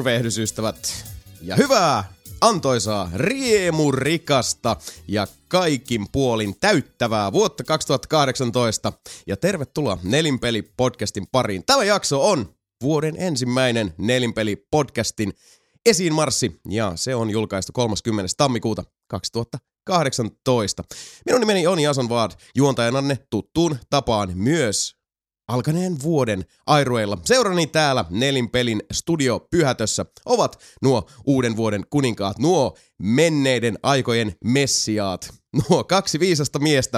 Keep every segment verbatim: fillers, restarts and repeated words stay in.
tervehdysystävät ja hyvää, antoisaa, riemurikasta ja kaikin puolin täyttävää vuotta kaksituhattakahdeksantoista ja tervetuloa Nelinpeli-podcastin pariin. Tämä jakso on vuoden ensimmäinen Nelinpeli-podcastin esiinmarssi ja se on julkaistu kolmaskymmenes tammikuuta kaksituhattakahdeksantoista. Minun nimeni on Jason Vaad, juontajananne tuttuun tapaan myös alkaneen vuoden airueilla. Seurani täällä Nelinpelin studio Pyhätössä ovat nuo uuden vuoden kuninkaat, nuo menneiden aikojen messiaat, nuo kaksi viisasta miestä.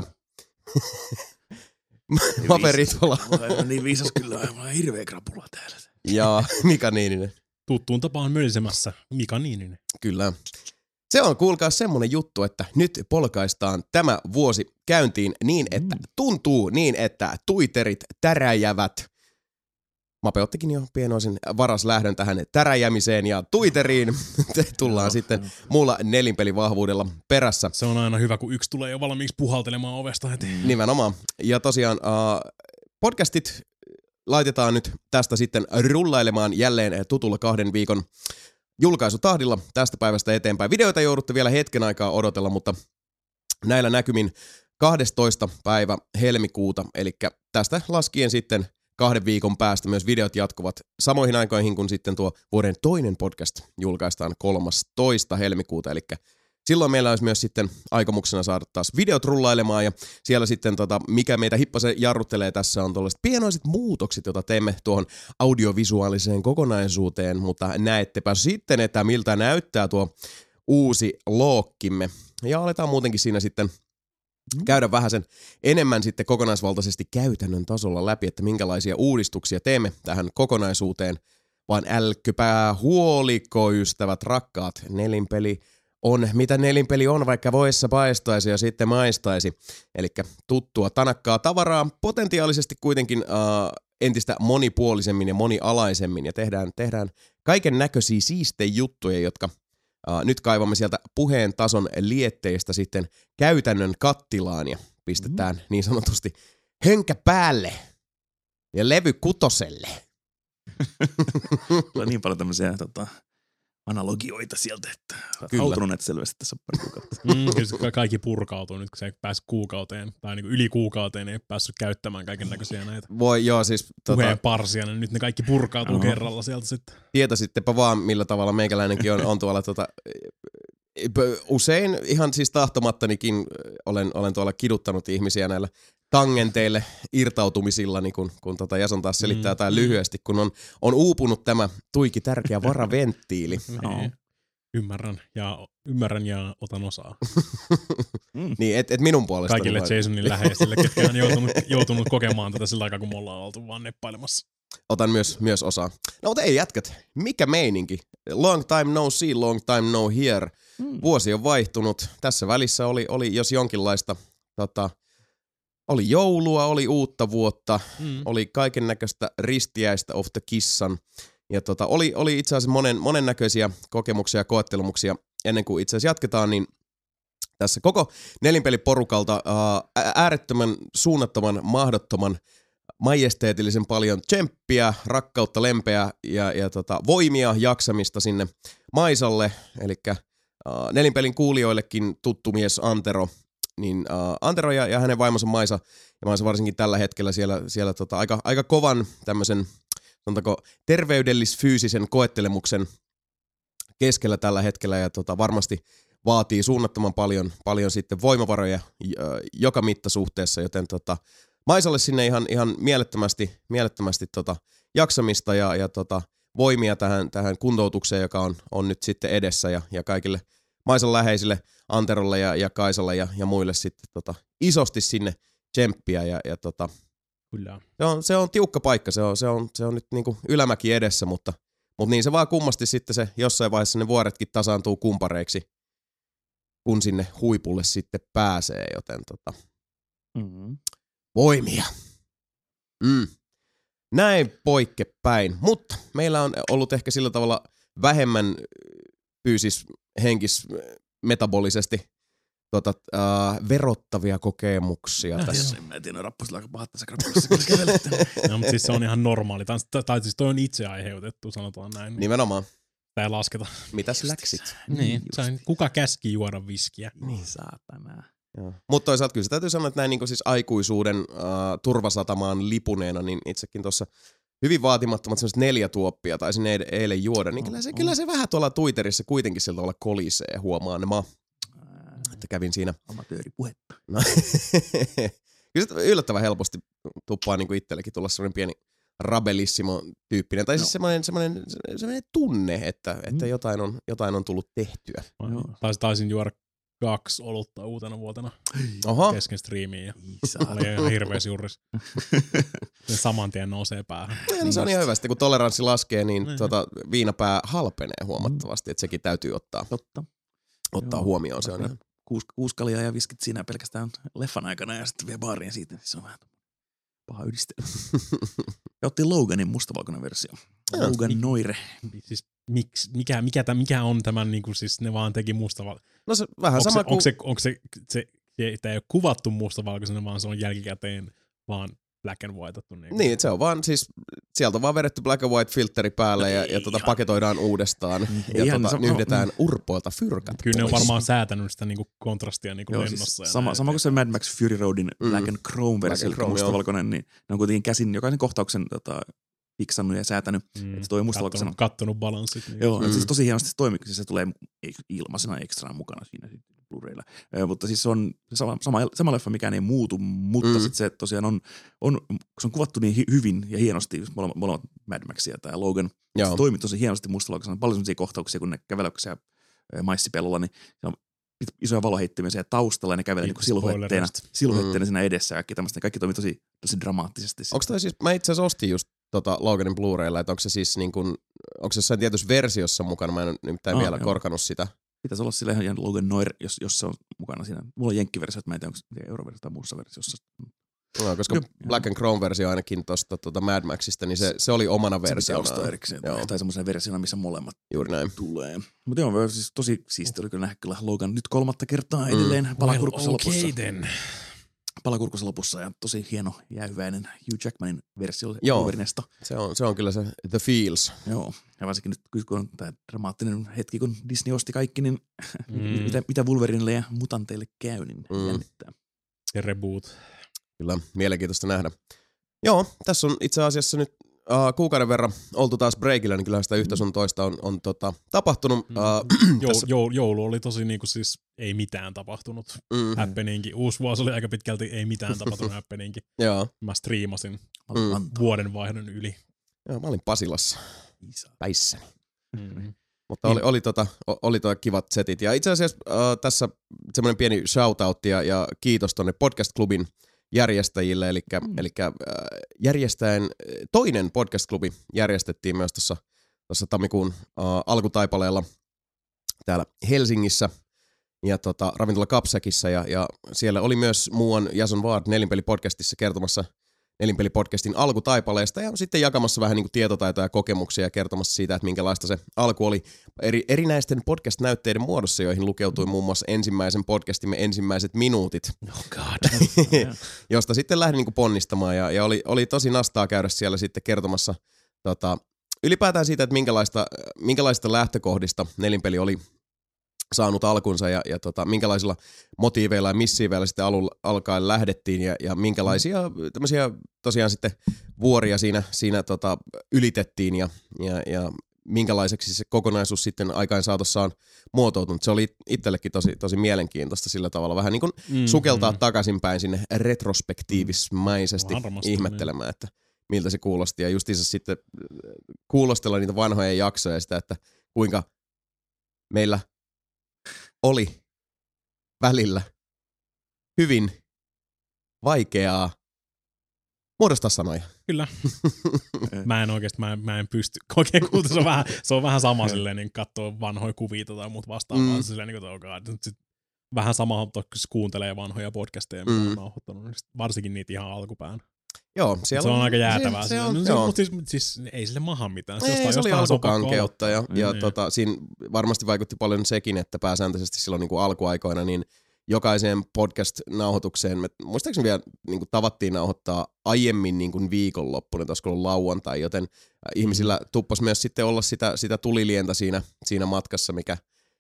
Paperi tuolla. Mulla on niin viisas kyllä, mulla on hirveä krapula täällä. Ja Mika Niininen. Tuttuun tapaan mölisemässä Mika Niininen. Kyllä. Se on, kuulkaa, semmonen juttu, että nyt polkaistaan tämä vuosi käyntiin niin, että tuntuu niin, että tuiterit täräjävät. Mape ottikin jo pienoisen varas lähdön tähän täräjämiseen ja tuiteriin tullaan sitten muulla nelinpelivahvuudella perässä. Se on aina hyvä, kun yksi tulee jo valmiiksi puhaltelemaan ovesta heti. Nimenomaan. Ja tosiaan uh, podcastit laitetaan nyt tästä sitten rullailemaan jälleen tutulla kahden viikon julkaisutahdilla tästä päivästä eteenpäin. Videoita joudutte vielä hetken aikaa odotella, mutta näillä näkymin kahdestoista päivä helmikuuta, eli tästä laskien sitten kahden viikon päästä myös videot jatkuvat samoihin aikoihin, kun sitten tuo vuoden toinen podcast julkaistaan kolmastoista helmikuuta, eli silloin meillä olisi myös sitten aikomuksena saada taas videot rullailemaan ja siellä sitten tota, mikä meitä hippasen jarruttelee tässä on tuollaiset pienoiset muutokset, joita teemme tuohon audiovisuaaliseen kokonaisuuteen, mutta näettepä sitten, että miltä näyttää tuo uusi lookkimme. Ja aletaan muutenkin siinä sitten käydä vähän sen enemmän sitten kokonaisvaltaisesti käytännön tasolla läpi, että minkälaisia uudistuksia teemme tähän kokonaisuuteen, vaan älkkypää huoliko ystävät rakkaat, Nelinpeli on, mitä Nelinpeli on, vaikka voissa paistaisi ja sitten maistaisi. Eli tuttua tanakkaa tavaraa, potentiaalisesti kuitenkin uh, entistä monipuolisemmin ja monialaisemmin. Ja tehdään, tehdään kaiken näköisiä siistejä juttuja, jotka uh, nyt kaivamme sieltä puheen tason lietteistä sitten käytännön kattilaan ja pistetään niin sanotusti hönkä päälle ja levy kutoselle. Tulee niin paljon tämmöisiä tota, analogioita sieltä, että Kyllä. autunut näitä selvästi tässä pari kuukautta. Mm, kyllä kaikki purkautuu nyt, kun se ei päässyt kuukauteen, tai niin kuin yli kuukauteen ei päässyt käyttämään kaiken näköisiä näitä Voi joo siis puheen tota, parsia, niin nyt ne kaikki purkautuu Oho. kerralla sieltä sitten. tietäisittepä vaan, millä tavalla meikäläinenkin on, on tuolla tota, usein ihan siis tahtomattanikin olen, olen tuolla kiduttanut ihmisiä näillä tangenteille irtautumisilla, niin kun, kun tota Jason taas selittää jotain mm. lyhyesti, kun on, on uupunut tämä tuiki tärkeä varaventtiili. No. Ymmärrän ja, ymmärrän ja otan osaa. mm. Niin, et, et minun puolestani. Kaikille vai... Jasonin läheisille, ketkä on joutunut, joutunut kokemaan tätä sillä aikaa, kun me ollaan oltu vaan neppailemassa. Otan myös, myös osaa. No mutta ei jätkät, mikä meininki? Long time no see, long time no here. Mm. Vuosi on vaihtunut. Tässä välissä oli, oli jos jonkinlaista, tota, oli joulua, oli uutta vuotta, mm. oli kaiken näköistä ristiäistä of the kissan. Ja tota, oli, oli itse asiassa monen, monennäköisiä kokemuksia ja koettelumuksia. Ennen kuin itse asiassa jatketaan, niin tässä koko nelinpeliporukalta ää, äärettömän, suunnattoman, mahdottoman, majesteetillisen paljon tsemppiä, rakkautta, lempeä ja, ja tota, voimia, jaksamista sinne Maisalle. Eli äh, Nelinpelin kuulijoillekin tuttu mies Antero, niin äh, Antero ja, ja hänen vaimonsa Maisa, ja Maisa varsinkin tällä hetkellä siellä, siellä tota, aika, aika kovan tämmöisen, sanotaanko, terveydellis-fyysisen koettelemuksen keskellä tällä hetkellä, ja tota, varmasti vaatii suunnattoman paljon, paljon sitten voimavaroja äh, joka mittasuhteessa, joten tota, Maisalle sinne ihan, ihan mielettömästi, mielettömästi tota jaksamista ja, ja tota voimia tähän, tähän kuntoutukseen, joka on, on nyt sitten edessä ja, ja kaikille Maisan läheisille, Anterolle ja, ja Kaisalle ja, ja muille sitten tota isosti sinne tsemppiä ja, ja tota, Kyllä. Se, on, se on tiukka paikka, se on, se on, se on nyt niinku ylämäki edessä, mutta, mutta niin se vaan kummasti sitten se jossain vaiheessa ne vuoretkin tasaantuu kumpareiksi, kun sinne huipulle sitten pääsee, joten tota... Mm-hmm. Voimia. Mm. Näin poikkepäin, mutta meillä on ollut ehkä sillä tavalla vähemmän fyysis, henkis, metabolisesti tota, äh, verottavia kokemuksia mä tässä. Mä en tiedä, noin rappusilla aika pahat tässä krapulassa, kun kävelette. No, mutta siis se on ihan normaali. Tai siis toi on itse aiheutettu, sanotaan näin. Nimenomaan. Tää ei lasketa. Mitäs läksit? Niin, sain, kuka käski juoda viskiä? Niin saatana. Mutta toisaalta kyllä se täytyy sanoa, että näin niin siis aikuisuuden uh, turvasatamaan lipuneena, niin itsekin tuossa hyvin vaatimattomat sellaiset neljä tuoppia taisin eilen, eilen juoda, niin kyllä se, kyllä se vähän tuolla Twitterissä kuitenkin sillä tavalla kolisee, huomaan mä, että kävin siinä. Amatööripuhetta. No, kyllä se yllättävän helposti tuppaa niin kuin itsellekin tulla sellainen pieni rabelissimo-tyyppinen, tai siis no. semmoinen, semmoinen, semmoinen tunne, että, että jotain, on, jotain on tullut tehtyä. Taisin, taisin juoda kaksi olutta uutena vuotena Oho. kesken striimiin ja oli ihan hirveästi juuris. Se saman tien nousee päähän. Ja, no se on ihan hyvä. Sitten kun toleranssi laskee, niin tuota, viinapää halpenee huomattavasti, että sekin täytyy ottaa, Totta. ottaa huomioon. Se on ihan... kuusi, kuusi kaljaa ja viskit siinä pelkästään leffan aikana ja sitten vie baariin siitä. Se on vähän paha yhdistelmä. Ja otti Loganin mustavalkoinen versio. Logan Noire. Siis miksi, mikä, mikä, tämän, mikä on tämän, niin kuin siis ne vaan teki mustavalkoisen? No se vähän onko sama se, kuin... Onko se, onko se, se, se, tämä ei ole kuvattu mustavalkoisena, vaan se on jälkikäteen vaan black and whiteattu. Niin, niin se on vaan siis, sieltä on vaan vedetty black and white filteri päälle no ja, ja tota, paketoidaan uudestaan ja tota, se, nyhdetään no, urpoilta fyrkat. Kyllä pois. Ne on varmaan säätänyt sitä niinku kontrastia niinku joo, lennossa. Siis sama, sama kuin se Mad Max Fury Roadin mm. black and chrome versio, eli mustavalkoinen, niin ne on kuitenkin käsin jokaisen kohtauksen tota, fiksannut ja säätänyt, mm. että se toi mustavalkoisena. Kattonut, kattonut balanssit. Niin. Joo, mm. siis tosi hienosti se toimii, se tulee ilmaisena ekstrana mukana siinä Blu-raylla. Äh, mutta siis se on sama, sama, sama leffa, mikään ei muutu, mutta mm. sitten se tosiaan on, on, se on kuvattu niin hi- hyvin ja hienosti, molemmat, molemmat Mad Maxia tai Logan, se toimii tosi hienosti mustavalkoisena. Paljon sellaisia kohtauksia, kun ne kävelevät siellä maissipellolla, niin se on isoja valoheittimiä siellä taustalla ja ne kävelee niin siluhetteina, siluhetteina mm. siinä edessä ja kaikki tämmöistä. Kaikki toimii tosi, tosi dramaattisesti. Onko toi siis, mä itse asiassa ostin just tota Loganin Blu-raylla, että onko se siis niin kuin, onko se jossain tietyssä versiossa mukana, mä en nimittäin ah, vielä joo. korkanut sitä. Pitäisi olla sillä ihan Logan Noir, jos, jos se on mukana siinä. Mulla on jenkkiversio, että mä en tiedä, onko se euroversio tai muussa versiossa. No, koska no, Black and Chrome-versio ainakin tuosta tuota Mad Maxista, niin se, se oli omana versiona. Se erikseen, tai semmoisena versiona, missä molemmat juuri näin tulee. Mutta joo, siis tosi siisti oli kyllä nähdä kyllä Logan nyt kolmatta kertaa edelleen mm. palakurkussa well, okay lopussa. Then. Palakurkussa lopussa ja tosi hieno jäähyväinen Hugh Jackmanin versio Wolverinesta. Se on, se on kyllä se The Feels. Joo, ja varsinkin nyt kun on tämä dramaattinen hetki, kun Disney osti kaikki, niin mm. mitä, mitä Wolverinelle ja mutanteille käy, niin mm. jännittää. Se reboot. Kyllä, mielenkiintoista nähdä. Joo, tässä on itse asiassa nyt uh, kuukauden verran oltu taas breakillä, niin kyllähän sitä yhtä sun toista on, on tota, tapahtunut. Uh, Jou, jou, joulu oli tosi niinku siis ei mitään tapahtunut. Mm-hmm. Happeningi. Uusi vuosi oli aika pitkälti ei mitään tapahtunut happeningi. Joo. Mä striimasin mm. vuoden vaihdon yli. Joo, mä olin Pasilassa päissäni. Mm-hmm. Mutta oli, oli, tota, oli toi kivat setit. Ja itse asiassa uh, tässä semmoinen pieni shoutout ja, ja kiitos tonne podcast-klubin järjestäjille, eli, mm. eli äh, järjestäen toinen podcast-klubi järjestettiin myös tuossa tuossa tammikuun äh, alkutaipaleella täällä Helsingissä ja tota, ravintola Kapsäkissä ja, ja siellä oli myös muuan Jason Ward Nelinpeli-podcastissa kertomassa Nelinpeli-podcastin alkutaipaleesta ja sitten jakamassa vähän niin kuin tietotaitoja ja kokemuksia ja kertomassa siitä, että minkälaista se alku oli eri, erinäisten podcast-näytteiden muodossa, joihin lukeutui muun muassa ensimmäisen podcastimme ensimmäiset minuutit, oh God. josta sitten lähdin niin kuin ponnistamaan ja, ja oli, oli tosi nastaa käydä siellä sitten kertomassa tota, ylipäätään siitä, että minkälaista, minkälaista lähtökohdista Nelinpeli oli saanut alkunsa ja, ja tota, minkälaisilla motiiveilla ja missiiveillä sitten alun alkaen lähdettiin ja, ja minkälaisia tämmöisiä tosiaan sitten vuoria siinä, siinä tota, ylitettiin ja, ja, ja minkälaiseksi se kokonaisuus sitten aikaan saatossa on muotoutunut. Se oli itsellekin tosi, tosi mielenkiintoista sillä tavalla vähän niin kuin mm-hmm. sukeltaa takaisinpäin sinne retrospektiivismaisesti Varmasti, ihmettelemään, niin. että miltä se kuulosti ja justiinsa sitten kuulostella niitä vanhoja jaksoja ja sitä, että kuinka meillä oli välillä hyvin vaikeaa muodostaa sanoja. Kyllä. Mä en oikeesti, mä en, mä en pysty oikein kuulta. Se on vähän, se on vähän sama silleen, niin katsoo vanhoja kuvia tai muut vastaavaa. Mm. Silleen, niin kuin, oh sit, vähän sama, kun kuuntelee vanhoja podcasteja, mitä mm. on nauhoittanut. Niin varsinkin niitä ihan alkupään. Joo, siellä se on, on aika jäätävää. Se, se on, on, no, mutta siis, siis ei sille maha mitään. Se, ei, se oli alkukankeutta ja, ja niin. tota, siinä varmasti vaikutti paljon sekin, että pääsääntöisesti silloin niin kuin alkuaikoina niin jokaiseen podcast-nauhoitukseen, me muistaakseni vielä niin kuin tavattiin nauhoittaa aiemmin niin kuin viikonloppuna, että olisiko ollut lauantai, joten ihmisillä tuppasi myös sitten olla sitä, sitä tulilientä siinä, siinä matkassa, mikä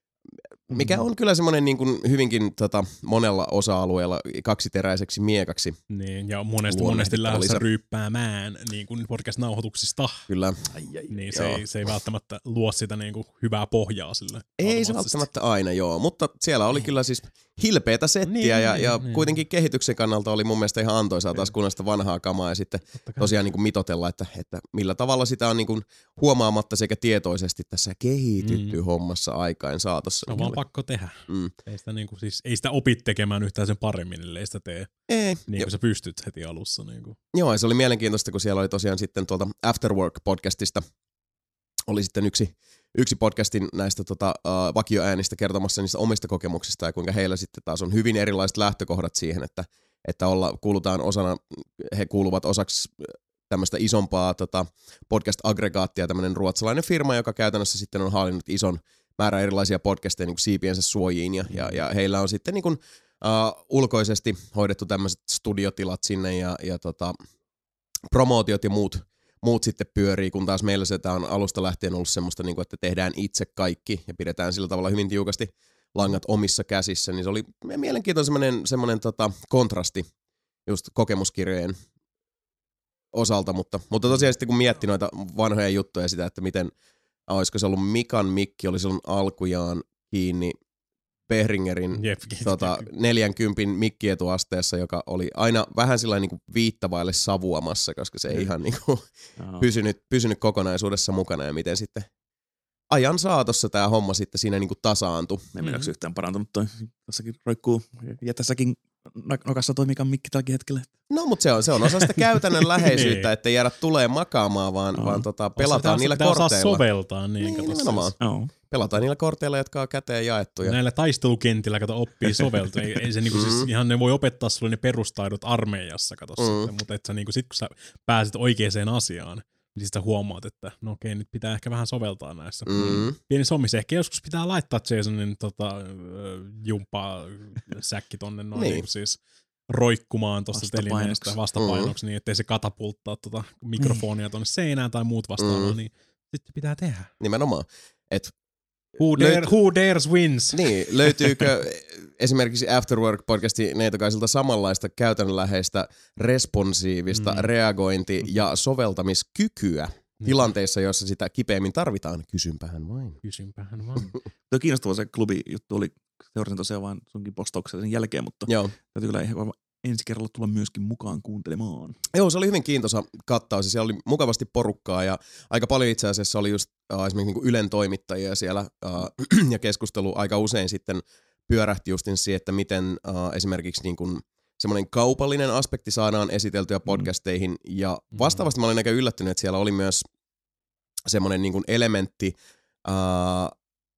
Mikä on kyllä semmoinen niin kuin hyvinkin tota, monella osa-alueella kaksiteräiseksi miekaksi. Niin, ja monesti, monesti lähdössä ryyppäämään niin kuin podcast-nauhoituksista. Kyllä. Ai, ai, niin se ei, se ei välttämättä luo sitä niin kuin hyvää pohjaa sille. Ei se välttämättä aina, joo. Mutta siellä oli kyllä siis hilpeätä settiä niin, ja, niin, ja niin. kuitenkin kehityksen kannalta oli mun mielestä ihan antoisaa taas kuunnella sitä vanhaa kamaa ja sitten tosiaan niin kuin mitotella, että, että millä tavalla sitä on niin kuin huomaamatta sekä tietoisesti tässä kehitytty mm. hommassa aikain saatossa. On vaan pakko tehdä. Mm. Ei, sitä niin kuin, siis, ei sitä opit tekemään yhtään sen paremmin, ellei sitä tee. Ei. Niin kuin sä pystyt heti alussa. Niin kuin. Joo, ja se oli mielenkiintoista, kun siellä oli tosiaan sitten tuolta Afterwork-podcastista oli sitten yksi, yksi podcastin näistä tota, uh, vakioäänistä kertomassa niistä omista kokemuksista ja kuinka heillä sitten taas on hyvin erilaiset lähtökohdat siihen, että, että olla, kuulutaan osana, he kuuluvat osaksi tämmöistä isompaa tota, podcast-aggregaattia, tämmöinen ruotsalainen firma, joka käytännössä sitten on haalinnut ison määrä erilaisia podcasteja niin kuin siipiensä suojiin ja, ja, ja heillä on sitten niin kuin, uh, ulkoisesti hoidettu tämmöiset studiotilat sinne ja, ja tota, promootiot ja muut, muut sitten pyörii, kun taas meillä se on alusta lähtien ollut semmoista, niin kuin, että tehdään itse kaikki ja pidetään sillä tavalla hyvin tiukasti langat omissa käsissä, niin se oli mielenkiintoinen semmoinen, semmoinen tota, kontrasti just kokemuskirjojen osalta, mutta, mutta tosiaan sitten kun mietti noita vanhoja juttuja sitä, että miten, olisiko se ollut Mikan mikki, oli silloin alkujaan kiinni Behringerin Jep, tota, neljänkympin mikkietuasteessa, joka oli aina vähän sellainen niin kuin viittavaille savuamassa, koska se ei ihan niin kuin pysynyt, pysynyt kokonaisuudessa mukana ja miten sitten ajan saatossa tämä homma sitten siinä niin kuin tasaantui. Ei mm-hmm. yhtään parantunut toi. Tässäkin roikkuu ja tässäkin nokassa toi Mikan mikki tälläkin hetkellä. No, mutta se on, se on osa sitä käytännön läheisyyttä, ettei jäädä tulee makaamaan, vaan, no. vaan tota, pelataan niillä korteilla. Osaa soveltaa niin. Niin, nimenomaan. Oh. Pelataan niillä korteilla, jotka on käteen jaettu. Ja... Näillä taistelukentillä, kato, oppii soveltaa. Ei, ei se niinku, siis, ihan ne voi opettaa sulle ne perustaidot armeijassa, kato mm. sitten, mutta et sä, niinku, sit kun sä pääset oikeaan asiaan, niin sitten huomaat, että no okei, nyt pitää ehkä vähän soveltaa näissä. Mm. Pieni sommis. Ehkä joskus pitää laittaa Jasonin tota, jumppa-säkki tonne noin niin. Niin siis roikkumaan tuosta telineestä vastapainoksi, mm. niin ettei se katapulttaa tota mikrofonia tonne seinään tai muut vastaavaa, mm. niin sitten pitää tehdä. Nimenomaan. Et who, dare, löyt... who dares wins? Niin, löytyykö esimerkiksi Afterwork-podcastin Neitokaisilta samanlaista käytännönläheistä responsiivista mm. reagointi- ja soveltamiskykyä mm. tilanteissa, joissa sitä kipeämmin tarvitaan? Kysympähän vain. Kysympähän vain. Tuo kiinnostava se klubi-juttu oli, seurasin tosiaan vaan sunkin postauksella sen jälkeen, mutta Joo. täytyy kyllä ihan ensi kerralla tulla myöskin mukaan kuuntelemaan. Joo, se oli hyvin kiintoisa kattaus ja siellä oli mukavasti porukkaa ja aika paljon itse asiassa oli just äh, esimerkiksi niin kuin Ylen toimittajia siellä äh, ja keskustelu aika usein sitten pyörähti justin siihen, että miten äh, esimerkiksi niin kuin semmoinen kaupallinen aspekti saadaan esiteltyä podcasteihin mm. ja vastaavasti mä olin aika yllättynyt, että siellä oli myös semmoinen niin kuin elementti äh,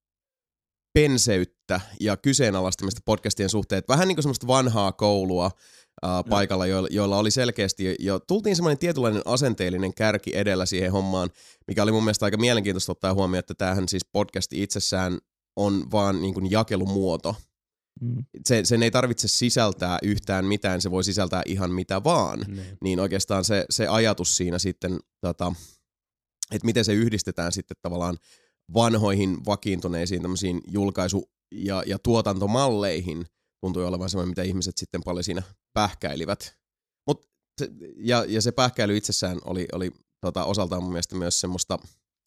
penseyttä ja kyseenalaistamista podcastien suhteen. Vähän niin kuin semmoista vanhaa koulua ää, paikalla, joilla, joilla oli selkeästi jo, tultiin semmoinen tietynlainen asenteellinen kärki edellä siihen hommaan, mikä oli mun mielestä aika mielenkiintoista ottaa huomioon, että tämähän siis podcasti itsessään on vaan niin kuin jakelumuoto. Mm. Se, sen ei tarvitse sisältää yhtään mitään, se voi sisältää ihan mitä vaan. Mm. Niin oikeastaan se, se ajatus siinä sitten, tota, että miten se yhdistetään sitten tavallaan vanhoihin vakiintuneisiin tämmöisiin julkaisu- ja, ja tuotantomalleihin tuntui olevan semmoinen, mitä ihmiset sitten paljon siinä pähkäilivät. Mut se, ja, ja se pähkäily itsessään oli, oli tota, osaltaan mun mielestä myös semmoista,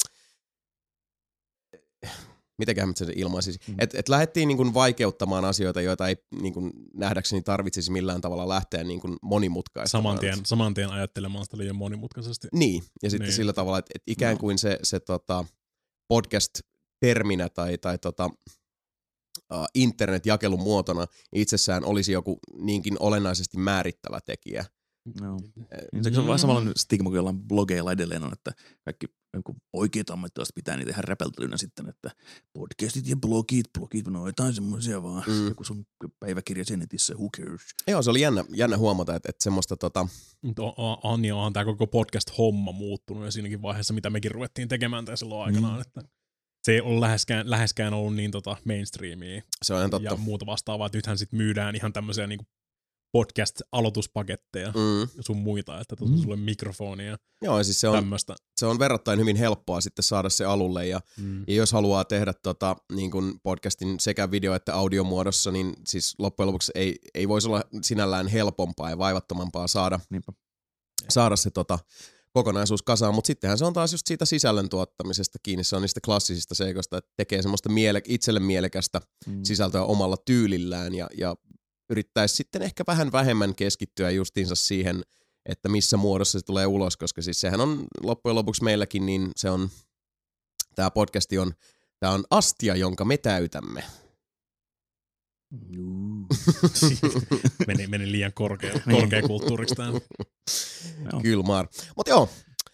mitenköhän mä sen ilmaisisin, mm. että et lähdettiin niin kuin vaikeuttamaan asioita, joita ei niin kuin nähdäkseni tarvitsisi millään tavalla lähteä niin kuin monimutkaistamaan. Saman tien, saman tien ajattelemaan sitä liian monimutkaisesti. Niin, ja sitten niin. Sillä tavalla, että et ikään kuin se, se tota, podcast-terminä tai, tai tota, uh, internet-jakelun muotona itsessään olisi joku niinkin olennaisesti määrittävä tekijä. No. Mm. Se on vähän samalla stigma kuin jollain blogeilla edelleen on, että kaikki oikeat ammattilaiset pitää niitä ihan räpeltelynä sitten, että podcastit ja blogit, blogit, no jotain semmoisia vaan, mm. joku sun päiväkirja sen netissä, who cares. Joo, se oli jännä, jännä huomata, että, että semmoista tota... On, niin onhan tämä koko podcast-homma muuttunut ja siinäkin vaiheessa, mitä mekin ruvettiin tekemään tässä silloin aikanaan, mm. että se ei ole läheskään, läheskään ollut niin tota mainstreamia Se on ihan totta. ja muuta vastaavaa, että nythän sit myydään ihan tämmöisiä niinku podcast-aloituspaketteja Mm. ja sun muita, että tuossa Mm. mm. sulle mikrofonia ja Joo, ja siis se on, tämmöistä. se on verrattain hyvin helppoa sitten saada se alulle, ja, Mm. ja jos haluaa tehdä tota, niin kuin podcastin sekä video- että audiomuodossa, niin siis loppujen lopuksi ei, ei voisi olla sinällään helpompaa ja vaivattomampaa saada, Niinpä. saada se tota, kokonaisuus kasaan, mutta sittenhän se on taas just siitä sisällön tuottamisesta kiinni, se on niistä klassisista seikoista, että tekee semmoista miele- itselle mielekästä Mm. sisältöä omalla tyylillään ja, ja yrittäisi sitten ehkä vähän vähemmän keskittyä justiinsa siihen, että missä muodossa se tulee ulos, koska siis sehän on loppujen lopuksi meilläkin, niin se on, tämä podcasti on, tämä on astia, jonka me täytämme. Juu. meni, meni liian korkea, korkeakulttuuriksi tämä. Joo. Kyllä maar. Mutta joo,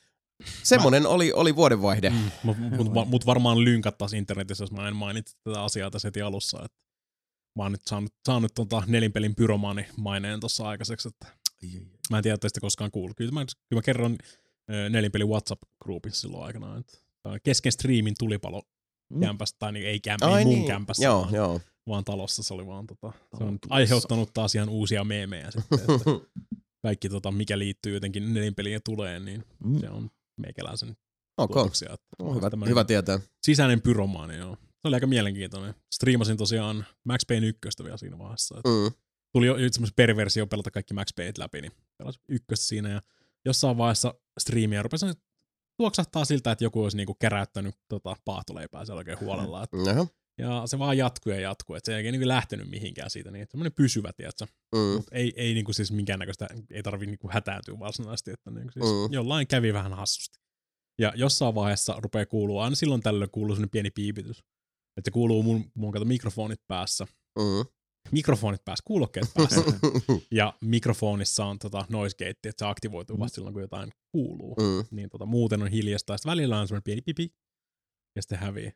semmonen oli, oli vuodenvaihde. Mm, Mutta mut, mut varmaan lynkattaisiin internetissä, jos mä en mainitsi tätä asiaa tässä heti alussa. Että mä oon nyt saanut, saanut tota nelinpelin pyromaani maineen tuossa aikaiseksi. Että Ai, ai, ai. mä en tiedä, että sitä koskaan kuullut. Kyllä mä, kyllä mä kerron ö, nelinpelin WhatsApp-groupissa silloin aikanaan. Että kesken striimin tulipalo Mm. kämpästä, tai niin, ei, kämp- Ai ei mun niin, kämpässä, joo, vaan, joo. vaan talossa. Se oli vaan tota, se on Talossa. aiheuttanut taas ihan uusia meemejä sitten. Että kaikki tota, mikä liittyy jotenkin nelinpeliin ja tulee, niin Mm. se on meikäläisen Ok, tuotoksia. Että no, hyvä, tämmönen hyvä tietää. sisäinen pyromaani, joo. Se oli aika mielenkiintoinen. Striimasin tosiaan Max Payne ykköstä vielä siinä vaiheessa. Että Mm. tuli jo semmoisen perversio pelata kaikki Max Paynet läpi, niin pelasin ykköstä siinä ja jossain vaiheessa striimiä rupesin tuoksahtaa siltä, että joku olisi niinku keräyttänyt tota paahtoleipää siellä oikein huolella. Et, Jaha. ja se vaan jatkuu ja jatkuu, että se ei oikein niinku lähtenyt mihinkään siitä, niin semmoinen pysyvä, tiedätkö. Mm. Mut ei, ei niinku siis minkäännäköistä, ei tarvi niinku hätääntyä varsinaisesti, että niinku siis Mm. jollain kävi vähän hassusti. Ja jossain vaiheessa rupeaa kuulua, aina silloin tällöin kuuluu semmoinen pieni piipitys. Että se kuuluu mun, mun kato mikrofonit päässä. Mm. Mikrofonit päässä, kuulokkeet päässä. Ja mikrofonissa on tota noise gate, että se aktivoituu vasta silloin, kun jotain kuuluu. Mm. Niin tota, muuten on hiljasta. Ja sitten välillä on semmoinen pieni pipi. Ja sitten hävii.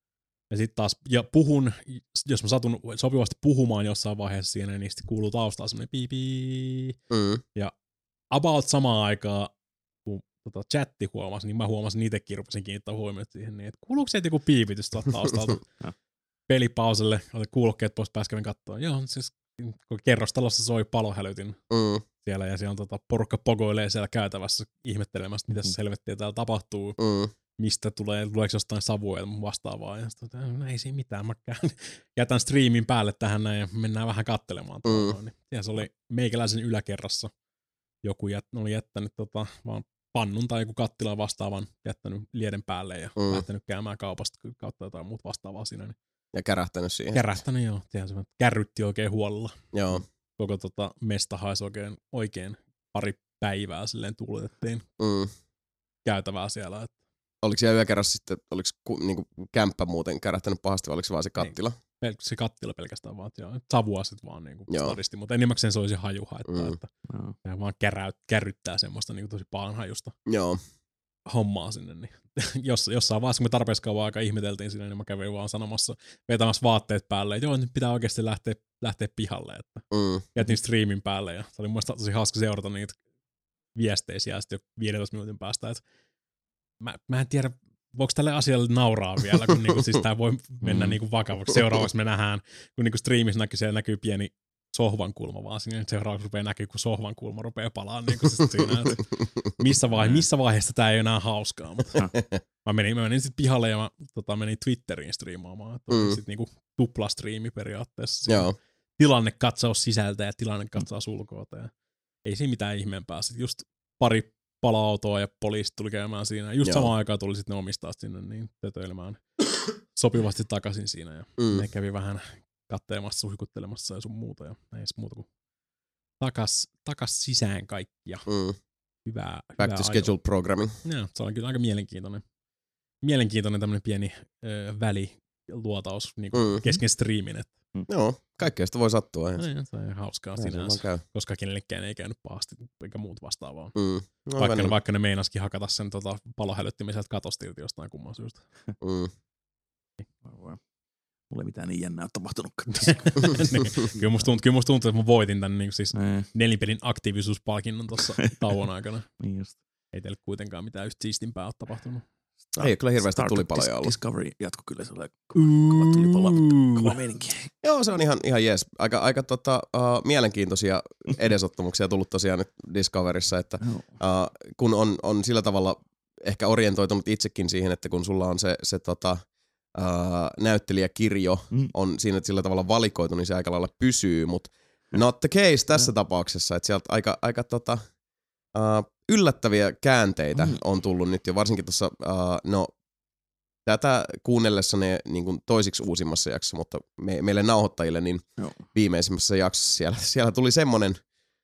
Ja sitten taas, ja puhun, jos mä satun sopivasti puhumaan jossain vaiheessa siinä, niin sitten kuuluu taustaa semmoinen pipi. Mm. Ja about samaan aikaan, kun tota chatti huomasi, niin mä huomasin itsekin, rupesin kiinnittää huomiota siihen, niin että kuuluuko sieltä joku piivitys tuolta taustalta? Pelipauselle, otin kuulokkeet pois, pääs kävin katsoa. Joo, siis kun kerrostalossa soi palohälytin Mm. siellä, ja siellä on tota, porukka pogoilee siellä käytävässä ihmettelemässä, mitä se helvettiä täällä tapahtuu, Mm. mistä tulee, tuleeko jostain savua ja vastaavaa. Ja sitten, no ei siinä mitään, mä käyn, jätän striimin päälle tähän näin ja mennään vähän kattelemaan. Mm. Niin, siellä se oli meikäläisen yläkerrassa. Joku jät, oli jättänyt tota, vaan pannun tai joku kattila vastaavan, jättänyt lieden päälle ja Mm. lähtenyt käymään kaupasta kautta jotain muuta vastaavaa siinä. Niin Ja kärähtänyt siihen. kärähtänyt joo, tiedän, se kärrytti oikein huolella. Joo. Koko tota mesta haisi oikein, oikein pari päivää silleen tuuletettiin Mm. käytävää siellä. Et Oliko siellä yökerrassa sitten, oliko ku, niinku kämppä muuten kärähtänyt pahasti, vai oliko se vaan se kattila? pel- se kattila pelkästään vaan, että joo, savua sit vaan niinku Joo. stadisti, mutta enimmäkseen se olisi haju haittaa, Mm. että Joo. sehän vaan käräyt, kärryttää semmoista niinku tosi pahan hajusta Joo. hommaa sinne. Niin. Jos, jossain vaiheessa, kun me tarpeeksi kauan aika ihmeteltiin sinne, niin mä kävin vaan sanomassa, vetämässä vaatteet päälle, että joo, nyt pitää oikeasti lähteä, lähteä pihalle. Että Mm. jätin striimin päälle ja se oli mun mielestä tosi hauska seurata niitä viestejä siellä sitten jo viidentoista minuutin päästä. Että mä, mä en tiedä, voiko tälle asialle nauraa vielä, kun niinku, siis tää voi mennä Mm. niinku vakavaksi. Seuraavaksi me nähdään, kun niinku striimissä näkyy, siellä näkyy pieni sohvan kulma vaan sinne, seuraavaksi rupeaa näkyy, kun sohvan kulma rupeaa palaamaan niinku siis siinä, että missä, vaihe, missä vaiheessa tää ei enää hauskaa. Mutta mä menin, mä menin sitten pihalle ja mä tota, menin Twitteriin striimaamaan. Että Mm. oli sit niinku tuplastriimi periaatteessa. Siinä Joo. tilannekatsaus sisältä ja tilannekatsaus ulkoa. Ja ei siinä mitään ihmeempää. Sitten just pari pala-autoa ja poliisit tuli käymään siinä. Just Joo. samaan aikaan tuli sitten ne omistajat sinne niin tötöilemään sopivasti takaisin siinä. Ja Mm. ne kävi vähän kattelemassa, suhkuttelemassa ja sun muuta. Ja ei edes muuta kuin takas, takas sisään kaikkia. Mm. Hyvää, Back hyvää to ajoa. schedule programming. Joo, se on kyllä aika mielenkiintoinen. Mielenkiintoinen tämmönen pieni ö, väliluotaus niin kuin Mm. kesken striimin. Että Joo, kaikkea sitä voi sattua. no, se on hauskaa Näin se sinänsä, vaan käy. koska kenellekään ei käynyt pahasti eikä muut vastaavaa. Mm. No, Vaikka, hyvä ne, niin. vaikka ne meinaskin hakata sen tota, palohälyttimen sieltä katosta irti jostain kumman syystä. Mm. Voi voi. Mulla ei mitään niin jännää ole tapahtunutkaan. niin, kyllä, musta tuntuu, kyllä musta tuntuu, että mä voitin tämän niin, siis Ei, nelipelin aktiivisuuspalkinnon tuossa tauon aikana. niin just. Ei teille kuitenkaan mitään yhtä siistimpää ole tapahtunut. Ei kyllä hirveästi Star Trek tulipaloja ollut. Discovery jatko kyllä sellainen kova tulipalo, kova meininki. Joo, se on ihan, ihan jees. Aika, aika tota, uh, mielenkiintoisia edesottamuksia tullut tosiaan nyt Discoverissa, että uh, kun on, on sillä tavalla ehkä orientoitunut itsekin siihen, että kun sulla on se, se tota, uh, näyttelijäkirjo mm. on siinä sillä tavalla valikoitu, niin se aika lailla pysyy, mutta not the case tässä mm. tapauksessa, että sieltä aika, aika tota, uh, yllättäviä käänteitä mm. on tullut nyt jo, varsinkin tuossa, uh, no tätä kuunnellessa ne niin kuin toisiksi uusimmassa jaksossa, mutta me, meille nauhoittajille niin Joo. viimeisimmässä jaksossa siellä, siellä tuli semmonen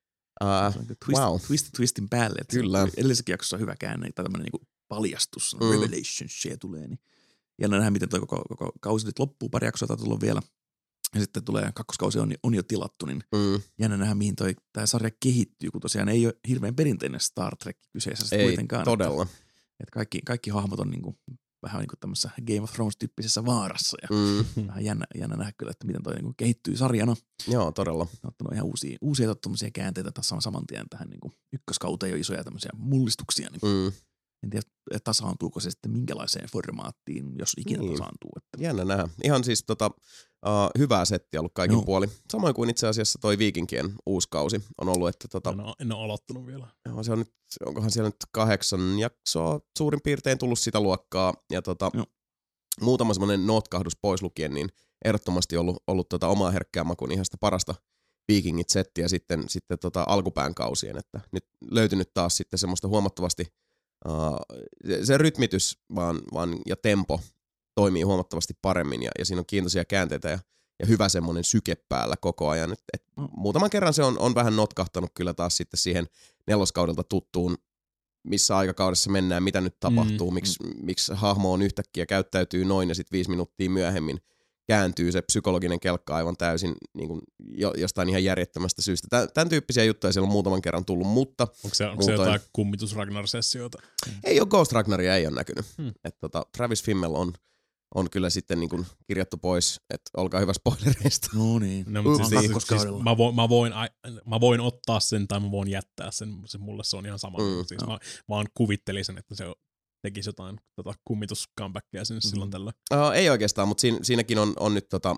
uh, twist, wow. twist twistin päälle. Kyllä. Edellisessäkin jaksossa on hyvä käänne, tai tämmöinen niin paljastus, mm. revelation shit tulee. Niin. Jännä nähdä, miten tuo koko, koko kausi nyt loppuu, pari jaksoa tullut vielä. Ja sitten tulee, kakkoskausi on, on jo tilattu, niin mm. jännä nähdä, mihin toi, tämä sarja kehittyy, kun tosiaan ei ole hirveän perinteinen Star Trek kyseessä ei, kuitenkaan. Todella. Että, että kaikki, kaikki hahmot on niin kuin, vähän niin kuin tämmöisessä Game of Thrones-tyyppisessä vaarassa. Ja mm. vähän jännä, jännä nähdä kyllä, että miten toi niin kuin kehittyy sarjana. Joo, todella. On ottanut ihan uusia, uusia tottumisia käänteitä tässä on saman tien tähän niin kuin ykköskauteen jo isoja tämmöisiä mullistuksia. Niin mm. En tiedä, tasaantuuko se sitten minkälaiseen formaattiin, jos ikinä niin. tasaantuu. Että. Jännä nähdä. Ihan siis tota, uh, hyvää settiä ollut kaikin Joo. puoli. Samoin kuin itse asiassa toi Viikinkien uusi kausi on ollut. Että tota, en, ole, en ole aloittanut vielä. Joo, se on nyt, onkohan siellä nyt kahdeksan jaksoa suurin piirtein tullut sitä luokkaa. Ja tota, muutama semmoinen notkahdus pois lukien, niin ehdottomasti ollut, ollut tota omaa herkkää makuun ihan sitä parasta Viikingit-settiä sitten, sitten tota alkupään kausien. Että nyt löytynyt taas sitten semmoista huomattavasti Uh, se, se rytmitys vaan, vaan, ja tempo toimii huomattavasti paremmin ja, ja siinä on kiintoisia käänteitä ja, ja hyvä semmoinen syke päällä koko ajan. Et, et mm. Muutaman kerran se on, on vähän notkahtanut kyllä taas sitten siihen neloskaudelta tuttuun, missä aikakaudessa mennään, mitä nyt tapahtuu, mm. miksi mm. miksi hahmo on yhtäkkiä käyttäytyy noin ja sitten viisi minuuttia myöhemmin kääntyy se psykologinen kelkka aivan täysin niin kuin jo, jostain ihan järjettömästä syystä. Tän, tämän tyyppisiä juttuja siellä on muutaman kerran tullut, mutta... Onko se, onko se jotain kummitus Ragnar-sessioita? Ei ole Ghost Ragnaria, ei ole näkynyt. Hmm. Et tota, Travis Fimmel on, on kyllä sitten niin kuin kirjattu pois, että olkaa hyvä spoilereista. No niin. No, mutta siis, siis, siis mä, voin, mä, voin, mä voin ottaa sen tai mä voin jättää sen. Se, mulle se on ihan sama. Hmm. Siis no. mä vaan kuvittelin sen, että se on tekisi jotain tota, kummitus-comebackia sinne mm-hmm. silloin tällä. Uh, ei oikeastaan, mutta siinä, siinäkin on, on nyt tota,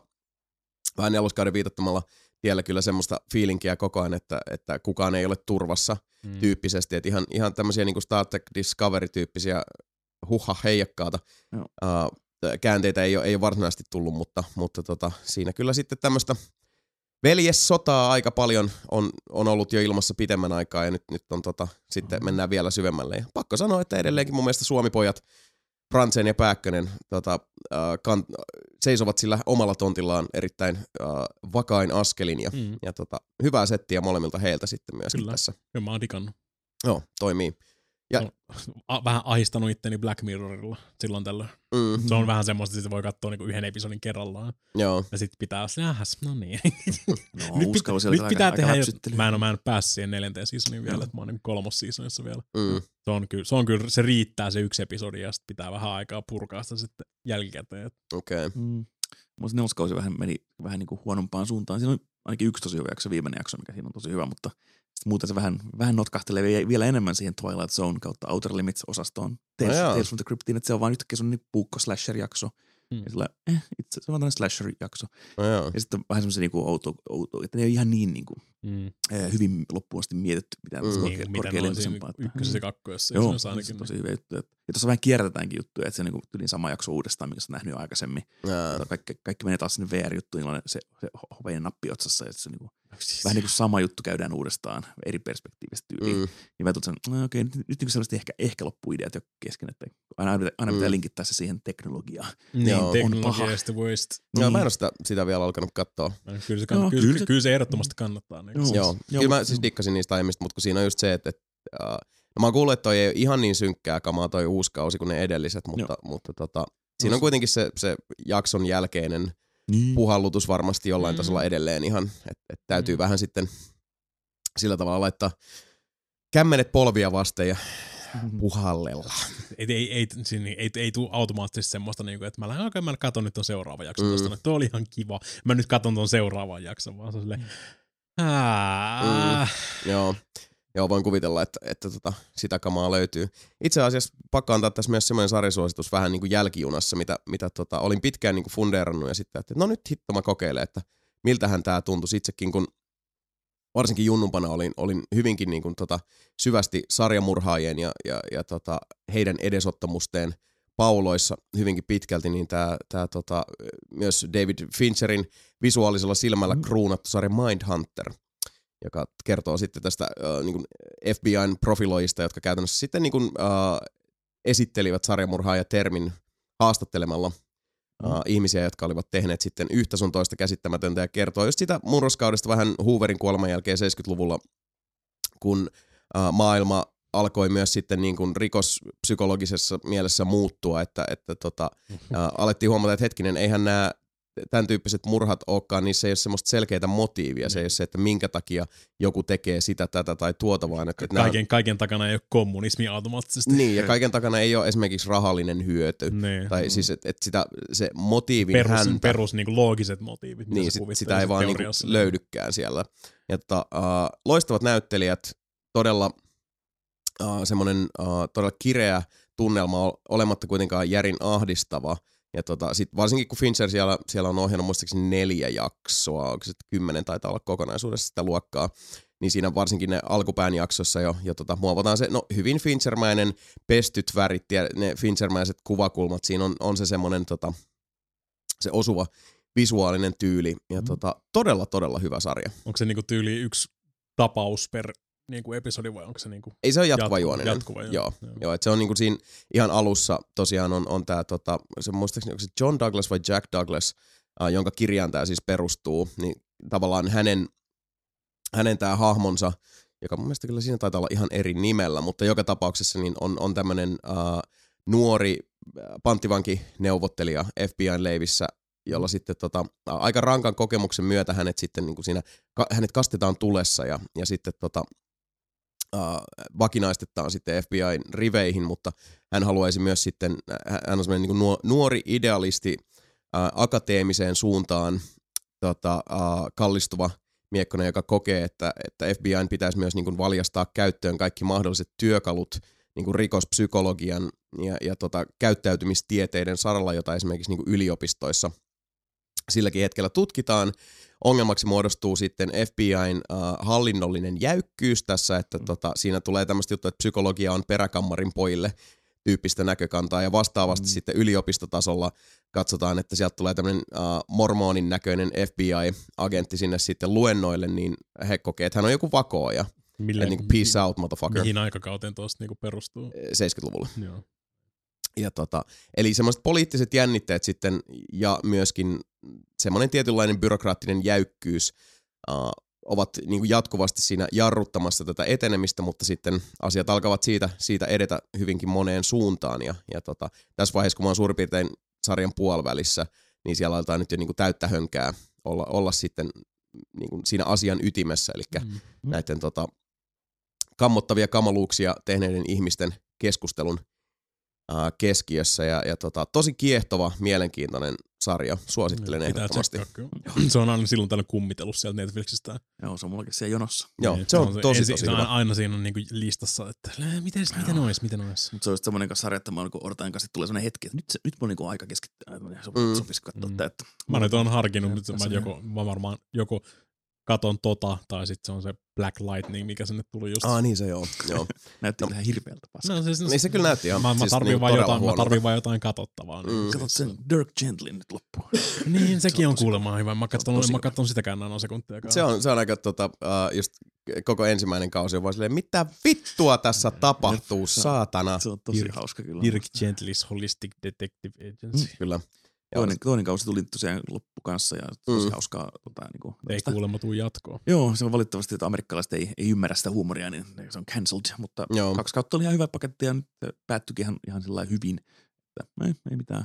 vähän neloskauden viitattomalla tiellä kyllä semmoista feelinkiä koko ajan, että, että kukaan ei ole turvassa mm. tyyppisesti. Että ihan, ihan tämmöisiä niin kuin Star Trek Discovery-tyyppisiä huha heijakkaata no. uh, käänteitä ei ole, ei ole varsinaisesti tullut, mutta, mutta tota, siinä kyllä sitten tämmöistä veljessotaa aika paljon on, on ollut jo ilmassa pitemmän aikaa ja nyt, nyt on tota, sitten mm. mennään vielä syvemmälle. Ja pakko sanoa, että edelleenkin mun mielestä Suomi-pojat, Frantsen ja Pääkkönen tota, äh, kan, seisovat sillä omalla tontillaan erittäin äh, vakain askelin ja, mm. ja tota, hyvää settiä molemmilta heiltä sitten myöskin Kyllä. tässä. Kyllä mä oon digannut. Joo, toimii. Ja, on vähän ahistanut itteni Black Mirrorilla silloin tällöin. Mm. Se on vähän semmoista, että voi katsoa niinku yhden episodin kerrallaan. Joo. Ja sit pitää nähäs, no niin. No, nyt pitä, nyt aika, pitää aika tehdä, läpsyttely. mä en, mä en päässyt siihen neljänteen seasoniin vielä, että mä oon niin kolmos seasonissa vielä. Mm. Se, on kyllä, se on kyllä, se riittää se yksi episodi ja sit pitää vähän aikaa purkaa sitä sitten jälkikäteen. Okei. Okay. Mm. Mun neloskausi vähän meni vähän niin kuin huonompaan suuntaan. Siinä on ainakin yksi tosi hyvä jakso, viimeinen jakso, mikä siinä on tosi hyvä, mutta muuten se vähän, vähän notkahtelee vielä enemmän siihen Twilight Zone kautta Outer Limits-osastoon. Tales, no Tales from the Cryptiin, että se on vaan yhtäkkiä sun puukko slasher-jakso. Mm. Ja sillä, eh, itse, se on tämmöinen slasher-jakso. No ja sitten vähän semmoisia niinku outo, outo, että ne ei ole ihan niin niinku, mm. eh, hyvin loppuun asti mietitty mitään mm. korke- niin, korkealentoisempaa. Ykkösessä ja kakkoessa. Joo, se on tosi hyvä juttu. Ja tuossa vähän kierrätetäänkin juttuja, että se on niinku tyliin sama jakso uudestaan, minkä sä nähnyt jo aikaisemmin. Kaikki, kaikki menee taas sinne V R-juttuun, ilman se, se hopeinen nappi otsassa. Ja se on niinku, vähän niin kuin sama juttu käydään uudestaan eri perspektiivistä tyyliin. Mm. Niin mä tulin sen, no okei, nyt, nyt niin selvästi ehkä, ehkä loppuu ideat jo kesken, että aina, aina pitää mm. linkittää se siihen teknologiaan. Niin, joo, teknologia is the worst. Joo, mä en ole sitä, sitä vielä alkanut katsoa. No, kyllä, se kann- no, kyllä, kyllä, kyllä se ehdottomasti kannattaa. Niin. Joo, joo, joo, kyllä mä siis dikkasin niistä aiemmista, mutta kun siinä on just se, että, että uh, no mä oon kuullut, että toi ei ole ihan niin synkkää kamaa toi uusi kausi kuin ne edelliset, mutta, mutta tota, siinä on kuitenkin se, se jakson jälkeinen niin. puhallutus varmasti jollain mm. tasolla edelleen ihan, että et täytyy mm. vähän sitten sillä tavalla laittaa kämmenet polvia vasten ja puhallella. Ei, ei, ei, ei, ei, ei tule automaattisesti semmoista, että mä lähden, okay, mä katson nyt ton seuraavan jakson. Mm. Tuosta, toi oli ihan kiva. Mä nyt katson ton seuraavan jakson, vaan se on silleen, mm. Joo. Joo, voin kuvitella, että, että tota, sitä kamaa löytyy. Itse asiassa pakko antaa tässä myös semmoinen sarjasuositus vähän niin kuin jälkijunassa, mitä, mitä tota, olin pitkään niin kuin fundeerannut ja sitten, että no nyt hitto mä kokeilen, että miltähän tää tuntuisi itsekin, kun varsinkin junnumpana olin, olin hyvinkin niin kuin, tota, syvästi sarjamurhaajien ja, ja, ja tota, heidän edesottamusteen pauloissa hyvinkin pitkälti, niin tämä tää, tota, myös David Fincherin visuaalisella silmällä kruunattu sarja Mindhunter, joka kertoo sitten tästä äh, niin kuin F B I:n profiloijista, jotka käytännössä sitten niin kuin, äh, esittelivät sarjamurhaaja-termin haastattelemalla mm. äh, ihmisiä, jotka olivat tehneet sitten yhtä sun toista käsittämätöntä ja kertoo just sitä murroskaudesta vähän Hooverin kuoleman jälkeen seitsemänkymmentäluvulla, kun äh, maailma alkoi myös sitten niin kuin rikospsykologisessa mielessä muuttua, että, että tota, ää, alettiin huomata, että hetkinen, eihän nämä tämän tyyppiset murhat olekaan, niissä ei ole semmoista selkeää motiivia, se ei ole se, että minkä takia joku tekee sitä, tätä tai tuota, vaan että... Kaiken, nämä... kaiken takana ei ole kommunismi automaattisesti. Niin, ja kaiken takana ei ole esimerkiksi rahallinen hyöty, niin. tai siis, että et sitä, se motiivin perus, häntä... Perus niin kuin loogiset motiivit. Niin, sit, sitä ei vaan niin kuin löydykään siellä. Ja tota, uh, loistavat näyttelijät, todella... Uh, semmoinen uh, todella kireä tunnelma olematta kuitenkaan järin ahdistava. Ja tota, sit varsinkin kun Fincher siellä, siellä on ohjannut muistaakseni neljä jaksoa, onko se kymmenen taitaa olla kokonaisuudessa sitä luokkaa, niin siinä varsinkin ne alkupään jaksossa jo, jo tota, muovataan se no, hyvin Finchermäinen pestyt värit ja ne Finchermäiset kuvakulmat. Siinä on, on se semmoinen tota, se osuva visuaalinen tyyli ja mm. tota, todella todella hyvä sarja. Onko se niinku tyyli yksi tapaus per niinku episodi vai onko se niinku ei se ole jatkuva juoninen. Jatkuva, joo. Joo, joo. joo, että se on niinku siinä ihan alussa tosiaan on on tää tota se muistaakseni onko se John Douglas vai Jack Douglas, äh, jonka kirjaan tää siis perustuu, niin tavallaan hänen hänen tää hahmonsa, joka mun mielestä kyllä siinä taitaa olla ihan eri nimellä, mutta joka tapauksessa niin on on tämmönen äh, nuori panttivanki neuvottelija F B I:n leivissä, jolla sitten tota, aika rankan kokemuksen myötä hänet sitten niin kuin siinä, ka, hänet kastetaan tulessa ja, ja sitten tota, äh, vakinaistetaan sitten F B I:n riveihin, mutta hän haluaisi myös sitten, hän on semmoinen niin kuin nuori idealisti äh, akateemiseen suuntaan tota, äh, kallistuva miekkonen, joka kokee, että, että F B I:n pitäisi myös niin kuin valjastaa käyttöön kaikki mahdolliset työkalut niin kuin rikospsykologian ja, ja tota, käyttäytymistieteiden saralla, jota esimerkiksi niin kuin yliopistoissa silläkin hetkellä tutkitaan. Ongelmaksi muodostuu sitten F B I:n uh, hallinnollinen jäykkyys tässä, että mm. tota, siinä tulee tämmöistä juttua, että psykologia on peräkammarin pojille tyyppistä näkökantaa, ja vastaavasti mm. sitten yliopistotasolla katsotaan, että sieltä tulee tämmöinen uh, mormonin näköinen F B I-agentti sinne sitten luennoille, niin he kokee, että hän on joku vakooja. Mille, niin kuin peace out, motherfucker. Mihin aikakauteen tuosta niin perustuu? seitsemänkymmentäluvulla. Joo. Ja tota, eli semmoiset poliittiset jännitteet sitten ja myöskin semmoinen tietynlainen byrokraattinen jäykkyys uh, ovat niin kuin jatkuvasti siinä jarruttamassa tätä etenemistä, mutta sitten asiat alkavat siitä, siitä edetä hyvinkin moneen suuntaan. Ja, ja tota, tässä vaiheessa, kun mä oon suurin piirtein sarjan puolivälissä, niin siellä aletaan nyt jo niin kuin täyttä hönkää olla, olla sitten niin kuin siinä asian ytimessä, eli mm-hmm. näiden tota, kammottavia kamaluuksia tehneiden ihmisten keskustelun ää, keskiössä ja, ja tota, tosi kiehtova, mielenkiintoinen sarja. Suosittelen mm, ehdottomasti. Se on aina silloin tällä kummitellut sieltä Netflixistä. Joo, se on mullakin siellä jonossa. Joo, se on, se on tosi, ensi, tosi se hyvä. Aina siinä on niinku listassa, että miten, miten ois, miten ois. Mutta se on just semmoinen sarja, että mä niinku odotan kanssa, että tulee semmoinen hetki, että nyt, se, nyt mun niinku aika keskittyä, että mm. sopisi katsoa mm. täyttä. Mä nyt oon harkinnut, että mä, joko, mä varmaan joko katon tota, tai sitten se on se Black Lightning, mikä sinne tuli just. Ah, niin se joo. joo. Näytti no. ihan hirveältä paskaa. No, siis, niin se kyllä näytti ihan. Mä, mä siis tarvin, niin vaan jotain, mä tarvin vaan jotain katsottavaa. Niin. Mm. Katsot sen Dirk Gentlyn nyt loppuun. Niin, sekin se on, on kuulemma hyvä. Mä katson, mä katson sitäkään nano sekuntia. Se on, se on aika tota, uh, just koko ensimmäinen kausi on vaan silleen, mitä vittua tässä tapahtuu, se on, saatana. Se on tosi Dirk, hauska kyllä. Dirk Gently's Holistic Detective Agency. Mm. Kyllä. Toinen, toinen kausi tuli tosiaan loppu kanssa ja tosi mm. hauskaa. Tota, niin kuin, ei kuulemma tuu jatkoa. Joo, se on valitettavasti, että amerikkalaiset ei, ei ymmärrä sitä huumoria, niin se on cancelled. Mutta joo. kaksi kautta oli ihan hyvä paketti ja nyt päättyikin ihan, ihan sellainen hyvin. Että ei, ei mitään.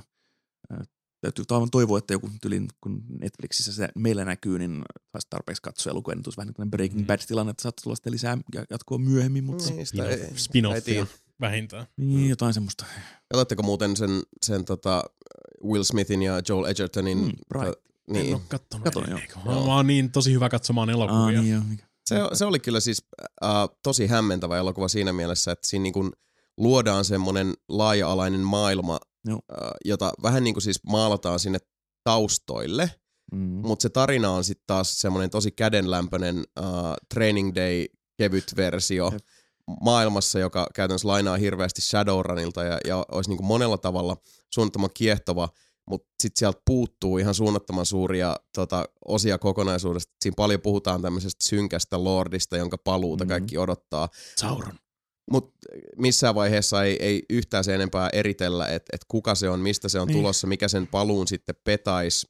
Täytyy toivoa, että joku tylin, kun Netflixissä se meillä näkyy, niin saisi tarpeeksi katsoja lukuja, niin tulisi vähän niin Breaking mm. Bad-tilanne, että saattaa tulla sitten lisää jatkoa myöhemmin. Mutta niin, spin-off, spin-offia vähintään. Niin, jotain semmoista. Katsotteko muuten sen, sen tota Will Smithin ja Joel Edgertonin? Mm, right. Ta, niin. En ole kattonut. Katon, joo. Mä oon niin tosi hyvä katsomaan elokuvia. Ah, niin, joo. Se, se oli kyllä siis uh, tosi hämmentävä elokuva siinä mielessä, että siinä niin kuin luodaan semmoinen laaja-alainen maailma, uh, jota vähän niin kuin siis maalataan sinne taustoille, mm. mutta se tarina on sitten taas semmoinen tosi kädenlämpöinen uh, Training Day kevyt versio Jep. maailmassa, joka käytännössä lainaa hirveästi Shadowrunilta ja, ja olisi niin kuin monella tavalla suunnattoman kiehtova, mutta sitten sieltä puuttuu ihan suunnattoman suuria tota, osia kokonaisuudesta. Siinä paljon puhutaan tämmöisestä synkästä lordista, jonka paluuta mm-hmm. kaikki odottaa. Sauron. Mutta missään vaiheessa ei, ei yhtään se enempää eritellä, että et kuka se on, mistä se on niin. tulossa, mikä sen paluun sitten petaisi.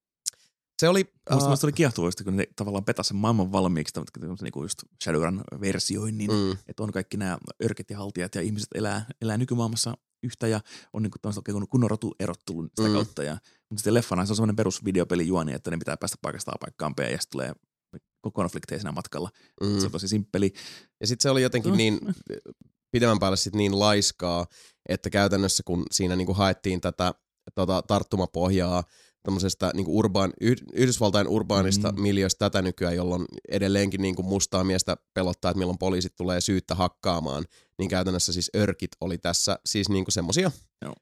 Se oli... Musta uh, oli kiehtovaa, kun ne tavallaan petasi sen maailman valmiiksi, niinku just Shadowrun-versioinnin, mm. että on kaikki nämä örket ja haltijat ja ihmiset elää, elää nykymaailmassa yhtä ja on niinku tämmöistä kunnon rotuerot tullut sitä mm. kautta. Ja, mutta sitten leffana se on semmoinen perusvideopelijuoni, että ne pitää päästä paikasta A paikkaan B ja sitten tulee konflikteja siinä matkalla. Mm. Se on tosi simppeli. Ja sitten se oli jotenkin no. niin pidemmän päälle sit niin laiskaa, että käytännössä kun siinä niinku haettiin tätä tota, tarttumapohjaa tämmöisestä niinku urbaan, Yhdysvaltain urbaanista mm. miljöistä tätä nykyään, jolloin edelleenkin niinku mustaa miestä pelottaa, että milloin poliisit tulee syyttä hakkaamaan, niin käytännössä siis örkit oli tässä siis niinku semmosia no.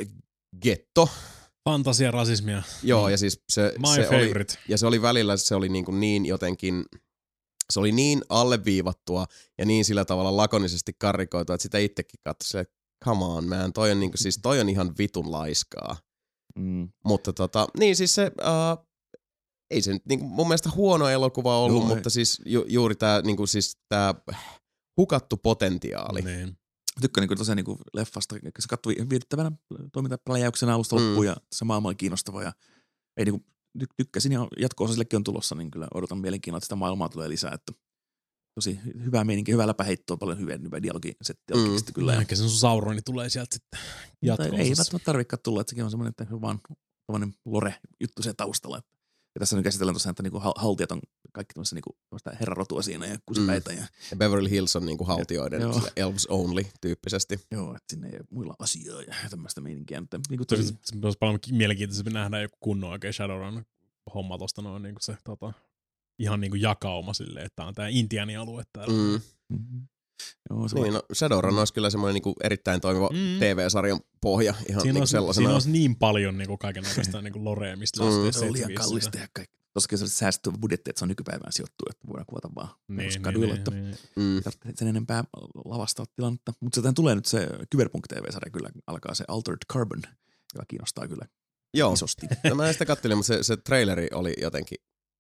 getto. Fantasia, rasismia. Joo, ja siis se, My se favorite. oli, ja se oli välillä, se oli niinku niin jotenkin, se oli niin alleviivattua ja niin sillä tavalla lakonisesti karrikoitua, että sitä itsekin katsoi silleen, come on man, toi on, niinku, siis toi on ihan vitun laiskaa. Mm. Mutta tota, niin siis se, uh, ei se nyt niinku mun mielestä huono elokuva ollut, no, mutta ei. siis ju, juuri tää niinku siis tää hukattu potentiaali. Niin. Tykkään niin tosiaan niin leffasta, se katsoi viihdyttävänä toimintapläjäyksenä alusta mm. loppuun ja se maailma oli kiinnostava ja ei niin kuin, tykkäsin ja jatko-osa sillekin on tulossa, niin kyllä odotan mielenkiinnolla, että sitä maailmaa tulee lisää, että tosi hyvää meininkiä, hyvää läpäheittoa, paljon hyvää, hyvää dialogisettiä mm. oikeasti kyllä. Ehkä se sun Sauroni tulee sieltä sitten jatko-osassa. Ei välttämättä tarvikaan tulla, että sekin on semmoinen, että vaan tommoinen lore-juttu siellä taustalla. Että. Ja tässä nyt käsitellään tosiaan, että niinku haltijat on kaikki tämmöistä niinku herrarotua siinä ja kusipäitä. Mm. Ja, ja Beverly Hills on niinku haltijoiden elves only tyyppisesti. Joo, että sinne ei ole muilla asiaa ja tämmöistä meininkiä. Mutta, niinku tosi... Se olisi paljon mielenkiintoisempi nähdä joku kunnon oikein Shadowrun homma tosta noin niinku se tota, ihan niinku jakauma silleen, että on tää Intianin alue täällä. Mm. Mm-hmm. Joo, se niin, no, Shadowrun olisi kyllä semmoinen niinku erittäin toimiva mm. T V-sarjan pohja ihan siinä niinku olisi, sellaisena. Siinä olisi niin paljon niinku kaiken oikeastaan niinku lorea, mistä mm. se on liian kallista ja kaikki. Tossakin se olisi säästetty budjetti, että se on nykypäivään sijoittu, että voidaan kuvata vaan niin, kaduilla, niin, että niin, niin. Tarvitsee sen enempää lavastaa tilannetta. Mutta sieltä tulee nyt se Cyberpunk T V-sarja kyllä, alkaa se Altered Carbon, joka kiinnostaa kyllä Joo. isosti. Joo, mä en sitä kattelin, mutta se, se traileri oli jotenkin...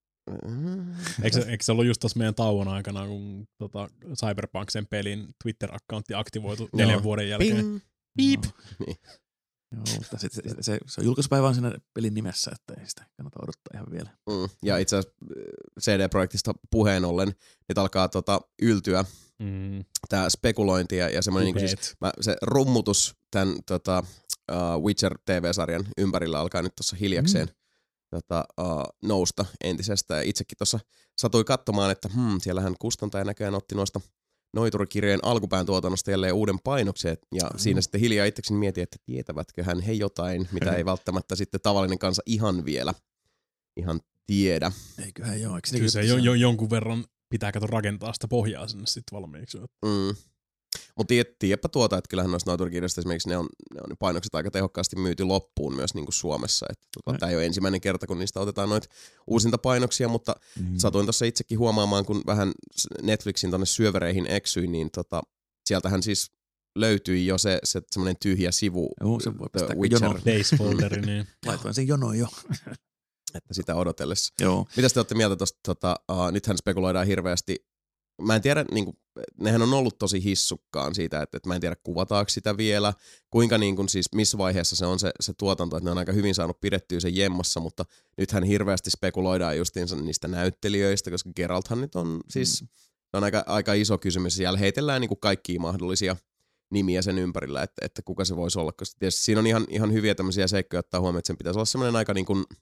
Eikö, eikö se ollut just tuossa meidän tauon aikana, kun tota, Cyberpunk sen pelin Twitter-accountti aktivoitu neljän Joo. vuoden jälkeen? Ping. Piip! Niin. Joo, mutta se, se, se, se on julkaisupäivä on siinä pelin nimessä, että ei sitä kannata odottaa ihan vielä. Mm. Ja itse asiassa C D-projektista puheen ollen nyt alkaa tota yltyä mm. tämä spekulointi ja, ja semmoinen niin siis, mä, se rummutus tämän tota, uh, Witcher-T V-sarjan ympärillä alkaa nyt tuossa hiljakseen mm. tota, uh, nousta entisestä. Ja itsekin tuossa satui katsomaan, että hmm, siellähän kustantaja näköjään otti noista noiturikirjojen alkupään tuotannosta jälleen uuden painoksen, ja mm. siinä sitten hiljaa itsekseni mietin, että tietävätköhän he jotain, mitä ei välttämättä sitten tavallinen kansa ihan vielä ihan tiedä. Eiköhän joo. Kyllä se jo, jo, jonkun verran pitää kato rakentaa sitä pohjaa sinne sitten valmiiksi. Mm. Mutta tiedäpä tuota, että kyllähän noista noiturikirjoista esimerkiksi ne on, ne on ne painokset aika tehokkaasti myyty loppuun myös niin kuin Suomessa. Tota, tämä ei ole ensimmäinen kerta, kun niistä otetaan noita uusinta painoksia, mutta mm. satuin tuossa itsekin huomaamaan, kun vähän Netflixin tonne syövereihin eksyin, niin tota, sieltähän siis löytyi jo se, se semmoinen tyhjä sivu. Joo, se voi pistää jono. Days-folderi, niin. Laitoin sen jonoon jo. Että sitä odotellessa. Joo. Mitäs te olette mieltä tuosta, tota, uh, nythän spekuloidaan hirveästi. Mä en tiedä, niin kuin, nehän on ollut tosi hissukkaan siitä, että, että mä en tiedä kuvataanko sitä vielä, kuinka niin kuin, siis missä vaiheessa se on se, se tuotanto, että ne on aika hyvin saanut pidettyä sen jemmassa, mutta nythän hirveästi spekuloidaan justiinsa niistä näyttelijöistä, koska Geralthan nyt on siis, mm. on aika, aika iso kysymys, siellä heitellään niin kuin kaikkia mahdollisia nimiä sen ympärillä, että, että kuka se voisi olla, koska tietysti siinä on ihan, ihan hyviä tämmöisiä seikkoja ottaa huomioon, että sen pitäisi olla semmoinen aika niin kuin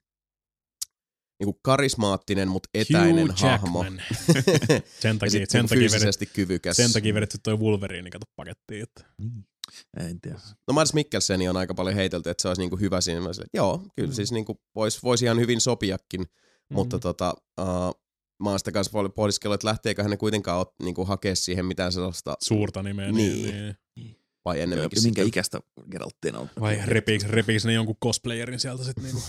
niinku karismaattinen, mutta etäinen Hugh hahmo. sen takia, sen takia fyysisesti vedet, kyvykäs. Sen takia vedetty toi Wolverine, kato pakettiin. Että. Mm. En tiedä. No Mads Mikkelseni on aika paljon heitelty, että se olisi niinku hyvä siinä. Että joo, kyllä mm. siis niinku voisi vois ihan hyvin sopiakin, mm. mutta tota, uh, mä oon sitä kanssa pohdiskellut, että lähteekö ne kuitenkaan ot, niinku hakea siihen mitään sellaista... Suurta nimeä. Niin. niin. Vai enemmänkin ja minkä sitten. ikäistä Geralttina on? Vai repiikö, repiikö ne jonkun cosplayerin sieltä sitten niinku?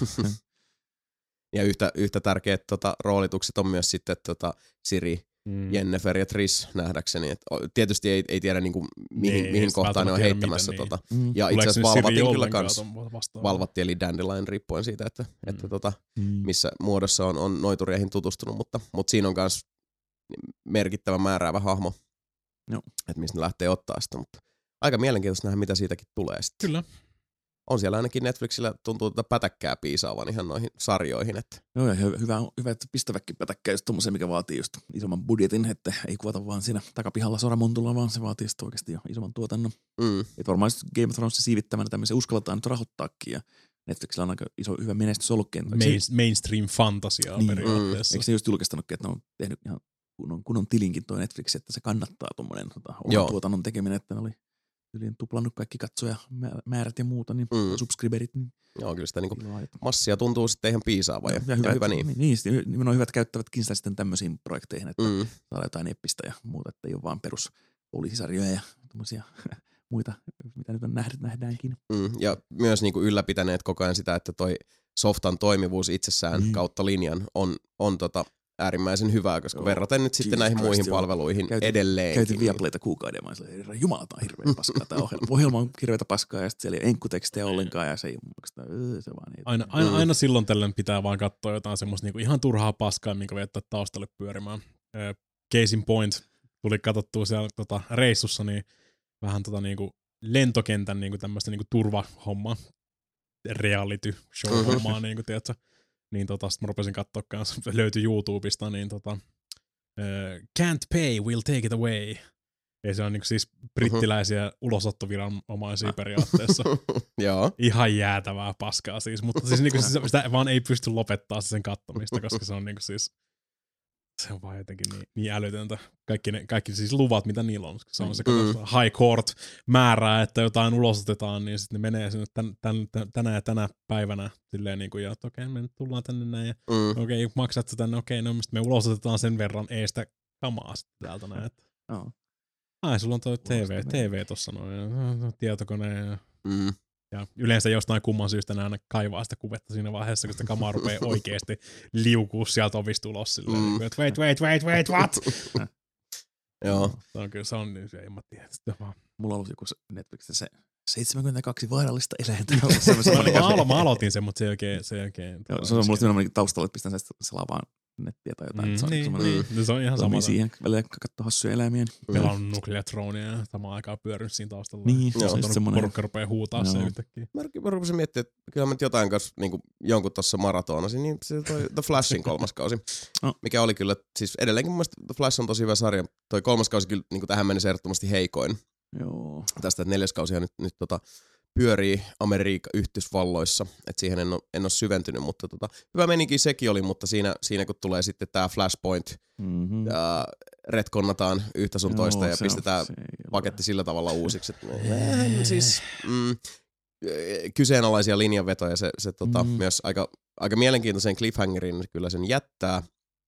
Ja yhtä, yhtä tärkeät tota, roolitukset on myös sitten tota, Ciri, mm. Yennefer ja Triss nähdäkseni. Et, tietysti ei, ei tiedä niinku, mihin, niin, mihin kohtaan ne on heittämässä. miten, tota. niin. Ja Tuleeko itse asiassa valvatin kyllä kans. vastaan? Valvatti eli Dandelion riippuen siitä, että, mm. että tota, mm. missä muodossa on, on noitureihin tutustunut. Mutta, mutta siinä on myös merkittävä määräävä hahmo, no. että mistä ne lähtee ottaa sitä. Mutta aika mielenkiintoista nähdä, mitä siitäkin tulee sitten. Kyllä. On siellä ainakin Netflixillä tuntuu tätä pätäkkää piisaavan ihan noihin sarjoihin. Että. Joo, ja hyvä, hyvä, että pistäväkin pätäkkää just tommosen, mikä vaatii just isomman budjetin, että ei kuvata vaan siinä takapihalla soramontulla, vaan se vaatii sitten oikeasti jo isomman tuotannon. Mm. Että varmaan Game of Thrones siivittämänä tämmöisen uskalletaan nyt rahoittaakin, ja Netflixillä on aika iso hyvä menestys ollutkin. Main, mainstream fantasiaa niin, periaatteessa. Eikö se just julkistanutkin, että ne on tehnyt ihan kunnon, kunnon tilinkin toi Netflix, että se kannattaa tommonen tota, oman tuotannon tekeminen, että ne oli yliin tuplannut kaikki katsojamäärät ja muuta, niin mm. subscriberit. Niin joo, kyllä sitä niinku massia tuntuu sitten ihan piisaavan ja, ja, hyvä, ja hyvä niin. Niin, niin on hyvät käyttävätkin sitä sitten tämmöisiin projekteihin, että mm. saadaan jotain eppistä ja muuta, että ei ole vaan perus poliisisarjoja ja tommosia muita, mitä nyt on nähdä, nähdäänkin. Mm. Ja myös niinku ylläpitäneet koko ajan sitä, että toi softan toimivuus itsessään mm. kautta linjan on, on tota äärimmäisen hyvää, koska joo, verraten nyt sitten näihin Christ, muihin joo. palveluihin käytin, edelleen. Käytin Viaplayta kuukauden ja mä olin herra jumala, tää on hirveä paskaa tää ohjelma. Ohjelma on hirveätä paskaa ja sitten siellä ei ole enkkutekstejä ollenkaan ja se ei ole se vaan. Ei, aina, aina, aina silloin tällöin pitää vaan katsoa jotain semmoista niinku ihan turhaa paskaa, minkä viettää taustalle pyörimään. Case in point, tuli katsottua siellä tota, reissussa, niin vähän tota niinku lentokentän niinku tämmöistä niinku turvahommaa, reality show hommaa, mm-hmm. niinku tiedätkö. Niin tota, sit mä rupesin kattoo kanssa, löytyi YouTubesta, niin tota, uh, can't pay, we'll take it away. Ja se on niinku siis brittiläisiä uh-huh. ulosottoviranomaisia periaatteessa. Joo. Ihan jäätävää paskaa siis, mutta siis niinku sitä, sitä vaan ei pysty lopettaa sen kattomista, koska se on niinku siis, se on vaan jotenkin niin, niin älytöntä. Kaikki, ne, kaikki siis luvat, mitä niillä on. Se on se, mm. High Court määrää, että jotain ulosotetaan, niin sitten ne menee sinne tän, tän, tän, tänä ja tänä päivänä silleen niin kuin, ja että okei, okay, me tullaan tänne näin, ja mm. okei, okay, maksat sä tänne, okei, okay, no me ulosotetaan sen verran eestä kamaa sitten täältä näin. Että. Oh. Ai, sulla on toi T V, T V tossa noin, tietokone ja... Mm. Ja yleensä jostain kumman syystä ne aina kaivaa sitä kuvetta siinä vaiheessa, kun sitä kamaa rupeaa oikeasti liukuu sieltä ovista ulos silleen, mm. että wait, wait, wait, wait, what? Joo. Se on kyllä, se on niin, en mä tiedä. Mulla on ollut joku Netflixissä se seitsemänkymmentäkaksi vaarallista eläintä. mä, alo, mä aloitin sen, mutta se ei oikein... Se, oikein, joo, se on mulla nimenomaan taustalla, että pistän se selaa vaan nettiä tai jotain. Mm, se on, niin, niin. niin. Se on ihan sama. Siihen välillä katsoa hassuja eläimiä. Pelannut Nuclear Thronea ja samaan aikaan pyörinyt siinä taustalla. Niin, se on semmoinen. Porukka rupeaa huutaa no. se yhtäkkiä. Mä, mä rupesin miettimään, että kyllä mä nyt jotain kanssa niin jonkun tuossa maratonasin, niin se toi The Flashin kolmas kausi. No. Mikä oli kyllä, siis edelleenkin mun mielestä The Flash on tosi hyvä sarja. Toi kolmas kausi kyllä niin tähän mennessä ehdottomasti heikoin. Joo. Tästä, että neljäs kausi nyt, nyt tota, pyörii Amerikka Yhdysvalloissa, että siihen en ole, en ole syventynyt, mutta tota, hyvä menikin sekin oli, mutta siinä, siinä kun tulee sitten tää Flashpoint, mm-hmm. ja retkonnataan yhtä sun toista Joo, ja pistetään on, paketti sillä tavalla uusiksi. Että, siis mm, kyseenalaisia linjanvetoja se, se tota, mm. myös aika, aika mielenkiintoisen cliffhangerin kyllä sen jättää.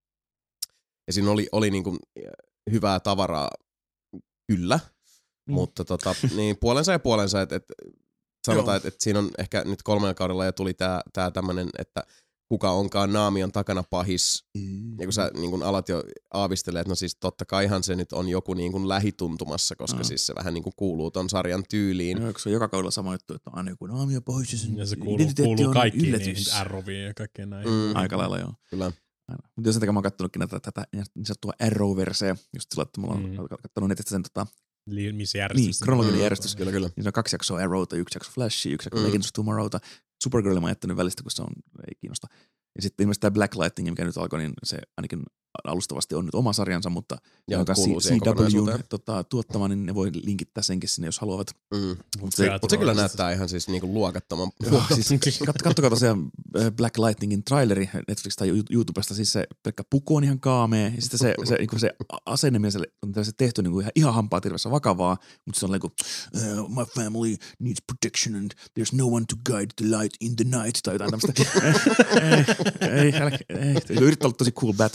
Ja siinä oli, oli niinku hyvää tavaraa kyllä, mm. mutta tota, niin puolensa ja puolensa, että et, sanotaan, että et siinä on ehkä nyt kolmella kaudella jo tuli tää, tää tämmönen, että kuka onkaan naamion takana pahis. Mm. Ja kun sä niin kun alat jo aavistelemaan, että no siis totta kaihan se nyt on joku niin kun lähituntumassa, koska mm. siis se vähän niin kuin kuuluu ton sarjan tyyliin. Joo, se on joka kaudella sama juttu, että on aina joku naamio pahis ja sen ja se kuuluu, kuuluu kaikkiin niihin R O Viin ja kaikkeen näin. Mm. Aika lailla joo. Kyllä. Mutta jos mä oon kattonutkin näitä tätä niin sanottua Arrow-verseä, just sillä, että mulla on mm. kattonut netistä sen tota... Missä järjestys? Niin, kronologinen mm. järjestys. Kyllä, kyllä. Niin se on kaksi jaksoa Arrowta, yksi jakso Flashia, yksi jakso mm. Legends of Tomorrowta. Supergirl mä oon jättänyt välistä, kun se on, ei kiinnosta. Ja sitten ilmeisesti tämä Black Lightning, mikä nyt alkoi, niin se ainakin alustavasti on nyt oma sarjansa, mutta ja joka C W tota, tuottama, niin ne voi linkittää senkin sinne, jos haluavat. Mm. Mutta se, mut se kyllä näyttää ihan siis niinku luokattoman. Joo, siis kat, kattokaa tosiaan Black Lightningin traileri Netflix tai YouTubesta, siis se pelkkä puku on ihan kaamea, ja sitten se, se, niinku se asenne, millä se on se tehty niinku ihan, ihan hampaa tirvessä vakavaa, mutta se on niinku, uh, my family needs protection and there's no one to guide the light in the night, tai jotain tämmöistä. ei, ei, älä, ei. Yrittää olla tosi cool Batman, tämmöistä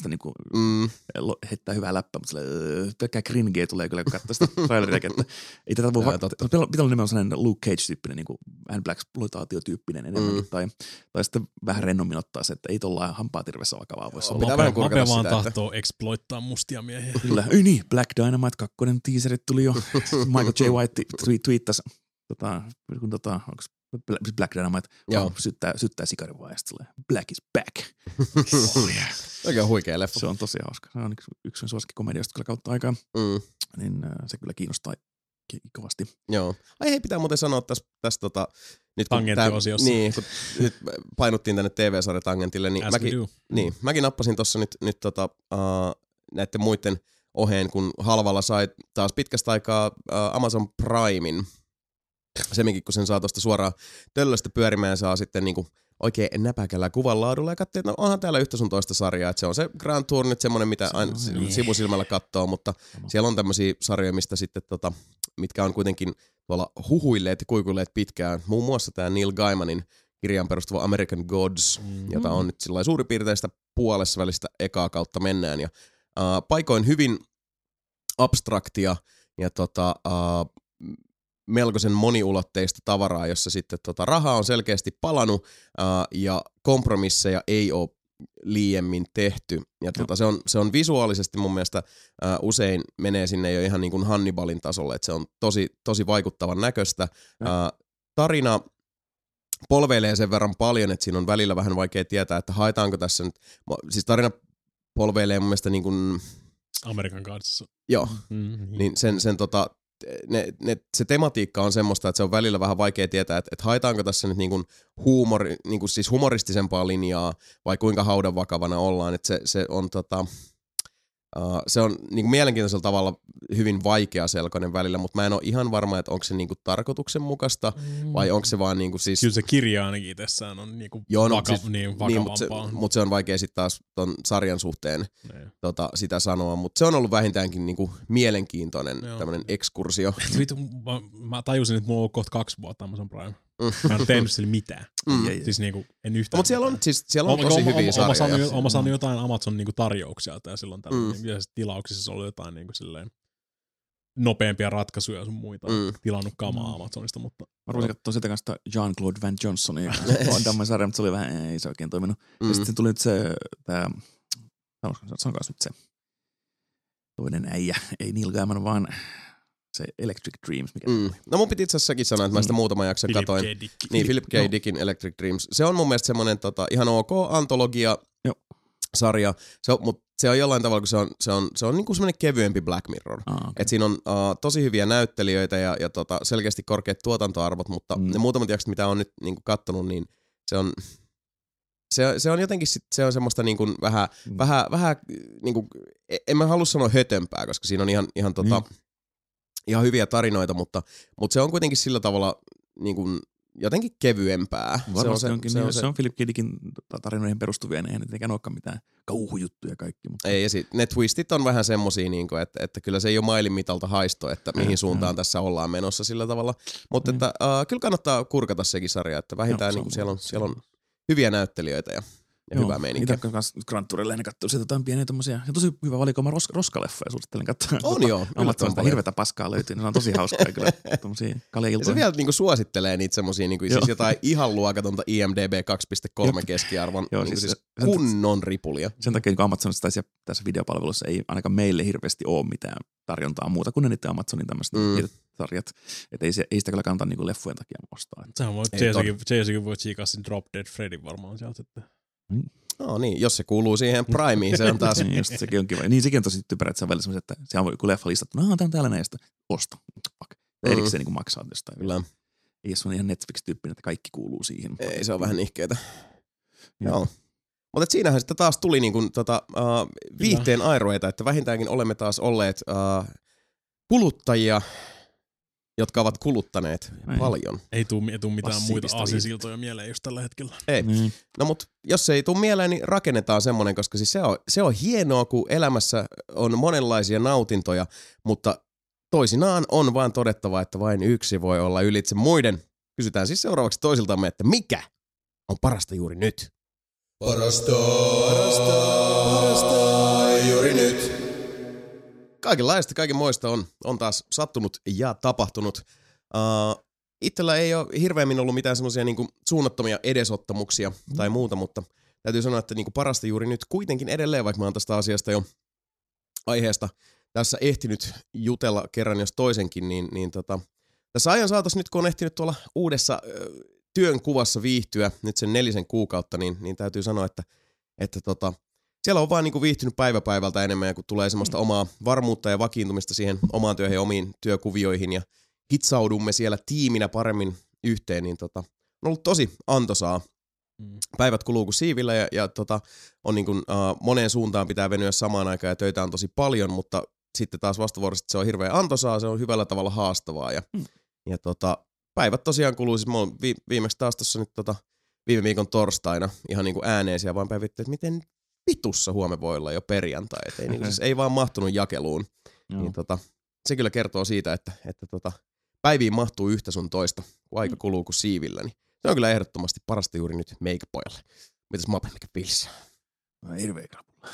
tästä niinku mm. heittää hyvää läppää, mutta silleen, pelkkää cringeä tulee kyllä, kun katsoo sitä traileriakin, että ei tätä voi va- pitää olla nimenomaan sellainen Luke Cage-tyyppinen, niin kuin vähän Blaxploitaatio-tyyppinen enemmän, mm. tai, tai sitten vähän rennommin ottaa se, että ei tuolla hampaatirvessä vakavaa voisi olla. Pitää vähän kurkata sitä, vaan tahtoo että... exploittaa mustia miehiä. Kyllä, ei niin, Black Dynamite kakkonen teaserit tuli jo, Michael J. White twiittasi, tota, kun tota, onko Black Dynamite oh, syttää, syttää sikarin vaan ja sitten Black is back. Oh, yeah. Oikein huikea leffa. Se on tosi hauska. Se on yksi, yksi suosikkikomedioista kyllä kautta aikaa. Mm. Niin äh, se kyllä kiinnostaa kovasti. Joo. Ai hei, pitää muuten sanoa tässä, tässä tota, nyt kun, tää, niin, kun nyt painuttiin tänne T V-sarjatangentille, niin, mäkin, niin mäkin nappasin tuossa nyt, nyt tota, uh, näiden muiden oheen, kun halvalla sai taas pitkästä aikaa uh, Amazon Primein. Semminkin, kun sen saa tuosta suoraan töllöstä pyörimään, saa sitten niinku oikein näpäkällä kuvanlaadulla ja katsoo, että no onhan täällä yhtä sun toista sarjaa. Että se on se Grand Tour nyt semmoinen, mitä aina niin. sivusilmällä katsoo, mutta Sama. siellä on tämmöisiä sarjoja, mistä sitten tota, mitkä on kuitenkin tuolla huhuilleet ja kuikuilleet pitkään. Muun muassa tämä Neil Gaimanin kirjaan perustuva American Gods, mm-hmm. jota on nyt sillä suurin piirtein sitä puolessa välistä ekaa kautta mennään. Ja uh, paikoin hyvin abstraktia ja tota... Uh, melkoisen moniulotteista tavaraa, jossa sitten tota rahaa on selkeästi palannut ää, ja kompromisseja ei ole liiemmin tehty. Ja tota, se, on, se on visuaalisesti mun mielestä ää, usein menee sinne jo ihan niin kuin Hannibalin tasolle, että se on tosi, tosi vaikuttavan näköistä. Ää, tarina polveilee sen verran paljon, että siinä on välillä vähän vaikea tietää, että haetaanko tässä nyt, siis tarina polveilee mun mielestä niin kuin... Amerikan kanssa. Joo, mm-hmm. niin sen, sen tota... Ne, ne, se tematiikka on semmoista, että se on välillä vähän vaikea tietää, että, että haetaanko tässä nyt niin kuin huumori, niin kuin siis humoristisempaa linjaa vai kuinka haudan vakavana ollaan. Että se, se on, tota, uh, se on niin kuin mielenkiintoisella tavalla hyvin vaikeaselkoinen välillä, mutta mä en ole ihan varma, että onko se niin kuin tarkoituksenmukaista vai onko se vaan niin kuin siis... Kyllä se kirja ainakin itsessään on niin kuin Joo, no, vaka- siis, niin vakavampaa. Niin, mutta, se, mutta se on vaikea sitten taas ton sarjan suhteen tota, sitä sanoa, mutta se on ollut vähintäänkin niin kuin mielenkiintoinen tämmöinen ekskursio. mä, mä tajusin, että mulla on ollut kohta kaksi vuotta Amazon Prime. Mä en tehnyt sille mitään. Mm. Siis niinku, en yhtään. Mutta siellä on, siis, siellä on tosi hyviä sarjoja. Oma saanut jotain Amazon niinku tarjouksia tai silloin tällainen. Mm. Ja tilauksissa on ollut jotain niinku silleen nopeampia ratkaisuja sun muita. Mm. Tilannut kamaa Amazonista, mutta... Mä ruusin katsoa sitä kanssa Jean-Claude Van Johnsonia. On tämmöinen sarja, mutta se oli vähän, ei se oikein toiminut. Mm. Ja sitten tuli nyt se, tää, sanokaa nyt se toinen äijä, ei Neil Gaiman, vaan se Electric Dreams, mikä mm. No mun piti itse asiassa säkin sanoa, että mä sitä muutama jakson katoin. Philip K. Dick. Niin, Philip K. No. Dickin Electric Dreams. Se on mun mielestä semmoinen tota, ihan ok antologia-sarja, se mutta se on jollain tavalla, kun se on, se on, se on niinku semmoinen kevyempi Black Mirror. Ah, okay. Et siinä on uh, tosi hyviä näyttelijöitä ja, ja tota, selkeästi korkeat tuotantoarvot, mutta mm. ne muutamat jaksot, mitä on nyt niinku kattonut, niin se on... Se, se on jotenkin sit, se on semmoista niinku vähän, mm. vähän, vähän niinku, en mä halua sanoa hötömpää, koska siinä on ihan, ihan, tota, mm. ihan hyviä tarinoita, mutta, mutta se on kuitenkin sillä tavalla niinku, jotenkin kevyempää. Varmasti se on, onkin, se, niin, se, se on Philip K. Dickin tarinoihin perustuvia, niin ei tietenkään olekaan mitään kauhujuttuja kaikki. Mutta... Ei, ja sit, ne twistit on vähän semmosia, niin kuin, että, että kyllä se ei ole mailin mitalta haisto, että mihin ja, suuntaan ja. tässä ollaan menossa sillä tavalla. Mutta että, uh, kyllä kannattaa kurkata sekin sarja, että vähintään no, niin siellä, on, siellä on hyviä näyttelijöitä ja, ja hyvää meininkiä. Itse kanssa Grand Tourille ennen katsoin sieltä jotain pieniä tommosia, ja tosi hyvä valikoima ros, roskaleffoja suosittelen katsoa. On tota, joo. Amazonista hirveätä paskaa löytyy, ne on tosi hauskaa kyllä, tommosia kaljailtoja. Ja se vielä niinku suosittelee niitä semmosia, niinku, siis jotain ihan luokatonta I M D B kaksi pilkku kolme keskiarvon, joo, niinku siis, siis kunnon ripulia. Sen takia niin Amazonista tässä, tässä videopalvelussa ei ainakaan meille hirveästi ole mitään tarjontaa muuta kuin ne niiden Amazonin tämmöiset mm. sarjat. Että ei, se, ei sitä kyllä kannata niinku leffujen takia ostaa. Sehän voi, Jasonkin voi tsiikaa sen Drop Dead Freddy varmaan sieltä. Mm. No niin, jos se kuuluu siihen Primeen, se on taas... niin, just, sekin on kiva. Niin, sekin on tosi typerä, että se on välillä semmoiset, että se on joku leffa listattu, no tämä on tällainen, ja sitten osta. Fuck. Mm. Erikseen niin maksaa jostain. Kyllä. Ei se on ihan Netflix-tyyppinen, että kaikki kuuluu siihen. Ei, se on vähän nihkeetä. Joo. Mutta siinähän sitten taas tuli niin kuin, tota, uh, viihteen airoita, että vähintäänkin olemme taas olleet uh, kuluttajia, jotka ovat kuluttaneet Näin. paljon. Ei tule tuu mitään muita aasinsiltoja mieleen just tällä hetkellä. Ei. Mm. No mut jos se ei tule mieleen, niin rakennetaan semmoinen, koska siis se on, se on hienoa, kun elämässä on monenlaisia nautintoja, mutta toisinaan on vaan todettava, että vain yksi voi olla ylitse muiden. Kysytään siis seuraavaksi toisiltamme, että mikä on parasta juuri nyt? Parasta, parasta, parasta juuri nyt. Kaikenlaista, kaikenmoista on, on taas sattunut ja tapahtunut. Uh, itsellä ei ole hirveämmin ollut mitään semmoisia niinku suunnattomia edesottamuksia mm. tai muuta, mutta täytyy sanoa, että niinku parasta juuri nyt kuitenkin edelleen, vaikka mä oon tästä asiasta jo aiheesta tässä ehtinyt jutella kerran jos toisenkin, niin, niin tota, tässä ajan saatossa nyt kun on ehtinyt tuolla uudessa ö, työn kuvassa viihtyä nyt sen nelisen kuukautta, niin, niin täytyy sanoa, että, että tota, siellä on vaan niinku viihtynyt päivä päivältä enemmän, ja kun tulee semmoista omaa varmuutta ja vakiintumista siihen omaan työhön ja omiin työkuvioihin, ja hitsaudumme siellä tiiminä paremmin yhteen, niin tota, on ollut tosi antoisaa. Mm. Päivät kuluu kuin siivillä, ja, ja tota, on niin kuin, uh, moneen suuntaan pitää venyä samaan aikaan, ja töitä on tosi paljon, mutta sitten taas vastavuoroisesti se on hirveän antoisaa, se on hyvällä tavalla haastavaa, ja, mm. ja tota, päivät tosiaan kuluu, siis mä oon vi- viimeksi taas tuossa nyt tota, viime viikon torstaina ihan niin kuin ääneen siellä vaan päivitty, että miten vitussa huomenna voi olla jo perjantai, et ei, niin, siis ei vaan mahtunut jakeluun. Niin, tota, se kyllä kertoo siitä, että, että tota, päiviin mahtuu yhtä sun toista, kun aika kuluu kuin siivillä, niin se on kyllä ehdottomasti parasta juuri nyt meikäpojalle. Mitäs Mape, mikä fiilis? No hirveä krapulla.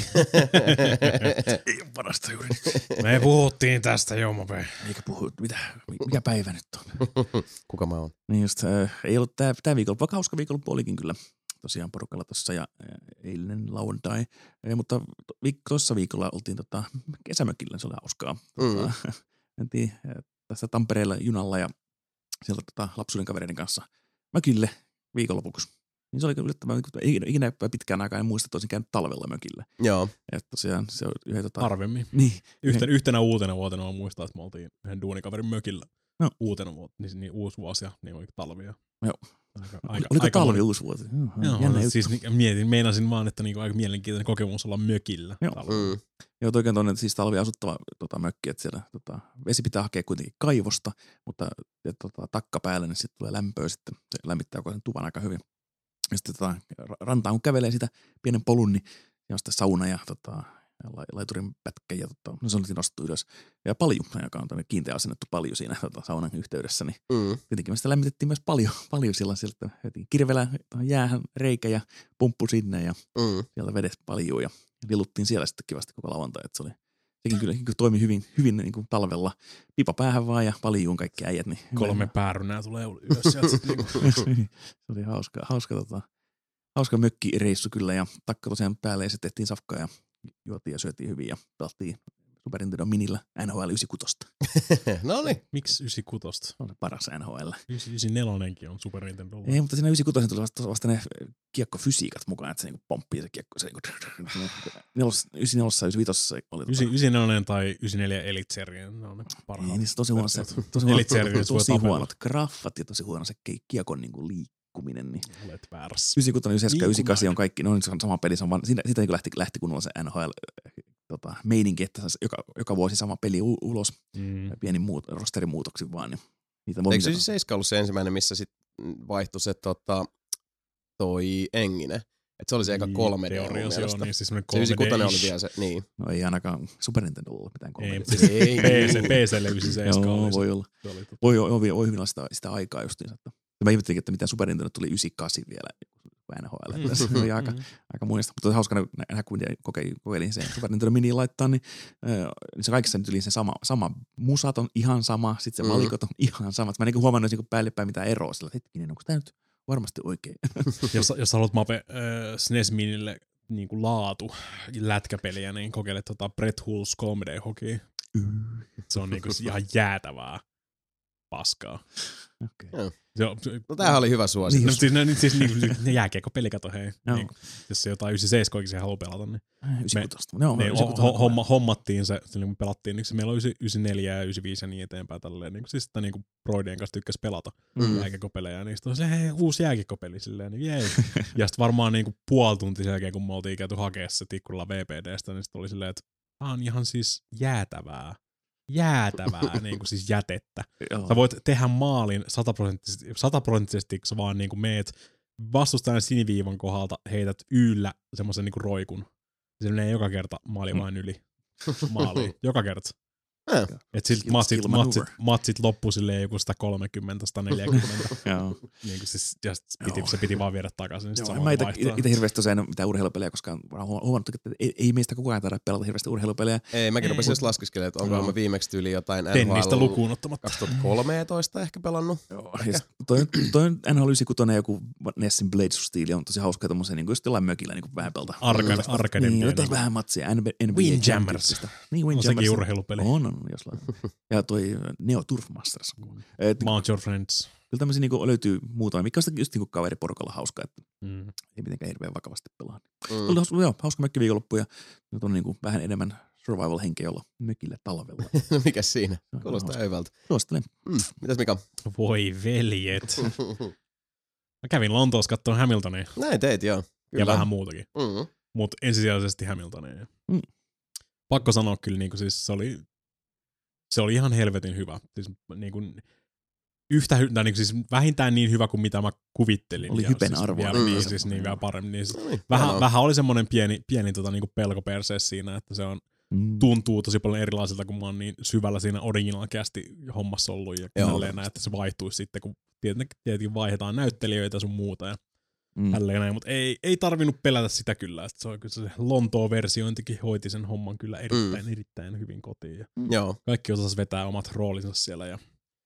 Ei ole parasta juuri nyt. Me puhuttiin tästä jo, Mape. Eikä puhu, mitä, mikä päivä nyt on? Kuka mä oon? Niin just, äh, ei ollut tää, tää viikonloppu, vaikka hauska viikonloppu olikin kyllä tosiaan porukalla tossa ja äh, eilinen lauantai. Äh, mutta to, viik- tossa viikolla oltiin tota, kesämökillä, se oli hauskaa. Mm. Tota, mentiin äh, tästä Tampereella junalla ja sieltä tota, lapsuuden kavereiden kanssa mökille viikonlopuksi. Niin se oli yllättävän, ikinä pitkään aikaa en muista, että olisin käynyt talvella mökillä. Joo. Että tosiaan se on yhden tota... Harvemmin. Niin. Yhten, yhtenä uutena vuotena on muistaa, että me oltiin yhden duunikaverin mökillä. No. Uutena vuotena, niin, niin uusi vuosi ja niin oli talvia. Joo. Aika, aika, Oliko aika talvi moni... uusi vuosi? Joo, Joo siis mietin, meinasin vaan, että niinku aika mielenkiintoinen kokemus olla mökillä. Joo. Mm. Joo, toikin tuonne siis talvi asuttava tota, mökki, että siellä tota, vesi pitää hakea kuitenkin kaivosta, mutta ja, tota, takka päälle, niin sitten tulee lämpöä sitten, se lämmittää sen tuvan aika hyvin. Ja sitten tota, rantaan kun kävelee sitä pienen polun, niin ja on sitten sauna ja tota, laiturin pätkä ja tota, no se on nostettu ylös. Ja paljon, joka on tämmöinen kiinteä asennettu paljon siinä tota, saunan yhteydessä, niin Mm. tietenkin me sitä lämmitettiin myös paljon, paljon sillä sieltä kirvelä jäähän reikä ja pumppu sinne ja Mm. sieltä vedet paljon ja liluttiin siellä sitten kivasti koko lauantai, että se oli sekin kyllä niin toimi hyvin, hyvin niin kuin talvella. Pipa päähän vaan ja paljuun kaikki äijät. Niin kolme päärynää tulee ylös sieltä sitten. Niin se oli hauska, hauska, tota, hauska mökkireissu kyllä ja takka tosiaan päälle ja sitten tehtiin safkaa ja juotiin ja syötiin hyvin ja pelattiin Super Nintendo Minillä N H L yhdeksänkymmentäkuusi. No niin. Miksi yhdeksänkymmentäkuusi? Se on se paras N H L. yhdeksänkymmentäneljäkin on Super Nintendo. Ei, mutta siinä yhdeksänkymmentäkuusi tuli vasta, vasta ne kiekkofysiikat mukaan, että se niinku pomppii se kiekko. Se niinku, yhdeksänkymmentäneljä, yhdeksänkymmentäviisi oli... yhdeksänkymmentäneljä tai yhdeksänkymmentäneljä Elite Series, ne on ne parhaat. Ei, niin se tosi huono se, tosi, huono, Elite tosi huonot graffat ja tosi huono se kiekon niinku liikkuminen. Niin. Olet väärässä. yhdeksänkymmentäkuusi, yhdeksänkymmentäseitsemän, yhdeksänkymmentäkahdeksan on kaikki, no se on sama peli, se on vaan, siitä, siitä niin lähti, lähti kunnolla se N H L tota, meininki, että joka, joka vuosi sama peli u- ulos, mm. pieni muut, rosterimuutoksin vaan. Niin niitä eikö se siis seiska ollut se ensimmäinen, missä sit vaihtui se tota, toi Enginen? Että se oli se eka kolme D mun mielestä. Joo, niin siis semmoinen kolme D. Se yhdeksänkymmentäkuusi oli vielä se, niin. No ei ainakaan Super Nintendo ollut mitään kolme D. Ei, siis P C-le yhdeksänkymmentäseitsemän Joo, oli voi olla. Voi, voi, voi, voi hyvin olla sitä, sitä aikaa justiinsa. Mä ihmettelin, että miten Super Nintendo tuli yhdeksänkymmentäkahdeksan vielä N H L. Se oli aika, aika muista. Mutta hauska nähdä, kun kokeilin, kokeilin sen Super Nintendo Miniin laittaa, niin, äh, niin se kaikissa nyt yli se sama, sama musat on ihan sama, sitten se mm. valikot on ihan sama. Mä en niin huomannut niin päällepäin päin mitään eroa sillä, että hetkinen, onko tämä nyt varmasti oikein? jos, jos haluat Mape äh, S N E S Minille niin kuin laatu lätkäpeliä, niin kokeile tota Brett Hulls kolme D Hockey. Mm. Se on niin kuin ihan jäätävää paskaa. Okay. Joo. No tämähän oli hyvä suositus. Niin, siis, ne, siis niin, ne jääkiekko-peli, kato hei. Niin, jos se jotain yhdeksänkymmentäseitsemän oikein haluaa pelata, niin me, no, niin ho, homma, hommattiin se, niin kun pelattiin, niin se meillä oli yhdeksänkymmentäneljä ja yhdeksänkymmentäviisi ja niin eteenpäin tälleen. Niin, siis sitä niin Broidien kanssa tykkäsi pelata mm. jääkiekko-pelejä, niin sitten oli se, hei, uusi jääkiekko-peli silleen, niin jei. Ja sitten varmaan niin puoli tuntia sen jälkeen, kun me oltiin käyty hakea se tikkurilla V P D:stä, niin sitten oli silleen, että tämä on ihan siis jäätävää. jäätävää niin kuin siis jätettä. Sä voit tehdä maalin sataprosenttisesti, sataprosenttisesti kun sä vaan niin kuin meet vastustajan siniviivan kohdalta, heität yllä semmoisen niin kuin roikun. Se menee joka kerta maali vain yli. Maaliin. Joka kerta. Äh. Et siltä matsit, matsit, matsit loppu silleen joku sata kolmekymmentä neljäkymmentä. Joo. Niin kuin siis, ja piti, se piti vaan viedä takaisin. Joo, mä itse hirveästi tosiaan mitään urheilupelejä, koska olen huomannut, että ei, ei meistä koko ajan taida pelata hirveästi urheilupelejä. Ei, mäkin rupesin just laskeskelemaan, että onko mä viimeksi tyyli jotain N H L lukuun ottamatta. kaksituhattakolmetoista ehkä pelannut. Joo, siis toi, toi N H L yhdeksänkymmentäkuusi joku Nessin Blades of Steel on tosi hauska tommosia niin kuin just jollain mökillä niin kuin vähän pelata. Arcade, arcade. Niin, jotain vähän matsia. N B A Windjammers. Niin, Windjammers. On sekin urheilupeli. On, on, joslain. Ja toi Neo Turf Masters. Et, Mount Your Friends. Kyllä tämmöisiä niinku löytyy muutama, mikä on just niinku kaveriporukalla hauska, että mm. ei mitenkään hirveän vakavasti pelaa. Mm. Oli hauska, joo, hauska mökkiviikonloppu ja nyt on niinku vähän enemmän survival-henkeä olla mökillä talvella. No mikäs siinä? Kuulostaa hyvältä. Suosittelen. Mm. Mitäs Mika? Voi veljet. Mä kävin Lontoossa katsomaan Hamiltonia. Näin teit, joo. Kyllä. Ja vähän muutakin. Mm. Mutta ensisijaisesti Hamiltonia. Mm. Pakko sanoa kyllä, niinku siis se oli, se oli ihan helvetin hyvä. Siis niinku, yhtä hy- tai niinku siis vähintään niin hyvä kuin mitä mä kuvittelin. Oli hypen siis arvoa. Vielä, Mm. niin, siis niin vielä paremmin. Niin, No niin, vähän, hienoa. vähän oli semmoinen pieni, pieni tota, niinku pelko perseessä siinä, että se on, Mm. tuntuu tosi paljon erilaiselta, kun mä oon niin syvällä siinä original-kästi hommassa ollut. Ja tälleen näin, että se vaihtuisi sitten, kun tietenkin, tietenkin vaihdetaan näyttelijöitä sun muuta. Ja Mm. tälleen näin, mutta ei, ei tarvinnut pelätä sitä kyllä. Että se, on, kyllä se Lontoon-versiointikin hoiti sen homman kyllä erittäin, mm. erittäin hyvin kotiin. Ja Joo. kaikki osasi vetää omat roolinsa siellä. Ja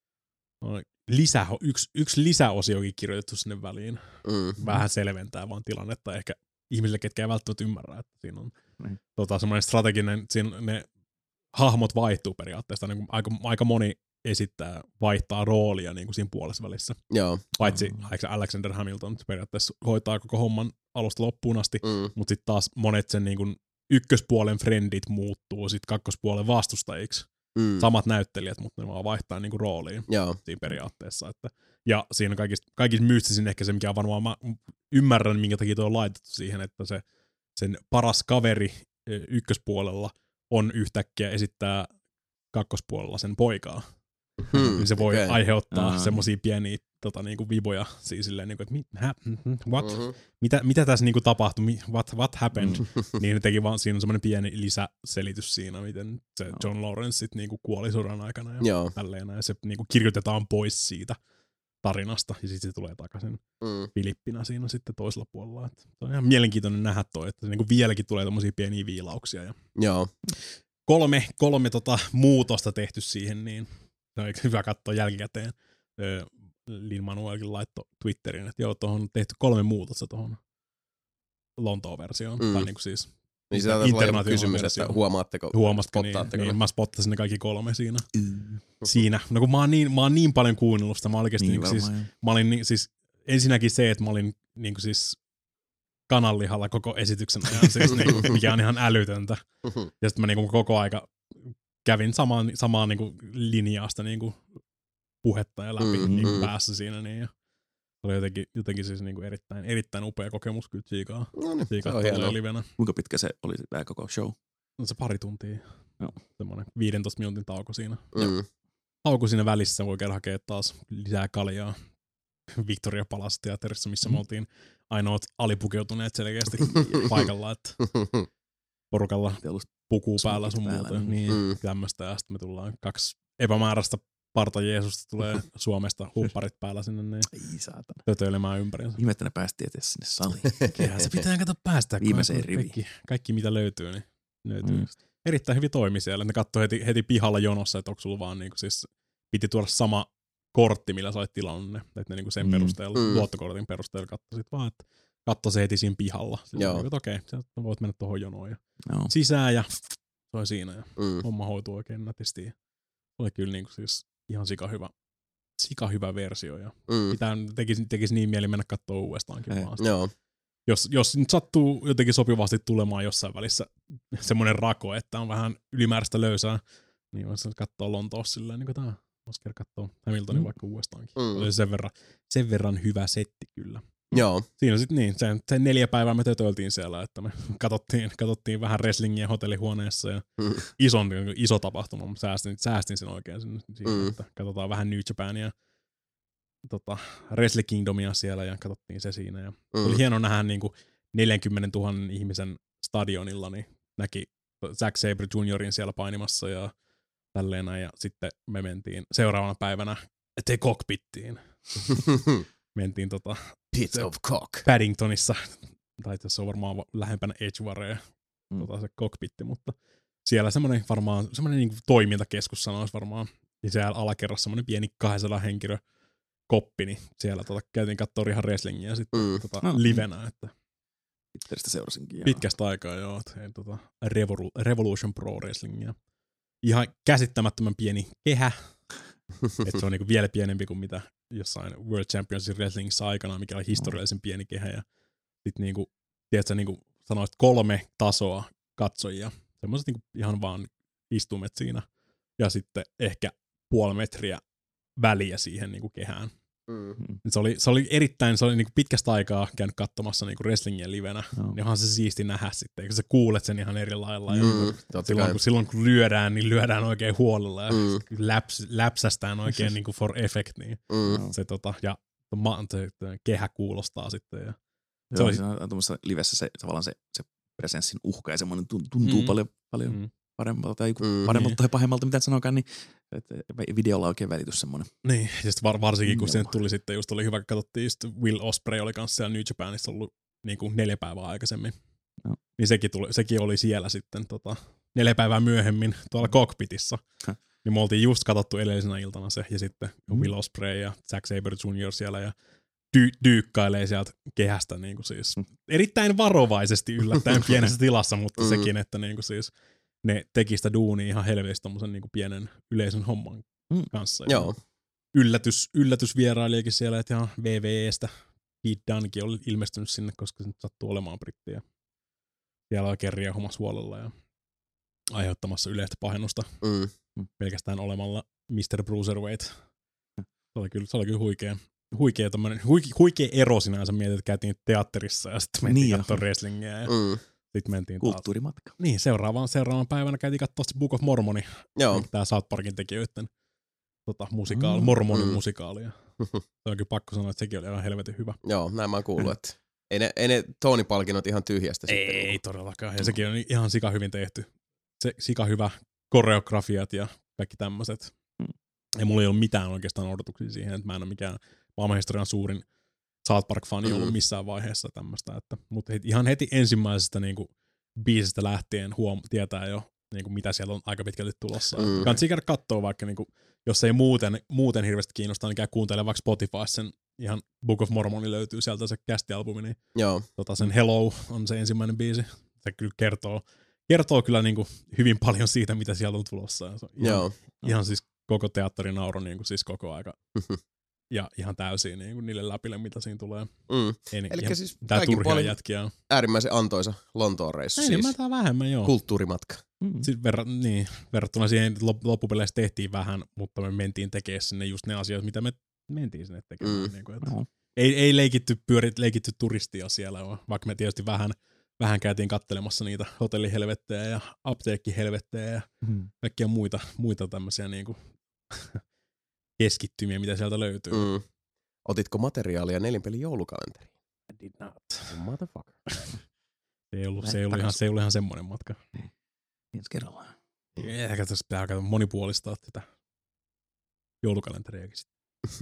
lisä, yksi, yksi lisäosiokin kirjoitettu sinne väliin. Mm. Vähän selventää vaan tilannetta ehkä ihmisille, ketkä ei välttämättä ymmärrä, että siinä on mm. tota, semmoinen strateginen, siinä ne hahmot vaihtuu periaatteessa. Niin aika, aika moni esittää, vaihtaa roolia niin kuin siinä puolessa välissä. Joo. Paitsi Alexander Hamilton periaatteessa hoitaa koko homman alusta loppuun asti, Mm. mutta sitten taas monet sen niin kuin ykköspuolen friendit muuttuu sitten kakkospuolen vastustajiksi. Mm. Samat näyttelijät, mutta ne vaan vaihtaa niin kuin rooliin Joo. siinä periaatteessa. Että, ja siinä on kaikista, kaikista mystisin ehkä se, mikä on varmaan, mä ymmärrän, minkä takia tuo on laitettu siihen, että se sen paras kaveri ykköspuolella on yhtäkkiä esittää kakkospuolella sen poikaa. Hmm. Niin se voi Okay. aiheuttaa Aa. semmosia pieniä tota, niinku viboja, siis silleen, niinku, että mit, hä, what? Mhm. Mitä, mitä tässä niinku tapahtui, Mi- what, what happened? Mm. Niin ne teki vaan, siinä on semmoinen pieni lisäselitys siinä, miten se John Lawrence sit niinku kuoli sodan aikana ja Joo. tälleen, ja se niinku kirjoitetaan pois siitä tarinasta, ja sitten se tulee takaisin Mm. Filippinä siinä sitten toisella puolella. Et se on ihan mielenkiintoinen nähdä toi, että niinku vieläkin tulee tommosia pieniä viilauksia. Ja Joo. kolme, kolme tota muutosta tehty siihen, niin se on hyvä katsoa jälkikäteen. Öö, Lin-Manuelkin laittoi Twitteriin, että joo, tuohon on tehty kolme muutosta tuohon Lontoon-versioon. Mm. Tai niinku siis Niin sitä tulee joku international kysymys, versio. että huomaatteko, Huomasitko niin, spottaatteko niin, ne? mä spottasin ne kaikki kolme siinä. Mm. siinä. No kun mä oon niin, mä oon niin paljon kuunnellut sitä, mä oikeesti Niin niin, siis, varmaan, mä olin niin, siis ensinnäkin se, että mä olin niin kuin siis kananlihalla koko esityksen ajan, siis niin, mikä on ihan älytöntä. Ja sitten mä niin kuin koko aika kävin samaan, samaan niin kuin linjasta niin kuin puhetta ja läpi Mm, niin kuin mm. päässä siinä. Niin, ja se oli jotenkin, jotenkin siis niin kuin erittäin, erittäin upea kokemus kyllä tsiikaa. No niin, se Tsiikaa on hienoa. livenä. Kuinka pitkä se oli tämä koko show? No se pari tuntia. Joo. Semmoinen viidentoista minuutin tauko siinä. Mm. Tauko siinä välissä voi käydä hakea taas lisää kaljaa Victoria Palace teatterissa, missä me oltiin ainoat alipukeutuneet selkeästi paikalla, että porukalla pukuu päällä sun Päällä, muuta. mm. Niin, Mm. tämmöistä. Ja sitten me tullaan kaksi epämääräistä parta Jeesusta tulee Suomesta hupparit päällä sinne niin Ei saatana. tötöilemään ympärinsä. Ihme, että ne päästiin edes sinne saliin. Kyllähän se pitää kato päästä. kun Viimeiseen kaikki, riviin. kaikki mitä löytyy, niin löytyy. Mm. Erittäin hyvin toimi siellä. Ne katsoi heti, heti pihalla jonossa, että onko sulla vaan niinku siis piti tuoda sama kortti, millä sä olet tilannut ne. Että ne niinku sen Mm. perusteella, Mm. luottokortin perusteella katsoisit vaan, että katso se heti siinä pihalla. Sitten Joo. niinku, että okei, sä voit mennä tuohon jonoon ja Joo. sisään ja se oli siinä ja Mm. homma hoituu oikein nätisti. Ja oli kyllä niinku siis ihan sika hyvä, sika hyvä versio ja Mm. pitää, tekisi, tekisi niin mieli mennä katsoa uudestaankin Ei. vaan sitä. Joo. Jos, jos nyt sattuu jotenkin sopivasti tulemaan jossain välissä semmoinen rako, että on vähän ylimääräistä löysää, niin voisi katsoa Lontoossa silleen, niin kuin tämä. Voisi käydä katsoa Hamiltonin Mm. vaikka uudestaankin. Mm. Oli sen verran, sen verran hyvä setti kyllä. Joo. Siinä sitten niin, sen, sen neljä päivää me tötöiltiin siellä, että me katsottiin, katsottiin vähän wrestlingiä hotellihuoneessa ja Mm. ison, iso tapahtuma. Mä säästin, säästin sen oikein sinne, siihen, Mm. että katsotaan vähän New Japania, tota, Wrestle Kingdomia siellä ja katsottiin se siinä. Ja Mm. oli hieno nähdä niin kuin neljänkymmenentuhannen ihmisen stadionilla, niin näki Zack Sabre juniorin siellä painimassa ja tälleen näin, ja sitten me mentiin seuraavana päivänä The Cockpittiin. mentiin tota... Pit of Cock. Paddingtonissa, tai se on varmaan lähempänä Edgewarea, mm. tota se cockpitti, mutta siellä semmoinen varmaan, semmoinen niinku toimintakeskus sanoisi varmaan, ja siellä alakerrassa semmoinen pieni kaksisataa henkilö koppi, niin siellä tota, käytiin katsoa ihan wrestlingiä sitten mm. tota, no, livenä, että Twitteristä seurasinkin. Pitkästä aikaa, joo. Tein, tota, Revolu- Revolution Pro Wrestlingia. Ihan käsittämättömän pieni kehä. että se on niinku vielä pienempi kuin mitä jossain World Championship Wrestlingissa aikana, mikä oli historiallisen pieni kehä. Ja sit niinku, tiedätkö, niinku sanoisit kolme tasoa katsojia. Semmoiset niinku ihan vaan istumet siinä. Ja sitten ehkä puoli metriä väliä siihen niinku kehään. Mm-hmm. Se, oli, se oli erittäin, se oli niinku pitkästä aikaa käynyt katsomassa niinku wrestlingia livenä. No. Niin onhan se siisti nähdä sitten, eikö sä kuulet sen ihan eri lailla. Mm, ja silloin, kun, silloin kun lyödään, niin lyödään oikein huolella ja mm. läps, läpsästään oikein niinku for effect. Niin mm. se, tota, ja se, se kehä kuulostaa sitten. Ja se Joo, oli tuommoisessa livessä se, tavallaan se, se presenssin uhka ja semmoinen tuntuu mm. paljon, paljon mm. paremmalta tai mm. paremmalta tai pahemmalta, mitä et sanokaan, niin että videolla on oikein välitys semmoinen. Niin, ja var, varsinkin kun sinne tuli sitten, just oli hyvä, kun katsottiin, just Will Ospreay oli kanssa siellä New Japanissa ollut niin kuin neljä päivää aikaisemmin. No. Niin sekin, tuli, sekin oli siellä sitten tota, neljä päivää myöhemmin tuolla cockpitissa. Häh. Niin me oltiin just katsottu edellisenä iltana se, ja sitten mm. Will Ospreay ja Zack Sabre juniori siellä, ja dy- dyykkailee sieltä kehästä niin kuin siis mm. erittäin varovaisesti yllättäen pienessä tilassa, mutta mm. sekin, että niin kuin siis ne teki sitä duunia ihan helveesti tommosen niinku pienen yleisön homman mm. kanssa. Joo. Yllätys, yllätysvierailijakin siellä, että ihan V V E:stä Pete Dunnekin oli ilmestynyt sinne, koska se nyt sattuu olemaan brittiä. Siellä oikein riehumassa huolella ja aiheuttamassa yleistä pahennusta mm. pelkästään olemalla mister Bruiserweight. Se oli kyllä, se oli kyllä huikea. Huikea, huikea, huikea ero sinänsä mietit, että käytiin teatterissa ja sitten mentiin niin katsomaan wrestlingiä. Ja mm. Sitten mentiin kulttuurimatka. Taas. Niin, seuraavan, seuraavan päivänä käytiin katsoa Book of Mormoni. Joo. Tää South Parkin tekijöiden tota, musikaali, mm. Mormonin mm. musikaali. Se on kyllä pakko sanoa, että sekin oli ihan helvetin hyvä. Joo, näin mä oon kuullut, että ei ne, ei ne Tony-palkinnot ihan tyhjästä ei, sitten. Ei todellakaan, ja sekin on ihan sika hyvin tehty. Se sika hyvä koreografiat ja kaikki tämmöiset. Mm. Ja mulla ei ollut mitään oikeastaan odotuksia siihen, että mä en ole mikään maailmanhistorian suurin South Park-fani ollut mm. missään vaiheessa tämmöistä, että, mutta heti, ihan heti ensimmäisestä niinku, biisistä lähtien huom- tietää jo, niinku, mitä siellä on aika pitkälti tulossa. Mm. Kannattaa käydä katsoa vaikka, niinku, jos ei muuten, muuten hirveästi kiinnostaa, niin käy kuuntelemaan vaikka Spotify sen ihan Book of Mormoni löytyy sieltä se cast-albumi, niin Joo. Tota, sen Hello on se ensimmäinen biisi. Se kyllä kertoo, kertoo kyllä niinku, hyvin paljon siitä, mitä sieltä on tulossa. Ja se on ihan, Joo. ihan siis koko teatterin nauru niinku, siis koko aika. Ja ihan täysin niin kuin niille läpille, mitä siinä tulee. Mm. Eli siis kaikin puolin jätkiä. Äärimmäisen antoisa Lontoon reissu. Ei, siis. Enemmän vähemmän, joo. Kulttuurimatka. Mm. Siis verra, niin, verrattuna siihen loppupeleissä tehtiin vähän, mutta me mentiin tekemään sinne just ne asiat, mitä me mentiin sinne tekemään. Mm. Niin kuin, että ei, ei leikitty, pyörit, leikitty turistia siellä, vaikka me tietysti vähän, vähän käytiin kattelemassa niitä hotellihelvettejä ja apteekkihelvettejä ja mm. kaikkia muita, muita tämmöisiä niinku keskittymiä, mitä sieltä löytyy. Mm. Otitko materiaalia nelinpelin joulukalenteriin? I did not. Motherfucker. se ei ollut, se ei ollut, ihan, se ei ollut ihan semmoinen matka. Ensi kerrallaan. Ehkä tässä pitää monipuolistaa tätä joulukalenteriakin sitten.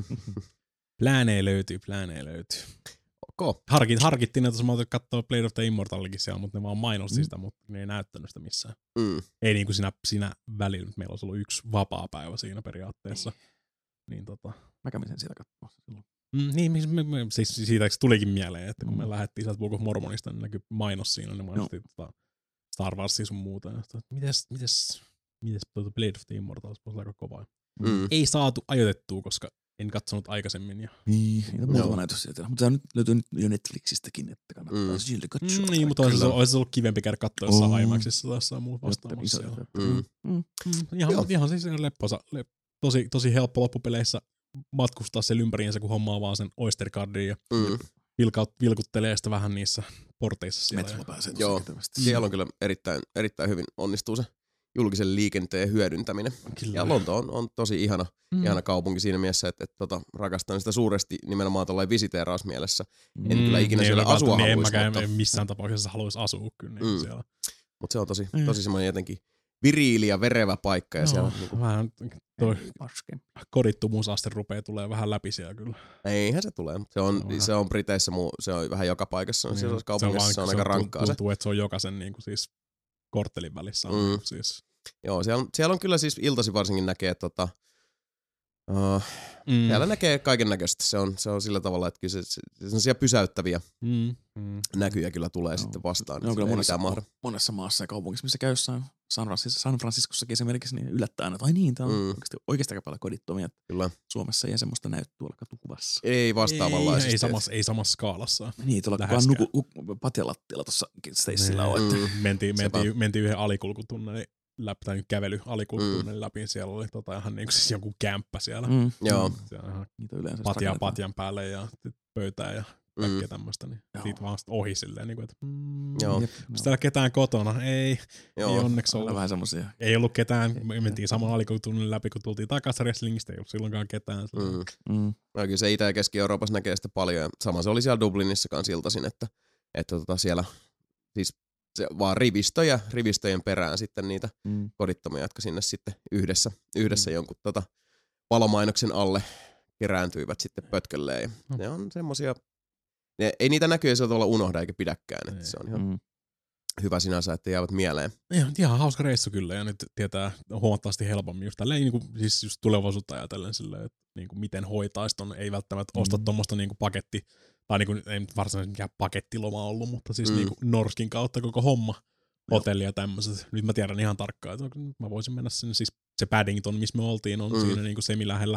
Pläänejä löytyy, pläänejä löytyy. Okay. Harkit, harkittiin, että mä otin katsoa Blade of the Immortalikin siellä, mutta ne vaan mainosti mm. sitä, mutta ne ei näyttänyt sitä missään. Mm. Ei niin kuin siinä, siinä välillä, meillä olisi ollut yksi vapaa päivä siinä periaatteessa. Niin, tota. Mä kävin sen siitä katsomassa silloin. Mm, niin, me, me, siis siitä tulikin mieleen, että kun mm. me lähdettiin sieltä Book of Mormonista, niin näkyi mainos siinä, niin mainosti no. tota Star Warsia sun muuta. Ja sitä, mites, mites, mites tuota Blade of the Immortals olisi aika kovaa. Mm. Ei saatu ajoitettua, koska en katsonut aikaisemmin. Ja niin, niitä muutama näytös sieltä. Mutta se on nyt löytyy nyt jo Netflixistäkin, että kannattaa mm. silti katsoa. Mm, niin, mutta olisi, olisi ollut kivempi käydä katsoa jossain oh. IMAXissa tai jossain muuta vastaamassa siellä. Mm. Mm. Mm. Ihan, ihan siis lepposa. Lep, tosi, tosi helppo loppupeleissä matkustaa sen ympäriinsä, kun hommaa vaan sen Oyster Cardin ja mm. vilkaut, vilkuttelee sitä vähän niissä porteissa siellä. Metsolla pääsee Joo, siellä on kyllä erittäin, erittäin hyvin onnistuu se julkisen liikenteen hyödyntäminen. Kyllä. Ja Lonto on, on tosi ihana, mm. ihana kaupunki siinä mielessä, että, että tota, rakastan sitä suuresti nimenomaan tuollain visiteerausmielessä. En mm. kyllä ikinä siellä asua haluaisi. En mutta... missään tapauksessa haluaisi asua kyllä niin mm. siellä. Mutta se on tosi, tosi semmoinen jotenkin viriili ja verevä paikka. Ja no, siellä, niin kuin, vähän toi kodittomuusaste rupeaa tulee vähän läpi siellä kyllä. eihän se tule. Se on, Se on, se on Briteissä, muu, se on vähän joka paikassa. Niin, se on kaupungissa, se, se on aika rankkaa. Tuntuu, että se on jokaisen niin kuin siis korttelin välissä. On, Mm. siis. Joo, siellä, siellä on kyllä siis iltasi varsinkin näkee, tota, uh, Mm. siellä näkee kaiken näköistä. Se on, se on sillä tavalla, että kyllä se, se, sellaisia pysäyttäviä Mm. Mm. näkyjä kyllä tulee no. sitten vastaan. No, kyllä ei monessa, mitään mahda. monessa maassa ja kaupungissa, missä käy jossain San, Francis, San Franciscossakin esimerkiksi, niin yllättää aina, että ai niin, tää on Mm. oikeasti, oikeasti aika paljon kodittomia. Kyllä. Suomessa ei semmoista näy tuolla katukuvassa. Ei vastaavanlaisesti. Ei, ei, samassa, ei samassa skaalassa. Niin, tuolla kukaan Läheskään. nuku patjalattialla tuossa Stacella on. Että... Mm. Mentiin, Sepä. mentiin, mentiin yhden alikulkutunnelin läpi, tai kävely alikulkutunnelin mm. läpi, siellä oli tota ihan niinku siis joku kämppä siellä. Mm. Joo. Siellä ihan Niitä yleensä patja rakennetaan. patjan päälle ja sit pöytää ja Mm. kaikkea tämmöistä, niin Joo. siitä vaan sit ohi silleen, niin kuin, että mm, Joo. Jep, onko täällä ketään kotona? Ei, Joo. ei onneksi Aina ollut. vähän semmosia. Ei ollut ketään, me mentiin saman alikulkutunnelin läpi, kun tultiin takaisin wrestlingistä, ei ollut silloinkaan ketään. Mm. Mm. No, kyllä se Itä- ja Keski-Euroopassa näkee sitä paljon. Ja sama se oli siellä Dublinissakaan siltaisin, että, että tota siellä siis se vaan rivistöjä, rivistöjen perään sitten niitä Mm. kodittomia, jotka sinne sitten yhdessä, yhdessä Mm. jonkun tota valomainoksen alle kerääntyivät sitten pötkölleen. Ja Mm. ne on semmosia, ne, ei niitä näkyy sillä tavalla unohda eikä pidäkään, että Ei. se on ihan Mm. hyvä sinänsä, että jäävät mieleen. Ihan, ihan hauska reissu kyllä, ja nyt tietää huomattavasti helpommin just tälleen, niin kuin, siis just tulevaisuutta ajatellen silleen, että niin kuin miten hoitaisi ton, ei välttämättä Mm. osta tuommoista niin kuin paketti, tai niin kuin, ei nyt varsinaisesti mikään pakettiloma ollut, mutta siis Mm. niin kuin Norskin kautta koko homma, hotelli ja tämmöiset. Nyt mä tiedän ihan tarkkaan, että mä voisin mennä sinne, siis se Paddington, missä me oltiin, on Mm. siinä niin kuin semi-lähellä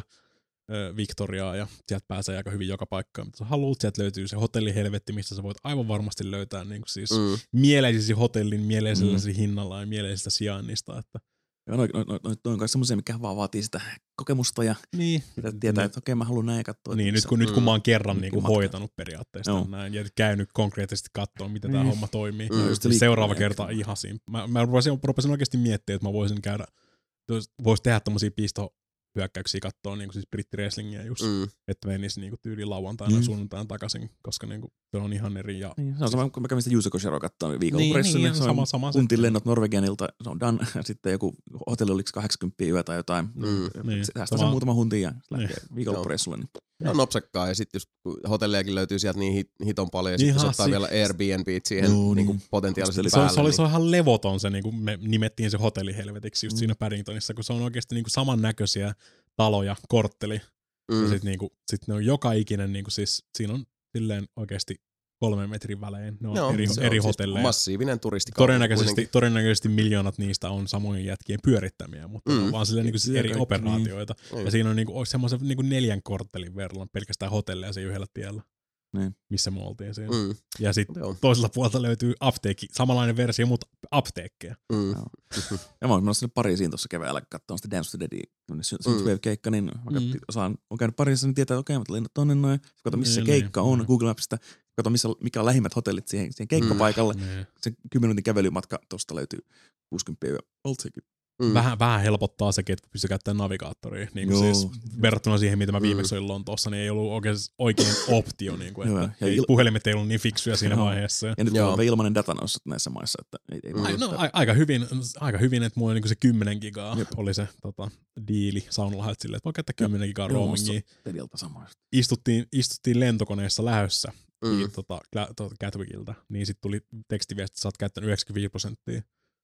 ö, Victoriaa, ja sieltä pääsee aika hyvin joka paikkaan, mitä sä haluat. Sieltä löytyy se hotellihelvetti, mistä sä voit aivan varmasti löytää niin kuin siis Mm. mieleisesi hotellin, mieleisellä Mm. hinnalla ja mieleisellä sijainnista. Että Ja noin noi, noi, noi, noi on kai semmosia, mikä vaan vaatii sitä kokemusta ja niin. sitä tietää, että okei, mä haluan näin katsoa. Niin, että nyt kun, missä- nyt kun mä oon kerran Mm. niin kuin Matka. hoitanut periaatteessa Joo. näin, ja käynyt konkreettisesti katsoa, miten tämä Mm. homma toimii. Mm. Just se Niin seuraava liikkuminen. kerta ihan siinä. Mä, mä rupesin, rupesin oikeasti miettimään, että mä voisin käydä, vois tehdä tommosia pistohyökkäyksiä katsoa niin kuin siis brittiwrestlingiä just, Mm. että menisi niin kuin tyyliin lauantaina Mm. mm. sunnuntaina takaisin, koska niin kuin, se on ihan eri. Ja Niin, se on sama, kun mä kävin sitä Juuso Kosheroa katsoa viikonloppureissuun, niin, niin, se on sama, sama tuntin setti. lennot Norvegianilta, se on done, ja sitten joku hotelli oliko kahdeksankymmentä yö tai jotain, Mm. Niin. säästää Sama- sen muutama huntin ja lähtee Niin. viikonloppureissulle. Niin. Se on nopsakkaa ja sitten just kun hotelliakin löytyy sieltä niin hit, hiton paljon ja sitten Ihan se ottaa si- vielä Airbnbit siihen Joo, niin. niin. potentiaalisesti Se, on, päälle. se, oli, niin. se on ihan levoton se, niin kuin me nimettiin se hotellihelvetiksi just Mm. siinä Paddingtonissa, kun se on oikeasti niin kuin samannäköisiä taloja, kortteli. Mm. Ja Mm. sitten niinku, sit ne on joka ikinen, niinku siis, siinä on silleen oikeasti kolmen metrin välein. Ne on Joo, eri, se eri on siis hotelleja. massiivinen turistikaupunki Todennäköisesti, kuitenkin. todennäköisesti miljoonat niistä on samojen jätkien pyörittämiä, mutta mm. ne Mm. on vaan silleen niinku siis Ja eri kaikki, operaatioita. Niin. Ja siinä on niinku, semmoisen niinku neljän korttelin verran pelkästään hotelleja siinä yhdellä tiellä, Niin. missä me oltiin siinä. Mm. Ja sitten Joo. toisella puolelta löytyy apteekki, samanlainen versio, mutta apteekkeja. Mm. Joo. Ja mä oon menossa sinne Pariisiin tuossa keväällä katsomaan sitä Dance to the Dead, Synthwave-keikka, niin mä katsoin, Mm. osaan, on käynyt Pariisissa, niin tietää, että okei, mä lennän tonne noin, kato missä se Niin, keikka niin, on, niin. Google Mapsista, kato missä, mikä on lähimmät hotellit siihen, siihen keikkapaikalle, Niin. se kymmenen minuutin kävelymatka tosta löytyy kuusikymmentä yö. Old sekin. Mm. Vähän, vähän helpottaa sekin, että pystyy käyttämään navigaattoria. Niin kuin Joo. siis, verrattuna siihen, mitä mä Mm. viimeksi olin Lontoossa, niin ei ollut oikein, oikein optio. Niin kuin, Hyvä. että Ja ei, il- puhelimet ei ollut niin fiksuja siinä Joo. vaiheessa. Ja nyt Joo. on ilmainen data noissa näissä maissa, että ei, ei Mm. Ai, no, sitä- a, aika, hyvin, aika hyvin, että mulla oli niin se kymmenen gigaa Jep. oli se tota, diili Soundlahelta silleen, että voi käyttää kymmenen gigaa Joo, roamingia. Tediltä samoista. Istuttiin, istuttiin lentokoneessa lähössä Mm. mm. tota, Gla- tota, Gatwickilta, niin sitten tuli tekstiviesti, että sä oot käyttänyt yhdeksänkymmentäviisi prosenttia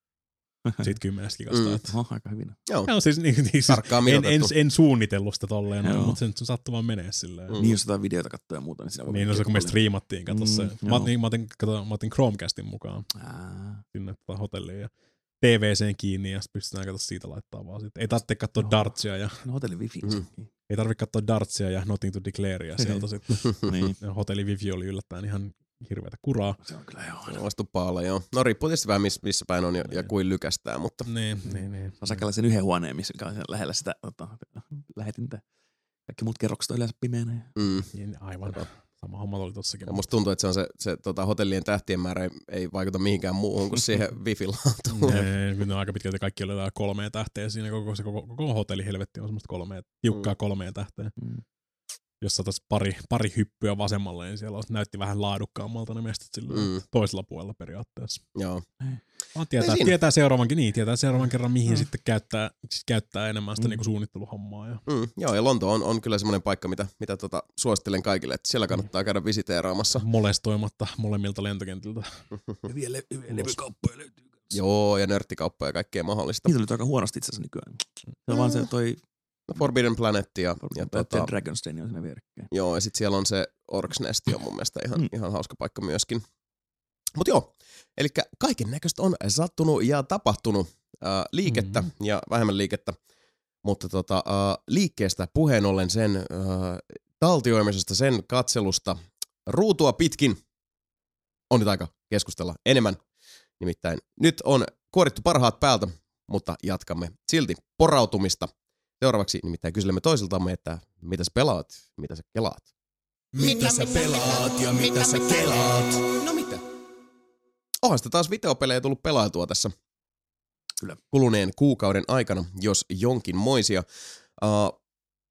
siitä kymmenestä gigasta. Mm. Että Oho, aika hyvin. Joo, Joo, siis, niin, niin, siis tarkkaan en, en, mitoitettu. en suunnitellut sitä tolleen, Joo. mutta se nyt sattuu vaan menee silleen. Mm. Niin, jos jotain videoita katsoo ja muuta, niin siinä voi Niin, no se kun me striimattiin, kato Mm, se. joo. Mä, otin, mä, otin, kato, mä otin Chromecastin mukaan Ää, sinne tota hotelliin ja T V-seen kiinni ja sitten pystytään kato siitä laittaa vaan sit. Ei tarvitse katsoa Joo. dartsia ja no hotelli wifi. Mhm. ei tarvitse katsoa dartsia ja Nothing to Declarea sieltä sitten. Niin, Ja hotelli wifi oli yllättäen ihan hirveätä kuraa. se on kyllä joo. Se on vastu paalla, joo. No riippuu tietysti vähän miss, missä päin on ja, ja kuin lykästää, mutta Niin, niin, niin. Saa säkällä sen yhden huoneen, missä on siellä lähellä sitä tota, lähetintä. Kaikki muut kerrokset on yleensä pimeänä. mm. Niin, aivan. Sama homma oli tossakin. Ja musta tuntuu, että se on se, se tota, hotellien tähtien määrä ei, ei vaikuta mihinkään muuhun kuin siihen wifi-laatuun. Ne, ne on aika pitkälti kaikki oli jotain kolmea tähteä siinä, koko se koko, koko hotelli helvetti on semmoista kolmea, tiukkaa kolmea tähteä. Mm. jos saataisiin pari, pari hyppyä vasemmalle, niin siellä näytti vähän laadukkaammalta ne mestat sillä mm. toisella puolella periaatteessa. Joo. No, tietää, tietää, seuraavankin, niin, tietää seuraavan kerran, mihin mm. sitten käyttää, siis käyttää enemmän sitä mm. niinku suunnitteluhommaa. Ja. Mm, joo, ja Lonto on, on kyllä semmoinen paikka, mitä, mitä tota, suosittelen kaikille, että siellä kannattaa käydä visiteeraamassa. Molestoimatta molemmilta lentokentiltä. Ja vielä le- le- levykauppoja löytyy. Joo, ja nörttikauppoja ja kaikkea mahdollista. Niitä oli aika huonosti itse asiassa nykyään. Se on mm. vaan se toi... No, Forbidden Planet ja, Forbidden ja, Planet tota, ja Dragon's Den on siinä vierekkäin. Joo, ja sitten siellä on se Orcs Nest on mun mielestä ihan, mm. ihan hauska paikka myöskin. Mutta joo, eli kaiken näköistä on sattunut ja tapahtunut äh, liikettä mm-hmm. ja vähemmän liikettä. Mutta tota, äh, liikkeestä puheen ollen sen äh, taltioimisesta, sen katselusta ruutua pitkin on nyt aika keskustella enemmän. Nimittäin nyt on kuorittu parhaat päältä, mutta jatkamme silti porautumista. Seuraavaksi nimittäin kyselemme toisiltamme, että mitä sä pelaat, mitä sä kelaat. Mitä sä pelaat ja mitä sä kelaat? No mitä? Onhan sitä taas videopelejä tullut pelailtua tässä Kyllä. kuluneen kuukauden aikana, jos jonkin moisia. Uh,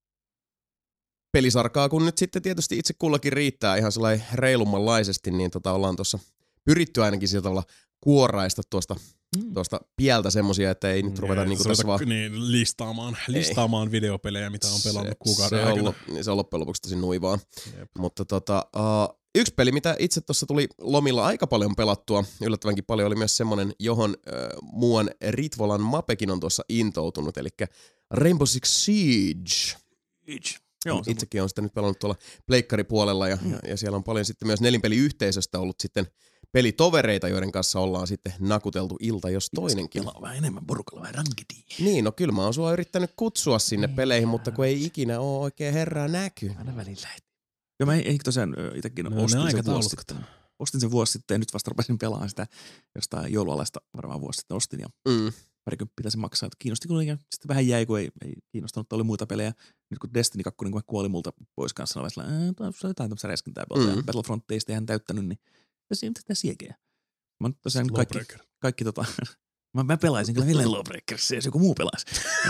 pelisarkaa, kun nyt sitten tietysti itse kullakin riittää ihan sellainen reilummanlaisesti, niin tota ollaan tuossa pyritty ainakin sillä tavalla kuoraista tuosta, mm. tuosta pieltä semmosia, että ei nyt ruveta niinku tässä vaan... Niin, listaamaan, listaamaan videopelejä, mitä on pelannut se, kuukauden se aikana. On, niin se on loppujen lopuksi tosi nuivaa. Jep. Mutta tota, uh, yksi peli, mitä itse tuossa tuli lomilla aika paljon pelattua, yllättävänkin paljon, oli myös semmonen, johon uh, muuan Ritvolan Mapekin on tuossa intoutunut, eli Rainbow Six Siege. Siege. Joo, itsekin on sitä nyt pelannut tuolla pleikkaripuolella ja, mm. ja, ja siellä on paljon sitten myös nelinpeliyhteisöstä ollut sitten pelitovereita, joiden kanssa ollaan sitten nakuteltu ilta jos toinenkin. Pelaa vähän enemmän porukalla, vähän rankedia. Niin, no kyllä mä oon sua yrittänyt kutsua sinne mm. peleihin, mutta kun ei ikinä ole oikein herraa näkynyt. Aina välillä. Joo, mä ei tosiaan itsekin no, ostin sen vuosi sitten. Ostin sen vuosi sitten ja nyt vasta rupesin pelaamaan sitä jostain joulualaista varmaan vuosi sitten ostin ja mm. parikymppiä pitäisi maksaa. Että kiinnosti kuitenkin. Sitten vähän jäi, kun ei, ei kiinnostanut, oli muita pelejä. Nyt kun Destiny kaksi niin kun kuoli multa pois kanssa, niin olen että se on jotain tämmöistä räskintää pelata. Mm. Battlefront ei sitä ihan täyttänyt, niin tässä ei mitään siekejä. Mä nyt tosiaan kaikki, kaikki tota, mä, mä pelaisin kyllä vielä Lawbreakersia, jos joku muu pelaisi.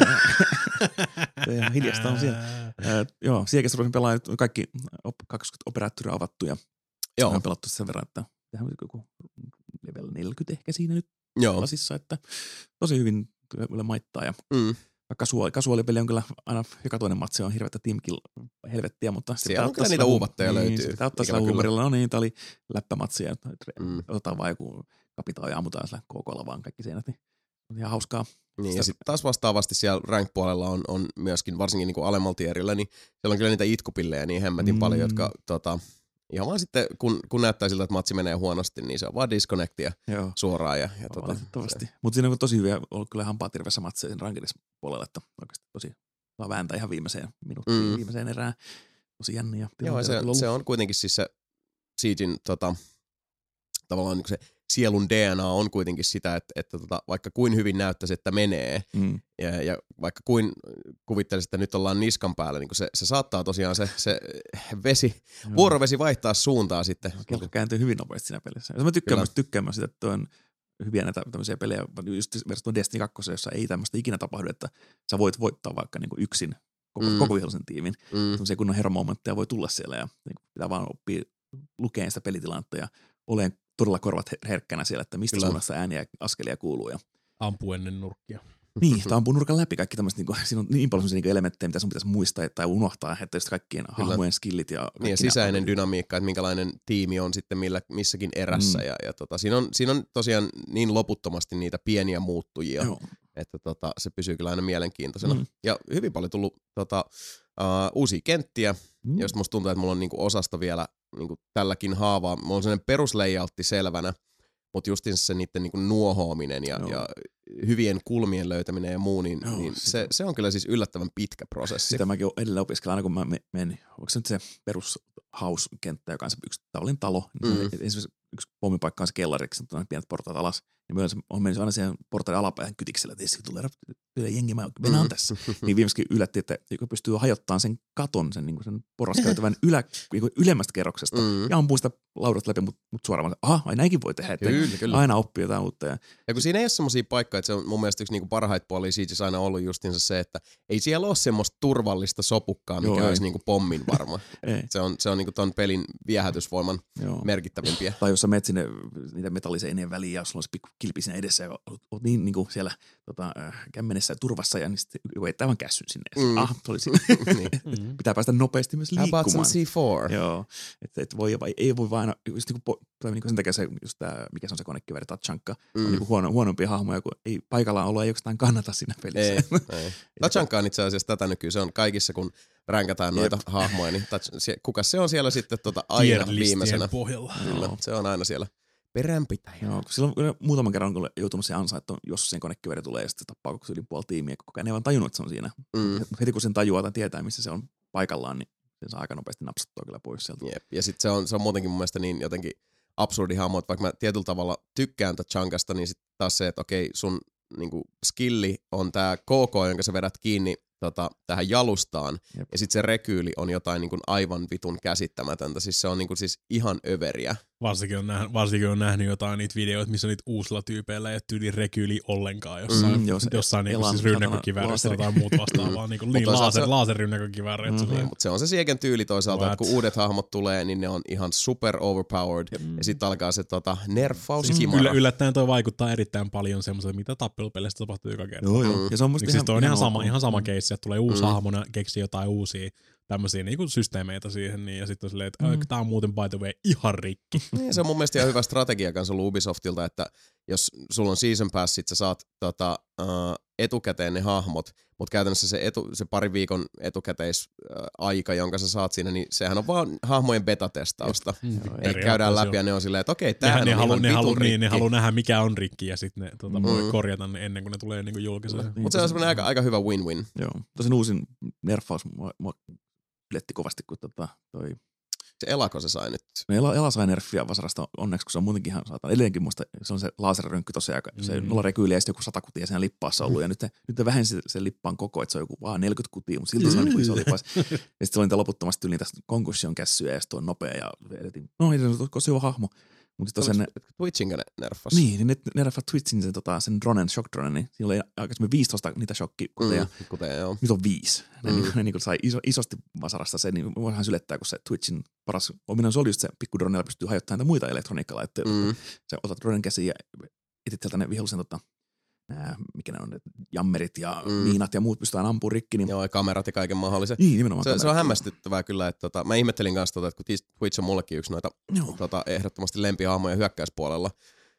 Ja hiljasta on siellä. Äh, joo, siekestä rupesin pelaamaan nyt kaikki op, kaksikymmentä operaattoria avattu ja joo. On pelattu sen verran, että tehdään joku level neljäkymmentä ehkä siinä nyt lasissa, että tosi hyvin kyllä maittaa ja mm. Kasuaali, kasuaalipeli on kyllä aina, joka toinen matsi on hirveätä teamkill helvettiä, mutta siellä on kyllä niitä uuvatteja niin, löytyy. Sitä ottaa sillä huumorilla, no niin, tää oli läppämatsia, mm. otetaan vaan joku kapitaan ja ammutaan sillä K K:lla vaan kaikki seinät, niin on ihan hauskaa. Niin, ja sitten taas vastaavasti siellä rank-puolella on, on myöskin, varsinkin niin kuin alemmalla tierillä, niin siellä on kyllä niitä itkupillejä niin hemmetin mm. paljon, jotka tota, ihan vaan sitten, kun, kun näyttää siltä, että matsi menee huonosti, niin se on vaan disconnectia Joo. suoraan. Ja, ja tota, mutta siinä on tosi hyviä, ollut kyllä hampaa tirveessä matseja sen rankedissa puolella, että oikeasti tosi saa vääntää ihan viimeiseen minuuttiin, mm. viimeiseen erään. Tosi jänniä. Joo, se, se on kuitenkin siis se Siegein tota, tavallaan niin se sielun D N A on kuitenkin sitä, että, että tota, vaikka kuin hyvin näyttäisi, että menee, mm. ja, ja vaikka kuin kuvittelisi, että nyt ollaan niskan päällä, niin se, se saattaa tosiaan se, se vesi, Joo. vuorovesi vaihtaa suuntaa sitten. Kelkka kääntyy hyvin nopeasti siinä pelissä. Ja mä tykkään myös, tykkään myös sitä, että on hyviä näitä tämmöisiä pelejä, just verrattuna Destiny kaksi, jossa ei tämmöistä ikinä tapahdu, että sä voit voittaa vaikka niin kuin yksin koko, mm. koko vihollisen tiimin. Mm. Tämmöisiä kunnon hero-momentteja voi tulla siellä ja niin pitää vaan oppia lukemaan sitä pelitilannetta ja olen todella korvat herkkänä siellä, että mistä Kyllä. suunnassa ääniä ja askelia kuuluu. Ja... Ampuu ennen nurkkia. Niin, tai ampuu nurkan läpi kaikki tämmöiset, niin siinä on niin paljon sellaisia niin elementtejä, mitä sun pitäisi muistaa tai unohtaa, että just kaikkien Kyllä. hahmojen skillit. Ja, niin, ja sisäinen dynamiikka, että minkälainen tiimi on sitten millä, missäkin erässä. Mm. Ja, ja tota, siinä, on, siinä on tosiaan niin loputtomasti niitä pieniä muuttujia, Joo. että tota, se pysyy kyllä aina mielenkiintoisena. Mm. Ja hyvin paljon tullut tota, uh, uusia kenttiä, mm. joista musta tuntuu, että mulla on niinku osasta vielä niinku tälläkin haavaa. Mulla on sellainen peruslayoutti selvänä, mutta justiinsa se niiden niinku nuohoaminen ja, ja hyvien kulmien löytäminen ja muu, niin, Joo, niin se, se on kyllä siis yllättävän pitkä prosessi. Sitä mäkin edelleen opiskelen, aina kun mä menin, onko se nyt se perus house-kenttä, joka on se yksi tavallinen talo, niin mm. se, yksi pommipaikka on se kellariksi, että on pienet portaat alas, niin myös on mennyt aina siihen portaiden alapäähän kytiksellä, että tulee tulee jengi, mä mennään mm. tässä. Niin viimeiskin yllätti, että joku pystyy hajottamaan sen katon, sen, niin sen porraskäytävän ylä, ylemmästä kerroksesta mm. ja ampuu sitä laudasta läpi, mutta mut suoraan, aha, ai näinkin voi tehdä, että kyllä, kyllä. aina oppii jotain uutta. Ja, ja kun siinä ei ole semmoisia paikkoja, että se on mun mielestä yksi niinku parhaita puolia siitä aina ollut justiinsa se, että ei siellä ole semmoista turvallista sopukkaa, mikä Joo, olisi niinku pommin varma. se on, se on niinku ton pelin viehätysvoiman Joo. merkittävimpiä. Tai jos sä menet sinne niitä metalliseinien väliin ja sulla on se pikku kilpi siinä edessä ja oot niin niinku siellä tota, kämmenessä turvassa ja niin sitten heittää vaan kässyn sinne. Mm. Ah, se oli siinä. niin. Pitää päästä nopeasti myös liikkumaan. How about some C four? Joo, että et voi, vai, ei voi vaan, just niinku, niinku sen takia se, just tää, mikä se on se konekivääri, Tachanka, mm. on niinku huono, huonompia hahmoja, kun ei paikallaan olla, ei oikeastaan kannata siinä pelissä. Ei, ei. Tachanka on itse asiassa tätä nykyään, se on kaikissa, kun ränkätään noita Jep. hahmoja, niin kuka se on siellä sitten tota aina viimeisenä. Pohjalla. Kyllä, se on aina siellä. Peränpitäjä. Joo, silloin muutaman kerran kun joutunut siihen ansaan, että jos siihen konekivääri tulee ja sitten tappaa koko yli puoli tiimiä, koko ajan ei vaan tajunnut, että se on siinä. Mm. Heti kun sen tajuaa tai tietää, missä se on paikallaan, niin sen saa aika nopeasti napsattua kyllä pois sieltä. Jep. Ja sitten se on, se on muutenkin mun mielestä niin jotenkin absurdi hahmo, että vaikka mä tietyllä tavalla tykkään Tachankasta, niin sitten taas se, että okei, sun niinku skilli on tää K K, jonka sä vedät kiinni tota, tähän jalustaan, Jep. ja sitten se rekyyli on jotain niinku aivan vitun käsittämätöntä. Siis se on niinku siis ihan överiä. Varsinkin on, nähnyt, varsinkin on nähnyt jotain niitä videoita, missä on niitä uusilla tyypeillä ei ole tyyli rekyyli ollenkaan jossain, mm, jos jossain niinku siis rynnäkkökiväärissä tai jotain muut vastaavaa, niinku niin laser, laserrynnäkkökivääriä. Mm-hmm. Niin, mutta se on se Siegen tyyli toisaalta, What? Että kun uudet hahmot tulee, niin ne on ihan super overpowered, mm. ja sitten alkaa se tota, nerfauskimara. Yllä, yllättäen toi vaikuttaa erittäin paljon semmoiselle, mitä tappelupeleistä tapahtuu joka kerta. Joo, joo. Mm. Ja se on musta niin ihan, siis ihan, ihan, sama, ihan sama keissi, että tulee uusi Mm. hahmo, ne keksii jotain uusia tämmöisiä niinku systeemeitä siihen, niin, ja sitten on silleen, että mm. tää on muuten by the way ihan rikki. Niin, se on mun mielestä ihan hyvä strategia kanssa ollut Ubisoftilta, että jos sulla on season pass, sit sä saat tota, uh, etukäteen ne hahmot, mutta käytännössä se, etu, se pari viikon etukäteisaika, uh, jonka sä saat siinä, niin sehän on vaan hahmojen betatestausta. Mm. Eli käydään läpi ja ne on silleen, että okei, tämähän ne, on ne ihan ne vitun halu, rikki. niin, ne haluaa nähdä, mikä on rikki, ja sitten ne tota, voi mm. korjata ne ennen kuin ne tulee niinku julkiseen. Mutta se on semmoinen aika, aika hyvä win-win. Joo, tosin uusin nerfaus mua, mua letti kovasti, kun tota, toi... Se Elako se sai nyt. No Ela, Ela sai nerffiä Vasarasta onneksi, kun se on muutenkin ihan saatan. Edelleenkin muista, se on se laserrynkky tosiaan, mm. se nolla rekyyliä ja sitten joku sata kutia siinä lippaassa ollut. Mm. Ja nyt, nyt ne vähensi sen lippaan koko, että se on joku vaan neljäkymmentä kutia, mutta silti se on niin iso lipas. Ja sitten se oli niitä loputtomasti yli tästä konkurssion kässyjä ja sitten on nopea ja edetin. No ei se ole tosi hyvä hahmo. Mutta sitten sen... Twitchin nerfas. Niin, niin ne nerfas Twitchin sen, tota, sen dronen, shock dronen, niin siinä oli aikaisemmin viisitoista niitä shokkikuteja. Mm, kuteja, joo. Nyt on viisi. Ne, Mm. ne, ne niin sai iso, isosti Vasarasta se, niin voihan sylettää, kun se Twitchin paras ominaisuus oli just se pikku dronella pystyy hajottamaan näitä muita elektroniikkalaitteita. Mm. Se otat dronen käsiin ja etit sieltä ne vihollisen, tota, nää, mikä ne on, ne jammerit ja Mm. miinat ja muut pystytään ampumaan rikki. Niin... Joo, ja kamerat ja kaiken mahdollisen. Niin, nimenomaan. Se, se on hämmästyttävää kyllä, että tota, mä ihmettelin kanssa, tota, että kun Twitch on mullekin yksi noita tota, ehdottomasti lempihahmoja hyökkäyspuolella.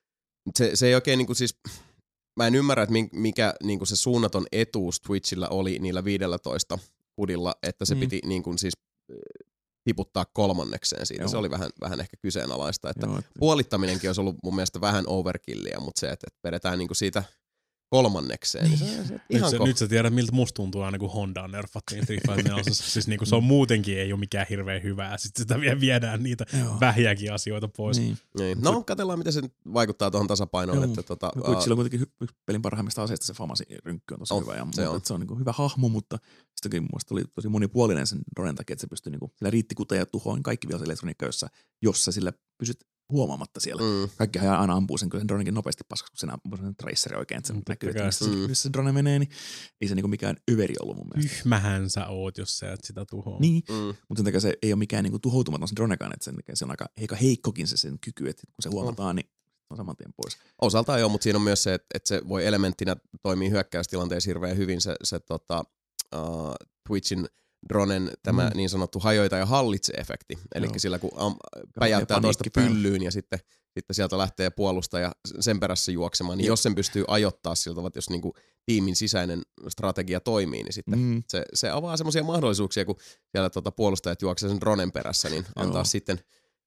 Se, se ei oikein niinku siis, mä en ymmärrä, että mikä niinku se suunnaton etuus Twitchillä oli niillä viidellätoista hudilla, että se Mm. piti niinku siis äh, tiputtaa kolmannekseen siitä. Joo. Se oli vähän, vähän ehkä kyseenalaista, että Joo, et- puolittaminenkin olisi ollut mun mielestä vähän overkillia, mutta se, että, että vedetään niinku siitä kolmannekseen, niin se, se Nyt, ihan sä, ko- nyt sä tiedät, miltä musta tuntuu aina, kun Hondaa nerfattiin Street Fighter nelosessa. Siis niinku se on muutenkin ei ole mikään hirveän hyvää. Sitten sitä vielä viedään niitä Joo. vähiäkin asioita pois. Niin. Niin. No, katsellaan, miten se nyt vaikuttaa tuohon tasapainoon. Joo. Että, tota, No, Twitchillä on kuitenkin hy- yksi pelin parhaimmista aseista se Famasi rynkky on tosi On, hyvä. Ja se se on. on, se on niin kuin hyvä hahmo, mutta sitäkin mun mielestä oli tosi monipuolinen sen dronen takia, että se pystyi, niin kuin, sillä riitti kuteja tuhoon kaikki vielä elektroniikka, jossa, jos sä sillä pysyt huomaamatta siellä. mm, Kaikkihan aina ampuu sen, kyllä sen dronenkin nopeasti paskaksi, kun sen ampuu sen traceri oikein, että se Mm, näkyy, että totta missä, kai. se, missä se drone menee, niin ei se niin kuin mikään överi ollut mun mielestä. Tyhmähän sä oot, jos sä et sitä tuhoa. Niin, mm. mutta sen takia se ei ole mikään niin kuin tuhoutumaton se dronekaan, että sen, se on aika, aika heikkokin se sen kyky, että kun se huomataan, niin se on saman tien pois. Osaltaan joo, mutta siinä on myös se, että, että se voi elementtinä toimia hyökkäystilanteessa hirveän hyvin se, se tota, uh, Twitchin dronen tämä Mm. niin sanottu hajoita ja hallitse-efekti. Eli Joo. sillä kun am, päjäyttää toista paniikki päällä. pyllyyn ja sitten, sitten sieltä lähtee puolustaja sen perässä juoksemaan, niin Jep. jos sen pystyy ajoittaa siltä tavalla, että jos niinku tiimin sisäinen strategia toimii, niin sitten Mm. se, se avaa semmoisia mahdollisuuksia, kun siellä tota puolustajat juoksee sen dronen perässä, niin antaa Joo. sitten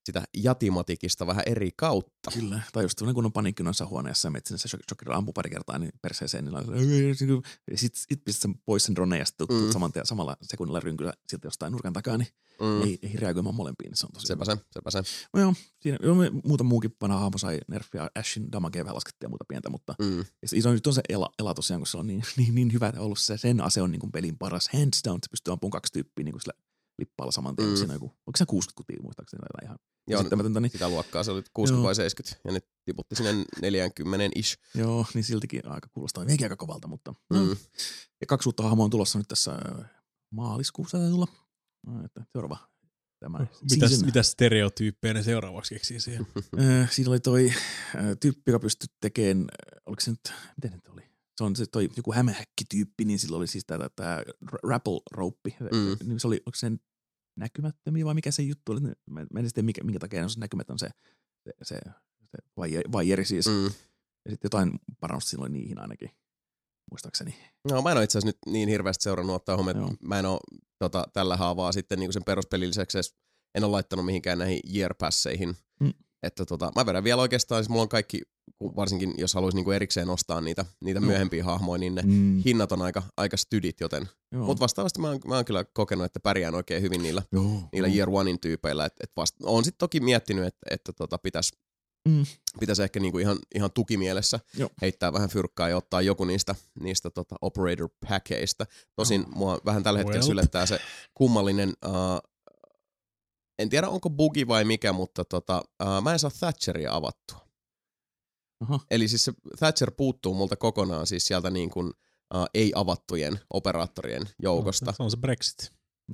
sitä jatimatikista vähän eri kautta. Kyllä, tai just sellainen kunnon paniikki noissa huoneessa ja menet sinne se shokilla ampu pari kertaa niin perseeseen, niin sitten sit pistät sen pois sen droneen ja sitten mm. saman te- samalla sekunnilla rynkyllä sieltä jostain nurkan takaa, niin mm. ei, ei reagoimaan molempiin, niin se on tosi sepä se, sepä se. No joo, siinä joo, muuta muukin vanha hahmo sai nerfia, Ashin damagea vähän laskettiin ja muuta pientä, mutta mm. iso nyt on se ela, ela tosiaan, kun se on niin, niin, niin hyvä ollut se, sen ase on niin kuin pelin paras hands down, se pystyy ampumaan kaksi tyyppiä niin kuin sillä lippaalla saman tien, mm. siinä joku, onko se kuusikymmentä kutia muistaakseni tai ihan joo, käsittämätöntä. Niin, sitä luokkaa se oli kuusikymmentä vai seitsemänkymmentä ja nyt tiputti sinne neljäkymmentä ish. Joo, niin siltikin aika kuulostaa meikin aika kovalta, mutta mm. no. Ja kaksi uutta hahmoa on tulossa nyt tässä maaliskuussa täytyy tulla. No, että seuraava tämä mitäs, mitäs stereotyyppejä ne seuraavaksi keksii siihen? Siinä oli toi tyyppi, joka pystyi tekemään, oliko se nyt, miten nyt oli? Se on se toi joku hämähäkkityyppi, niin sillä oli siis tämä, tämä rappel-rouppi. Mm. Se oli, onko se näkymättömiä vai mikä se juttu oli? Mä en tiedä, minkä, minkä takia se näkymätön se, se, se, se vaijeri siis. Mm. Ja sitten jotain parannusta siinä oli niihin ainakin, muistaakseni. No mä en ole itse asiassa nyt niin hirveästi seurannut ottaa huomioon, että mä en ole tota, tällä haavaa sitten niin sen peruspelin lisäksi en ole laittanut mihinkään näihin year passeihin. Mm. Että tota, mä vedän vielä oikeastaan, siis mulla on kaikki, varsinkin jos haluaisi niinku erikseen ostaa niitä, niitä no. myöhempiä hahmoja, niin ne mm. hinnat on aika, aika stydit, joten. Mutta vastaavasti mä oon, mä oon kyllä kokenut, että pärjään oikein hyvin niillä, niillä Year Onein tyypeillä. Et, et vasta, oon sitten toki miettinyt, että, että tota, pitäisi mm. pitäis ehkä niinku ihan, ihan tukimielessä Joo. heittää vähän fyrkkaa ja ottaa joku niistä, niistä tota operator packeista. Tosin oh. mua vähän tällä hetkellä well. sylettää se kummallinen... Uh, en tiedä, onko bugi vai mikä, mutta tota, uh, mä en saa Thatcheria avattua. Aha. Eli siis se Thatcher puuttuu multa kokonaan siis sieltä niin kuin uh, ei-avattujen operaattorien joukosta. Se on se Brexit.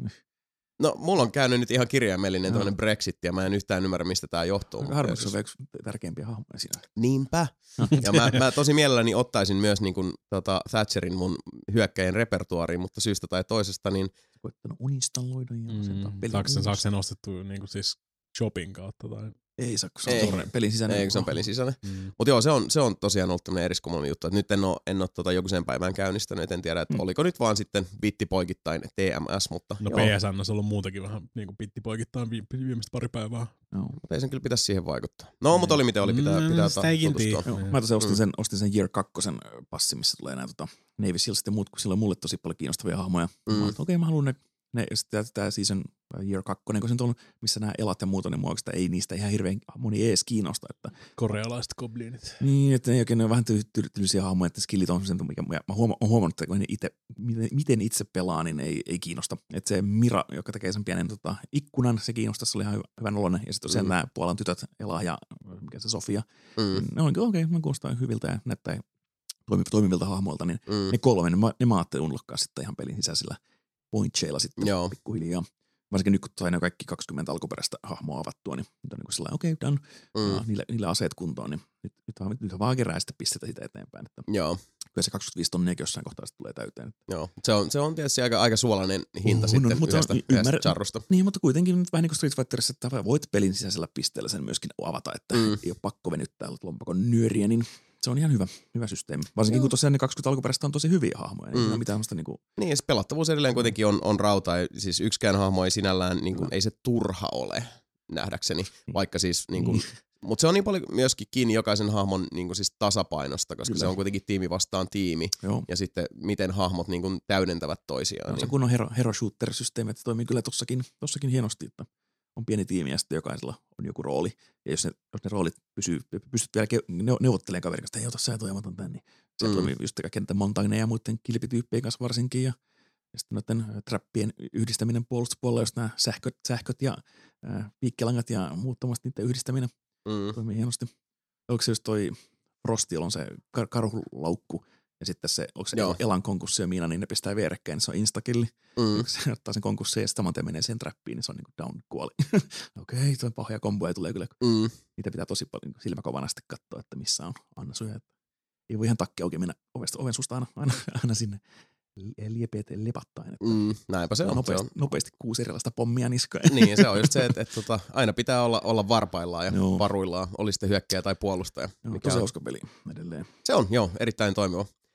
No, mulla on käynyt nyt ihan kirjaimellinen no. tämmönen Brexit, ja mä en yhtään ymmärrä, mistä tää johtuu. Harvoin se on yksi tärkeimpiä hahmoja siinä. Niinpä. Ja mä, mä tosi mielelläni ottaisin myös niin kuin, tota, Thatcherin mun hyökkäjien repertuariin, mutta syystä tai toisesta, niin... Koittanut unistalloida ja mm. sen pelin. Saako sen ostettu niin kuin siis shopping kautta tai... Ei saa, kun se on ei. pelin sisäinen. Ei, kun se on pelin sisäinen. Mm. Mutta joo, se on, se on tosiaan ollut tämmöinen eriskummallinen juttu. Et nyt en ole, en ole tota joku sen päivään käynnistänyt, en tiedä, että mm. oliko nyt vaan sitten bittipoikittain T M S, mutta... No P S N on ollut muutakin vähän niin kuin bittipoikittain viimeistä pari päivää. No. Mutta ei sen kyllä pitäisi siihen vaikuttaa. No, mutta oli miten oli, pitää, pitää tutustua. Mä tosiaan ostin, sen, ostin sen Year kaksi passin, missä tulee nämä tota, Navy Seals ja muut, kun sillä on mulle tosi paljon kiinnostavia hahmoja. Mm. Mä okei, okay, mä haluan ne. Ne, sitten tämä season Year kaksi, kun se on, missä nämä elat ja muuta, niin mua ei niistä ihan hirveän moni ees kiinnosta. Että, korealaiset goblinit. Niin, että ne oikein ne on vähän tyylisiä hahmoja, että skillit on sen, mikä mä huoma, olen huomannut, että kun itse, miten itse pelaa, niin ei, ei kiinnosta. Että se Mira, joka tekee sen pienen tota, ikkunan, se kiinnostaa, se oli ihan hyvän oloinen. Ja sitten tosiaan mm. nämä Puolan tytöt, Ela ja mikä se Sofia, mm. ne on okei, okay, ne kuulostaa hyviltä ja näyttää toimivilta hahmoilta, niin mm. ne kolme, ne, ne mä ajattelin unlockkaa sitten ihan pelin sisäisillä pointcheilla sitten Joo. pikkuhiljaa. Varsinkin nyt, kun sai ne kaikki kaksikymmentä alkuperäistä hahmoa avattua, niin nyt on niin kuin sellainen, okei, okay, done. Mm. Uh, niille, niille aseet kuntoon, niin nyt, nyt, vaan, nyt vaan kerää sitten pistetä sitä eteenpäin. Että Joo. Kyllä se kaksikymmentäviisi tonniakin jossain kohtaa sitten tulee täyteen. Joo, se on, se on tietysti aika, aika suolainen hinta uh, sitten no, mutta yhdestä, ymmär... yhdestä charrusta. Niin, mutta kuitenkin nyt vähän niin kuin Street Fighterissa, että voit pelin sisäisellä pisteellä sen myöskin avata, että mm. ei ole pakko venyttää lompakon nyöriä, niin se on ihan hyvä, hyvä systeemi. Varsinkin Joo. kun tosiaan ne kaksikymmentä alkuperäistä on tosi hyviä hahmoja. Niin, mm. mitään niinku... niin se pelattavuus edelleen kuitenkin on, on rauta. Siis yksikään hahmo ei sinällään, niin kuin, ei se turha ole nähdäkseni. Mm. Vaikka siis, niin kuin, mutta se on niin paljon myöskin kiinni jokaisen hahmon niin kuin, siis tasapainosta, koska Kyllä. se on kuitenkin tiimi vastaan tiimi. Joo. Ja sitten miten hahmot niin kuin, täydentävät toisiaan. No, niin. Se kun on hero, hero shooter-systeemi, että toimii kyllä tossakin, tossakin hienosti, että on pieni tiimi ja sitten jokaisella on joku rooli. Ja jos ne, jos ne roolit pysyy, pystyt vielä neuvottelemaan kaverin kanssa, että ei ota sä toi, mä otan tän, niin se mm. toimii just kentän Montagne ja muiden kilpityyppien kanssa varsinkin. Ja, ja sitten noiden trappien yhdistäminen puolustuspuolella, jos nämä sähköt, sähköt ja äh, piikkilangat ja muut tommoista niiden yhdistäminen mm. toimii hienosti. Onko se just toi Frosti, on se kar- karhulaukku, ja sitten se, onko se Joo. Elan konkurssi ja Miina, niin ne pistää vierekkäin, niin se on instakilli. Mm. Se ottaa sen konkurssin ja sitten saman menee sen trappiin, niin se on niin kuin down kuoli. Okei, okay, tuo pahoja komboja tulee kyllä. Mm. Niitä pitää tosi paljon silmäkovana sitten katsoa, että missä on annasuja. Ei voi ihan takki auki mennä ovesta, oven susta aina, aina, aina sinne liepeet lepattaen. Mm, näinpä se on. Nopeasti, se on. nopeasti kuusi erilaista pommia niskaan. Niin, se on just se, että, että, että aina pitää olla, olla varpaillaan ja joo. varuillaan, oli sitten hyökkäjä tai puolustaja. Joo, tosi hauska peli edelleen. Se on, joo, erittäin toimiva.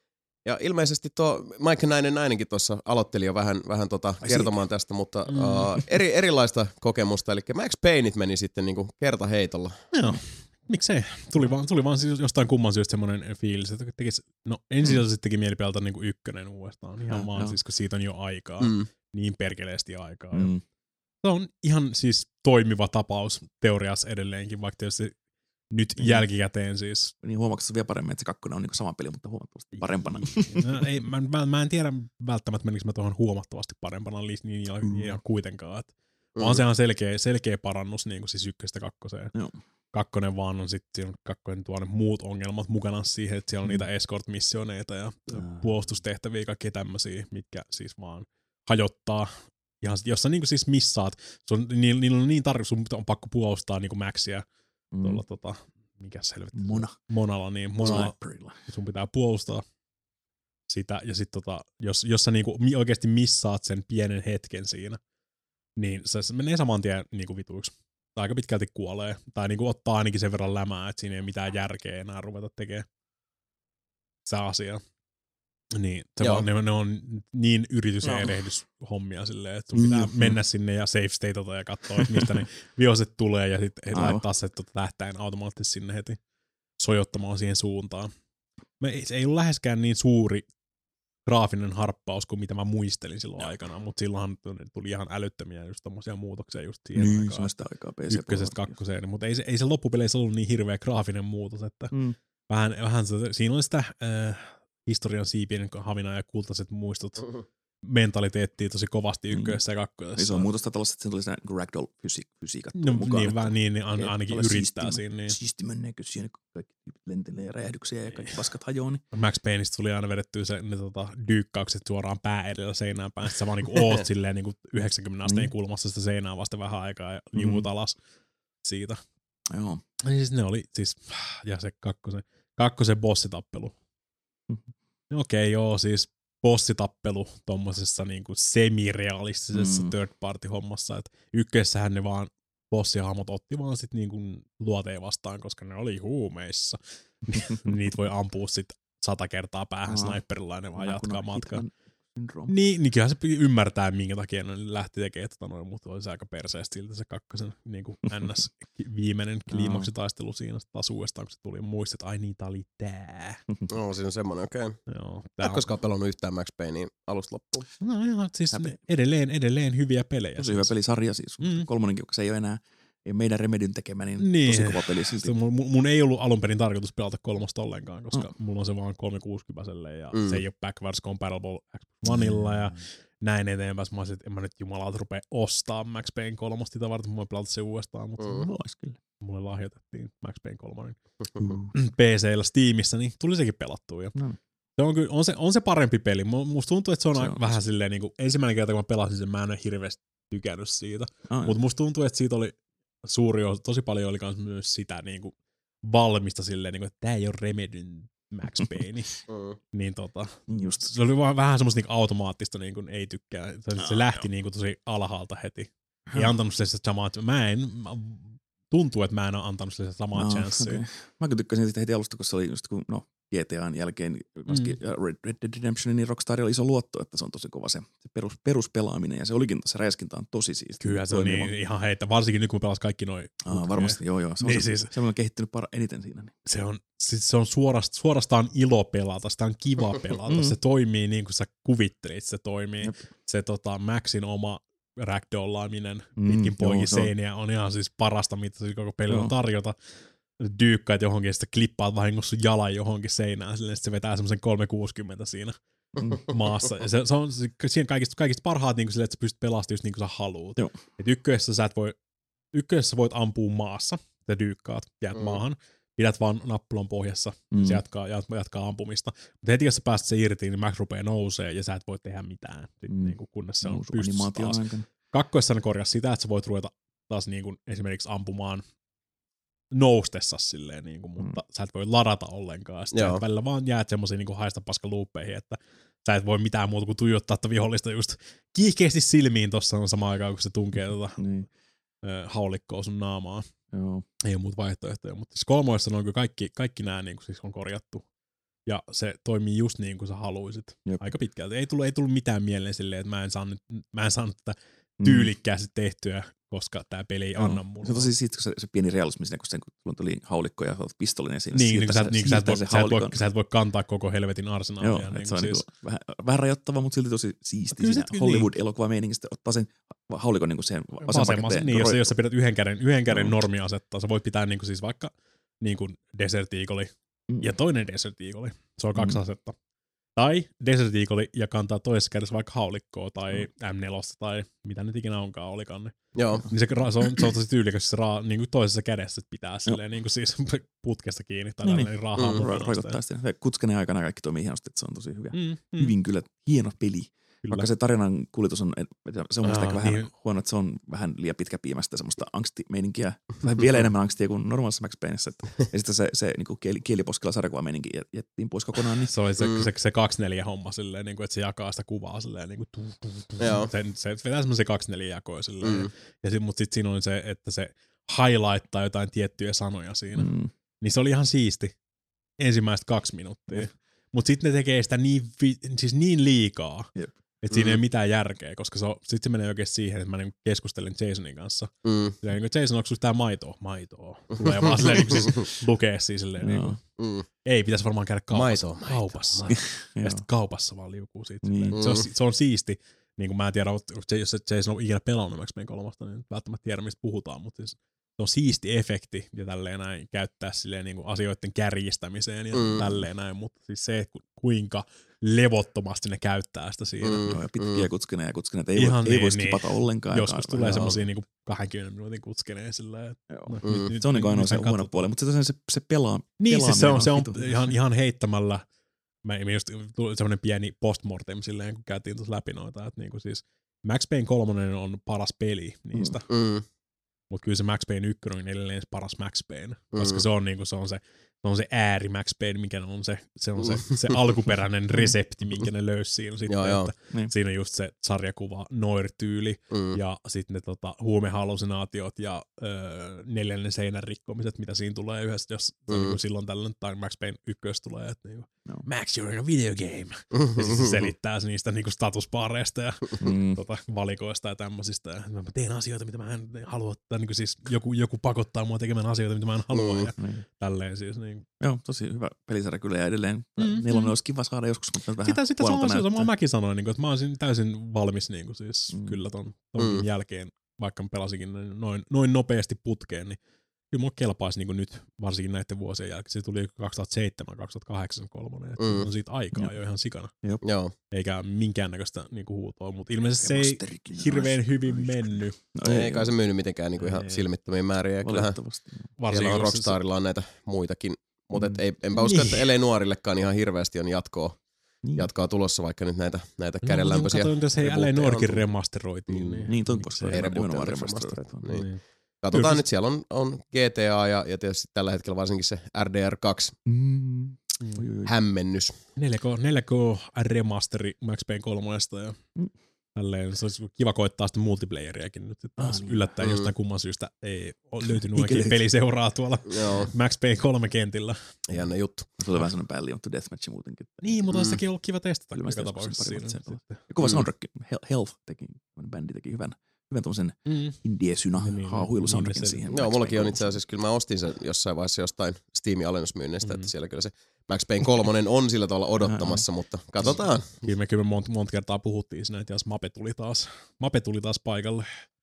Ja ilmeisesti tuo Mike Näinen Näinenkin tuossa aloitteli jo vähän, vähän tota kertomaan tästä, mutta mm. uh, eri, erilaista kokemusta. Eli Max Payneit meni sitten niinku kertaheitolla. Joo. Miksei? Tuli vaan, tuli vaan siis jostain kumman syystä semmoinen fiilis, että tekisi, no ensisijaisesti teki mieli pelata niinku ykkönen uudestaan. Ihan ja, vaan jo. Siis, kun siitä on jo aikaa. Mm. Niin perkeleesti aikaa. Mm. Se on ihan siis toimiva tapaus teoriassa edelleenkin, vaikka tietysti nyt mm. jälkikäteen siis. Niin huomaatko vielä paremmin, että se kakkonen on niinku sama peli, mutta huomattavasti parempana. No, ei, mä, mä, mä en tiedä välttämättä menikö mä tuohon huomattavasti parempana niin ihan, mm. ihan kuitenkaan. Että mm. vaan se on selkeä, selkeä parannus niin kuin siis ykköstä kakkoseen. Joo. Kakkonen vaan on sitten kakkonen tuo ne muut ongelmat mukana siihen, että siellä on mm. niitä escort-missioneita ja mm. puolustustehtäviä ja kaikkia tämmöisiä, mitkä siis vaan hajottaa. Ihan, jos sä niinku siis missaat, on, niillä, niillä on niin tarkoitus, sun on pakko puolustaa niinku Maxia mm. tuolla tota, mikä selvittää? Mona. Monalla, niin Monalla sun pitää puolustaa sitä, ja sit tota, jos, jos sä niinku oikeesti missaat sen pienen hetken siinä, niin se, se menee saman tien niinku vituiksi. Tai aika pitkälti kuolee, tai niinku ottaa ainakin sen verran lämää, että siinä ei ole mitään järkeä enää ruveta tekemään se asia. Niin, se vaan, ne, ne on niin yritys- ja erehdyshommia silleen, että sun pitää mm, mennä sinne ja save stateata ja katsoa, että mistä ne vihoset tulee ja sitten laittaa se tota, tähtäin automaattisesti sinne heti sojottamaan siihen suuntaan. Me, se ei ole läheskään niin suuri graafinen harppaus kuin mitä mä muistelin silloin no. aikana, mutta silloinhan tuli ihan älyttömiä just tommosia muutoksia just siihen niin, aikaan. aikaa P C ykkösestä kakkoseen, mutta ei se, ei se loppupeleissä ollut niin hirveä graafinen muutos, että mm. vähän, vähän se, siinä oli sitä äh, historian siipien havina ja kultaiset muistot uh-huh. mentaliteettiin tosi kovasti ykkössä mm. ja kakkosessa. Iso muutosta tällaista, että siinä tuli se ragdoll-fysiikat no, mukaan. Niin, vähän niin, niin ain, ainakin yrittää siistimän, siinä. Niin. Siistimän näköisiä, niin kaikki lentelee ja räjähdyksiä ja kaikki paskat hajoaa. Niin. Max Payneista tuli aina vedettyä se, ne tota, dyykkaukset suoraan pää edellä seinään päin. Sitten sä vaan niin oot silleen niin yhdeksänkymmentä asteen kulmassa sitä seinää vasta vähän aikaa ja liuut mm. alas siitä. Joo. Niin siis ne oli siis, ja se kakkosen, kakkosen bossitappelu. Mm-hmm. Okei, okay, joo, siis bossitappelu tommosessa niinku semirealistisessa mm. third party hommassa, että ykkössähän ne vaan bossihahmot otti vaan sit niinku luoteen vastaan, koska ne oli huumeissa. Niitä voi ampua sit sata kertaa päähän sniperilla ja ne vaan jatkaa matkaa. Niin, niin kyllähän se ymmärtää, minkä takia ne lähti tekemään tota noin, mutta olisi aika perseestä siltä se kakkosen niin kuin N S viimeinen kliimaksitaistelu siinä taas uudestaan, kun se tuli muistit, että ai niitä oli tää. No, siinä on semmoinen, okei. Okay. Kakkoskaan pelannut yhtään Max Paynein alusta loppuun. No ihan, siis edelleen, edelleen hyviä pelejä. Tosi hyvä pelisarja siis. Mm. Kolmonenkin, koska se ei ole enää ei meidän Remedyn tekemä, niin, niin tosi kova peli silti. Mun, mun ei ollut alun perin tarkoitus pelata kolmosta ollenkaan, koska mm. mulla on se vaan kolmesataakuusikymmentä ja mm. se ei ole backwards compatible Xbox Oneilla ja mm. näin eteenpäin. Mä olisin, että en mä nyt jumalauta rupea ostaa Max Payne kolmosta sitä varten, mä voin pelata se uudestaan, mutta mm. kyllä. Mulle lahjoitettiin Max Payne kolmonen mm. P C:llä Steamissa, niin tuli sekin pelattua. Ja mm. se on, kyllä, on, se, on se parempi peli. Musta tuntuu, että se on, se on vähän se. Silleen, niin kuin, ensimmäinen kerta kun mä pelasin sen, mä en ole hirveästi tykännyt siitä. Oh, mutta musta tuntuu, että siitä oli suuri osa, tosi paljon oli myös sitä niin kuin, valmista silleen, niin kuin, että tää ei ole Remedyn Max Payne. mm. Niin tota, just. Se oli vaan vähän semmoista niin automaattista, niin kuin ei tykkää. Se, ah, se lähti niin kuin, tosi alhaalta heti. Ei antanut sille sitä samaa, mä en, mä, tuntuu, että mä en ole antanut sille samaa no, chanssia. Okay. Mä kyllä tykkäsin siitä heti alusta, kun se oli just kun, no, G T A:n jälkeen mm. Red, Red Dead Redemption, niin Rockstar oli iso luotto, että se on tosi kova se, se perus, peruspelaaminen, ja se olikin, se räiskintä on tosi siistiä. Kyllä se on niin, ihan heitä, varsinkin nyt kun pelas kaikki noi. Aa, varmasti, joo joo, se on, niin se, siis, se on kehittynyt par- eniten siinä. Niin. Se on, siis se on suorast, suorastaan ilo pelata, sitä on kiva pelata, se toimii niin kuin sä kuvittelit, se toimii. Jep. Se tota, Maxin oma ragdollaaminen pitkin mm, poikin seiniä on ihan siis parasta, mitä se koko peli on tarjota. Dyykkaat johonkin ja sitten klippaat vahingossa jalan johonkin seinään, silleen se vetää semmoisen kolmesataakuusikymmentä siinä maassa. Ja se, se on siinä kaikista, kaikista parhaat niin kuin silleen, että sä pystyt pelastamaan just niin kuin sä haluut. Et ykkössä sä et voi, ykkössä voit ampua maassa, te dyykkaat, jäät mm. maahan, pidät vaan nappulan pohjassa, mm. se jatkaa, jatkaa ampumista. Mutta heti jos sä pääset se irti, niin Max rupeaa nousee ja sä et voi tehdä mitään, mm. niin kuin kunnes se on pystyssä taas. Kakkoissa ne korjasi sitä, että sä voit ruveta taas niin kuin esimerkiksi ampumaan noustessa silleen, niin kuin, mutta mm. sä et voi ladata ollenkaan. Sitten sä välillä vaan jäät semmoisiin niin haista paska luuppeihin, että sä et voi mitään muuta kuin tuijottaa tätä vihollista just kiihkeästi silmiin tossa on samaan aikaan, kun se tunkee tota niin. haulikkoa sun naamaan. Joo. Ei ole muuta vaihtoehtoja, mutta siis kolmoissa on kaikki, kaikki nämä niin kuin, siis on korjattu ja se toimii just niin kuin sä haluisit. Jep. Aika pitkälti. Ei tullut, ei tullut mitään mieleen silleen, että mä en saanut, mä en saanut tätä tyylikkäästi tehtyä, koska tää peli ei anna mulle. Se on tosi siitä, se, se pieni realismi siinä, kun sen, kun tuli haulikko ja pistollinen siinä. Niin, niin, sä, se, niin sä, et voi, sä, et voi, sä et voi kantaa koko helvetin arsenaalia. Joo, niin se on siis. niin vähän, vähän rajoittava, mutta silti tosi siisti. Kyllä Siinä se- Hollywood-elokuva-meiningistä ottaa sen haulikon niin kuin siihen vasemman Vasemmassa, käteen. niin, jos, Roi- jos sä pidät yhden käden, yhden käden Joo. normi asettaa, sä voit pitää niin kuin siis vaikka niin kuin Desert Eagle Mm. ja toinen Desert Eagle. Se on kaksi Mm. asetta. Tai Desert Eagle ja kantaa toisessa kädessä vaikka haulikkoa tai M neljä tai mitä nyt ikinä onkaan olikaan. Niin, Joo. niin se, ra- se, on, se on tosi tyylikäs, se raa, niin kuin toisessa kädessä pitää silleen, niin kuin siis putkesta kiinni tai Niin, niin, niin raahaa. Mm, mm, Ro- roikottaa sitä. Se Kutskeneen aikana kaikki toimii hienosti, että se on tosi hyvä. mm, mm, Hyvin kyllä, hieno peli. kyllä. Vaikka se tarinan kuljetus on, se on musta Aa, ehkä vähän niin. huono, että se on vähän liian pitkäpiimästä semmoista angstimeininkiä, tai vielä enemmän angstia kuin normaalissa Max Paynessa. Että, ja sitten se, se niin kieli, kieliposkella sarjakuvameininki jättiin pois kokonaan. Niin. Se oli se, Mm. mm. se, se kaksi neljä homma silleen, niin kuin, että se jakaa sitä kuvaa silleen, niin kuin tuu, tuu, tuu. Joo. Se, se vetää semmoisia kaksi neljä jakoja silleen. Mm. Mm. Ja sit, mut sit siinä oli se, että se highlighttaa jotain tiettyjä sanoja siinä. Mm. Mm. Niin se oli ihan siisti ensimmäiset kaksi minuuttia. Jep. Mut sit ne tekee sitä niin, vi, siis niin liikaa, Jep. että siinä Mm. ei ole mitään järkeä, koska se on, sit se menee oikein siihen, että mä niinku keskustelen Jasonin kanssa. Mm. Silleen, niin kuin, Jason, onko sulla tää maitoa? Maitoa. Tulee vaan silleen, niin siis lukee siis silleen, niin kuin, Mm. ei, pitäisi varmaan käydä kaupassa. Maitoa, maitoa, kaupassa. maitoa. Ja Joo. sitten kaupassa vaan liukuu siitä. Niin. Niin. Se, on, Mm. se on siisti. Niin kuin mä en tiedä, jos se Jason on ikinä pelannut Max Payne kolmosta, niin välttämättä tiedä, mistä puhutaan, mutta siis se on siisti efekti ja tälleen näin käyttää silleen niin kuin asioiden kärjistämiseen ja Mm. mm. tälleen näin, mutta siis se, että ku- kuinka levottomasti ne käyttää sitä siinä. Mm. Mm. Joo, ja pitkiä Mm. kutskeneja ja kutskeneja, ei Ihan voi, ei niin, voi niin. skipata ollenkaan. Joskus Joka- tulee joo. semmosia niinku kaksikymmentä minuutin kutskeneen sillä että Joo. no, Mm. nyt- nyt- Se on niin ainoa nyt se hän huono katsotaan. puoli, mutta se, se, se pelaa. Niin, siis se on, se on vitun. ihan, ihan heittämällä. Mä, mä just tuli semmoinen pieni postmortem silleen, kun käytiin tuossa läpi noita, että niinku siis Max Payne kolmonen on paras peli niistä, mm. Mm. mutta kyllä se Max Payne ykkönen on edelleen se paras Max Payne, koska Mm. se on niinku se on se se on se ääri Max Payne, mikä on se, se, on se, se alkuperäinen resepti, minkä ne löysi siinä sitten, Joo, joo. että Niin. siinä on just se sarjakuva Noir-tyyli, Mm. ja sitten ne tota, huumehallusinaatiot ja öö, neljännen seinän rikkomiset, mitä siinä tulee yhdessä, jos Mm. mm. niin silloin tällöin, tai Max Payne ykkös tulee, että niinku, No. Max, you're in a video game. Ja siis se selittää se niistä niinku statuspaareista ja Mm. tota, valikoista ja tämmöisistä. Ja mä teen asioita, mitä mä en halua, tai niinku siis joku, joku pakottaa mua tekemään asioita, mitä mä en halua, Mm. ja Niin. tälleen siis. Niin. Joo, tosi hyvä pelisarja kyllä ja edelleen. Mm, Nelonen mm. olisi kiva saada joskus, mutta nyt vähän Sitä, sitä huonolta samaa, samaa näyttää. mäkin sanoin, niin että mä olisin täysin valmis niin kuin siis Mm. mm. kyllä ton, tonkin Mm. jälkeen, vaikka mä pelasinkin noin, noin nopeasti putkeen, niin kyllä mulla kelpaisi niin kuin nyt, varsinkin näiden vuosien jälkeen. Se tuli kaksituhattaseitsemän kaksituhattakahdeksan kolmonen, että Mm. on siitä aikaa Joo. jo ihan sikana. Joo. Eikä minkäännököistä niin kuin huutoa, mutta ilmeisesti se ei Remasterikin hirveän olisi. hyvin mennyt. No, Ei kai se myynyt mitenkään niinku ihan Ei. silmittömiin määriä. Ja kyllähän Valitettavasti. Varsinkin siellä on jos se- Rockstarilla on näitä muitakin. Mutta Mm. ei, enpä usko, Niin. että ellei nuorillekaan ihan hirveästi on jatkoa, Niin. jatkoa tulossa, vaikka nyt näitä, näitä No, kädenlämpöisiä. Katsoin, jos ei L A rebootteja on Noirkin tullut. remasteroitiin. Mm. Niin, Niin, toi miksi voisi ei? olla rebootteja nimenomaan remasteroitu. remasteroitu. Niin. Niin. Katsotaan Kyllä. nyt, siellä on, on G T A ja, ja tietysti tällä hetkellä varsinkin se R D R kaksi Mm. Oi, oi, oi. hämmennys. neljä K, neljä K remasteri Max Payne kolmosta ja Mm. tälleen, se olisi kiva koittaa sitä multiplayeriakin nyt, että taas Ah, niin. yllättäen Mm. jostain kumman syystä ei ole löytynyt Eikä oikein löyty. peliseuraa tuolla Joo, Max Payne kolme kentillä. jännä juttu. Se oli vähän sellainen päälle juttu deathmatch muutenkin. Niin, mutta Mm. olisi sekin ollut kiva testata Kyllä mä joka sitä tapauksessa joskus siinä. pari vuotta sitten. Ja kova Mm. soundtrack. Hel- Health teki, bändi teki hyvän, hyvän tommosen Mm. indie-synä Niin, niin, haahuilusoundtrackin niin, siihen. Joo, Max mullakin on Payne itse asiassa, kyllä mä ostin sen jossain vaiheessa jostain Steamin alennusmyynneistä, Mm. että siellä kyllä se Max Payne kolmonen on sillä tavalla odottamassa, mutta katsotaan. Kyllä me, kyllä me monta, monta kertaa puhuttiin siinä, että jos Mape tuli taas, Mape tuli taas paikalle.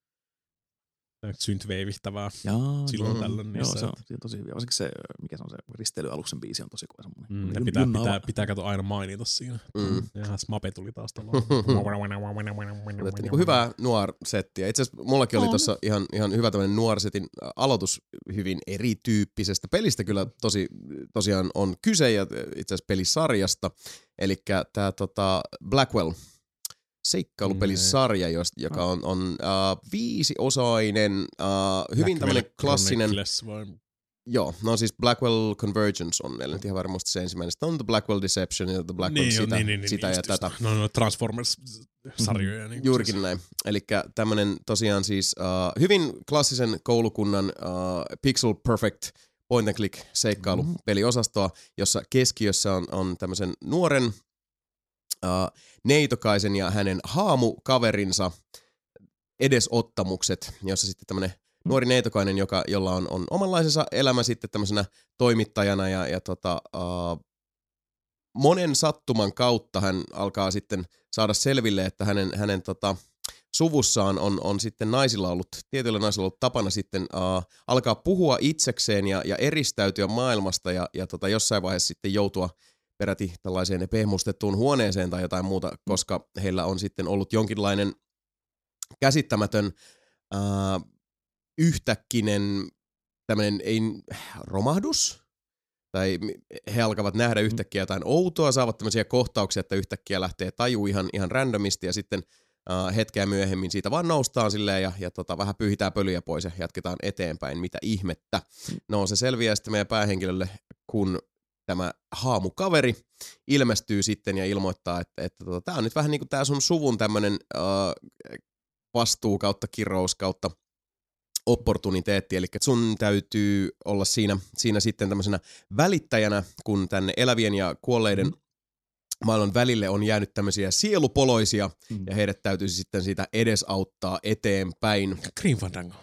Synthwave-ihtävää. Jaa, Silloin joo. tällöin Joo, niissä, se on, että- se on tosi hyvä. Varsinkin se, mikä se on se risteilyaluksen biisi on tosi kova semmoinen. Mm, ja Jun- pitää, junna pitää, ala. pitää kato aina mainita siinä. Mm. Ja Mape tuli taas tuolla. Että niinku hyvää nuor-settiä. Itse asiassa mullakin oli On. tuossa ihan, ihan hyvä tämmöinen nuor-setin aloitus hyvin erityyppisestä pelistä. Kyllä tosi, tosiaan on kyse ja itse asiassa pelisarjasta. Eli tämä tota Blackwell seikkailupelisarja, jos- joka on, on uh, viisiosainen, uh, hyvin tämmöinen klassinen. Chronicles vai- Joo, no siis Blackwell Convergence on, eli nyt ihan varmasti se ensimmäinen. Sitten on The Blackwell Deception ja The Blackwell Niin, sitä, niin, niin, niin, sitä niin, ja just, tätä. just. No, no Transformers-sarjoja. Niin Juurikin siis. näin. Eli tämmönen tosiaan siis uh, hyvin klassisen koulukunnan uh, pixel perfect point and click seikkailupeliosastoa, jossa keskiössä on, on tämmöisen nuoren uh, neitokaisen ja hänen haamukaverinsa edesottamukset, jossa sitten tämmöinen nuori neitokainen, joka, jolla on, on omanlaisensa elämä sitten tämmöisenä toimittajana ja, ja tota, uh, monen sattuman kautta hän alkaa sitten saada selville, että hänen, hänen tota, suvussaan on, on sitten naisilla ollut, tietyillä naisilla ollut tapana sitten uh, alkaa puhua itsekseen ja, ja eristäytyä maailmasta ja, ja tota, jossain vaiheessa sitten joutua peräti tällaiseen pehmustettuun huoneeseen tai jotain muuta, koska heillä on sitten ollut jonkinlainen käsittämätön uh, yhtäkkinen tämmöinen ei, romahdus, tai he alkavat nähdä yhtäkkiä jotain outoa, saavat tämmöisiä kohtauksia, että yhtäkkiä lähtee taju ihan, ihan randomisti ja sitten uh, hetkeä myöhemmin siitä vaan noustaan silleen ja, ja tota, vähän pyyhitään pölyjä pois ja jatketaan eteenpäin, mitä ihmettä. No se selviää sitten meidän päähenkilölle, kun tämä haamukaveri ilmestyy sitten ja ilmoittaa, että, että tota, tämä on nyt vähän niin kuin tämä sun suvun tämmöinen uh, vastuu kautta kirous kautta opportuniteetti, eli sun täytyy olla siinä, siinä sitten tämmöisenä välittäjänä, kun tänne elävien ja kuolleiden mm. maailman välille on jäänyt tämmöisiä sielupoloisia, mm. ja heidät täytyisi sitten siitä edesauttaa eteenpäin. Green Fandango.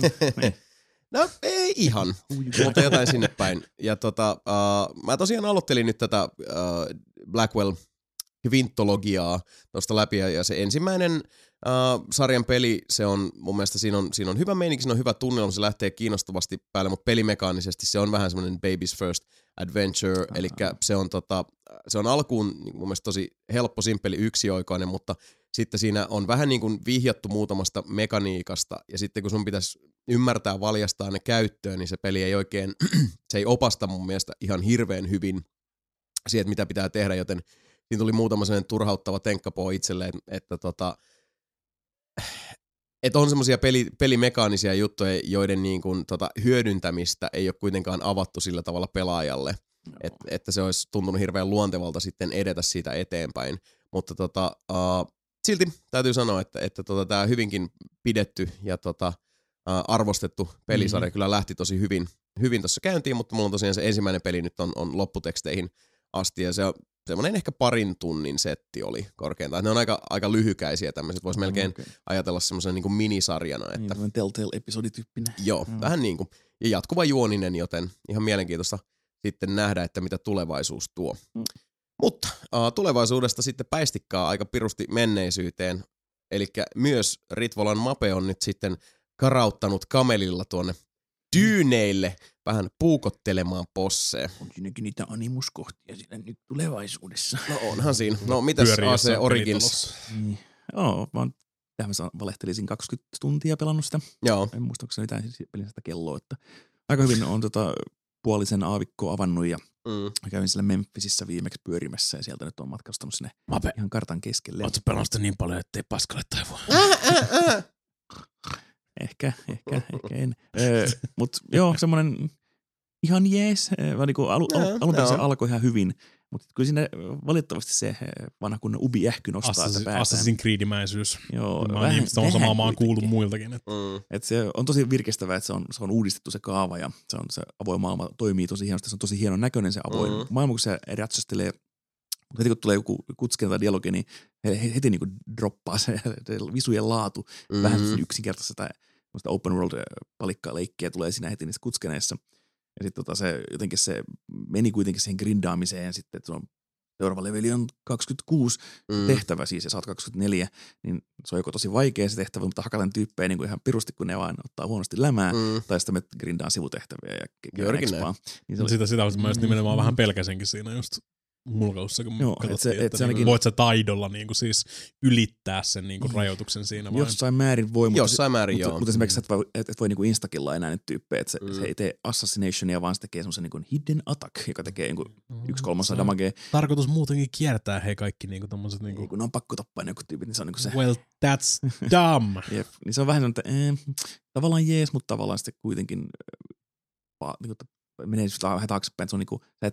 No ei ihan, mutta jotain sinne päin. Ja tota, uh, mä tosiaan aloittelin nyt tätä uh, Blackwell Kvintologiaa tuosta läpi, ja se ensimmäinen uh, sarjan peli, se on mun mielestä siinä on, siinä on hyvä meininki, siinä on hyvä tunnelma, se lähtee kiinnostavasti päälle, mutta pelimekaanisesti se on vähän semmoinen baby's first adventure, eli se on, tota, se on alkuun mun mielestä tosi helppo, simppeli, yksioikoinen, mutta sitten siinä on vähän niin kuin vihjattu muutamasta mekaniikasta, ja sitten kun sun pitäisi ymmärtää valjastaa ne käyttöön, niin se peli ei oikein, se ei opasta mun mielestä ihan hirveän hyvin siihen, mitä pitää tehdä, joten siinä tuli muutama sellainen turhauttava tenkkapoo itselleen, että tota, et on semmoisia peli, pelimekaanisia juttuja, joiden niin kuin, tota, hyödyntämistä ei ole kuitenkaan avattu sillä tavalla pelaajalle, et, että se olisi tuntunut hirveän luontevalta sitten edetä siitä eteenpäin, mutta tota, uh, silti täytyy sanoa, että, että tota, tämä hyvinkin pidetty ja tota, uh, arvostettu pelisarja mm-hmm. kyllä lähti tosi hyvin, hyvin tuossa käyntiin, mutta mulla on tosiaan se ensimmäinen peli nyt on, on lopputeksteihin asti ja se on semmoinen ehkä parin tunnin setti oli korkeintaan. Ne on aika, aika lyhykäisiä tämmöiset, voisi melkein okay. ajatella semmoisen niin kuin minisarjana. Että, niin, tämmöinen Telltale-episodityyppinen. Joo, mm. vähän niin kuin. Ja jatkuva juoninen, joten ihan mielenkiintoista sitten nähdä, että mitä tulevaisuus tuo. Mm. Mutta uh, tulevaisuudesta sitten päistikkaa aika pirusti menneisyyteen. Eli myös Ritvolan Mape on nyt sitten karauttanut kamelilla tuonne dyyneille vähän puukottelemaan posseja. On siinäkin niitä animuskohtia siinä nyt tulevaisuudessa. No onhan siinä. No mitäs A C Origins? Niin. Joo, mä oon tähän valehtelisin kaksikymmentä tuntia pelannut sitä. Joo. En muista, onko se mitään pelin sitä kelloa. Että aika hyvin on tota puolisen aavikkoa avannut ja mm. kävin siellä Memphisissä viimeksi pyörimässä ja sieltä nyt on matkastanut sinne Mape. Ihan kartan keskelle. Ootko pelannut sitä niin paljon, ettei paskalle taivua? Ehkä, ehkä, ehkä en. Öö, Mutta joo, semmoinen ihan jees. Niinku alu, al, alun perin se alkoi ihan hyvin, mutta kyllä siinä valitettavasti se vanha kun Ubi-ähky nostaa Assassin, sitä päätään. Assassin's Creed-mäisyys. Joo, mä vähän, niin, on samaa, mä oon kuullut muiltakin. Että. Mm. Et se on tosi virkestävää, että se on, se on uudistettu se kaava ja se, on, se avoin maailma toimii tosi hienosti. Se on tosi hienon näköinen se avoin mm. maailma, kun se ratsastelee. Mutta heti kun tulee joku kutsken tai dialogi, niin heti niin kuin droppaa se, se visujen laatu mm-hmm. vähän yksinkertaisesti tai open world palikkaa leikkiä tulee siinä heti niissä kutskeneissa. Ja sitten tota se, jotenkin se meni kuitenkin siihen grindaamiseen ja sitten, että se on seuraava leveli on kaksikymmentäkuusi mm. tehtävä siis ja sä oot kaksikymmentäneljä, niin se on joko tosi vaikea se tehtävä, mutta hakataan tyyppejä niin kuin ihan pirusti, kun ne vaan ottaa huonosti lämää, mm. tai sitten me grindaan sivutehtäviä ja käydään expaa. Niin oli, sitä, sitä mä just nimenomaan mm. vähän pelkäsenkin siinä just mulkaussa, kun joo, katsottiin, et se, et että se ainakin, voit sä taidolla niinku siis ylittää sen niinku rajoituksen siinä vai? Jossain määrin voi, mutta, jossain määrin, mutta, joo. mutta esimerkiksi et voi, et, et voi niinku instakilla enää nyt tyyppejä, että se, mm. se ei tee assassinationia, vaan se tekee semmoisen niinku hidden attack, joka tekee niinku mm. yksi kolmasosa damagea. Tarkoitus muutenkin kiertää hei kaikki niinku tommoset niinku... Niin, kun ne on pakko tappaa ne joku tyypit, niin se on niinku se... Well, that's dumb! Jep, niin se on vähän semmoinen, että eh, tavallaan jees, mutta tavallaan sitten kuitenkin äh, va, niinku, menee vähän taaksepäin, että se on niinku, sä et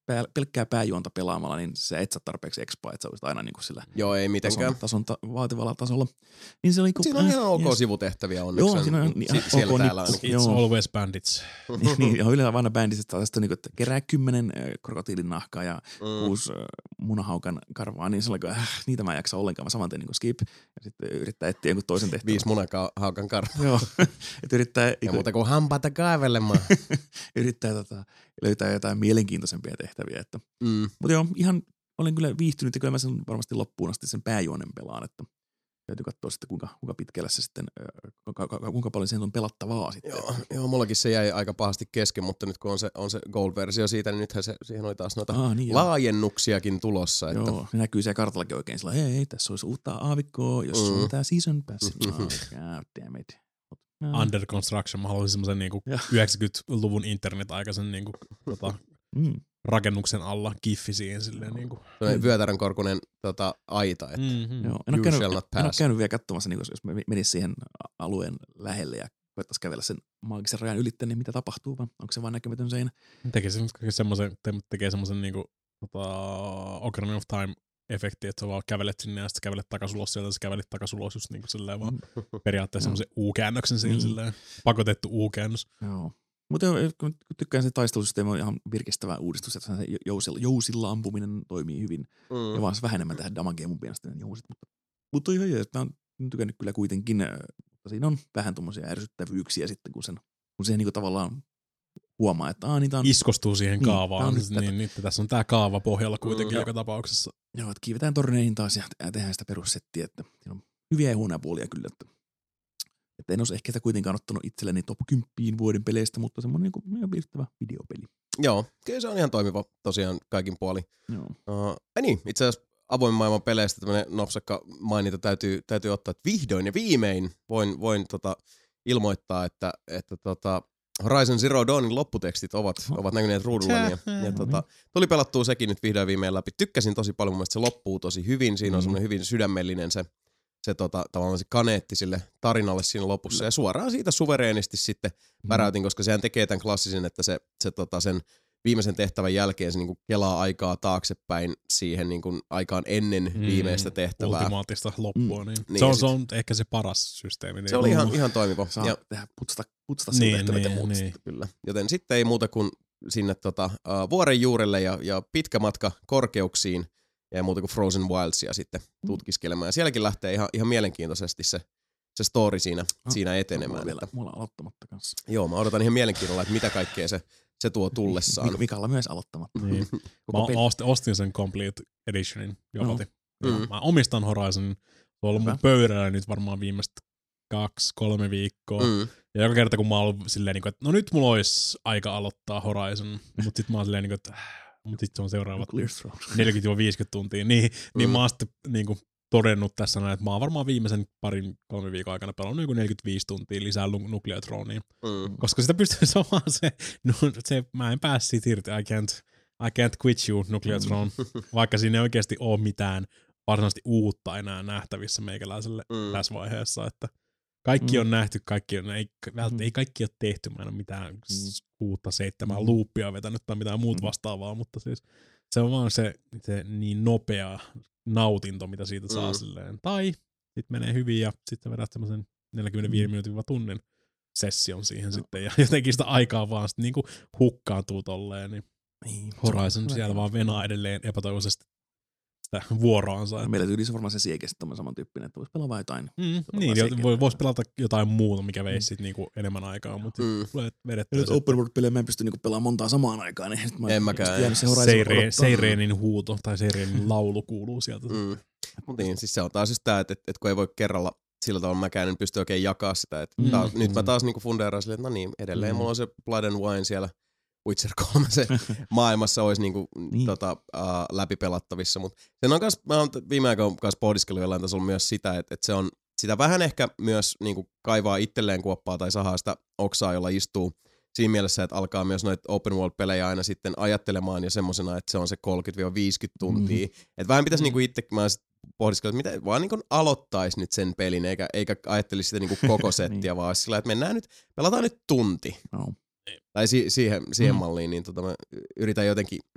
pel- pelkkää pääjuonta pelaamalla, niin sä et saa tarpeeksi expaa, että sä olisit aina niin kuin sillä Joo, ei mitenkään. tason, tason ta- vaativalla tasolla. Niin se oli, kun, Siinä on ihan ok yes. sivutehtäviä onneksi. Joo, siinä on si- ihan siellä ok, täällä niin- ainakin. It's Joo. always bandits. niin, niin, ihan yleensä vanha bändissä tästä niin kuin, että kerää kymmenen äh, krokotiilin nahkaa ja Mm. kuusi äh, munahaukan karvaa, niin se oli, äh, niitä mä en jaksa ollenkaan, mä saman tien niin kuin skip ja sitten yrittää etsiä jonkun toisen tehtävän. Viisi munahaukan karvaa. Joo, että yrittää, Ja muuta kuin hampaata kaivelemaan. yrittää tota, löytää jotain mielenkiintoisempia tehtäviä. Että. Mm. Mutta joo, ihan olen kyllä viihtynyt ja kyllä mä sen varmasti loppuun asti sen pääjuonen pelaan, että täytyy katsoa sitten kuinka, kuinka pitkällä se sitten, kuinka, kuinka paljon sen on pelattavaa sitten. Joo, joo, mullakin se jäi aika pahasti kesken, mutta nyt kun on se, on se Gold-versio siitä, niin nythän se, siihen oli taas noita Aa, niin, laajennuksiakin tulossa. Että... joo, se näkyy siellä kartallakin oikein sillä, hei, tässä olisi uutta aavikkoa, jos mm. on tää season pass. Oh, God damn it. No. Under construction. Mä haluaisin semmoisen niinku Joo. yhdeksänkymmentäluvun internet-aikaisen niinku, tota, Mm. rakennuksen alla giffi siihen silleen niinku. Mm. Vyötärön korkunen tota, aita, että Mm-hmm. Joo, en ole You käynyt, shall not en ole pass. käynyt vielä katsomassa, niin jos, jos menisi siihen alueen lähelle ja koettaisiin kävellä sen maagisen rajan ylittäen, niin mitä tapahtuu, vai onko se vain näkymätön seinä? Tekee semmoisen, tekee semmoisen niinku, tota, Ocarina of Time efekti, että sä vaan kävelet sinne ja sitten kävelet takas ulos sieltä, sä kävelet takas ulos just niinku silleen vaan periaatteessa semmoisen U-käännöksen siinä Niin. silleen, pakotettu U-käännös. Joo. Mutta kun tykkään se taistelusysteemi on ihan virkistävä uudistus, että se jousilla, jousilla ampuminen toimii hyvin. mm. Ja vaan se vähemmän tehdä damagea mun mielestä ne jousit. Mutta, mutta ihan jees, mä oon tykännyt kyllä kuitenkin, mutta siinä on vähän tommosia ärsyttävyyksiä sitten, kun, sen, kun siihen niinku tavallaan huomaa, että aah, niitä on... Iskostuu siihen Niin, tää kaavaan, on niin, nyt tätä. niin, niin tässä on tää kaava pohjalla kuitenkin Mm. joka tapauksessa. Joo, että kiivetään torneihin taas ja tehdään sitä perussettiä, että siinä on hyviä ja huonoja puolia kyllä, että, että en olisi ehkä sitä kuitenkaan ottanut itselleni top kymmenen vuoden peleistä, mutta semmoinen niin ihan viihdyttävä videopeli. Joo, kyllä se on ihan toimiva tosiaan kaikin puoli. Joo. Uh, ei niin, itse asiassa avoin maailman peleistä tämmönen nopsakka mainita täytyy, täytyy ottaa, että vihdoin ja viimein voin, voin tota, ilmoittaa, että, että tota, Horizon Zero Dawnin lopputekstit ovat, ovat näkyneet ruudulla. Ja, ja tota, tuli pelattua sekin nyt vihdoin viimein läpi. Tykkäsin tosi paljon, mun mielestä se loppuu tosi hyvin. Siinä on Mm. semmoinen hyvin sydämellinen se, se, tota, tavallaan se kaneetti sille tarinalle siinä lopussa. Ja suoraan siitä suvereenisti sitten väräytin, koska sehän tekee tämän klassisen, että se, se tota, sen viimeisen tehtävän jälkeen se niinku kelaa aikaa taaksepäin siihen niinku aikaan ennen Mm, viimeistä tehtävää. Ultimaattista loppua. Mm. Niin. Niin, Se, on, ja se sit- on ehkä se paras systeemi. Se oli ihan, ihan toimiva. Saa Ja, tehdä putsata, putsata Niin, niin, tehtävät ja niin, muut. niin. sitten. kyllä. Joten sitten ei muuta kuin sinne tota, uh, vuoren juurelle ja, ja pitkä matka korkeuksiin ja ei muuta kuin Frozen Wildsia sitten tutkiskelemaan. Ja sielläkin lähtee ihan, ihan mielenkiintoisesti se, se story siinä, Ah, siinä etenemään. Mulla, vielä, Että, mulla on aloittamatta kanssa. joo, mä odotan ihan mielenkiinnolla, että mitä kaikkea se, se tuo tullessaan. Mik- Mikalla myös aloittamatta. Niin. Koko Mä peli. ostin, ostin sen Complete Editionin jo. Mm. Mä omistan Horizonin. Se on ollut mun Hyvä. pöydällä nyt varmaan viimeistä kaksi, kolme viikkoa. Mm. Ja joka kerta kun mä oon ollut silleen, niin kuin, että no nyt mulla olisi aika aloittaa Horizon. Mutta sit mä oon silleen, niin kuin, että mut sit se on seuraavat Nuclear Throne. neljäkymmentä viisikymmentä tuntia. Niin, Mm. niin mä oon sitten niin kuin, todennut tässä näin, että mä oon varmaan viimeisen parin, kolme viikon aikana pelannut joku neljäkymmentäviisi tuntia lisää Nuclear Thronea. Mm. Koska sitä pystyy se vaan se, no, se, mä en pääse siitä irti, I can't, I can't quit you, Nuclear Throne, vaikka siinä ei oikeasti ole mitään varsinaisesti uutta enää nähtävissä meikäläiselle Mm. tässä vaiheessa, että kaikki Mm. on nähty, kaikki on, ei, Mm. ei kaikki ole tehty, mä en ole mitään Mm. kuutta, seitsemää Mm. loopia vetänyt tai mitään muuta Mm. vastaavaa, mutta siis se on vaan se, se niin nopea nautinto, mitä siitä saa Mm. silleen. Tai sit menee hyvin ja sitten vedät semmoisen neljäkymmentäviisi Mm. minuutin tunnin session siihen sitten ja jotenkin sitä aikaa vaan sit niinku hukkaantuu tolleen, niin Niin, Horizon se on siellä hyvä. vaan venaa edelleen epätoivoisesti sitä vuoroansa. No, meillä tyylissä varmaan se siekin sitten samantyyppinen, että voisi pelaa vaan jotain. Mm, Pelaa niin, sekin. voi, voisi pelata jotain muuta, mikä veisi Mm. sit niinku enemmän aikaa, mutta Mm. sit tulee vedettyä Nyt se open world-pelejä mä en pysty niinku pelaamaan montaa samaan aikaan, niin sit mä En oon mäkään. just jäänyt se Horizon Seire, odottaa. Seireenin huuto tai Seireenin laulu kuuluu sieltä. Mm. Mut niin, siis se on taas just tää, että, että kun ei voi kerralla sillä tavalla mäkään en pysty oikein jakaa sitä. Että Mm. taas, nyt mä Mm. taas niinku fundeeraan silleen, että no niin, edelleen Mm. mulla on se Blood and Wine siellä Witcher kolme se maailmassa olisi niinku, Niin. tota, uh, läpipelattavissa. Mutta sen on kans, mä oon viime aikoina kanssa pohdiskellut jollain tasolla myös sitä, että, että se on sitä vähän ehkä myös niinku kaivaa itselleen kuoppaa tai sahaa sitä oksaa, jolla istuu siinä mielessä, että alkaa myös noita open world-pelejä aina sitten ajattelemaan ja semmosena, että se on se kolmekymmentä viisikymmentä tuntia. Mm. Että vähän pitäisi niinku itse, mä pohdiskellut, että mitä vaan niinku aloittaisi nyt sen pelin, eikä, eikä ajattelisi sitä niinku koko settiä, Niin. vaan sillä, että mennään nyt, pelataan nyt tunti. No. Tai si- siihen, siihen Mm. malliin, niin tota mä yritän jotenkin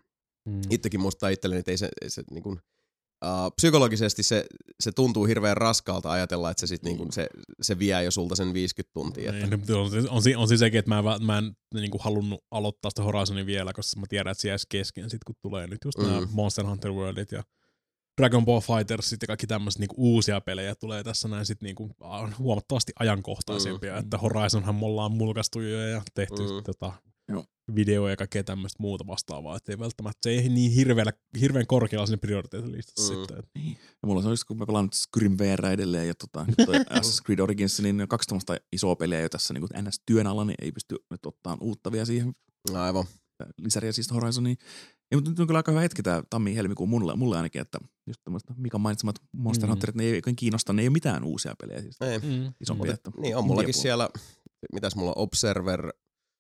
mm. itsekin muistaa itselleni, että ei se, se niin kuin, uh, psykologisesti se, se tuntuu hirveän raskalta ajatella, että se, sit, niin kuin, se, se vie jo sulta sen viisikymmentä tuntia. Että. Niin, on, on, on siis sekin, että mä en, mä en niin kuin halunnut aloittaa sitä Horizonia vielä, koska mä tiedän, että se jäisi kesken, sit, kun tulee nyt just mm. nämä Monster Hunter Worldit ja Dragon Ball Fightersit ja kaikki tämmöiset niinku uusia pelejä tulee tässä näin sit niinku huomattavasti ajankohtaisempia, mm. että Horizonhan me ollaan mulkaistu jo ja tehty mm. tota, videoja ja kaikkea tämmöistä muuta vastaavaa, että ei välttämättä se ei niin hirveän, hirveän korkealla sinne prioriteetilistassa mm. sitten. Niin. Ja mulla on just, kun mä pelaan nyt Skyrim V R edelleen ja tota, Assassin's Creed Origins, niin kaksi tämmöistä isoa peliä jo tässä niin N S-työn alla, niin ei pysty nyt ottaa uutta vielä siihen. Aivan. Lisäriä siis Horizoniin. Ja, mutta nyt on kyllä aika hyvä hetki tämä tammi-helmikuun mulle, mulle ainakin, että just tämmöistä Mikan mainitsemat Monster mm. Hunterit, ne ei oikein kiinnosta, ne ei ole mitään uusia pelejä. Siis ei. Mm. Isompia. Niin on mullakin siellä, mitäs mulla on, Observer.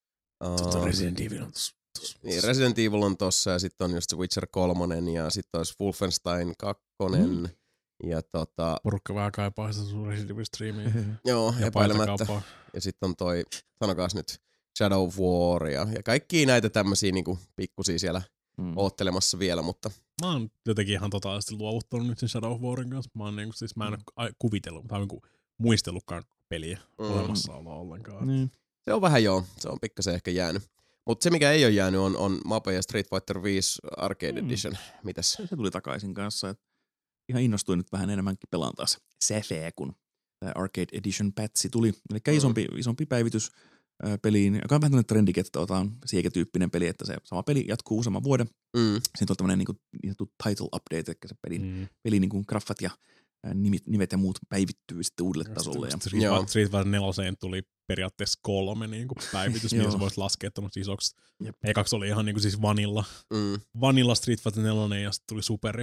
Uh, Resident Evil on tossa. Niin, Resident Evil on tossa ja sitten on just Witcher kolme ja sitten olisi Wolfenstein kaksi. Mm. Ja tota... Porukka vähän kaipaa sitä sun Resident Evil striimiä. Joo, ja epäilemättä. Ja sitten on toi, sanokaas nyt, Shadow of War ja, ja kaikkia näitä tämmöisiä niinku pikkusia siellä mm. oottelemassa vielä, mutta... Mä oon jotenkin ihan totaalisesti luovuttanut nyt sen Shadow of Warin kanssa. Mä, oon niinku, siis, mä en mm. ole kuvitellut, tai niinku muistellutkaan peliä mm. olemassaoloa ollenkaan. Mm. Se on vähän joo, se on pikkasen ehkä jäänyt. Mutta se mikä ei ole jäänyt on, on Mape ja Street Fighter viisi Arcade mm. Edition. Mitäs? Se tuli takaisin kanssa. Et ihan innostuin nyt vähän enemmänkin pelaan taas Sefeä, kun tämä Arcade Edition patchi tuli. Eli mm. isompi, isompi päivitys peliin, joka on vähän tämmöinen trendikin, että otetaan Siege-tyyppinen peli, että se sama peli jatkuu useamman vuoden. Mm. Siinä on tämmöinen niin kuin, title update, eli se pelin, mm. pelin niin kuin graffat ja nimet, nimet ja muut päivittyy sitten uudelle ja tasolle. Ja Street Fighter neljä tuli periaatteessa kolme niin kuin päivitys, mitä sä voisit laskea tuommoista isoksi. Jep. Ekaksi oli ihan niin kuin siis vanilla, mm. vanilla Street Fighter neljä ja sitten tuli superi.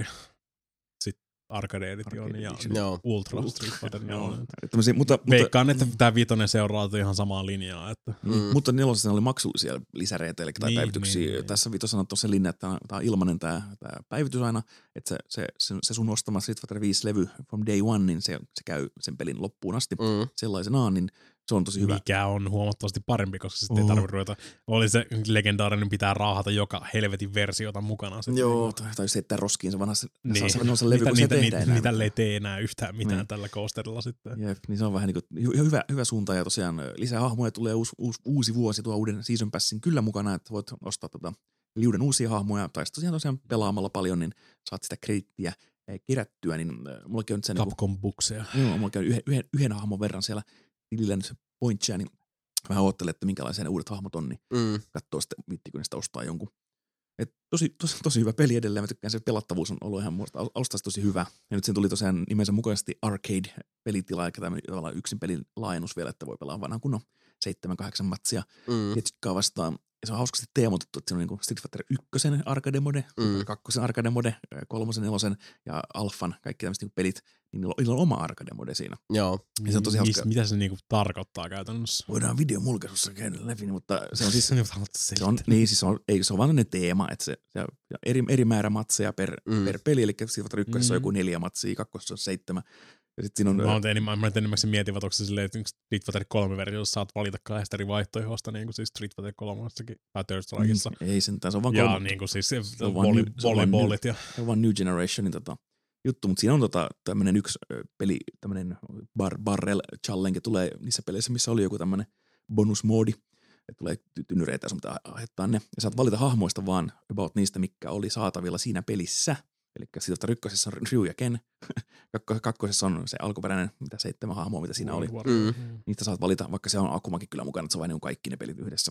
Arcade Edition ja no. Ultra Street Fighter neljä. Mutta, veikkaan, että tämä viitonen seuraa ihan samaa linjaa. Että. Mm. Mutta nelosessa oli maksullisia lisäreitä, eli tai niin, päivityksiä. Niin, niin, Tässä viitosena on se linja, että tämä on ilmainen tämä, tämä päivitys aina, että se, se, se sun ostama Street Fighter viisi levy from day one, niin se, se käy sen pelin loppuun asti mm. sellaisenaan, niin se on tosi hyvä. Mikä on huomattavasti parempi, koska sitten oh. ei tarvitse ruveta. Oli se legendaarinen, pitää raahata joka helvetin versiota mukana. Joo, tai, tai se, että roskiin se vanha se, niin. se, se levy, kun se tehdään enää. Mitä ei tee enää yhtään mitään niin. Tällä coasterilla sitten. Jep, niin se on vähän niin kuin hyvä, hyvä suunta ja tosiaan lisää hahmoja tulee uusi, uusi, uusi vuosi tuo uuden season passin kyllä mukana, että voit ostaa tota liuden uusia hahmoja, tai tosiaan tosiaan pelaamalla paljon, niin saat sitä kredittiä kerättyä, niin mullakin on nyt sen... Capcom niin bukseja. Joo, mullakin on yhden, yhden, yhden hahmon verran siellä tilillä nyt pointsia, niin mä odottelen, että minkälaisia ne uudet hahmot on, niin mm. katsoo sitten, vittikö niistä ostaa jonkun. Et tosi, tosi, tosi hyvä peli edelleen, mä tykkään, se pelattavuus on ollut ihan muista alusta tosi hyvä. Ja nyt siinä tuli tosiaan nimensä mukaisesti arcade-pelitila, eli tavallaan yksin pelin laajennus vielä, että voi pelaa vanhan kunnon seitsemän kahdeksan matsia mm. Jetsikkaa vastaan. Ja se on hauskasti teemotettu, että siinä on niin Street Fighter ykkösen arcade mode, mm. kakkosen arcade mode, kolmosen, nelosen ja alfan, kaikki tämmöiset niin pelit, niin niillä on, niillä on oma arcade mode siinä. Joo. Ja se on tosi hauska. Mitä se niinku tarkoittaa käytännössä? Voidaan videomulkaisussa käydä läpi, mutta se on siis, se on, niin siis on, ei, se on vaan ne teema, että se, se eri, eri määrä matseja per, mm. per peli, eli Street Fighter ykkösessä mm. on joku neljä matsia, kakkosessa on seitsemän. Ja sit siinä on... Mä oon enimmäkseen mietin, että onko se silleen, että Street Fighter kolme versio, saat valita kahdesta eri vaihtoehdosta, niin kuin siis Street Fighter kolmossakin, tai Third Strikeissa. Mm, ei sentään, se on vaan ja kolme. Ja niin kuin siis volleyballit. Ja... Se on vaan New Generationin tota, juttu, mutta siinä on tota, tämmönen yksi peli, tämmönen bar, barrel challenge tulee niissä peleissä, missä oli joku tämmönen bonusmoodi. Että tulee tynnyreitä ja sun pitää aiheuttaa ne. Ja saat valita hahmoista vaan about niistä, mikä oli saatavilla siinä pelissä. Eli siitä ykkösessä on Ryu ja Ken. Kakkosessa on se alkuperäinen, mitä seitsemän hahmoa, mitä siinä oli. Mm. Niistä saat valita, vaikka se on Akumakin kyllä mukana, että se on vain niin kaikki ne pelit yhdessä.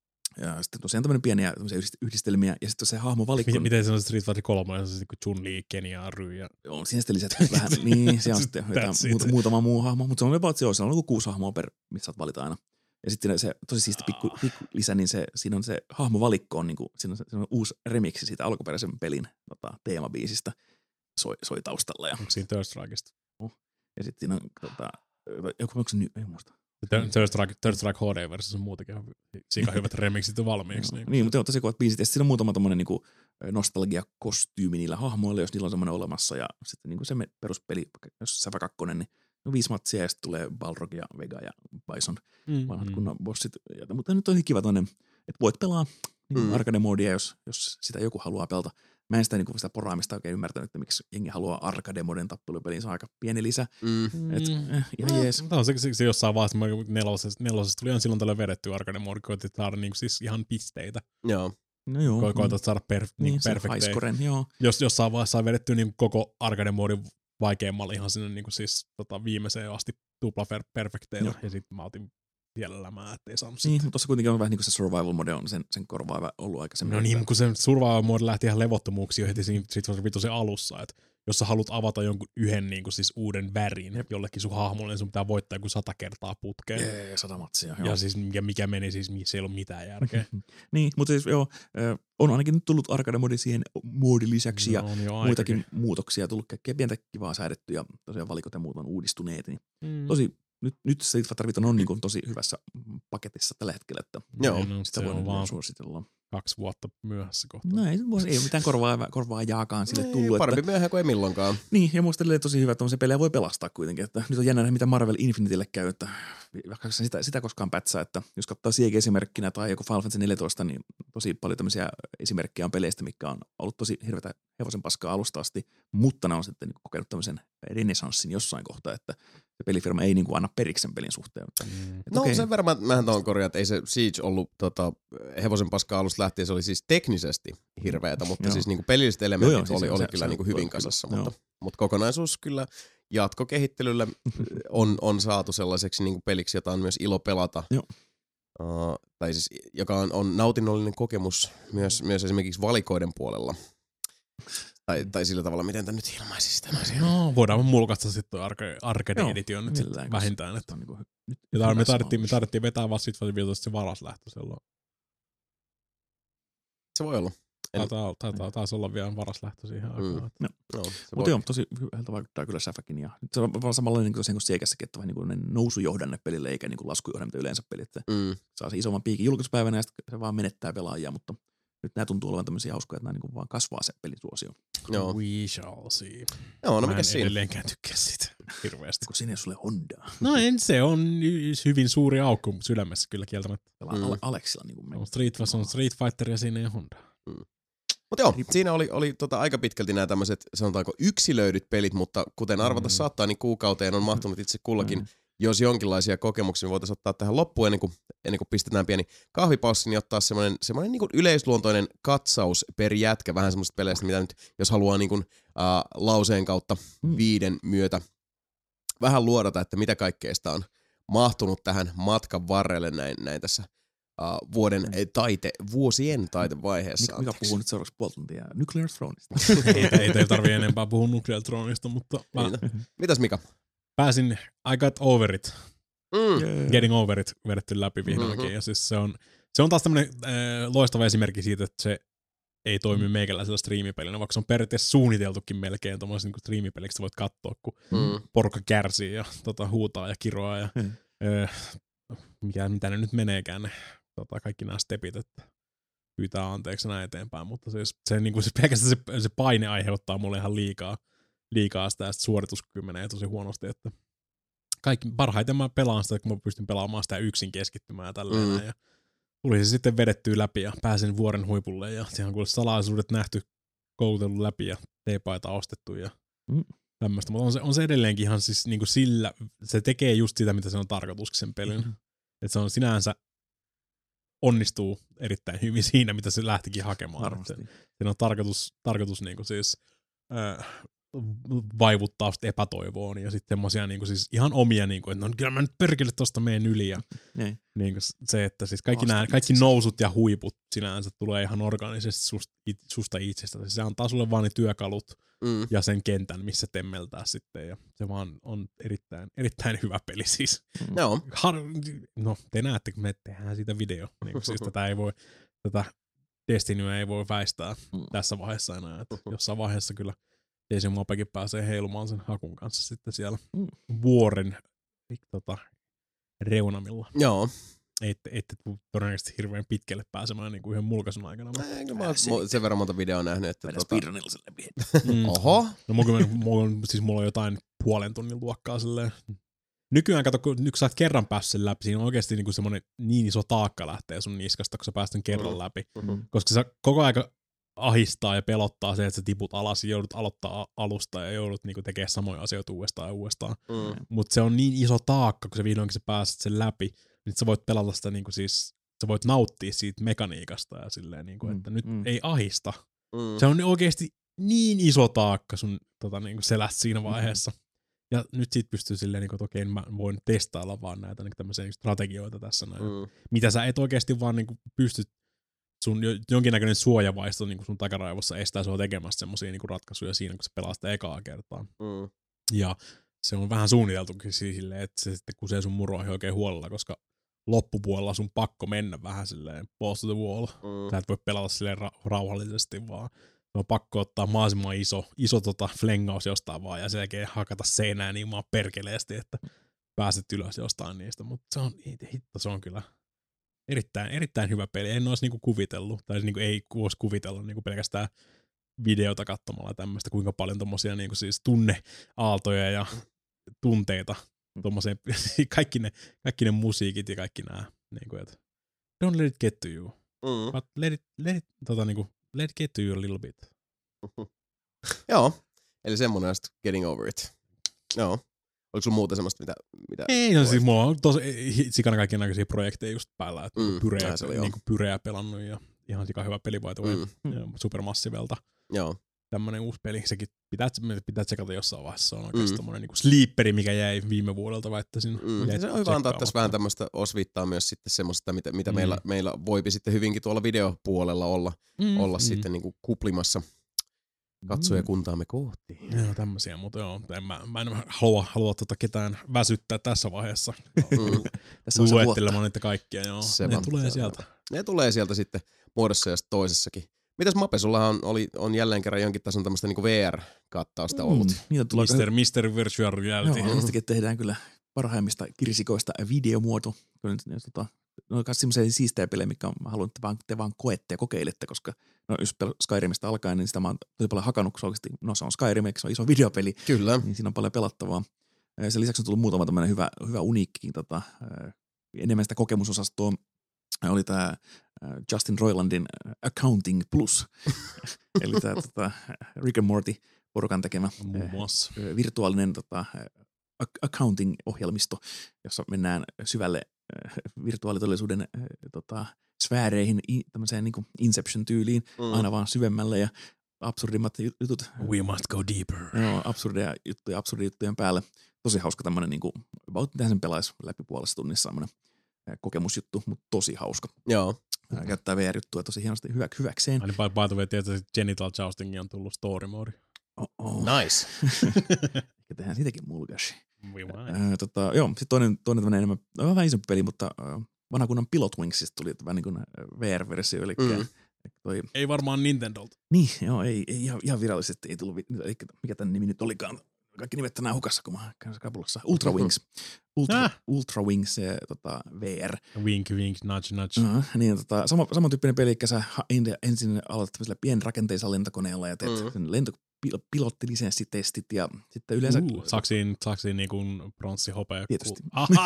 Ja sitten tosiaan tämmöinen pieniä yhdistelmiä, ja sitten se hahmovalikko. Miten, miten se on Street Fighter kolme, se on kuin Chun-Li, Ken ja Ryu. Ja... Joo, siinä sitten lisätään vähän, niin se on sitten muuta, muutama muu hahmo, mutta se on about se, on ollut kuusi hahmoa per, missä saat valita aina. Ja sitten se tosi siisti pikku, pikku lisä, niin se, siinä on se hahmovalikko, on, niin kuin, siinä, on se, siinä on uusi remiksi siitä alkuperäisen pelin tota, teemabiisistä soi, soi taustalla. Ja... Onko siinä Third Strikeista? Oh. Ja sitten siinä on, tota, joku, onko se nyt, ei muista. Third Strike, Third Strike H D-versiossa on muutenkin siinä hyvät remixit jo valmiiksi. No, niin, niin, mutta on tosi kovat biisit. Ja siinä on muutama tommonen niin nostalgia-kostyymi niillä hahmoilla, jos niillä on semmoinen olemassa. Ja sitten niin se peruspeli, jos Sävä kakkonen, niin no viisi matsia ja sitten tulee Balrog ja Vega ja Bison, mm, vanhat mm. kunnon bossit. Ja, mutta nyt on kiva toinen, että voit pelaa niin Mm. arcade-moodia, jos, jos sitä joku haluaa pelata. Mä en sitä, niin kuin sitä poraamista oikein ymmärtänyt, että miksi jengi haluaa arcade-moden tappelupeliin. Se on aika pieni lisä. Mm. Et, eh, ihan no, jees. Mutta on se, se, se jossain vaiheessa nelosessa, nelosessa tuli ihan silloin tällä vedetty arcade-moodi, koitit saada niinku siis ihan pisteitä. Joo. No joo. Ko- koitat saada per, niin, niinku se perfektejä. highscoren, joo. Jos jossain vaiheessa sai vedetty niinku koko arcade-moodin vaikeammalle ihan sinne niinku siis tota, viimeiseen asti tupla per- perfekteillä. Ja sitten mä otin vielä lämää, ettei saanut Niin, sitä. mutta tuossa kuitenkin on vähän niin kuin se survival mode on sen, sen korvaava ollut aikaisemmin. No niin, kun se survival mode lähti ihan levottomuuksiin jo heti siinä vitosen alussa, että jos sä haluat avata jonkun yhden niin kuin siis uuden värin Jep. jollekin sun hahmolle, niin sun pitää voittaa joku sata kertaa putkeen. Jee, sata matsia. Ja siis mikä, mikä meni siis, missä ei ollut mitään järkeä. Niin, mutta siis joo, on ainakin nyt tullut arcade-modi siihen moodin lisäksi ja No, on jo muitakin aikakin. muutoksia tullut kaikkea pientä kivaa säädetty ja tosiaan valikot ja muut on uudistuneet. Niin Mm. tosi, nyt, nyt Street Fighter viisi on niin kuin tosi hyvässä paketissa tällä hetkellä, että Joo. No, sitä se voi on nyt vaan suositella. kaksi vuotta myöhässä kohta. No ei, ei ole mitään korvaa, korvaa jaakaan sille Ei, tullut. parempi Että, myöhään kuin ei milloinkaan. niin, ja muista edelleen tosi hyvä, että se pelejä voi pelastaa kuitenkin. Että nyt on jännä nähdä, mitä Marvel Infinitelle käy, että vaikka se sitä, sitä koskaan pätsää, että jos katsoo Siege esimerkkinä tai joku Final Fantasy neljätoista, niin tosi paljon tämmöisiä esimerkkejä on peleistä, mikä on ollut tosi hirveätä hevosen paskaa alusta asti, mutta ne on sitten niin kokenut tämmöisen renesanssin jossain kohtaa, että se pelifirma ei niin kuin anna periksi sen pelin suhteen. Mm. No okei. sen verran, mä- mähän tuohon korjaan, että ei se Siege ollut tota, hevosen paskaa alusta lähtien, se oli siis teknisesti hirveätä, mutta Joo. siis niinku pelilliset elementit Joo, joo, siis oli, se- oli se- kyllä se- niinku se- hyvin kyllä, kasassa, joo. mutta, mutta kokonaisuus kyllä jatkokehittelyllä on, on saatu sellaiseksi niinku peliksi, jota on myös ilo pelata. Joo. Uh, tai siis, joka on, on nautinnollinen kokemus myös, myös esimerkiksi valikoiden puolella. Tai, tai sillä tavalla, miten tämä nyt ilmaisi sitä asiaa. No, voidaan mulkata sitten toi arcade, arcade Joo, edition nyt sit millään, vähintään. koska Että. on niinku hy- nyt- Ja tar- me, hyvässä tarvittiin, me maussa. tarvittiin vetää vaan sitten vielä se varas lähtö silloin. Se voi olla. En- Taitaa, taitaa taas olla vielä varas lähtö siihen aikaan. Mm. No, se Mutta voi. joo, tosi hyvältä vaikuttaa kyllä Säfäkin. Ja se on vaan samanlainen niin kuin Siegessäkin, että vähän niin kuin nousujohdanne pelille, eikä niin kuin laskujohdanne, mitä yleensä pelit. Että Mm. saa se isomman piikin julkaisupäivänä ja sitten se vaan menettää pelaajia, mutta nyt nämä tuntuu olevan tämmöisiä hauskoja, että nämä niin kuin vaan kasvaa se pelin suosio. Joo. We shall see. Joo, no Mä mikä en siinä? edelleenkään tykkää siitä hirveästi. Kun sinne ei sulle Hondaa. No en, se on y- hyvin suuri aukko sydämessä kyllä kieltämättä. Pelaa Mm. Ale- Aleksilla niin kuin me. On Street, se on Street Fighter ja siinä ei Honda. Mutta joo, siinä oli, oli tota aika pitkälti nämä tämmöiset, sanotaanko yksilöidyt pelit, mutta kuten arvata Mm. saattaa, niin kuukauteen on mahtunut itse kullakin, Mm. jos jonkinlaisia kokemuksia voitaisiin ottaa tähän loppuun ennen kuin, ennen kuin pistetään pieni kahvipaussi, niin ottaa semmoinen, semmoinen niin kuin yleisluontoinen katsaus per jätkä vähän semmoisista peleistä, mitä nyt, jos haluaa niin kuin, äh, lauseen kautta Mm. viiden myötä vähän luodata, että mitä kaikkea sitä on mahtunut tähän matkan varrelle näin, näin tässä uh, vuoden eh, taite, vuosien taitevaiheessa. Mika, Mika puhuu nyt seuraavaksi puoli tuntia Nuclear Throneista. ei, ei, ei tarvii enempää puhua Nuclear Throneista, mutta mä Niin, no. Mitäs Mika? pääsin I got over it. Mm. Getting over it vedetty läpi vihdoinkin. Mm-hmm. Ja siis se on, se on taas tämmönen äh, loistava esimerkki siitä, että se ei toimi meikäläisellä striimipelinä, vaikka se on periaatteessa suunniteltukin melkein tuommoisen niin striimipeliksi, voit katsoa, kun Mm. porukka kärsii ja tota, huutaa ja kiroaa ja Mm. ö, mikä, mitä ne nyt meneekään ne tota, kaikki nämä stepit, että pyytää anteeksi näin eteenpäin, mutta siis, se, niin kuin se, pelkästään se, se paine aiheuttaa mulle ihan liikaa, liikaa sitä, ja sit suorituskyky menee tosi huonosti, että kaikki, parhaiten mä pelaan sitä, kun mä pystyn pelaamaan sitä yksin keskittymään ja tälleen Mm. mm. ja tuli se sitten vedettyä läpi ja pääsin vuoren huipulle ja siellä on kuule salaisuudet nähty, koulutellut läpi ja teepaita ostettu ja Mm. tämmöistä, mutta on se, on se edelleenkin ihan siis niin kuin sillä, se tekee just sitä, mitä se on tarkoituskin sen pelin. Mm-hmm. Että se on sinänsä onnistuu erittäin hyvin siinä, mitä se lähtikin hakemaan. Varmasti. Että siinä on tarkoitus, tarkoitus niin kuin siis äh, vaivuttaa sitä epätoivoon ja sitten semmosia niin kuin siis ihan omia, niin kuin, että no kyllä mä nyt perkele tosta meen yli ja Niin. niin kuin se, että siis kaikki, Haasta nämä, kaikki itsesi. nousut ja huiput sinänsä tulee ihan organisesti susta, it, susta itsestä. Se antaa sulle vaan ne työkalut Mm. ja sen kentän, missä temmeltää sitten. Ja se vaan on erittäin, erittäin hyvä peli siis. Joo. Har, no, te näette, kun me tehdään siitä video. Niin kuin, siis tätä ei voi, tätä Destinyä ei voi väistää Mm. tässä vaiheessa enää. Että jossain vaiheessa kyllä Jason Mapekin pääsee heilumaan sen hakun kanssa sitten siellä Mm. vuoren tota, reunamilla. Joo. Ette, ette tuu todennäköisesti hirveän pitkälle pääsemään niin kuin yhden mulkaisun aikana. Mutta, Ei, kyllä mä oon mo- sen verran monta videoa nähnyt, että Vedä tota... speedrunilla sen läpi. mm. Oho. No mulla, mulla, on, siis mulla on jotain puolen tunnin luokkaa silleen nykyään kato, kun nyt sä oot kerran päässyt sen läpi, siinä on oikeasti niinku semmoinen niin iso taakka lähtee sun niskasta, kun sä pääst sen kerran mm. läpi. Mm-hmm. Koska sä koko aika ahistaa ja pelottaa se, että sä tiput alas ja joudut aloittaa alusta ja joudut niinku tekemään samoja asioita uudestaan ja uudestaan. Mm. Mutta se on niin iso taakka, kun sä vihdoinkin sä pääset sen läpi, niin sä voit pelata sitä niinku siis, sä voit nauttia siitä mekaniikasta ja silleen niinku, että mm. nyt mm. ei ahista. Mm. Se on oikeasti niin iso taakka sun tota, niinku selästä siinä vaiheessa. Mm. Ja nyt sit pystyy silleen, niinku, että okei, mä voin testailla vaan näitä niinku tämmöisiä strategioita tässä. Näin. Mm. Mitä sä et oikeasti vaan niinku pysty, sun jonkinnäköinen suojavaisto niinku sun takaraivossa estää sua tekemästä semmosia niinku ratkaisuja siinä, kun sä pelaat sitä ekaa kertaa. Mm. Ja se on vähän suunniteltukin silleen, että se sitten kusee sun muroihin oikein huolella, koska loppupuolella sun pakko mennä vähän silleen balls to the wall. Mm. Sä et voi pelata silleen ra- rauhallisesti vaan. On pakko ottaa mahdollisimman iso, iso tota flengaus jostain vaan ja sen jälkeen hakata seinää niin maan perkeleesti, että pääset ylös jostain niistä. Mutta se on, hitto, se on kyllä erittäin, erittäin hyvä peli. En olisi niinku kuvitellut, tai niinku ei olisi kuvitellut niinku pelkästään videota katsomalla tämmöistä, kuinka paljon tommosia niinku siis tunneaaltoja ja tunteita, tommoseen, kaikki, ne, kaikki ne musiikit ja kaikki nämä, niinku, että don't let it get to you, mm. but let it, let it, tota, niinku, let it get to you a little bit. Joo, eli semmonen on sitten getting over it. Joo. Oliko sulla muuta semmoista, mitä... mitä ei, no siis mulla on tosi sikana kaikkien näköisiä projekteja just päällä, että mm, pyreä, niinku pyreä pelannut ja ihan sika hyvä peli by the way, mm. Supermassivelta. Joo. Tämmönen uusi peli, sekin pitää, pitää tsekata jossain vaiheessa, se on oikeasti mm. tommonen niinku sleeperi, mikä jäi viime vuodelta väittäisin. Mm. Se on hyvä antaa tässä vähän tämmöistä osviittaa myös sitten semmoista, mitä, mitä mm. meillä, meillä voipi sitten hyvinkin tuolla videopuolella olla, mm. olla mm. sitten niinku kuplimassa katsojakuntaamme kohti. Joo, tämmösiä, mutta joo, en mä, mä en halua, halua tota ketään väsyttää tässä vaiheessa. Mm. Tässä on luettelemaan niitä kaikkia, joo. Se ne tulee sieltä. Ne tulee sieltä sitten muodossa ja toisessakin. Mitäs Mape, sullahan oli, on jälleen kerran jonkin tason tämmöistä niinku V R-kattausta ollut. Mm, mister, mister Virtual Reality. Joo, niistäkin tehdään kyllä parhaimmista kirsikoista videomuoto. Kyllä ne, tota, ne on myös semmoisia siistejä pelejä, mitkä mä haluan, että vaan, te vaan koette ja kokeilette, koska no, jos Skyrimistä alkaen, niin sitä mä oon tosi paljon hakannut, kun se oikeasti, no se on Skyrim, se on iso videopeli. Kyllä. Niin siinä on paljon pelattavaa. Sen lisäksi on tullut muutama tämmöinen hyvä, hyvä uniikkikin, tota, enemmän sitä kokemusosastoa. Oli tämä Justin Roilandin Accounting Plus, eli tämä tota, Rick and Morty porukan tekemä virtuaalinen tota, accounting-ohjelmisto, jossa mennään syvälle virtuaalitodellisuuden tota, sfääreihin, tämmöiseen niin kuin Inception-tyyliin, mm. aina vaan syvemmälle ja absurdimmat jutut. We must go deeper. Joo, absurdeja juttuja, absurdia juttujen päälle. Tosi hauska tämmöinen, niin kuin, about mitä sen pelaisi läpi puolessa tunnissa, tämmöinen kokemusjuttu, mutta tosi hauska. Joo. Käyttää V R-juttuja tosi hienosti hyvä, hyväkseen. Aina by, by the way, tietysti Genital Joustingin on tullut story mode. Oh, oh. Nice. Ja tehdään siitäkin mulgashi. Äh, tota, joo, sitten toinen, toinen tämmöinen enemmän, vähän isompi peli, mutta äh, vanha kunnan Pilot Wingsista tuli vähän niin kuin V R-versio, eli mm. toi... Ei varmaan Nintendolta. Niin, joo, ei, ei ihan, ihan virallisesti ei tullut, eli mikä tämän nimi nyt olikaan. Kaikki nimet tänään hukassa, kun mä käyn kapulassa. Ultra Wings. Ultra, ah. Ultra Wings, se, tota, V R. Wink, wink, nudge, nudge. Uh-huh. Niin, tota, sama, samantyyppinen peli, eli sä ensin aloitat tämmöisellä pienrakenteisella lentokoneella ja teet mm. sen lentopilottilisenssi-testit ja sitten yleensä... Uh, saako siinä, saako siinä niin kuin bronssi hopea? Tietysti.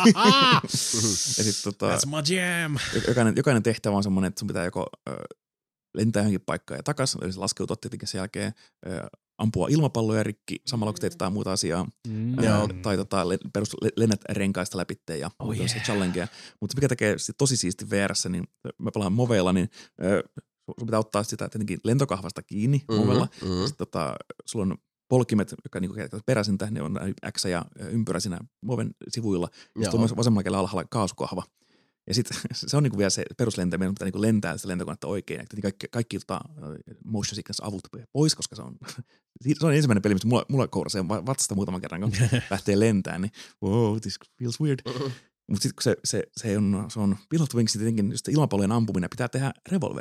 Ja sit, tota, that's my jam! Jokainen, jokainen tehtävä on semmoinen, että sun pitää joko ö, lentää johonkin paikkaan ja takas, eli se laskeutua tietenkin sen jälkeen ö, ampua ilmapalloja rikki samalla, kun teet jotain muuta asiaa. Mm. Ää, tai tota, perus lennät renkaista läpi ja oh, yeah. challengeja. Mutta mikä tekee tosi siisti V R:ssä, niin mä pelaan Moveilla, niin äh, sun pitää ottaa sitä tietenkin lentokahvasta kiinni mm-hmm, Movella. Mm-hmm. Sitten tota, sulla on polkimet, jotka niinku peräisintä, ne on X ja ympyrä siinä Moven sivuilla. Ja sitten on myös vasemmalla kädellä alhaalla kaasukahva. Ja sitten se on niinku vielä se peruslentäminen, pitää niinku lentää sitä lentokonetta oikein. Ja kaikki, kaikki tota, motion sickness avut pois, koska se on, se on ensimmäinen peli, mistä mulla, mulla kourasee vatsasta muutaman kerran, kun lähtee lentämään, niin wow, this feels weird. Uh-huh. Mutta sitten kun se, se, se, on, se on Pilot Wings, tietenkin just ilmapallojen ampuminen pitää tehdä revolverilla.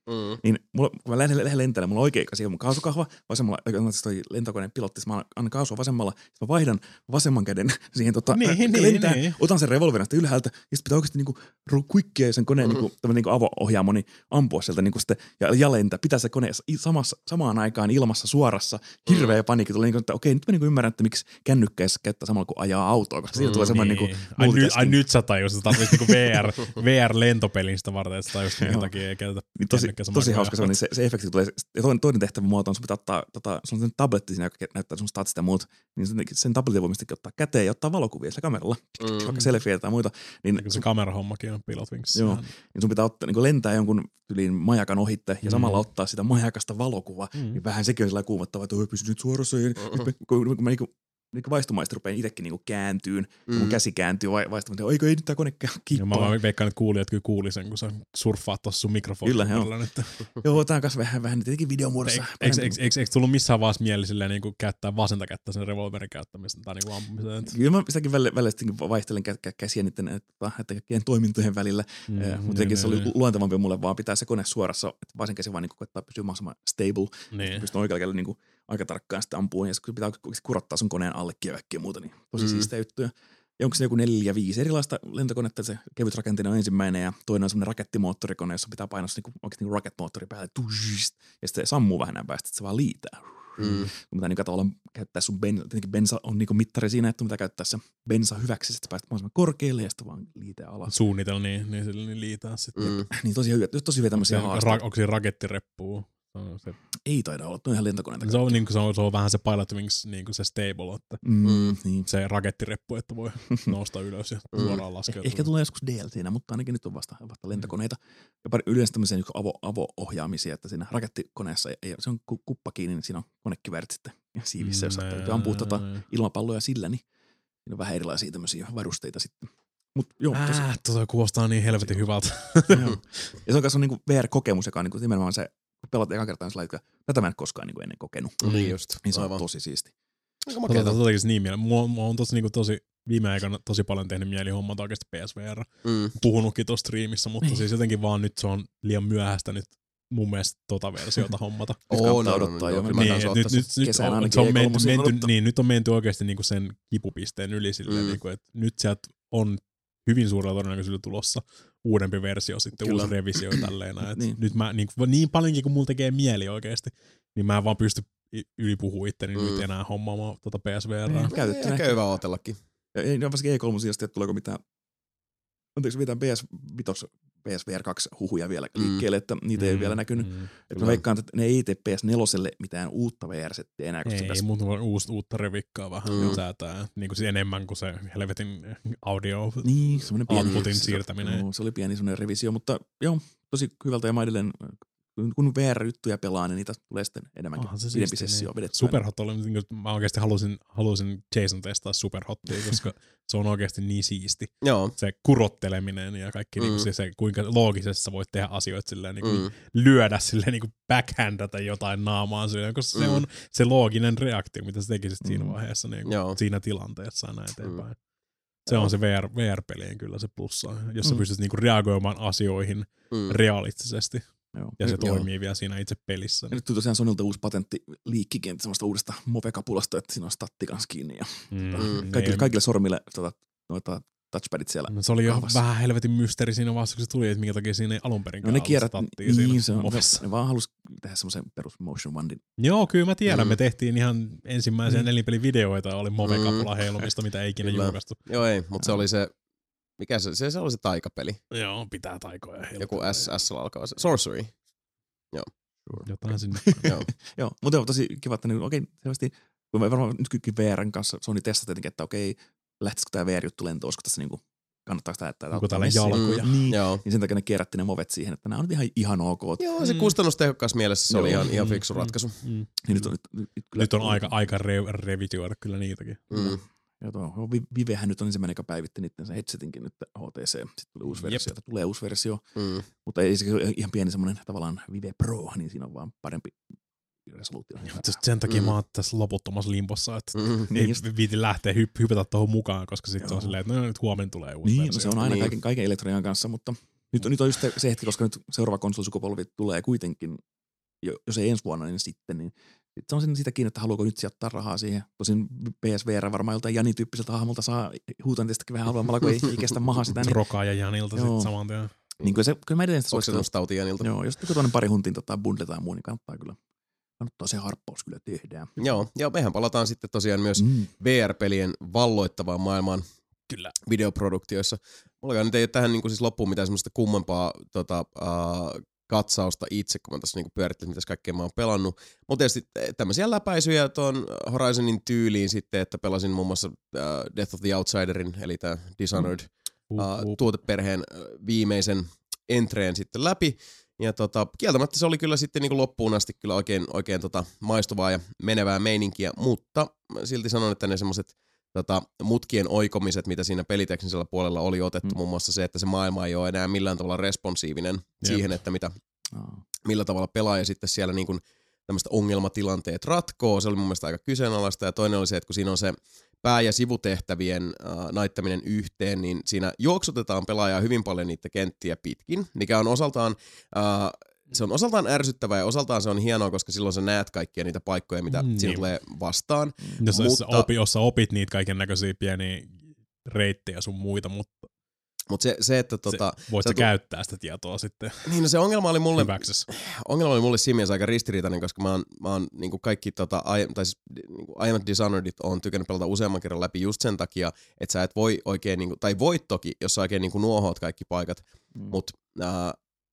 Mm. Niin mulla, kun mä lähden, lähden lentämään, mulla on oikea käsi, mun kaasukahva vasemmalla, toi lentokoneen pilotti, mä annan kaasua vasemmalla, mä vaihdan vasemman käden siihen tota, niin, lentää, niin, niin. otan sen revolverin sitä ylhäältä, ja sitten pitää oikeasti niinku quickkiä sen koneen mm-hmm. niinku, niinku avo-ohjaamo, niin ampua sieltä niinku sitten, ja, ja lentää, pitää se kone samassa, samaan aikaan ilmassa suorassa, hirveä mm. paniikki tulee, niinku, että okei, nyt mä niinku ymmärrän, että miksi kännykkäissä käyttää samalla kuin ajaa autoa, koska siitä tulee semmoinen niin. niinku ai, nyt, ai nyt sä tajusit, että tarvitsit niinku V R, V R-lentopelin sitä varten, että sitä just minkä takia ei käytetä niin tosi, tosi hauska se on, niin se, se efekti tulee. Ja toinen, toinen tehtävä muoto on, sun pitää ottaa, tota, se on sen tabletti siinä, joka näyttää sun statsit ja muut, niin sen, sen tabletin voi mistäkin ottaa käteen ja ottaa valokuvia sillä kameralla, mm. vaikka selfieitä tai muita. Niin, se kamerahommakin on Pilotwings. Joo, niin sun pitää ottaa, niin lentää jonkun yliin majakan ohitte ja mm. samalla ottaa sitä majakasta valokuva, mm. niin vähän sekin on sellainen kuumottava, että pysy nyt suorassa. Ja mm. kun, kun mä niinku niin vaistomaisesti rupean itsekin niinku kääntyyn, mm. mun käsi kääntyy vaistomaisesti, ja eikö ei nyt tää kone kippaa. Mä veikkaan, että kuulijat kyllä kuuli sen, kun sä surffaat tuossa sun mikrofonilla. Kyllä, joo. Nyt. Joo, tää on kanssa vähän, vähän tietenkin videomuodossa. Eikö, eikö, eikö, eikö tullut missään vaiheessa mieli silleen, niin kuin käyttää vasenta kättä sen revolverin käyttämistä tai niin ampumiseen? Kyllä mä sitäkin välillä vaihtelen kä- käsiä niiden että kaikkien toimintojen välillä, mm, eh, mutta jotenkin se oli niin. luontevampi mulle vaan pitää se kone suorassa, että vasen käsi vaan niin koettaa pysyä mahdollisimman stable, niin. Pystyn oikealla kädellä niin aika tarkkaan sitten ampuun, ja kun pitää kurottaa sun koneen allekin ja kaikkea muuta, niin tosi mm. siistejä juttuja. Ja onko se joku neljä, viisi erilaista lentokonetta, se kevyt rakenteinen on ensimmäinen, ja toinen on semmoinen rakettimoottorikone, jossa pitää painaa niinku, oikeasti niinku rocket-moottori päälle, ja sitten se sammuu vähän näin päästä, että se vaan liitää. Mm. Kun pitää niinku tavallaan käyttää sun bensa, tietenkin bensa on niinku mittari siinä, että pitää käyttää se bensa hyväksi, että päästä mahdollisimman korkealle, ja sitten vaan liitää alas. Suunnitella niin, niin, niin liitää sitten. Mm. Niin tosi hyviä, tosi hyviä tämmöisiä haasteita. Ra- onko siinä rakettireppua? Se, ei taida olla, tuo ihan lentokoneita. Se on, niin kuin, se, on, se on vähän se Pilot Wings, niin kuin se stable, että mm, niin. se rakettireppu, että voi nousta ylös ja suoraan laskeutua. Eh, ehkä tulee joskus D L C:nä, mutta ainakin nyt on vasta, vasta lentokoneita. Ja pari yleensä tämmöisiä niin avo, avo-ohjaamisia, että siinä rakettikoneessa ei, se on kuppa kiinni, niin siinä on konekiväärit sitten siivissä, jos täytyy ampua tota ilmapalloja sillä, niin siinä on vähän erilaisia tämmöisiä varusteita sitten. Mut, joo, tosi... Äh, tota kuulostaa niin helvetin hyvältä. Ja se on myös niin V R-kokemus, joka on niin nimenomaan se, pelat eka kertaa, niin tätä mä en koskaan niin ennen kokenut. Niin just. Niin se on aivan tosi siisti. Tota, tota, niin mieleen. Mulla, mulla on tosi, niin tosi, viime aikoina tosi paljon tehnyt mieli hommata oikeasti P S V R. Mm. Puhunutkin tuossa striimissä, mutta niin. Siis jotenkin vaan nyt se on liian myöhäistä nyt mun mielestä tota versiota hommata. Oo, no, odottaa jo. Niin, nyt, nyt, nyt, on, se on menty, menty, niin, nyt on menty oikeasti niinku sen kipupisteen yli silleen, mm. niinku, että nyt sieltä on hyvin suurella todennäköisyydellä tulossa uudempi versio sitten, Kyllä. uusi revisio ja tälleen. niin. Nyt mä niin, niin paljonkin kuin mulla tekee mieli oikeasti, niin mä en vaan pysty ylipuhua itteni mm. nyt enää hommaamaan tuota P S V R. Käytetty ehkä hyvä ootellakin. Ja ei varsinkin E kolme sijasta, että tuleeko mitään, anteeksi mitään P S viisi, P S V R kaksi huhuja vielä mm. liikkeelle, että niitä mm. ei vielä näkynyt. Mm. Että mä veikkaan, että ne ei tee P S neljälle mitään uutta V R-settiä enää. Ei, pääs... mutta uus, uutta revikkaa vähän mm. säätää, niin kuin enemmän kuin se helvetin audio niin, outputin siirtäminen. Joo, se oli pieni semmoinen revisio, mutta joo, tosi hyvältä ja mä edelleen, kun V R-juttuja pelaa, niin niitä tulee sitten enemmänkin pidempi sessio niin. Superhot oli, mä oikeasti halusin, halusin Jason testaa Superhottia, koska se on oikeasti niin siisti. Joo. Se kurotteleminen ja kaikki, mm. niin se, se, kuinka loogisesti voit tehdä asioita silleen, niin kuin mm. lyödä silleen, niin kuin backhandata jotain naamaan silleen, koska mm. se on se looginen reaktio, mitä sä tekisit mm. siinä vaiheessa, niin kuin, siinä tilanteessa ja näin eteenpäin. Mm. Se on se V R, V R-pelien kyllä se plussa, jos sä mm. pystyt niinku reagoimaan asioihin mm. realistisesti. Joo. Ja se Nyt, toimii joo. vielä siinä itse pelissä. Ja nyt tuli tosiaan Sonylta uusi patentti liikkikin semmoista uudesta Move-kapulasta, että siinä on statti kanssa kiinni. Ja mm. tota, kaikille, kaikille sormille tota, noita touchpadit siellä. No, se oli jo kahvassa. Vähän helvetin mysteeri siinä vaiheessa, kun se tuli, että minkä takia siinä ei alun perin no, ne kierrät, niin, se on, ne vaan halus tehdä semmoisen perus motion one. Joo, kyllä mä tiedän. Mm. Me tehtiin ihan ensimmäisiä mm. nelinpelivideoita, oli Move-kapula heilumista, mitä ei ikinä julkaistu. Joo ei, mutta se oli se, mikä se, se, se oli se taikapeli. Joo, pitää taikoja heiluttaa. Joku S, S alkaa se. Sorcery. Joo. Jotain sinne. Joo. Joo, mutta on tosi kiva, että niin, okei, selvästi, kun me varmaan nyt V R:n kanssa Sony testasi tietenkin, että okei, lähtisikö tämä V R-juttu lentoon, olisiko tässä niinku, kannattaako tämä, että onko täällä jalkoja. Mm, niin, niin sen takia ne kierrätti ne movet siihen, että nämä on ihan, ihan ok. Joo, se mm. kustannustehokkaas mielessä se oli ihan, ihan fiksu ratkaisu. Mm. Mm. Niin nyt on, nyt, nyt, nyt, nyt on aika, aika re- revitioida kyllä niitäkin. Mm. Ja tuo Vivehän nyt on ensimmäinen, joka päivitti niiden sen headsetinkin nyt H T C. Sitten tuli uusi versio, Jep. tulee uusi versio. Mm. Mutta ei se ole ihan pieni semmoinen tavallaan Vive Pro, niin siinä on vaan parempi resoluutio. Sen takia mm. mä oon tässä loputtomassa limpossa, että mm. ei niin viiti lähteä hy- hypätä tuohon mukaan, koska sitten se on silleen, että no, nyt huomenna tulee uusi niin, versio. No se on aina niin. kaiken, kaiken elektroniikan kanssa, mutta Nyt on, nyt on just se hetki, koska nyt seuraava konsolisukupolvi tulee kuitenkin, jos ei ensi vuonna, niin sitten, niin se on sen sitä kiinni, että haluaako nyt sijoittaa rahaa siihen. Tosin P S V R varmaan joltain Jani-tyyppiseltä hahmolta saa huutantistakin vähän halvemmalla, kun ei, ei kestä maha sitä. Niin, Trokaa ja Janilta sitten saman tien. Niin kyllä, se, kyllä mä edelleen sitä suosittelen. Oksennustauti Janilta. Joo, jos tuollainen pari huntin tota, bundle tai muu, niin kannattaa kyllä. Kannattaa se harppaus kyllä tehdään. Joo, ja mehän palataan sitten tosiaan myös mm. V R-pelien valloittavaan maailmaan. Kyllä. Videoproduktioissa. Mulla nyt ei ole tähän niin kuin siis loppuun mitään semmoista kummempaa tota, uh, katsausta itse, kun mä tässä niin pyörittelin, mitä kaikkea mä oon pelannut. Mutta tietysti tämmöisiä läpäisyjä tuon Horizonin tyyliin sitten, että pelasin muun muassa uh, Death of the Outsiderin, eli tämä Dishonored uh, uh, tuoteperheen uh, viimeisen entreen sitten läpi. Ja tota, kieltämättä se oli kyllä sitten niin kuin loppuun asti kyllä oikein, oikein tota, maistuvaa ja menevää meininkiä, mutta silti sanon, että ne semmoiset Tota, mutkien oikomiset, mitä siinä peliteknisellä puolella oli otettu, mm. muun muassa se, että se maailma ei ole enää millään tavalla responsiivinen Jep. siihen, että mitä, oh. millä tavalla pelaaja sitten siellä niin kuin tämmöiset ongelmatilanteet ratkoo. Se oli mun mielestä aika kyseenalaista, ja toinen oli se, että kun siinä on se pää- ja sivutehtävien äh, naittaminen yhteen, niin siinä juoksutetaan pelaajaa hyvin paljon niitä kenttiä pitkin, mikä on osaltaan... Äh, Se on osaltaan ärsyttävää ja osaltaan se on hienoa, koska silloin sä näet kaikkia niitä paikkoja, mitä mm, siinä niin. tulee vastaan. Jos, mutta, opi, jos sä opit niitä kaiken näköisiä pieniä reittejä sun muita, mutta mut se, se, että tota, se, voit sä tu- käyttää sitä tietoa sitten niin, no se ongelma oli mulle, hyväksessä. Ongelma oli mulle siinä mielessä aika ristiriitainen, koska mä oon, mä oon niin kaikki tota, ai, tai siis, niin aiemmat Dishonoredit on tykännyt pelata useamman kerran läpi just sen takia, että sä et voi oikein, niin kuin, tai voit toki, jos sä oikein niin nuohoat kaikki paikat, mm. mutta äh,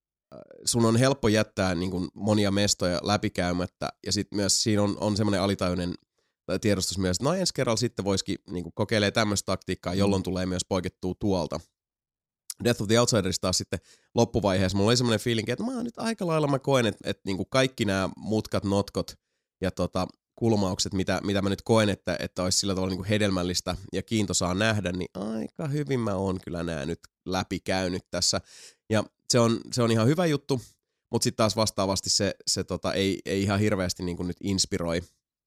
sun on helppo jättää niin kuin monia mestoja läpikäymättä, ja sitten myös siinä on, on semmoinen alitajuinen tiedostus myös, että no ensi kerralla sitten voisikin niin kuin kokeilee tämmöistä taktiikkaa, jolloin mm. tulee myös poikettua tuolta. Death of the Outsiders taas sitten loppuvaiheessa, mulla oli semmoinen fiilinki, että mä nyt aika lailla mä koen, että, että niin kuin kaikki nämä mutkat, notkot ja tota, kulmaukset, mitä, mitä mä nyt koen, että, että olisi sillä tavalla niin kuin hedelmällistä ja kiintoisaa nähdä, niin aika hyvin mä oon kyllä nää nyt läpikäynyt tässä. Ja se on, se on ihan hyvä juttu, mutta sitten taas vastaavasti se, se tota, ei, ei ihan hirveästi niin kuin nyt inspiroi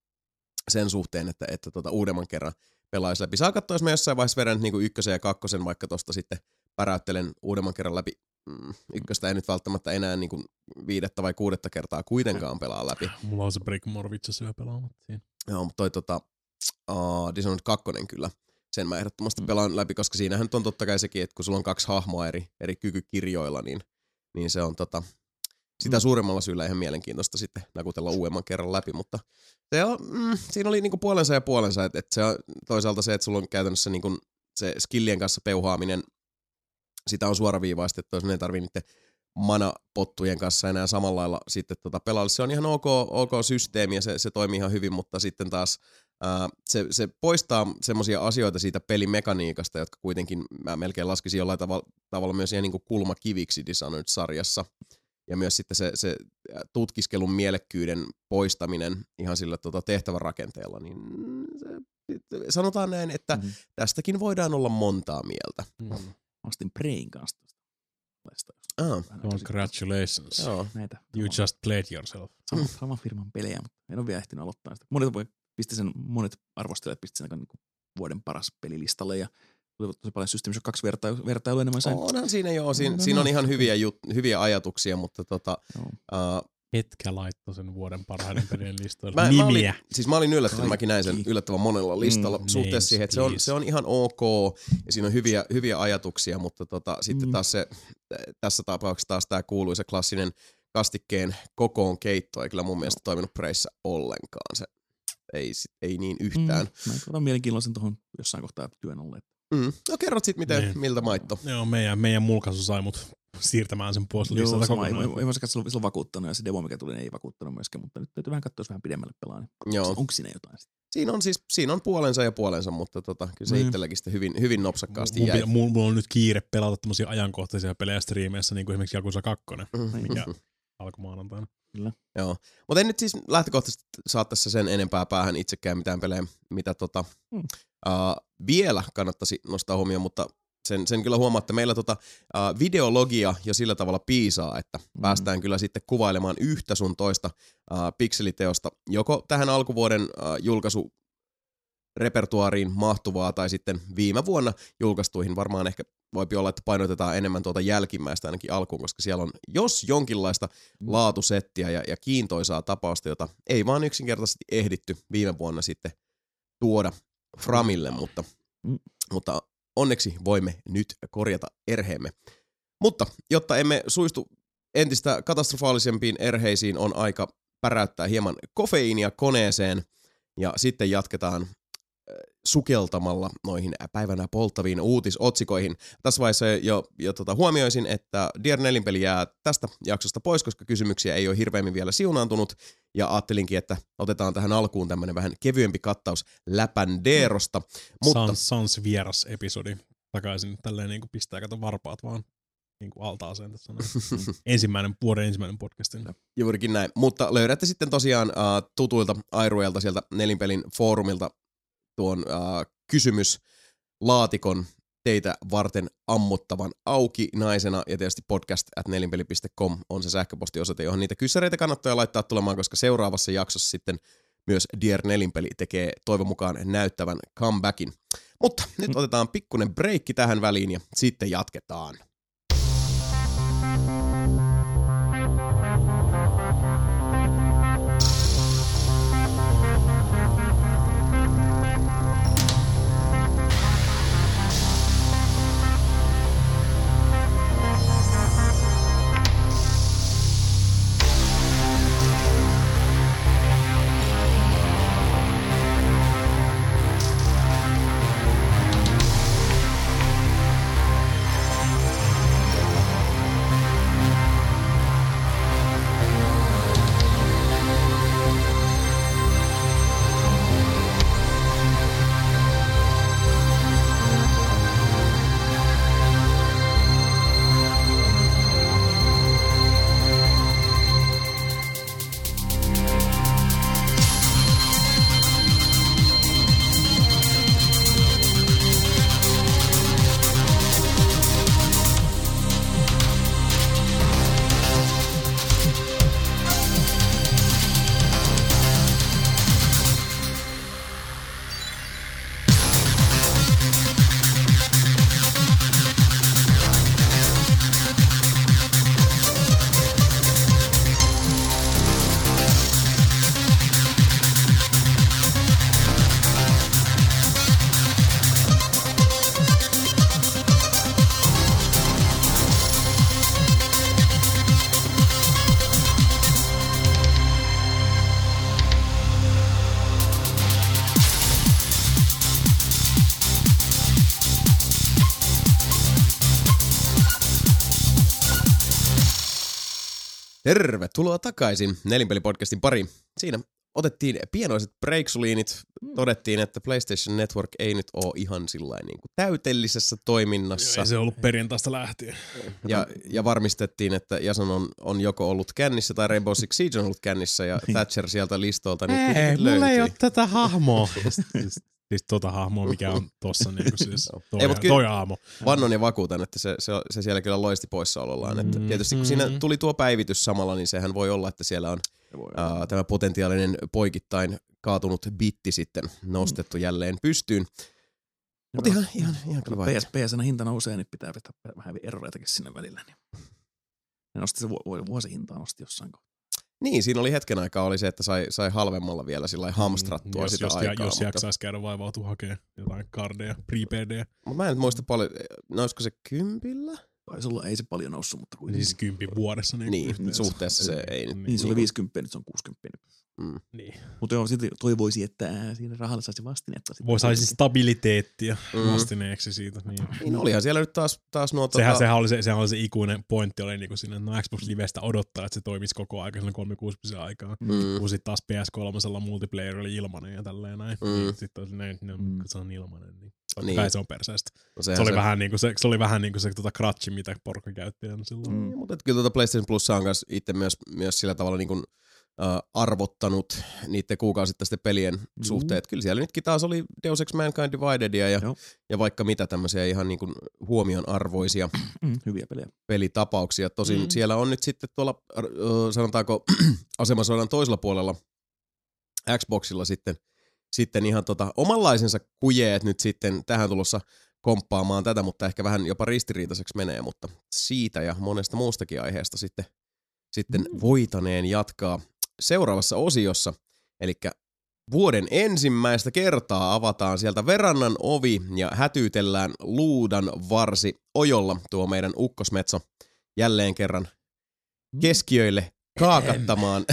sen suhteen, että, että tota, uudemman kerran pelaisi läpi. Saa katsoa, jos mä jossain vaiheessa vedän niin kuin ykkösen ja kakkosen, vaikka tosta sitten päräyttelen uudemman kerran läpi. Mm, ykköstä ei nyt välttämättä enää niin kuin viidettä vai kuudetta kertaa kuitenkaan pelaa läpi. Mulla on se Brickmore vitsi syö pelaamatta siinä. Joo, mutta toi tota, uh, Dishonored kaksi kyllä. Sen mä ehdottomasti mm. pelaan läpi, koska siinähän on totta kai sekin, että kun sulla on kaksi hahmoa eri, eri kykykirjoilla, niin, niin se on tota, sitä mm. suuremmalla syyllä ihan mielenkiintoista sitten nakutella uudemman kerran läpi, mutta se on, mm, siinä oli niinku puolensa ja puolensa, että et se on toisaalta se, että sulla on käytännössä niinku se skillien kanssa peuhaaminen, sitä on suoraviivaista, että toisaalta ei tarvii niiden manapottujen kanssa enää samalla lailla sitten tota pelailla. Se on ihan ok, ok systeemi ja se, se toimii ihan hyvin, mutta sitten taas ää, se, se poistaa semmoisia asioita siitä pelimekaniikasta, jotka kuitenkin mä melkein laskisin jollain tavalla, tavalla myös ihan niin kuin kulmakiviksi Dishonored-sarjassa. Ja myös sitten se, se tutkiskelun mielekkyyden poistaminen ihan sillä tota tehtävän rakenteella, niin se, sanotaan näin, että mm-hmm. tästäkin voidaan olla montaa mieltä. Mm-hmm. Ostin Prein kanssa. Ah, congratulations. Joo. Näitä. You just played yourself. Saman, saman firman pelejä, mutta en ole vielä ehtinyt aloittaa sitä. Monet, pisti sen, monet arvostelijat pisti sen niin vuoden paras pelilistalle ja tuli tosi paljon System Shock kaksi vertailu, vertailu enemmän sain. Onhan siinä joo, siinä, no, siinä on ihan hyviä, jut, hyviä ajatuksia, mutta tota... Uh, Etkä laittoi sen vuoden parhaiden pelien listoille. Mä, Nimiä. Mä olin, siis mä olin yllättynyt, mäkin näin sen yllättävän monella listalla mm, suhteessa siihen, että se on, se on ihan ok ja siinä on hyviä, hyviä ajatuksia, mutta tota, sitten mm. taas se, tässä tapauksessa taas tämä kuuluisa klassinen kastikkeen kokoon keitto ei kyllä mun mielestä toiminut Preissä ollenkaan. Se ei, ei niin yhtään. Mm. Mä otan mielenkiintoisen tuohon jossain kohtaa työn olleen. Mm. No kerrot sitten, miten, niin. miltä maitto. Joo, meidän, meidän mulkaisu sai mut siirtämään sen pois listalta kokonaan. Ei, ei voisi silloin vakuuttanut ja se demo, mikä tuli, niin ei vakuuttanut myöskään, mutta nyt täytyy vähän katsoa, jos vähän pidemmälle pelaa. Niin Joo. Onko siinä jotain? Siinä on siis, siinä on puolensa ja puolensa, mutta tota, kyllä se mm. itselläkin sitten hyvin, hyvin nopsakkaasti mun, jäi. Mulla on nyt kiire pelata tämmöisiä ajankohtaisia pelejä striimeissä, niin kuin esimerkiksi Yakuza kaksi, mm-hmm. mikä alkoi maanantaina. Kyllä. Joo, mutta en nyt siis lähtökohtaisesti saa tässä sen enempää päähän itsekään mitään pelejä, mitä tota, mm. uh, vielä kannattaisi nostaa huomioon, mutta sen, sen kyllä huomaa, että meillä tota, uh, videologia jo sillä tavalla piisaa, että mm. päästään kyllä sitten kuvailemaan yhtä sun toista uh, pikseliteosta, joko tähän alkuvuoden uh, julkaisu repertuaariin mahtuvaa tai sitten viime vuonna julkaistuihin. Varmaan ehkä voipi olla, että painotetaan enemmän tuota jälkimmäistä ainakin alkuun, koska siellä on jos jonkinlaista laatusettiä ja, ja kiintoisaa tapausta, jota ei vaan yksinkertaisesti ehditty viime vuonna sitten tuoda framille, mutta, mutta onneksi voimme nyt korjata erheemme. Mutta jotta emme suistu entistä katastrofaalisempiin erheisiin, on aika päräyttää hieman kofeiinia koneeseen ja sitten jatketaan sukeltamalla noihin päivänä polttaviin uutisotsikoihin. Tässä vaiheessa jo, jo tota, huomioisin, että Dear Nelinpeli jää tästä jaksosta pois, koska kysymyksiä ei ole hirveämmin vielä siunaantunut, ja ajattelinkin, että otetaan tähän alkuun tämmönen vähän kevyempi kattaus Läpändeerosta. Mutta Sans, sans vieras episodi takaisin, tälleen niin kuin pistää kato varpaat vaan niin kuin altaaseen tässä. ensimmäinen, vuoden ensimmäinen podcastin. Juurikin näin, mutta löydätte sitten tosiaan uh, tutuilta airuilta sieltä Nelinpelin foorumilta tuon uh, kysymyslaatikon teitä varten ammuttavan auki naisena, ja tietysti podcast at nelinpeli piste com on se sähköpostiosoite, johon niitä kyssäreitä kannattaa laittaa tulemaan, koska seuraavassa jaksossa sitten myös Dear Nelinpeli tekee toivon mukaan näyttävän comebackin. Mutta nyt mm. otetaan pikkuinen breikki tähän väliin ja sitten jatketaan. Tervetuloa takaisin Nelinpeli-podcastin pariin. Siinä otettiin pienoiset breaksuliinit, todettiin, että PlayStation Network ei nyt ole ihan sillain niin kuin täytellisessä toiminnassa. Ei se ollut perjantaista lähtien. Ja, ja varmistettiin, että Jason on, on joko ollut kännissä tai Rainbow Six Siege on ollut kännissä ja Thatcher sieltä listolta niin ei, mulla löytyi. Ei ole tätä hahmoa. Siis tota hahmoa, mikä on tossa niinku siis toi, ei, toi kyllä, aamu. Vannon ja vakuutan, että se, se, se siellä kyllä loisti poissaolollaan. Että tietysti kun siinä tuli tuo päivitys samalla, niin sehän voi olla, että siellä on uh, tämä potentiaalinen poikittain kaatunut bitti sitten nostettu jälleen pystyyn. Mutta ihan, ihan, ihan kyllä P S P:nä hinta nousee, niin pitää vetää vähän eroreitakin sinne välillä. Niin. Ne nosti se vu- vuosihintaa nosti jossain kohtaa. Niin, siinä oli hetken aikaa oli se, että sai, sai halvemmalla vielä sillä hamstrattua jos, sitä jos, aikaa. Jos mutta jaksaisi käydä vaivautua hakemaan jotain kardeja, prepaidejä. Mutta mä en muista paljon, nousiko se kympillä? Taisi olla, ei se paljon noussut, mutta kuitenkin. Siis kympin vuodessa. Niin, niin suhteessa se ei nyt. Niin, se oli viisikymmentä, nyt se on kuusikymmentä. Mm. Niin. Mutta joo, silti toivoisi, että siinä rahalla saisi vastinetta. Voi saisi stabiliteettia mm. vastineeksi siitä. Niin. niin olihan siellä nyt taas, taas nuo... Sehän, tota... sehän, oli se, sehän oli se ikuinen pointti, oli niinku siinä, no Xbox Livestä odottaa, että se toimisi koko ajan siinä kolmesataakuusikymmentä aikaa. Mm. Kun sitten taas P S kolme multiplayer oli ilmanen ja tälleen näin. Mm. Niin sitten oli näin, no, mm. se on ilmanen, niin niin. Kai se on perseestä. No se, oli se... Vähän niinku se, se oli vähän niinku se tota crutchi, mitä porukka käytti aina silloin. Mm. Mutta kyllä tuota PlayStation Plussa on myös itse myös, myös sillä tavalla niinku Uh, arvottanut niiden kuukausittaisten pelien mm. suhteet. Kyllä siellä nytkin taas oli Deus Ex Mankind Dividedia ja, ja vaikka mitä tämmöisiä ihan niin kuin huomion arvoisia mm, hyviä pelejä. pelitapauksia. Tosin mm. siellä on nyt sitten tuolla, uh, sanotaanko, asemasodan toisella puolella Xboxilla sitten sitten ihan tota omanlaisensa kujeet nyt sitten tähän tulossa komppaamaan tätä, mutta ehkä vähän jopa ristiriitaiseksi menee, mutta siitä ja monesta muustakin aiheesta sitten, sitten mm. voitaneen jatkaa seuraavassa osiossa. Elikkä vuoden ensimmäistä kertaa avataan sieltä verannan ovi ja hätyytellään luudan varsi ojolla tuo meidän ukkosmetso jälleen kerran keskiöille kaakattamaan.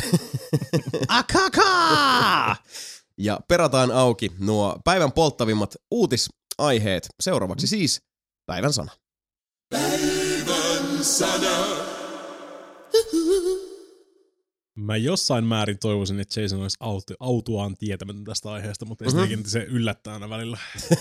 Akaka! Ja perataan auki nuo päivän polttavimmat uutisaiheet. Seuraavaksi siis päivän sana. Päivän sana. Mä jossain määrin toivoisin, että Jason olisi auto, autuaan tietämätön tästä aiheesta, mutta mm-hmm. ei se yllättää aina välillä.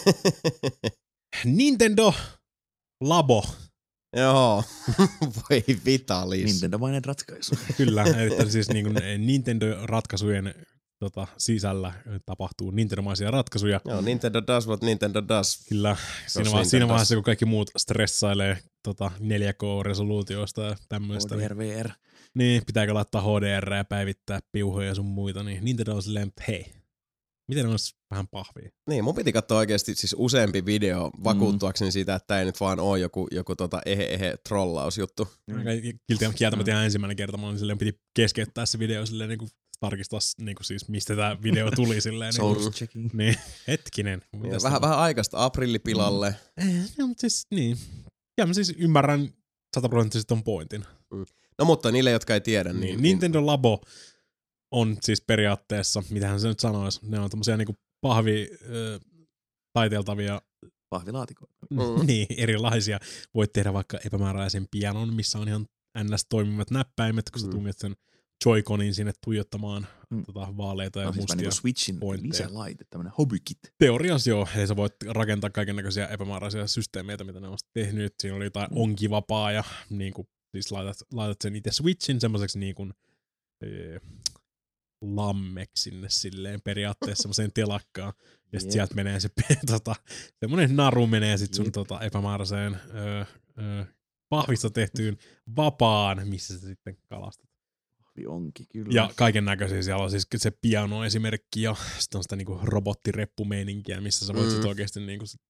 Nintendo Labo. Joo, voi vitalis. Nintendo-mainen ratkaisu. Kyllä, eli siis niin kuin Nintendo-ratkaisujen tota, sisällä tapahtuu Nintendo-maisia ratkaisuja. Joo, Nintendo does what Nintendo does. Kyllä, siinä, va- siinä vaiheessa kun kaikki muut stressailee tota, neljä K-resoluutioista ja tämmöistä. H D R V R. Niin, pitääkö laittaa H D R ja päivittää piuhoja ja sun muita, niin Nintendo on silleen, hei, miten olisi vähän pahvia? Niin, mun piti katsoa oikeasti siis useampi video vakuuttuakseni mm. siitä, että tämä ei nyt vaan ole joku, joku tota ehe ehe trollausjuttu. Mm. Kieltämättä ihan ensimmäinen kerta, mä olin silleen, piti keskeyttää se video silleen niin kuin tarkistaa niin kuin siis, mistä tämä video tuli silleen. Source niin checking. Niin, hetkinen. Vähän, vähän aikaista aprillipilalle. Mm. No, mutta siis niin. Ja mä siis ymmärrän sataprosenttisesti ton pointin. Mm. No mutta niille, jotka ei tiedä, niin... niin Nintendo Labo on siis periaatteessa, mitähän se nyt sanoisi, ne on tommosia niinku pahvi ö, taiteeltavia... Pahvilaatikoita. Mm. Niin, erilaisia. Voit tehdä vaikka epämääräisen pianon, missä on ihan ns. Toimivat näppäimet, kun sä mm. tunnet sen Joy-Conin sinne tuijottamaan mm. tota, vaaleita ja no, mustia siis Switchin lisälaite, tämmönen hobbykit. Teoriassa joo, eli sä voit rakentaa kaikennäköisiä epämääräisiä systeemeitä, mitä ne on tehnyt. Siinä oli jotain mm. onkivapaa ja niinku, siis laitat, laitat sen itse Switchin semmoiseksi niinku, ee, lammeksi sinne silleen periaatteessa semmoiseen telakkaan. Ja sit sieltä menee se tota, semmonen naru menee sit sun tota, epämääräiseen öö, öö, pahvista tehtyyn vapaan, missä sä sitten kalastat. Onkin, kyllä. Ja kaiken näköisiä siellä on siis se piano-esimerkki ja sitten on sitä niinku robottireppumeininkiä, missä sä voit mm. sit oikeesti niinku sit,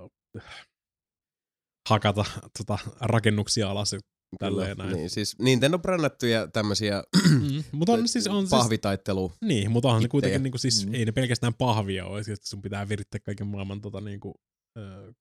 hakata tota, rakennuksia alas tälleen näin. Niin, siis Nintendo-brännättyjä tämmösiä mm, mutta on, siis, on pahvitaittelu. Niin, mutta onhan ne kuitenkin niinku siis, mm. ei ne pelkästään pahvia ole, että sun pitää virittää kaiken maailman tota niinku ö,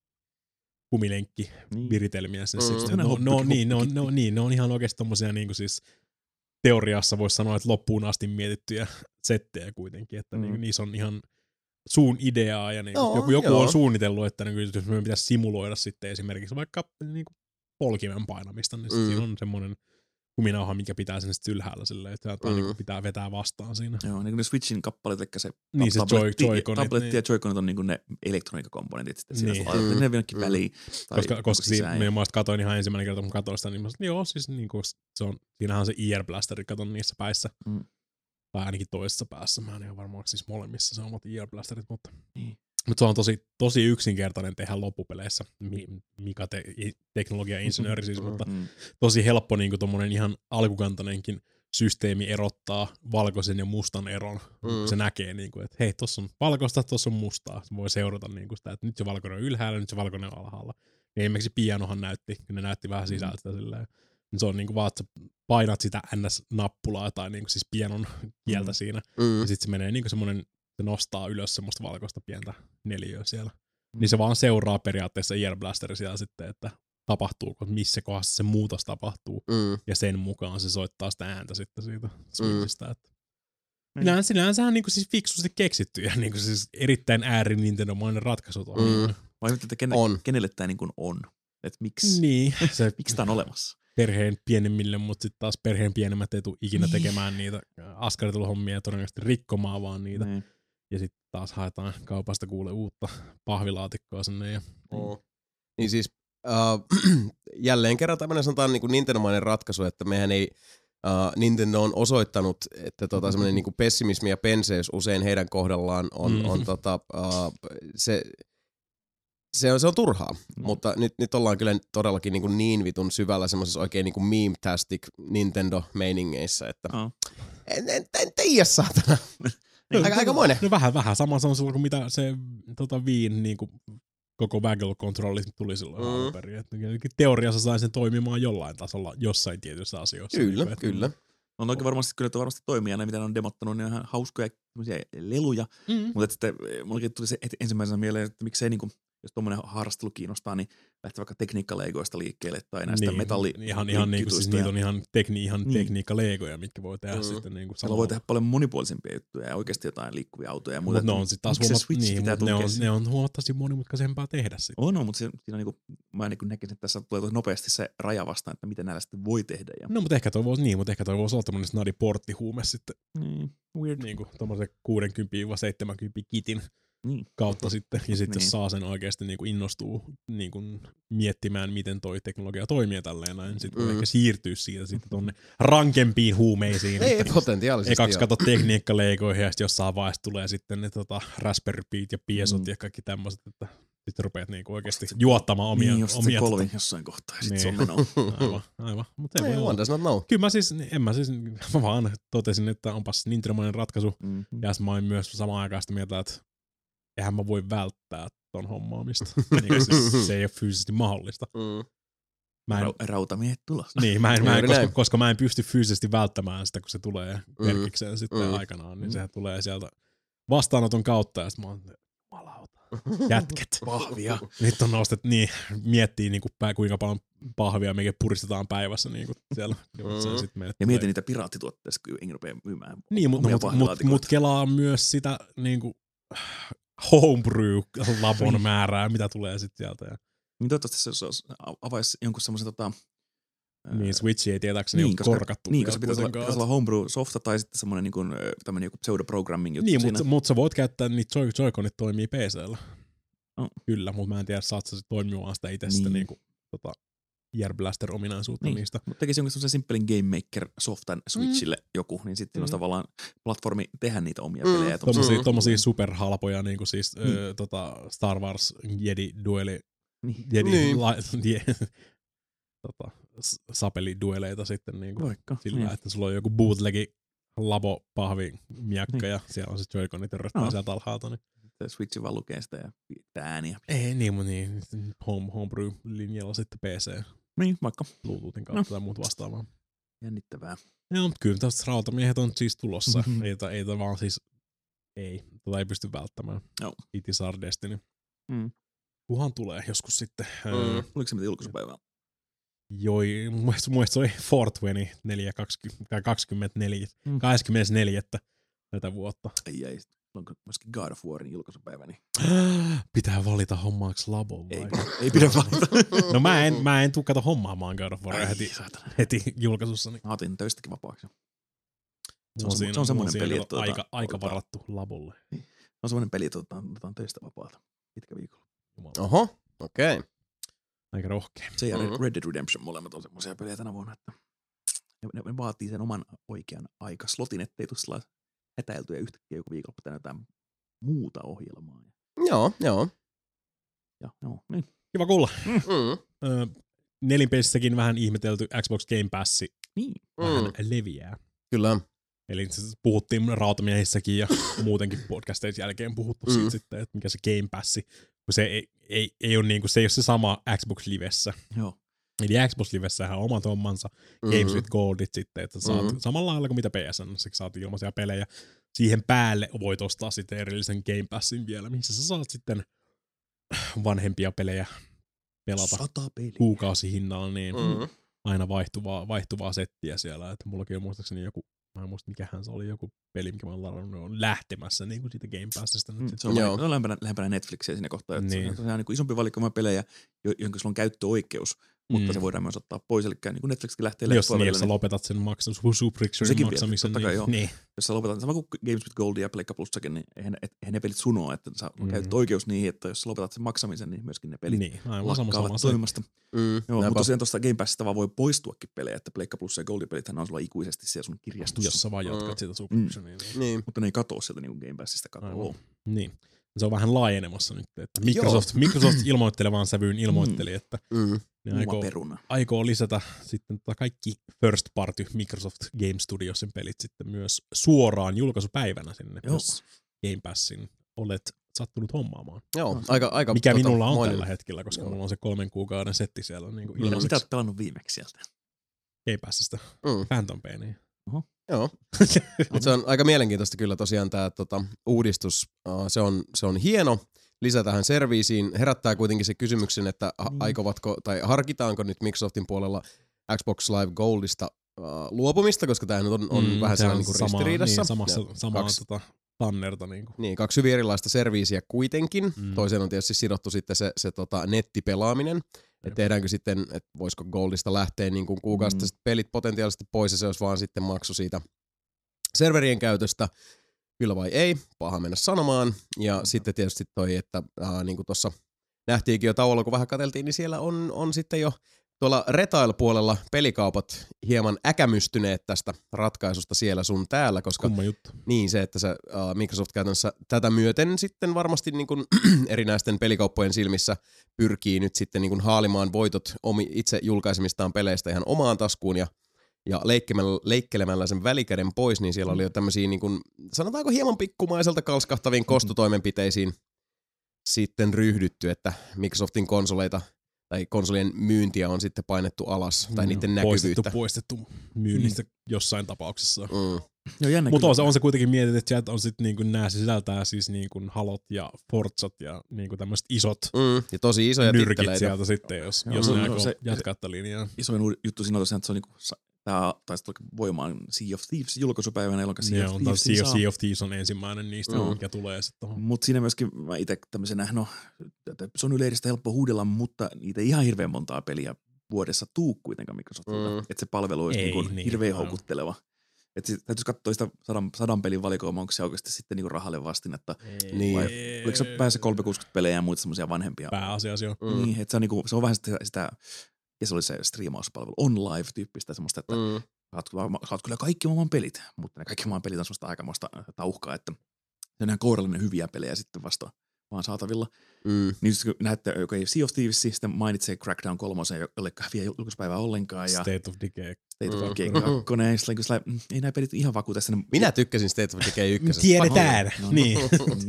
kumilenkki niin. viritelmiä sen mm. sitten. No, no, niin, no, no, niin, ne on ihan oikeesti tommosia niinku siis teoriassa voisi sanoa, että loppuun asti mietittyjä settejä kuitenkin, että mm. niin, niissä on ihan suun ideaa ja niin, no, joku, joku on suunnitellut, että niin, jos me pitäisi simuloida sitten esimerkiksi vaikka niin kuin polkimen painamista, niin mm. siinä on semmoinen kuminauha, mikä pitää sen sitten ylhäällä silleen, että mm. niin pitää vetää vastaan siinä. Joo, niin kuin ne Switchin kappalit, eli se, niin, se tabletti, Joy-Conit, tabletti niin. ja Joy-Conit on niin kuin ne elektroniikkakomponentit, sitten siinä niin. laitat ne vieläkin väliin. Koska, koska siinä, minä muista katoin ihan ensimmäinen kerta, kun katsoin sitä, niin mä sanoin, joo, siis niin kuin, se on, siinähän on se ear blasteri, katon niissä päissä. Mm. Tai ainakin toisessa päässä, mä en ihan varmaan siis molemmissa se on omat ear blasterit, mutta... Niin. Mutta se on tosi, tosi yksinkertainen tehdä loppupeleissä, mikä te, teknologia-insinööri siis, mm-hmm. mutta tosi helppo niin tommonen ihan alkukantainenkin systeemi erottaa valkoisen ja mustan eron. Mm. Se näkee, niin kuin, että hei, tossa on valkoista, tossa on mustaa. Se voi seurata niin kuin sitä, että nyt se valkoinen on ylhäällä, nyt se valkoinen on alhaalla. Ja esimerkiksi pianohan näytti, ne näytti vähän sisältä sitä silleen. Se on niin kuin vaan, että sä painat sitä ns-nappulaa tai niin kuin siis pianon kieltä mm. siinä. Mm. Ja sitten se menee niin kuin semmoinen, se nostaa ylös semmoista valkoista pientä neliöä siellä. Mm. Niin se vaan seuraa periaatteessa ear blasteri siellä sitten, että tapahtuuko, missä kohdassa se muutos tapahtuu. Mm. Ja sen mukaan se soittaa sitä ääntä sitten siitä Switchistä. Mm. Sinähän, sinänsähän on niin kuin siis fiksusti keksitty ja niin kuin siis erittäin ääri Nintendo-mainen ratkaisu tuolla. Mm. Vai että ken, kenelle tämä niin kuin on? Että miksi, niin. se, miksi tämä on olemassa? Perheen pienemmille, mutta sitten taas perheen pienemmät ei tule ikinä tekemään niitä askarteluhommia ja todennäköisesti rikkomaan vaan niitä. Mm. Ja sitten taas haetaan kaupasta kuule uutta pahvilaatikkoa sinne. Ja... Oh. Niin siis uh, jälleen kerran tämmöinen sanotaan niin kuin Nintendo-mainen ratkaisu, että mehän ei, uh, Nintendo on osoittanut, että tota, semmoinen niin kuin pessimismi ja penseys usein heidän kohdallaan on, mm-hmm. on tota, uh, se... Se on, se on turhaa, mm. mutta nyt, nyt ollaan kyllä todellakin niin, kuin niin vitun syvällä semmoisessa oikein niin kuin meme-tastic Nintendo-meiningeissä, että oh. en, en, en tiedä saatana. Aika, aikamoinen. No vähän, vähän sama se on silloin kuin mitä se tota, Viin niin kuin, koko Waggle Control tuli silloin mm. alun perin. Et, teoriassa sain sen toimimaan jollain tasolla jossain tietyissä asioissa. Kyllä, niin, kyllä. On oikein varmasti, kyllä varmasti toimia, ne mitä ne on demottanut, ne on ihan hauskoja leluja, mm. mutta sitten mullakin tuli se ensimmäisenä mieleen, että miksei niinku, jos tommonen harrastelu kiinnostaa, niin lähtee vaikka tekniikkaleigoista liikkeelle tai näistä niin, metalli ihan, ihan niinku, siis niitä on ihan, tekni, ihan niin. tekniikkaleigoja, mitkä voi tehdä mm. sitten niinku samalla. Voi tehdä paljon monipuolisempia juttuja ja oikeasti jotain liikkuvia autoja. Mutta ne on sitten taas huomat, niin, ne, on, ne on huomattavasti monimutkaisempaa tehdä sitten. On, on mutta siinä niinku, mä niin näkisin, että tässä tulee nopeasti se raja vastaan, että miten näillä sitten voi tehdä. Ja... No, mutta ehkä toi voisi, niin, mutta ehkä toi voisi olla tämmöinen snadi porttihuume sitten. Niin, weird. Niin kuin tommoisen kuusikymmentä seitsemänkymmentä kitin. Niin. kautta sitten, ja sitten niin. jos saa sen oikeasti niin kuin innostuu niin kuin miettimään, miten toi teknologia toimii tälleen näin, sitten voi mm. ehkä siirtyä siitä sitten tonne rankempiin huumeisiin. Ei, potentiaalisesti ekaksi kato tekniikkaleikoihin, ja sitten jossain vaiheessa tulee sitten ne tota, Raspberry Pit ja Piesot mm. ja kaikki tämmöiset, että sitten rupeat niinku oikeasti juottamaan omia... Niin, jos omia, se kolvi tota, jossain kohtaa, ja sitten niin. se on menoa. Aivan, aivan. Mutta ei, one does not know. Kyllä mä siis, en mä siis, mä vaan totesin, että onpas Nintendomainen ratkaisu, mm-hmm. ja mä olin myös samaan aikaan sitä mieltä, että eihän mä voi välttää ton hommaamista. Niin, siis se ei ole fyysisesti mahdollista. Mm. Mä en, Ra- rautamiehet tulossa. Niin, mä en, mä en, koska, koska mä en pysty fyysisesti välttämään sitä, kun se tulee merkikseen mm. sitten mm. aikanaan, niin mm. sehän tulee sieltä vastaanoton kautta, ja sitten mä oon, jumalauta, jätket. Pahvia. Nyt on nostettu, niin, miettii niin kuin, kuinka paljon pahvia mekin puristetaan päivässä niin kuin siellä. Mm. Sit ja mieti niitä piraattituotteista, kun jengi rupeaa myymään. Niin, mutta mut, mut, mut kelaa myös sitä niin kuin, homebrew-labon määrää, mitä tulee sitten sieltä. Ja... Niin toivottavasti se avaisi jonkun semmoisen tota... Niin, Switchi ei tietääkseni niin, ole korkattu. Niin, koska pitäisi olla, pitäisi olla homebrew-softa tai sitten semmoinen niin kuin, tämmöinen joku pseudo-programming juttu niin, siinä. Niin, mutta sä voit käyttää niitä Joy- Joy-Conit toimii P C:llä. Oh. Kyllä, mutta mä en tiedä, saat sä toimimaan sitä itse niin. sitä niin kuin, tota, Year Blaster-ominaisuutta niin. niistä. Mutta tekisi jonkun semmoisen simppelin Game Maker-softan Switchille mm. joku, niin sitten mm. olisi tavallaan platformi tehdä niitä omia mm. pelejä. Tommosia, mm. tommosia superhalpoja, niin kuin siis mm. ö, tota Star Wars Jedi Dueli, niin. Jedi niin. La, je, tota, sapelidueleita sitten niin kuin sillä, niin. että sulla on joku bootlegi labo pahvi miakka niin. ja siellä on se Joy-Conit törröttää no. sieltä alhaalta. Niin. Switchi vaan lukee sitä ja pitää ääniä. Ei niin, mutta niin, home, homebrew-linjalla sitten P C. Niin, vaikka. Bluetoothin kautta no. tai muut vastaavaa. Jännittävää. Joo, mutta kyllä tästä rautamiehet on siis tulossa. Mm-hmm. Ei, ei vaan siis, ei, tota ei pysty välttämään. No. It is our destiny. Mm. Kuhan tulee joskus sitten. Mm. Öö, Oliko se mitä julkaisupäivää? Joi, mun mielestä se oli neljä kaksikymmentäneljä, mm. kaksikymmentäneljä tätä vuotta. Ei, ei. Onko myöskin God of Warin julkaisupäivä? Niin... Pitää valita hommaaksi labon vai? Ei, ei pidä valita. No mä en, mä en tuu kato hommaamaan God of Waria heti, heti julkaisussa. Niin. Mä otin töistäkin vapaaksi. Se on, se on, se on semmoinen peli, että aika, tuota, aika varattu labolle. Niin. Se on semmoinen peli, että otetaan töistä vapaata pitkä viikolla. Oho, okei. Okay. Aika rohkea. Se ja mm-hmm. Red Dead Redemption molemmat on semmoisia pelejä tänä vuonna, että ne, ne vaatii sen oman oikean aikaslotin, ettei tule sillä hätäiltyä yhtäkkiä joku viikonloppu tänne jotain muuta ohjelmaa. Joo, joo. Ja, joo, niin. Kiva kuulla. Mm. Mm. Ö, nelinpelissäkin vähän ihmetelty Xbox Game Passi niin. vähän mm. leviää. Kyllä. Eli puhuttiin rautamiehissäkin ja muutenkin podcasteissa jälkeen puhuttu mm. siitä sitten, että mikä se Game Passi, kun se ei, ei, ei, ole, niin kuin, se, ei ole se sama Xbox Livessä. Joo. Eli Xbox Livessähän on omat hommansa, mm-hmm. Games with Goldit sitten, että saat mm-hmm. samalla lailla kuin mitä P S N, saat ilmaisia pelejä. Siihen päälle voit ostaa sitten erillisen Game Passin vielä, missä sä saat sitten vanhempia pelejä pelata kuukausihinnalla, niin mm-hmm. aina vaihtuvaa, vaihtuvaa settiä siellä. Että mullakin on muistaakseni joku, mä en muista mikähän se oli, joku peli, mikä mä oon ladannut, on lähtemässä niin kuin siitä Game Passista. Mm, se on, on lähempänä, lähempänä Netflixiä siinä kohtaa, että niin. se on niin kuin isompi valikoima pelejä, joihin sulla on käyttöoikeus, mutta mm. se voidaan myös ottaa pois, eli niin kuin Netflixkin lähtee jos, niin, jos sä lopetat sen maksamisen, subscriptionin maksamisen. Totta kai niin, joo. Niin. Jos sä lopetat, sama kuin Games with Gold ja Pleikka Plussakin, niin eihän, eihän ne pelit sunoa, että sä on mm. käyttöoikeus niihin, että jos sä lopetat sen maksamisen, niin myöskin ne pelit niin, lakkaavat toimimasta. Mm. Joo, mutta tosiaan tuosta Game Passista vaan voi poistuakin pelejä, että Pleikka Plus ja Goldin pelithän on sulla ikuisesti siellä sun kirjastossa. Jos sä vaan jatkat mm. sitä subscriptionia. Niin. Mutta ne ei katoa sieltä niin kuin Game Passista katoa. Niin. Se on vähän laajenemassa nyt, että Microsoft, Microsoft ilmoittelevaan sävyyn ilmoitteli, mm. että mm. ne aikoo, aikoo lisätä sitten tota kaikki first party Microsoft Game Studiosin pelit sitten myös suoraan julkaisupäivänä sinne, Joo. jos Game Passin olet sattunut hommaamaan. Joo, aika, aika mikä tota, minulla on moinen. tällä hetkellä, koska Joo. mulla on se kolmen kuukauden setti siellä niin kuin ilmaiseksi. Mitä olet pelannut viimeksi sieltä? Game Passista. Mm. Phantom Painia. Oho. Joo. Se on aika mielenkiintoista kyllä tosiaan tämä tota, uudistus. Uh, se, on, se on hieno lisä tähän serviisiin. Herättää kuitenkin se kysymyksen, että ha- mm. aikovatko tai harkitaanko nyt Microsoftin puolella Xbox Live Goldista uh, luopumista, koska tämä on, on mm, vähän sellainen niin ristiriidassa. Niin, samassa, samaa kaksi, tota, tannerta. Niin, niin, kaksi hyvin erilaista serviisiä kuitenkin. Mm. Toiseen on tietysti sidottu sitten se, se tota, nettipelaaminen. Että tehdäänkö sitten, että voisiko Goldista lähteä niin kuin kuukausista mm. pelit potentiaalisesti pois ja se olisi vaan sitten maksu siitä serverien käytöstä. Kyllä vai ei, paha mennä sanomaan. Ja mm. sitten tietysti toi, että äh, niin kuin tuossa nähtiinkin jo tauolla, kun vähän katseltiin, niin siellä on, on sitten jo tuolla retail-puolella pelikaupat hieman äkämystyneet tästä ratkaisusta siellä sun täällä, koska niin se, että se uh, Microsoft käytännössä tätä myöten sitten varmasti niin kuin erinäisten pelikauppojen silmissä pyrkii nyt sitten niin kuin haalimaan voitot omi, itse julkaisemistaan peleistä ihan omaan taskuun ja, ja leikkelemällä, leikkelemällä sen välikäden pois, niin siellä oli jo tämmöisiä niin kuin, sanotaanko hieman pikkumaiselta kalskahtaviin kostotoimenpiteisiin sitten ryhdytty, että Microsoftin konsoleita tai konsolien myyntiä on sitten painettu alas, tai mm, niiden näkyvyyttä. Poistettu, poistettu myynnistä mm. jossain tapauksessa. Mm. Mutta on, on se kuitenkin mietitty, että sieltä on sitten niinku, nää sisältää siis niinku Halot ja Forzat ja niinku tämmöiset isot mm. ja tosi isoja nyrkit titteleitä sieltä sitten, jos, jos mm. ne aikoo jatkaa tätä linjaa. Isoin juttu siinä on tosiaan, että se on niinku, tää taisi tulla voimaan Sea of Thieves julkaisupäivänä, jolloin Sea of Thieves sea, saa. Sea of Thieves on ensimmäinen niistä, mm. mikä tulee sitten tuohon. Mutta siinä myöskin mä itse tämmöisenä, no se on yleistä helppo huudella, mutta niitä ei ihan hirveän montaa peliä vuodessa tuu kuitenkaan Microsoftilta, mm. että se palvelu olisi ei, niinku niin, hirveän niin, houkutteleva. Että täytyisi katsoa sitä sadan, sadan pelin valikoimaa, onko se oikeasti sitten niinku rahalle vastinetta. Niin. Vai oliko se päässä kolmesataakuusikymmentä pelejä ja muita semmoisia vanhempia? Pääasiassa joo. Mm. Niin, että se on, niinku, se on vähän sitä, sitä, ja se oli se striimauspalvelu, OnLive-tyyppistä semmoista, että mm. saat, saat kyllä kaikki maailman pelit, mutta ne kaikki maailman pelit on semmoista aikamoista tauhkaa, että se on ihan kourallinen hyviä pelejä sitten vasta vaan saatavilla. Mm. Niin kun näette, joka ei Sea of Thieves, sitten mainitsee Crackdown kolmosen, jolle ei vie julkaisupäivää ollenkaan. Ja State of Decay. State of Decay kakkonen. Mm. Ei nämä pelit ihan vakuuta. Minä tykkäsin State of Decay ykkösestä. Tiedetään. No, niin.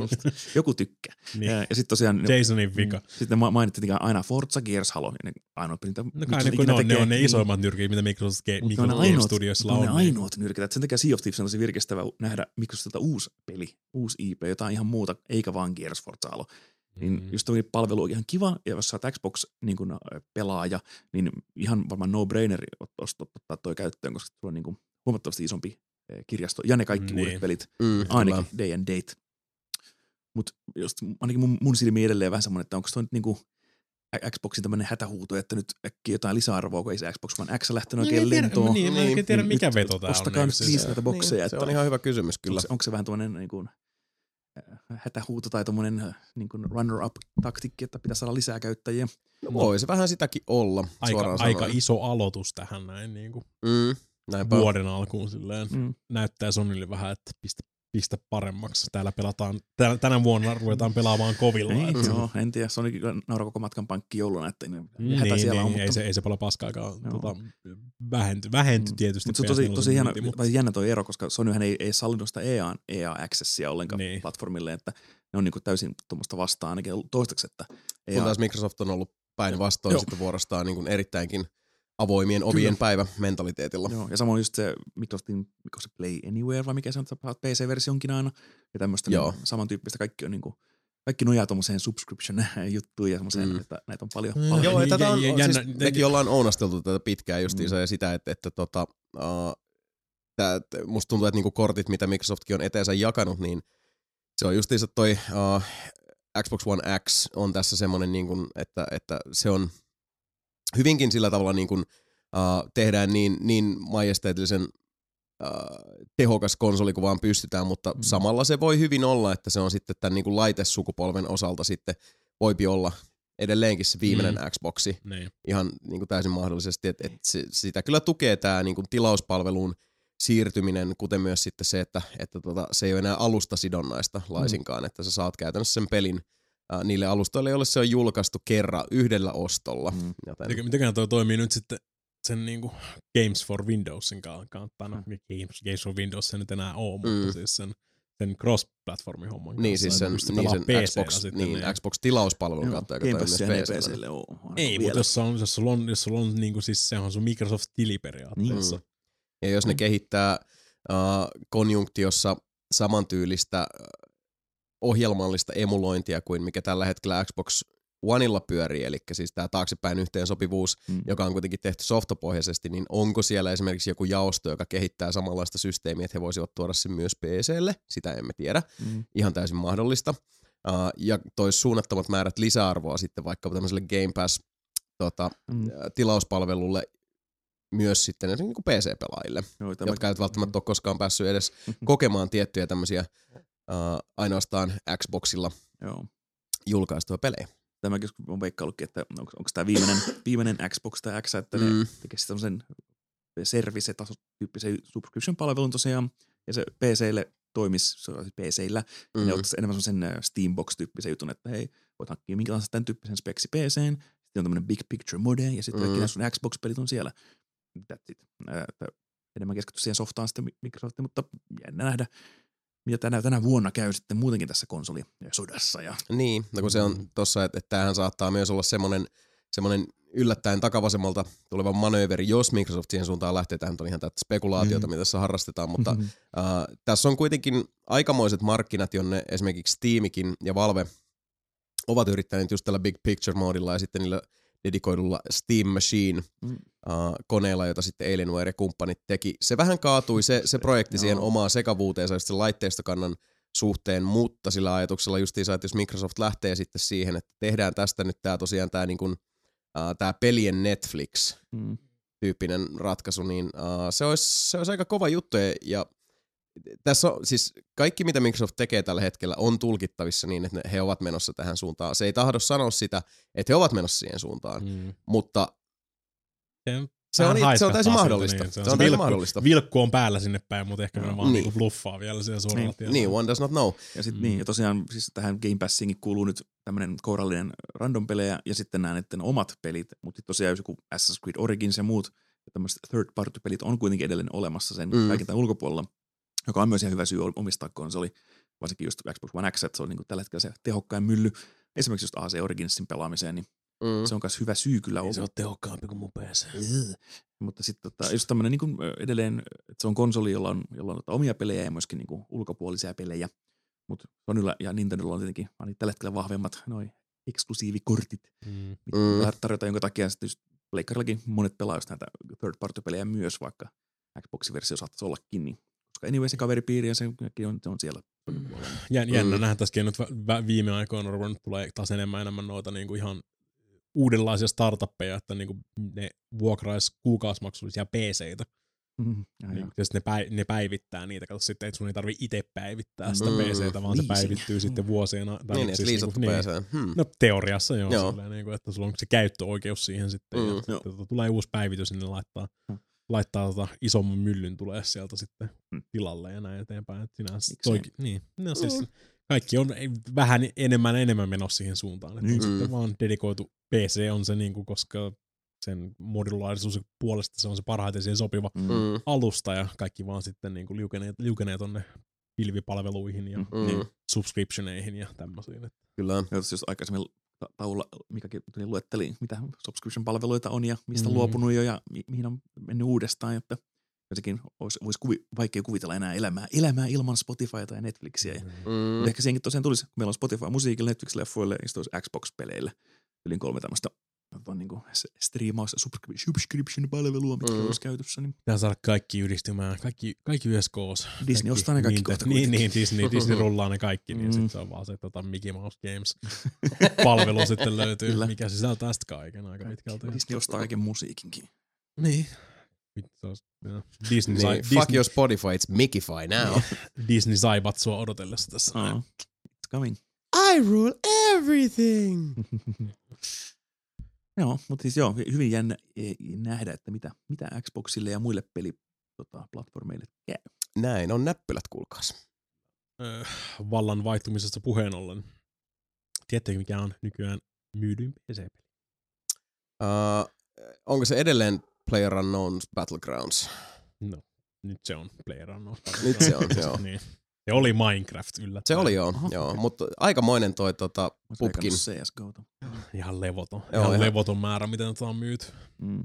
Joku tykkää. Niin. Ja, ja sitten tosiaan Jasonin vika. Sitten mainittiin aina Forza, Gears, Halo. Ne ainoat pelit, no kai ne, ne, on, ne on ne isoimmat nyrkit, mitä Microsoft Game Studiosilla on. Ne ainoat nyrkit. Sen takia Sea of Thieves on tosi virkistävä nähdä Microsoftilta uusi peli, uusi I P, jotain ihan muuta, eikä vaan Gears, Forza, Halo. Niin mm. just tämmöinen palvelu on ihan kiva, ja jos sä oot Xbox-pelaaja, niin, niin ihan varmaan no-braineri ottaa toi käyttöön, koska sulla on niin kuin huomattavasti isompi kirjasto, ja ne kaikki mm, uudet niin. pelit, mm, ainakin kyllä. Day and Date. Mutta just ainakin mun, mun silmiin edelleen vähän semmoinen, että onko toi nyt niinku Xboxin tämmöinen hätähuuto, että nyt äkkiä jotain lisäarvoa, kun ei se Xbox One X lähtenyt no, oikein lentoon. Niin, mä en tiedä mikä veto tää on. Ostakaa nyt siis näitä bokseja. Niin, se on ihan hyvä kysymys kyllä. Onko se, onko se vähän tuommoinen niin kuin hätähuuto tai tuommoinen niin kuin runner-up-taktikki, että pitäisi saada lisää käyttäjiä? No, voi se vähän sitäkin olla. Aika, aika iso aloitus tähän näin, niin kuin mm, vuoden alkuun silleen. Mm. Näyttää Sonylle vähän, että pistä, pistä paremmaksi. Täällä pelataan, täällä, tänä vuonna ruvetaan pelaamaan kovilla. Ei, että joo, en tiedä. Sony naura koko matkan pankki jouluna, että niin, hätä niin, siellä niin, on. Mutta ei, se, ei se paljon paskaakaan tota, vähenty, vähenty tietysti. Mutta se on tosi, tosi hieno, mutta jännä toi ero, koska Sonyhän ei, ei sallinut sitä E A, E A Accessia ollenkaan niin. platformille, että ne on niinku täysin tuommoista vastaan ainakin toistaiseksi, että E A... Kun taas Microsoft on ollut päinvastoin joo. sitten vuorostaan niin kuin erittäinkin avoimien ovien Kyllä. päivä mentaliteetilla. Joo, ja samoin just se Microsoftin, mikä se Play Anywhere vai mikä se on, että P C-versionkin aina, ja tämmöistä niin samantyyppistä kaikki on niinku, kaikki nojaa tuommoiseen subscription-juttuun ja semmoiseen, mm. että näitä on paljon. Mm. paljon. Joo, ja tätä on, on siis, mekin ollaan ounasteltu tätä pitkään justiinsa mm. ja sitä, että, että tota, uh, tää, musta tuntuu, että niinku kortit, mitä Microsoftkin on eteensä jakanut, niin se on justiinsa toi uh, Xbox One X on tässä semmoinen, niin kuin, että, että se on hyvinkin sillä tavalla niin kuin, uh, tehdään niin, niin majesteetillisen uh, tehokas konsoli kuin vaan pystytään, mutta mm. samalla se voi hyvin olla, että se on sitten tämän niin kuin laitesukupolven osalta sitten voipi olla edelleenkin se viimeinen mm. Xboxi niin. ihan niin kuin täysin mahdollisesti, että, että se, sitä kyllä tukee tämä niin kuin tilauspalveluun siirtyminen, kuten myös sitten se, että, että tota, se ei ole enää alustasidonnaista laisinkaan, mm. että sä saat käytännössä sen pelin äh, niille alustoille, joille se on julkaistu kerran yhdellä ostolla. Mm. Joten... Mitenköhän toi toimii nyt sitten sen niinku Games for Windowsin kanssa? No, Games, Games for Windows se nyt enää ole, mutta mm. siis sen, sen cross-platformin homman kanssa. Niin, siis sen, niin sen Xbox, niin, niin. Xbox-tilauspalvelun kautta, joka toimii myös P C:lle. Ei, mutta jos on, jos sulla on, jos sulla on niinku siis se on sun Microsoft-tili periaatteessa. Mm. Ja jos ne mm. kehittää uh, konjunktiossa samantyylistä ohjelmallista emulointia kuin mikä tällä hetkellä Xbox Oneilla pyörii, eli siis tämä taaksepäin yhteensopivuus, mm. joka on kuitenkin tehty softapohjaisesti, niin onko siellä esimerkiksi joku jaosto, joka kehittää samanlaista systeemiä, että he voisivat tuoda sen myös P C:lle? Sitä emme tiedä. Mm. Ihan täysin mahdollista. Uh, ja toisi suunnattomat määrät lisäarvoa sitten vaikka tämmöiselle Game Pass tota, mm. tilauspalvelulle, myös sitten niin kuin P C-pelaajille, Joo, jotka eivät välttämättä ole koskaan päässyt edes kokemaan tiettyjä tämmöisiä uh, ainoastaan Xboxilla Joo. julkaistua pelejä. Tämäkin on veikkaillutkin, että onko, onko tämä viimeinen, viimeinen Xbox tai X, että mm. ne tekisi tämmöisen service-tyyppisen subscription-palvelun tosiaan, ja se P C:lle toimisi, se on P C:llä, mm. ja ne ottaisi enemmän semmoisen Steambox-tyyppisen jutun, että hei, voit hankkia minkälaisen tämän tyyppisen speksi P C:n, sitten on tämmöinen big picture mode, ja sitten mm. kaikki nämä sun Xbox-pelit on siellä. That's it. Äh, enemmän keskitty siihen softaan sitten Microsoftiin, mutta jännä nähdä, mitä tänä, tänä vuonna käy sitten muutenkin tässä konsolisodassa. Ja... Niin, no kun se on tossa, että, että tämähän saattaa myös olla semmoinen, semmoinen yllättäen takavasemmalta tuleva manööveri, jos Microsoft siihen suuntaan lähtee. Tähän on ihan tätä spekulaatiota, mm. mitä tässä harrastetaan, mutta mm-hmm. äh, tässä on kuitenkin aikamoiset markkinat, jonne esimerkiksi Steamikin ja Valve ovat yrittäneet just tällä big picture moodilla ja sitten niillä dedikoidulla Steam Machine mm. uh, koneella, jota sitten Alienware ja kumppanit teki. Se vähän kaatui se, se projekti siihen omaan sekavuuteensa just sen laitteistokannan suhteen, mutta sillä ajatuksella justiinsa, että jos Microsoft lähtee sitten siihen, että tehdään tästä nyt tää tosiaan tää niin kuin, uh, tää pelien Netflix-tyyppinen mm. ratkaisu, niin uh, se, olisi, se olisi aika kova juttu ja tässä on siis kaikki, mitä Microsoft tekee tällä hetkellä, on tulkittavissa niin, että he ovat menossa tähän suuntaan. Se ei tahdo sanoa sitä, että he ovat menossa siihen suuntaan, mm. mutta se on, se on täysin mahdollista. Niin. Se on, se on täysin mahdollista. Vilkku on päällä sinne päin, mutta ehkä me vaan niin. niinku bluffaa vielä siellä suoralla niin. niin, one does not know. Ja sitten mm. niin, ja tosiaan siis tähän Game Passiinkin kuuluu nyt tämmöinen kourallinen random-pelejä ja sitten nämä näiden omat pelit, mutta tosiaan jos joku Assassin's Creed Origins ja muut ja tämmöiset third-party-pelit on kuitenkin edelleen olemassa sen mm. kaiken tämän ulkopuolella, joka on myös ihan hyvä syy omistaa konsoli, varsinkin just Xbox One X, että se on niin kuin tällä hetkellä se tehokkain mylly. Esimerkiksi just A C Originsin pelaamiseen, niin mm. se on myös hyvä syy kyllä. Ei se on tehokkaampi kuin mun P C. Mutta sitten tota, just tämmöinen niin kuin edelleen, että se on konsoli, jolla on, jolla on omia pelejä ja myöskin niin kuin ulkopuolisia pelejä. Mutta Sonylla ja Nintendolla on tietenkin tällä hetkellä vahvemmat noi eksklusiivikortit, mm. mitä mm. tarjotaan, jonka takia sitten just Pleikkarillakin monet pelaa just näitä third-party-pelejä myös, vaikka Xbox-versio saattaisi ollakin, niin koska anyway se kaveripiiri ja se on, se on siellä. Jän, jännä mm. nähdä tässäkin nyt viime aikoina on ruvennut tulee taas enemmän enemmän noita niinku ihan uudenlaisia startuppeja, että niinku ne vuokraisi kuukausimaksullisia P C:itä. Mm, niin, ja ne, päi, ne päivittää niitä. Kato sitten, että sun ei tarvitse itse päivittää sitä mm, P C:tä, vaan leasing. Se päivittyy sitten vuosina. Niin, siis liisattu niin, P C. Hmm. No teoriassa joo, joo. Silleen, niin kuin, että sulla on se käyttöoikeus siihen sitten. Mm, ja sitten tulee uusi päivitys, niin ne laittaa, hmm. laittaa tota isomman myllyn tulee sieltä sitten hmm. tilalle ja näin eteenpäin. Että sinänsä toikin, niin, no siis mm. kaikki on vähän enemmän enemmän menossa siihen suuntaan. Että mm. sitten vaan dedikoitu P C on se, niin kuin, koska sen modulaarisuus puolesta se on se parhaiten siihen sopiva mm. alusta ja kaikki vaan sitten niin kuin liukenee, liukenee tonne pilvipalveluihin ja mm. subscriptioneihin ja tämmöisiin. Kyllä. Jos just aikaisemmin taululla Mikakin luetteli, mitä subscription-palveluita on ja mistä mm. luopunut jo ja mi- mihin on mennyt uudestaan, että jotenkin olisi, olisi kuvi, vaikea kuvitella enää elämää, elämää ilman Spotifyta ja Netflixiä. Ja, mm. Ehkä siihenkin tosiaan tulisi, kun meillä on Spotify musiikille, Netflix-leffoille ja sitten olisi Xbox-peleille yli kolme tämmöistä on niinku striimaus subscription-palvelua, mitkä mm. olisi käytössä. Niin. Pitää saada kaikki yhdistymään, kaikki, kaikki yhdessä koossa. Disney kaikki, ostaa ne kaikki kohta. Niin, niin Disney, Disney rullaa ne kaikki, niin mm. sitten se on vaan se tota, Mickey Mouse Games-palvelu sitten löytyy, Kyllä. mikä sisältää sitten kaiken aika pitkältä. Disney ostaa kaiken musiikinkin. Niin. Disney, niin, Disney, fuck your Spotify, it's Mickeyfy now. Disney saivat sua odotellessa tässä. Oh, it's coming. I rule everything! Joo, mutta siis joo, hyvin jännä nähdä, että mitä, mitä Xboxille ja muille peli, tota, platformeille käy. Näin on näppylät, kuulkaas. Öö, vallan vaihtumisesta puheen ollen. Tiedättekö, mikä on nykyään myydyin P C-peli? Uh, onko se edelleen PlayerUnknown's Battlegrounds? No, nyt se on PlayerUnknown's. Nyt se on, joo. Niin. Se oli Minecraft yllättäen. Se oli joo, Aha, joo. okei. mutta aikamoinen toi tota, pupkin. C S G O. Ihan levoton. Joo, ihan ihan- levoton määrä, miten tätä on myyty. Mm.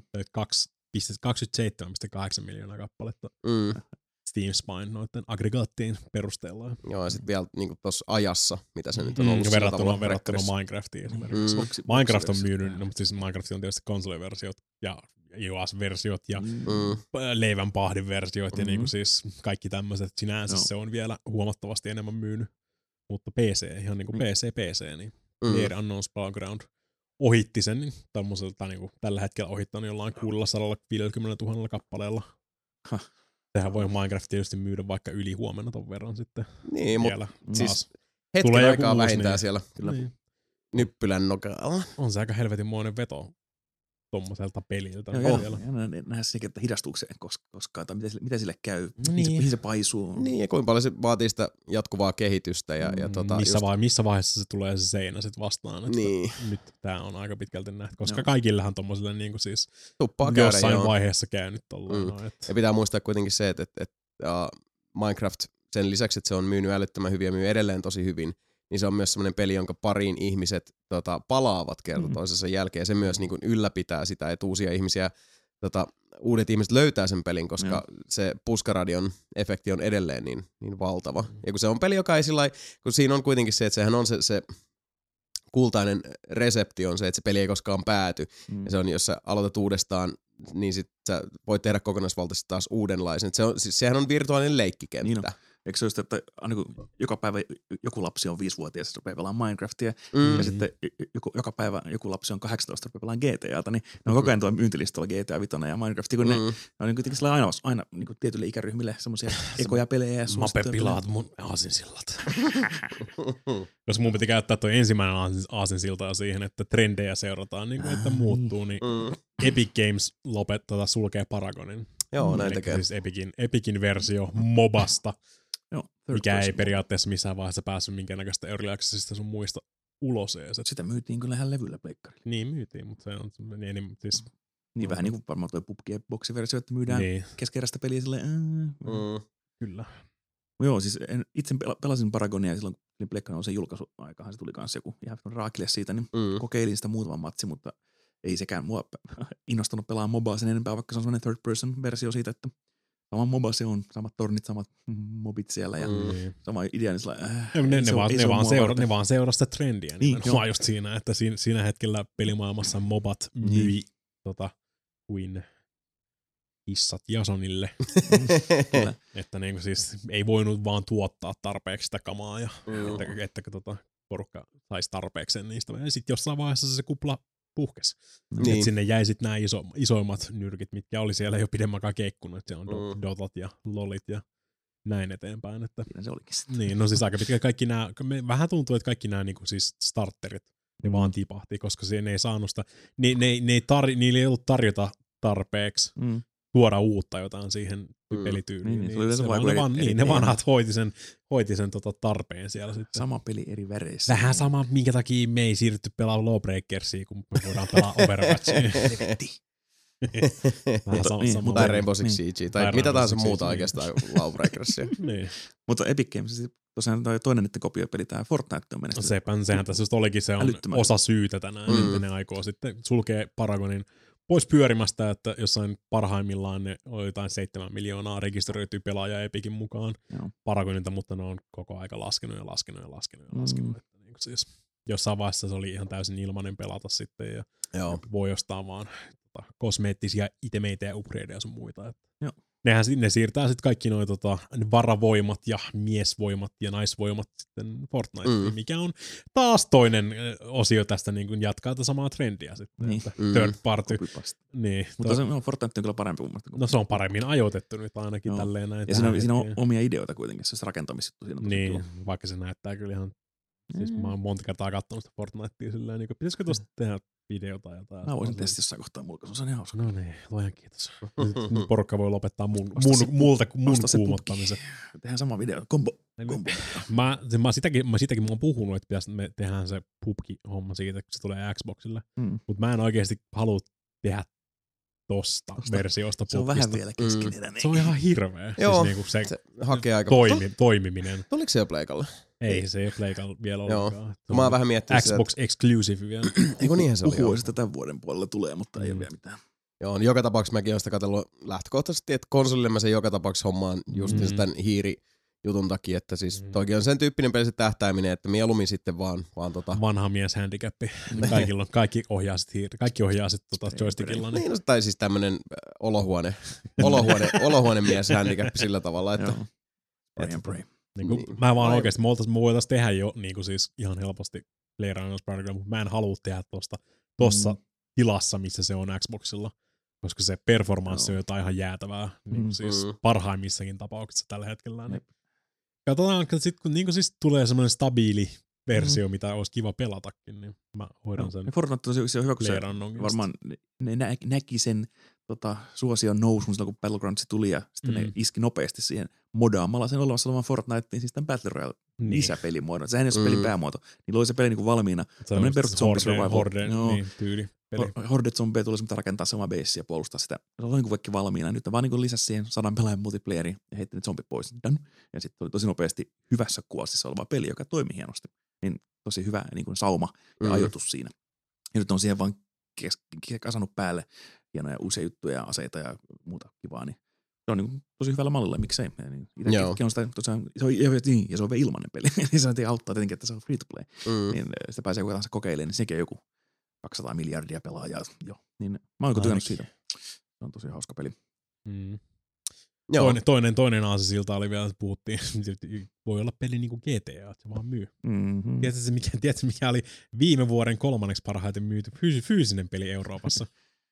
kaksikymmentäseitsemän pilkku kahdeksan miljoonaa kappaletta Mm, Steam Spine noiden aggregaattien perusteella. joo, ja sitten vielä niinku tossa ajassa, mitä se nyt on Mm, ollut. sillä verrattuna, tavalla verrattuna rekkarissa. Minecraftiin esimerkiksi. Mm. Boksi- Minecraft on boksiversio. myynyt, no, mutta siis Minecraft on tietysti konsoliversiot ja iOS-versiot ja Mm. Mm, leivänpahdin-versiot ja Mhm. niinku siis kaikki tämmöiset. Sinänsä Joo. se on vielä huomattavasti enemmän myynyt. Mutta P C, ihan niinku Mm. P C, P C, niin mm. PlayerUnknown's Battleground ohitti sen niin tämmöiseltä niinku tällä hetkellä ohittanut jollain kuusisataaviisikymmentätuhatta kappaleella. Hah. Sehän voi Minecraft tietysti myydä vaikka yli huomenna ton verran sitten. Niin, mutta Vielä siis taas. hetken Tulee joku aikaa uusi, vähintään niin. siellä Kyllä. Niin. nyppylän nokalla. On se aika helvetinmoinen veto tommoselta peliltä. Joo, vielä. ja, ja nä- nähdä sekin, että hidastuuko se kos- koskaan, tai miten sille, mitä sille käy, No mihin, se, niin. mihin se paisuu. Niin, ja kuinka paljon se vaatii sitä jatkuvaa kehitystä. Ja, ja Mm, tota, missä, just, vai, missä vaiheessa se tulee se seinä sit vastaan. Että niin, nyt tää on aika pitkälti nähty, koska Joo. kaikillahan tommosille niinku siis tuppaa käydä, jossain joo. vaiheessa käynyt tollaan. Mm. No, et, Ja pitää muistaa kuitenkin se, että, että, että uh, Minecraft sen lisäksi, että se on myynyt älyttömän hyvin ja myy edelleen tosi hyvin, niin se on myös semmoinen peli, jonka pariin ihmiset tota, palaavat kerta Mhm. toisensa jälkeen. Se myös niin kuin ylläpitää sitä, että uusia ihmisiä, tota, uudet ihmiset löytää sen pelin, koska Joo. se puskaradion efekti on edelleen niin, niin valtava. Ja kun se on peli, joka ei sillä kun siinä on kuitenkin se, että sehän on se, se kultainen resepti on se, että se peli ei koskaan pääty. Mm. Ja se on, jos sä aloitat uudestaan, niin sit sä voit tehdä kokonaisvaltaisesti taas uudenlaisen. Se on, siis sehän on virtuaalinen leikkikenttä. Niin on. Eikö se just, että aina kun joka päivä joku lapsi on viisivuotias ja se rupeaa pelaamaan Minecraftia, Mm. ja sitten joku, joka päivä joku lapsi on kahdeksantoista ja rupeaa pelaamaan G T A:ta, niin ne on koko ajan tuolla myyntilistalla G T A viisi ja Minecraft, kun ne, Mm. ne on niin kuitenkin aina, aina niin kuin tietyille ikäryhmille semmoisia ekoja pelejä. Ja Mape suosittuja pilaat mun aasinsillat. Koska mun piti käyttää toi ensimmäinen aasin- aasinsilta siihen, että trendejä seurataan, niin kuin, että Ah, muuttuu, niin Mm. Epic Games lopet, tota, sulkee Paragonin. Joo, näin Elikkä tekee. Siis Epicin, Epicin versio Mobasta, Joo, third mikä ei person. periaatteessa missään vaiheessa päässyt minkäännäköistä Early Accessista sun muista ulos ees. Et Sitä myytiin kyllä ihan levyllä pleikkarilla. Niin myytiin, mutta se on niin, niin, siis, Niin vähän niin kuin varmaan toi P U B G-boksiversio, että myydään niin. niin, keskeräistä peliä silleen. Mm. Mm. kyllä. Joo, siis en, itse pela- pelasin Paragonia silloin, kun Pleikkarin on sen julkaisuaikahan se tuli kanssa joku ihan raakille siitä, niin Mm. kokeilin sitä muutaman matsi, mutta ei sekään mua innostanut pelaa mobaa sen enempää, vaikka se on sellainen third person versio siitä, että sama moba se on, samat tornit, samat mobit siellä ja Mm. Niin. sama idea, niin sillä, äh, Ja ne, ei ne, se vaan, ole- ei ne, se ole vaan mua seura, varten. ne vaan seuraa sitä trendiä Niin, nimenomaan joo. just siinä, että siinä, siinä hetkellä pelimaailmassa mobat myi Niin. tota, kuin hissat Jasonille, Kyllä. että niinku siis ei voinut vaan tuottaa tarpeeksi sitä kamaa ja Mm. että, että tota, porukka saisi tarpeeksi niistä. Ja sitten jossain vaiheessa se kupla puhkesi. Niin. Et sinne jäi sitten nämä iso, isoimmat nyrkit, mitkä oli siellä jo pidemmän aikaa keikkunut. Et se on do, Mm. dotat ja lolit ja näin eteenpäin. Että, Siinä se olikin sitten. niin, no siis aika pitkä kaikki nämä, vähän tuntuu, että kaikki nämä niinku siis starterit, ne Mm. vaan tipahti, koska se, ne ei saanut sitä, ne, ne, ne ei tar, niillä ei ollut tarjota tarpeeksi Mm. tuoda uutta jotain siihen Mm. pelityyliin. Niin, Niin, niin, se oli yleensä se vaan vaan, ne, eri- vaan, eri niin, ne teema. vanhat hoiti sen, hoiti sen tota tarpeen siellä sitten. Sama peli eri väreissä. Vähän sama, minkä takia me ei siirrytty pelaamaan Lawbreakersia, kun me voidaan pelaa Overwatchia. Helvetti. Vähän sama, Niin, sama. mutta Tai Niin. Rainbow Six Siege, tai, Tai mitä Rainbow tahansa Six muuta Siege, oikeastaan Lawbreakersia. niin. Mutta Epic Games, siis tosiaan toi toinen niiden kopiopeli, tämä Fortnite on menestynyt. Sepä, sehän tässä just olikin, se on Älyttömän osa syytä tänään, Mm. että ne aikoo sitten sulkee Paragonin pois pyörimästä, että jossain parhaimmillaan ne oli jotain seitsemän miljoonaa rekisteröityä pelaajaa Epicin mukaan Joo. Paragonilta, mutta ne on koko aika laskenut ja laskenut ja laskenut ja laskenut. Mm. Että niin siis jossain vaiheessa se oli ihan täysin ilmainen pelata sitten ja Joo. voi ostaa vaan tota, kosmeettisia itemeitä ja upgradeja sun muita. Että Joo. Nehän ne siirtää sitten kaikki noi tota, varavoimat ja miesvoimat ja naisvoimat sitten Fortniteen, Mm. mikä on taas toinen ö, osio tästä niin kuin jatkaa tätä samaa trendiä sitten. Niin. Että Mm. third party. Copypaste. Niin, Mutta to, se, no, Fortnite on kyllä parempi mun mielestä. no se on paremmin ajoitettu nyt ainakin Joo. tälleen näin. Ja siinä on, tähän siinä on hetkeen. omia ideoita kuitenkin, se rakentamisjuttu siinä on tosi Niin, kiva. vaikka se näyttää kyllä ihan Siis mä oon monta kertaa katsonut sitä Fortnitea silleen, niin kuin, pitäisikö tuosta tehdä videota tai jotain. Mä voisin testiä jossain kohtaa mulkaisun, se on ihan hauska. No niin, luojan kiitos. Nyt porukka voi lopettaa mun, mun, multa, mun kuumottamisen. Tehdään sama video, kombo. kombo. Mä, mä, sitäkin, mä sitäkin mä oon puhunut, että pitäisi me tehdään se pubki-homma siitä, kun se tulee Xboxille. Mm. Mutta mä en oikeasti halua tehdä tosta, tosta versiosta se on pubkista. Vähän vielä keskeneräinen. Mm. Se on ihan hirveä. Joo, siis niinku se, se hakee aika toimi, toimiminen. Tuliko se jo Pleikalle? Ei, se ei ole Pleikalla vielä ollenkaan. Mä oon vähän miettinyt Xbox sitä, exclusive vielä. Eikö niinhän se oli? Puhuu, että tämän vuoden puolella tulee, mutta mm. ei ole vielä mitään. Joo, niin joka tapauksessa mäkin oon sitä katsellut lähtökohtaisesti, että konsolille mä sen joka tapauksessa hommaan just mm. tämän hiirijutun takia, että siis mm. toki on sen tyyppinen peli se tähtääminen, että mieluummin sitten vaan, vaan tota... Vanha mies handicappi. Kaikilla on, kaikki ohjaa sit hiiri, kaikki ohjaa sit tota joystickilla. Niin, no, tai siis tämmönen olohuone, olohuone, olohuone mies handicappi sillä tavalla, että... Pray and pray. Niin kuin, niin. Mä vaan oikeesti, me, me voitais tehdä jo niin kuin siis ihan helposti PlayerUnknown's Battleground, mutta mä en halua tehdä tosta, tossa mm. tilassa, missä se on Xboxilla, koska se performanssi no. on jotain ihan jäätävää, niin kuin siis mm. parhaimmissakin tapauksissa tällä hetkellä. Niin. Katsotaan, että sit kun niin kuin siis tulee semmoinen stabiili versio, mm. mitä olisi kiva pelatakin, niin mä hoidan no. sen. Fortnite on se hyvä, kun se varmaan ne nä- näki sen tota, suosion nousun silloin, kun Battlegrounds tuli ja sitten mm. ne iski nopeasti siihen modaamalla sen olemassa olevan Fortniteen, siis tämän Battle Royale niin. lisäpelimuodon. Sehän ei ole se pelin mm. päämuoto. Niin loi se peli niinku valmiina. Tämmöinen perus zombie survival. Horde, no. niin, tyyli. Horde zombeja tulee semmoinen rakentaa se oma base ja puolustaa sitä. Se oli niinku kaikki valmiina. Nyt vaan niinku lisäsi siihen sadan pelaajan multiplayeriin ja heitti ne zombit pois. Done. Ja sitten oli tosi nopeasti hyvässä kuostissa oleva peli, joka toimi hienosti. Niin tosi hyvä niinku sauma ja mm. ajoitus siinä. Ja nyt on siihen vaan kes- kasannut päälle hienoja uusia juttuja ja aseita ja muuta kivaa, niin se on niin tosi hyvällä mallilla, miksei. Niin itsekin on sitä, tosiaan, se on, niin, ja se on vielä ilmainen peli, niin se auttaa tietenkin, että se on free to play. Mm. Niin sitä pääsee kuka tahansa kokeilemaan, niin sekin on joku kaksisataa miljardia pelaajaa jo. Niin mä oon tykännyt siitä. Se on tosi hauska peli. Mm. Toinen, toinen, toinen aasinsilta oli vielä, että puhuttiin, voi olla peli niin kuin G T A, että se vaan myy. Mm-hmm. Tiedätkö, mikä, tiedätkö, mikä oli viime vuoden kolmanneksi parhaiten myyty fyys- fyysinen peli Euroopassa?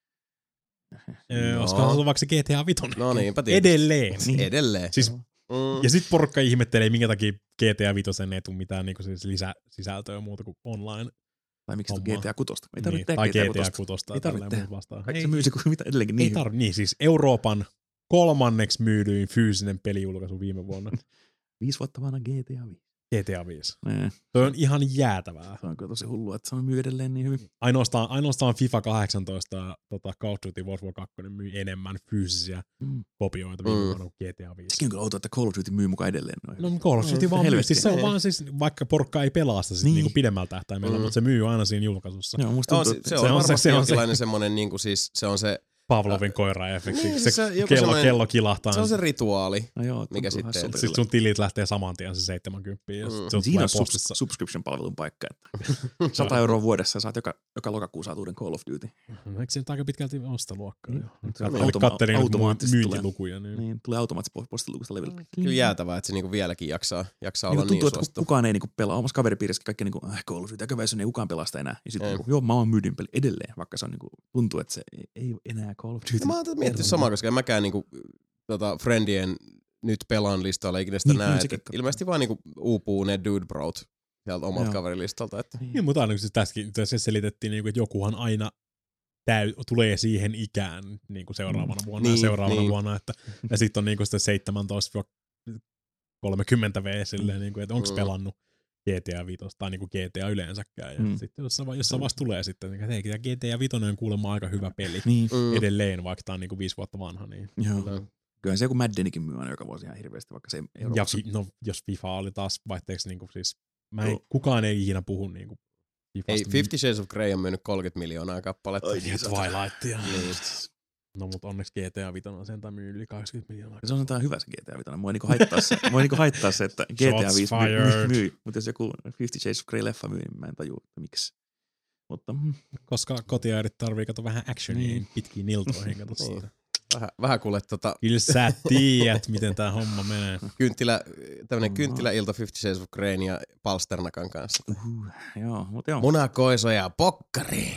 No. Olisiko se ollut vaikka se G T A viisi? No niinpä tietysti. Edelleen. Niin. Edelleen. Siis, mm. Ja sit porukka ihmettelee, minkä takia G T A viisi ei tule mitään niin siis lisäsisältöä muuta kuin online. Tai miksi G T A kuusi? Ei tarvitse niin, tehdä G T A kuusi. Ei tarvitse vastaan. Kaikki se myy se kuin mitä edelleenkin niin. Ei tarvitse. Niin siis Euroopan kolmanneksi myydyin fyysinen pelijulkaisu viime vuonna. Viisi vuotta vanha G T A viisi. G T A viisi. Nee. Toi on ihan jäätävää. Se on kyllä tosi hullua, että se on myy edelleen niin hyvin. Ainoastaan, ainoastaan FIFA kahdeksantoista ja tota, Call of Duty World War kaksi myy enemmän fyysisiä mm. kopioita viime vuonna kuin G T A viisi. Sekin on kyllä outoa, että Call of Duty myy mukaan edelleen. No Call of Duty no, vaan myy. Siis se on vaan siis, vaikka porukka ei pelaa sitä niin. Niinku pidemmällä tähtäimellä, mm. mutta se myy aina siinä julkaisussa. Joo, musta tuntuu, no, se, se, on se on varmasti se, jonkinlainen semmoinen, niinku siis, se on se Pavlovin koira-efekti. Niin, se, se kello, kello kilahtaa. Se on se rituaali, no joo, mikä sitten... Sitten sun tilit lähtee saman tien se seitsemänkymmentä. Ja mm. Siinä on subs- subscription-palvelun paikka. Että sata euroa vuodessa ja saat joka, joka lokakuun saat uuden Call of Duty. No, eikö se nyt aika pitkälti osta luokkaa? Mm. Automa- Kattelin automaattisesti myyntilukuja. Niin. niin, tulee automaattisesti postilukusta leville. Kyllä jäätävää, että se niinku vieläkin jaksaa, jaksaa niin olla tuntuu, niin suosittu. Tuntuu, että kukaan ei niinku pelaa. Omassa kaveripiirissä kaikki niinku, äh, Call of Duty, aika väisön ei kukaan pelaa sitä enää. Ja sitten niinku, joo, mä oon myydyn peli edelleen, vaikka se on niinku, tuntuu, että se ei enää Call of Duty. Mä oon miettinyt samaa, koska en mäkään niinku, tota, friendien nyt pelaan listalla ikinä sitä niin, näe. Ilmeisesti vaan niinku uupuu ne dude brot sieltä omalta joo. kaverilistalta. Että. Niin, mutta aina siis tässäkin se selitettiin, niinku, että jokuhan aina täy, tulee siihen ikään niinku seuraavana vuonna niin, ja seuraavana niin. vuonna. Että, ja sitten on niinku seitsemäntoista kolmekymmentä V silleen, niinku, että onko mm. pelannut G T A viisi tai niinku G T A yleensäkään. Ja mm. sitten jossain, jossain vaiheessa tulee sitten, että hei, G T A viisi on kuulemma aika hyvä peli niin. edelleen, vaikka tämä on niinku viisi vuotta vanha. Niin. Joo. Kyllä se joku Maddenikin myy aina joka vuosi ihan hirveästi, vaikka se ei Euroopassa. Ja fi, no, jos FIFA oli taas vaihteeksi, niinku, siis, mä en, no. kukaan ei ikinä puhu niinku FIFasta. Ei, Fifty Shades of Grey on myynyt kolmekymmentä miljoonaa kappaletta. Ai niin, Twilightia. Niin. No mutta onneksi G T A viisi on sentään myy yli kaksikymmentä miljoonaa. Se on sentään hyvä se G T A viisi. Mua ei niinku haittaa se, mua ei niinku haittaa se että G T A viisi myy, myy. Mutta jos joku Fifty Shades of Grey leffa myy, niin mä en tajua, miksi. Mutta, mm. Koska kotiäidit tarvii kato vähän actionia niin. pitkiin iltoihin. Niin. Vähän, vähän kuule tota... Kyllä sä tiedät, miten tää homma menee. Kynttilä, tämmönen kynttiläilta Fifty Shades of Greyn ja Palsternakan kanssa. Uhuh, joo, mutta joo. Munakoiso ja pokkari.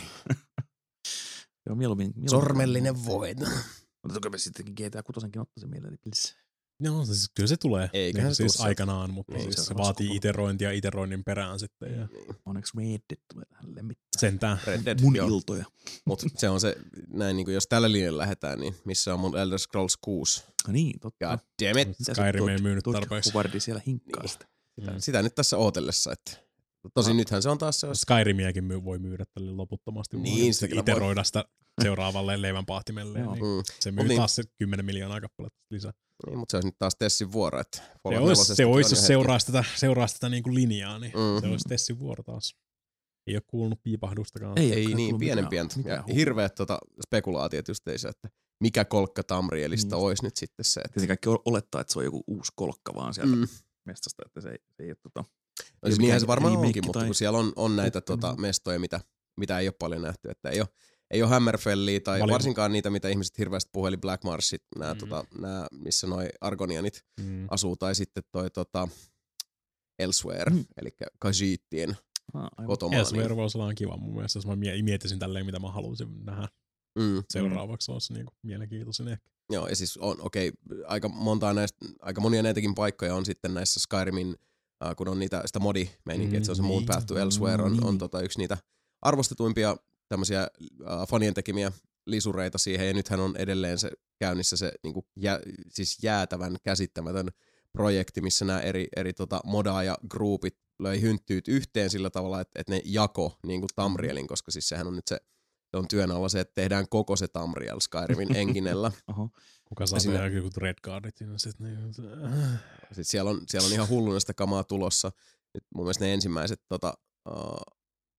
Joo, mieluummin, mieluummin. Sormellinen voita. Mutta toki me sittenkin G T A kuusi ottaisin mieleen, please. No siis kyllä se tulee. Eiköhän niin, se siis tule aikanaan, mutta niin, siis se se on vaatii koko- iterointia iteroinnin perään sitten. Ja Onneksi Red Dead tulee tähän lemmittää. sentään. Red Dead, Mun joo. iltoja. Mutta se on se, näin niin kuin jos tällä linjalla lähdetään, niin missä on mun Elder Scrolls kuusi? No niin, totta. God damn it. Skyrim ei myynyt Todd tarpeeksi. Howardi siellä hinkkaa Niin. sitä. Sitä, Mm. sitä nyt tässä ootellessa, että tosin nythän se on taas se, jos Skyrimiäkin myy, voi myydä tälle loputtomasti. Niin, Voi sitä kyllä voi. iteroida sitä seuraavalle leivänpahtimelle. Joo. Niin mm, se myy niin. taas se kymmenen miljoonaa kappaletta lisää. niin, mutta se olisi nyt taas Tessin vuoro, että Se Fallout olisi, nelosestakin se on olisi jo jos hetki. seuraa sitä, seuraa sitä niin kuin linjaa, niin Mhm. se olisi Tessin vuoro taas. Ei ole kuulunut piipahdustakaan. Ei, Ei ole niin, tullut pienen mitään- pientä. mitään Ja huhua. hirveät tota, spekulaatiot just ei se, että mikä kolkka Tamrielista Niin. olisi nyt sitten se. Että, Tietenkin kaikki olettaa, että se on joku uusi kolkka vaan sieltä mm. mestasta, että se ei, se ei ole tota... No, siis niinhän se varmaan remake onkin, mutta tai- kun siellä on, on näitä Oppinut. tota, mestoja, mitä, mitä ei ole paljon nähty, että ei ole, ei ole Hammerfellia tai Vali- varsinkaan niitä, mitä ihmiset hirveästi puheli Black Marshit, nämä, Mm. tota, nämä, missä noi Argonianit Mm. asuu, tai sitten toi tota, Elsewhere, Mm. eli Khajiitien Ah, aivan. kotomaa. Elsewhere voisi olla kiva mun mielestä, jos mä mie- miettisin tälleen, mitä mä haluaisin nähdä mm, seuraavaksi, olisi niin kuin mielenkiintoisin ehkä. joo, ja siis on, okei, aika, montaa näistä, aika monia näitäkin paikkoja on sitten näissä Skyrimin, äh, kun on niitä, sitä modi-meininkiä, että se on se Mm, Moon niin. Path to Elsewhere, on, Mm, on niin. tota, yksi niitä arvostetuimpia tämmöisiä äh, fanien tekemiä lisureita siihen, ja nythän on edelleen se käynnissä se niinku, jä, siis jäätävän käsittämätön projekti, missä nämä eri, eri tota, modaaja-groupit löi hynttyyt yhteen sillä tavalla, että, että ne jako niin kuin Tamrielin, koska siis sehän on nyt se, se on työn alla se, että tehdään koko se Tamriel Skyrimin enginellä. Oho. Kuka saa sinne- tehdä joku Red Guardit sinne sitten. Niin, Sitten siellä on, siellä on ihan hulluna sitä kamaa tulossa. Nyt mun mielestä ne ensimmäiset tota, uh,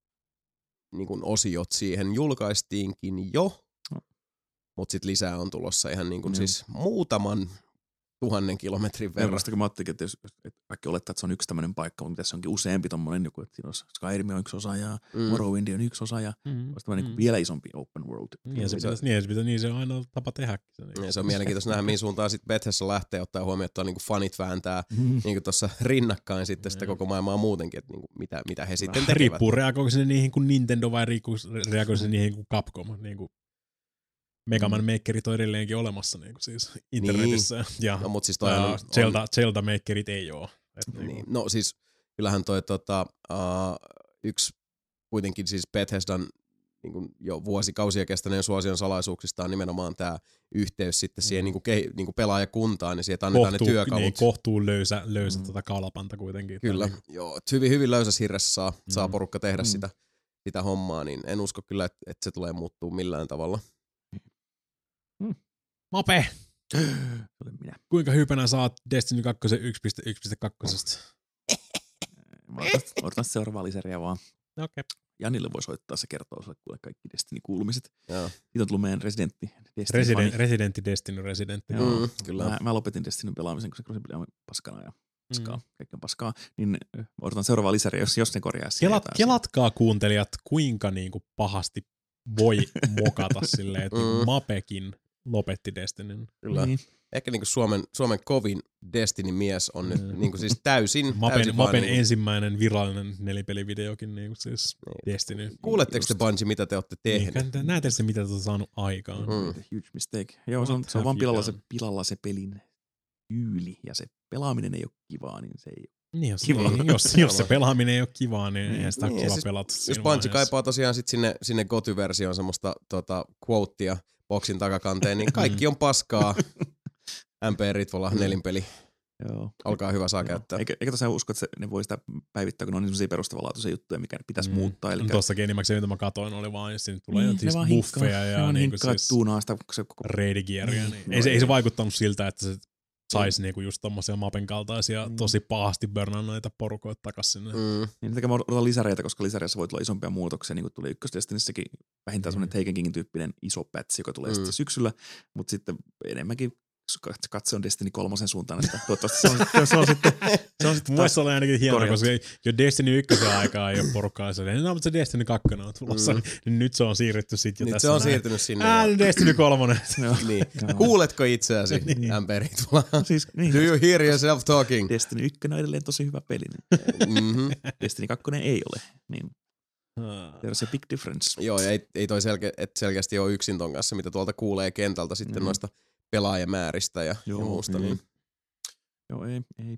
niin kuin osiot siihen julkaistiinkin jo, No. mutta sitten lisää on tulossa ihan niin kuin Joo. siis muutaman tuhannen kilometrin verran. Verrasta kun mä ajattelin, että jos että kaikki olettaa, että se on yksi tämmöinen paikka, mutta mitä se onkin useampi tommonen joku, että siinä on Skyrim on yksi osa ja Mm. Morrowind on yksi osa ja mm. olisi tämmöinen niin vielä isompi open world. Niin, ja se Se- pitäisi, niin, se pitäisi, niin se on aina tapa tehdäkin. Se, niin. Ja se on mielenkiintoista nähdä, mihin suuntaan sitten Bethesda lähtee, ottaa huomioon, että niin kuin fanit vääntää Mm. niin kuin tuossa rinnakkain sitten sitä Mm. koko maailmaa muutenkin, että niin kuin mitä, mitä he sitten tekevät. Riippuu reagoiko se niihin kuin Nintendo vai riippuu- reagoiko se niihin kuin Capcom. Niin kuin Mega Man Makerit on edelleenkin olemassa niin kuin siis internetissä. Niin. Ja No, mutta siis toihan on, uh, Zelda, Zelda Makerit ei ole. Et Niin, niin. no siis kyllähän toi tota, uh, yksi kuitenkin siis Bethesdan niin kuin jo vuosikausia kestäneen suosion salaisuuksista on nimenomaan tämä yhteys sitten siihen Mm. niin kuin kehi, niin kuin pelaajakuntaan, niin sieltä annetaan Kohtuu, ne työkalut. niin, kohtuu löysä, löysä Mm. tota kalpanta kuitenkin. Kyllä, Tai joo, et hyvin, hyvin löysässä hirressä saa, mm. saa Mm. porukka tehdä Mm. sitä, sitä hommaa, niin en usko kyllä, että, että se tulee muuttuu millään tavalla. Mape, Olen minä. kuinka hypänä saat Destiny kaksi yksi piste yksi piste kaksi? Mä odotan, odotan seuraavaa lisäriä vaan. Okei. Okay. Janille voi soittaa, se kertoo sulle kuule kaikki Destiny-kuulumiset. Joo. Siitä on tullut meidän residentti. Destiny Resident, fani. Residentti Destiny Residentti. Joo. Mm, kyllä. Mä, mä lopetin Destinyn pelaamisen, kun se Crucible on paskana ja paskaa. Mm. Kaikki on paskaa. Niin ö, odotan seuraavaa lisäriä, jos, jos ne korjaa siihen Kelat, jotain. kelatkaa kuuntelijat, kuinka niinku pahasti voi mokata silleen, että niinku Mm. Mapekin lopetti Destinyn. Kyllä. Niin. Ehkä niin kuin Suomen, Suomen kovin Destiny-mies on nyt Mm. niin kuin siis täysin, Mapen, täysin vaan Mapen niin kuin- ensimmäinen virallinen nelipelivideokin niinku siis Niin. Destiny. Kuuletteko te Bungie, mitä te olette tehneet? Niin, näette se, mitä te olette saanut aikaan. Mm. Huge mistake. Joo, se on, What se on have vaan you pilalla se, done? pilalla se pelin tyyli ja se pelaaminen ei ole kivaa, niin se ei Niin, jos, Kiva. niin, jos, jos se pelaaminen ei ole kivaa, niin Niin. ei sitä ole Niin, kiva siis pelata. Jos siinä Bungie vaiheessa. kaipaa tosiaan sit sinne, sinne Goty-versioon semmoista tota, quotea boksin takakanteen, niin kaikki on paskaa. M P Ritvola nelinpeli. Joo. Olkaa hyvä, saa Joo. käyttää. Eikä, eikä tosiaan usko, että se, ne voi sitä päivittää, kun ne on niin sellaisia perustavanlaatuisia juttuja, mikä pitäisi Mm. muuttaa. Eli No Tuossakin enimmäkseen, mitä mä katoin, oli vaan, jos sinne tulee niin, niin, siis ne vaan buffeja hinkkaa- ne ja vaan niinku hinkkaa, siis tuunaa sitä, kun se koko... raidigearia. Niin, Niin, joo, ei, se, ei se ei. vaikuttanut siltä, että se saisi niinku just tommosia Mapen kaltaisia Mm. tosi pahasti burnanneita porukoita takas sinne. Mm. Mm. Niin takia mä odotan lisäreitä, koska lisäreissä voi tulla isompia muutoksia, niin kuin tuli ykkösdestinissäkin vähintään Mm. semmoinen Taken Kingin tyyppinen iso pätsi, joka tulee Mm. sitten syksyllä, mutta sitten enemmänkin katse on Destiny kolmosen suuntaan, että toivottavasti se on, se on sitten, se on sitten Mun mielestä se oli ainakin hienoa, korjattu. koska jo Destiny ykkösen aikaa ei ole porukkaa se, no mutta se Destiny kaksi on tulossa, Mm. niin nyt se on siirretty sitten jo Nyt tässä se on näin. siirtynyt sinne. Ää, jo. Destiny kolmonen. Joo. Niin. Joo. Kuuletko itseäsi, Niin. M P Ritvola? Siis, niin, Do you hear yourself talking? Destiny yksi on edelleen tosi hyvä peli, niin Mm-hmm. Destiny kaksi ei ole, niin there's a big difference. Joo, ja ei, ei toi selke, et selkeästi ole yksin ton kanssa, mitä tuolta kuulee kentältä sitten Mm. noista pelaajamääristä ja, ja Joo, muusta. mm. Niin. Joo, ei, ei.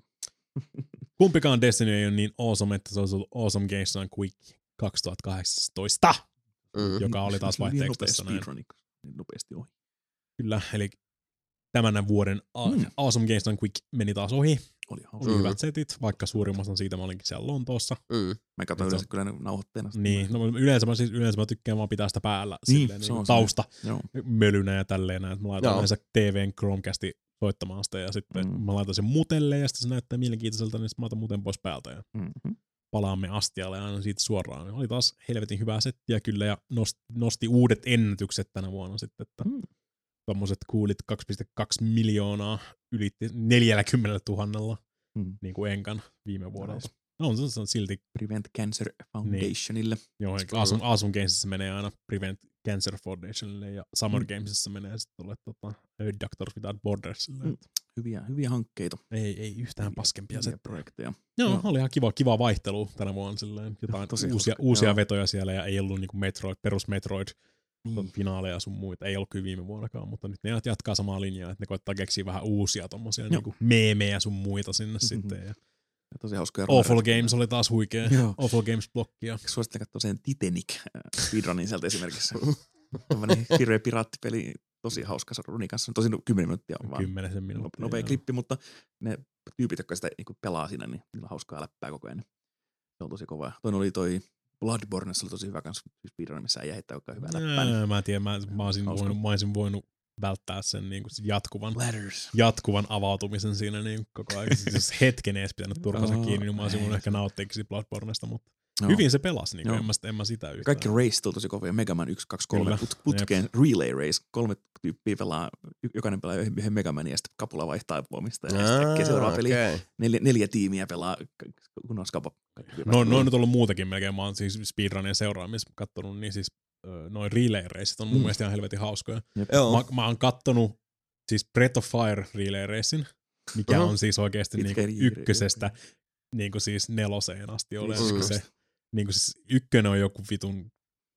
Kumpikaan Destiny ei ole niin awesome, että se olisi ollut Awesome Games Done Quick kaksituhattakahdeksantoista, Mm. joka oli taas vaihteeksi tässä näin. Niin nopeasti ohi. Kyllä, eli tämän vuoden Mm. Awesome Games Done Quick meni taas ohi. Oli hauska. Oli Mm. hyvät setit, vaikka suurimman siitä mä olinkin siellä Lontoossa. Mm. Mä katsoin Et se yleensä kyllä ne nauhoitteena. Niin, no yleensä mä, siis, yleensä mä tykkään vaan pitää sitä päällä Niin, silleen, se niin on se. tausta Joo. mölynä ja tälleen näin. Mä laitan Joo. yleensä T V:n Chromecastin soittamaan sitä ja sitten Mm. mä laitan sen mutelle ja sitten se näyttää mielenkiintoiselta, niin sitten mä laitan muten pois päältä ja Mm-hmm. palaamme astialle aina siitä suoraan. Oli taas helvetin hyvää settiä kyllä ja nosti, nosti uudet ennätykset tänä vuonna sitten, että Mm. tommoset kuulit kaksi pilkku kaksi miljoonaa ylitti neljäkymmentätuhatta Mm. niin kuin Enkan viime vuodelta. Nice. No on se on silti, Prevent Cancer Foundationille. joo, Awesome, awesome Gamesissa menee aina Prevent Cancer Foundationille ja Summer Mm. Gamesissa menee sitten tuolle tota, Doctors Without Bordersille. Mm. Hyviä, hyviä hankkeita. Ei, ei yhtään paskempia Hyviä settejä. projekteja. Joo, Joo. oli ihan kiva, kiva vaihtelu tänä vuonna silleen. Jotain Tosi uusia, hauska, uusia joo. vetoja siellä ja ei ollut niinku Metroid, perus Metroid Niin. finaaleja sun muita. Ei ollut kyllä viime vuonnakaan, mutta nyt ne jatkaa samaa linjaa, että ne koittaa keksiä vähän uusia tommosia Joo. niinku meemejä sun muita sinne Mhm. sitten. Ja Ja tosi hauskoja. Awful runnereita. Games oli taas huikea. Joo. Awful Games-blokkia. Suosittelen katsoa sen Titanic äh, speedrunin sieltä esimerkiksi. Tällainen hirveä piraattipeli, tosi hauska se runi kanssa. Tosin kymmenen minuuttia on vaan Kymmenisen minuuttia. nopea joo. klippi, mutta ne tyypit, jotka sitä niin pelaa siinä, niin niillä on hauskaa läppää koko ajan. Se on tosi kova. Toinen oli toi Bloodborne, se oli tosi hyvä kanssa speedrun, missä äijä heittää koko ajan hyvää läppää. Niin Ää, Mä en tiedä, mä, mä, olisin Hauska. voinut, mä olisin voinut välttää sen niin kuin jatkuvan, Ladders. jatkuvan avautumisen siinä niin koko ajan. Siis jos hetken edes pitänyt turpansa Joo, kiinni, niin mä olisin ei, voinut ehkä se- nauttiakin Bloodbornesta, mutta Joo. hyvin se pelasi, niin kuin, Joo. en, mä, en mä sitä yhtään. Kaikki race tuli tosi kovia. Mega Man yksi, kaksi, kolme Kyllä. put, putkeen. Relay race. Kolme tyyppiä pelaa. y- Jokainen pelaa yhden yhden Mega Manin ja sitten kapula vaihtaa voimista. Ja sitten äkkiä seuraava peli. Okay. Neljä, neljä tiimiä pelaa. Kun on skapa. No, no on nyt ollut muutakin melkein. Mä oon siis speedrunin seuraamissa kattonut, niin siis ö, noin relay-reissit on mun Mm. mielestä ihan helvetin hauskoja. Joo. Mä, mä oon kattonut siis Breath of Fire relay-reissin, mikä Aha. on siis oikeasti Pitkä niinku riiri. ykkösestä niinku siis neloseen asti oli. Mm. Mm. Se, niinku siis ykkönen on joku vitun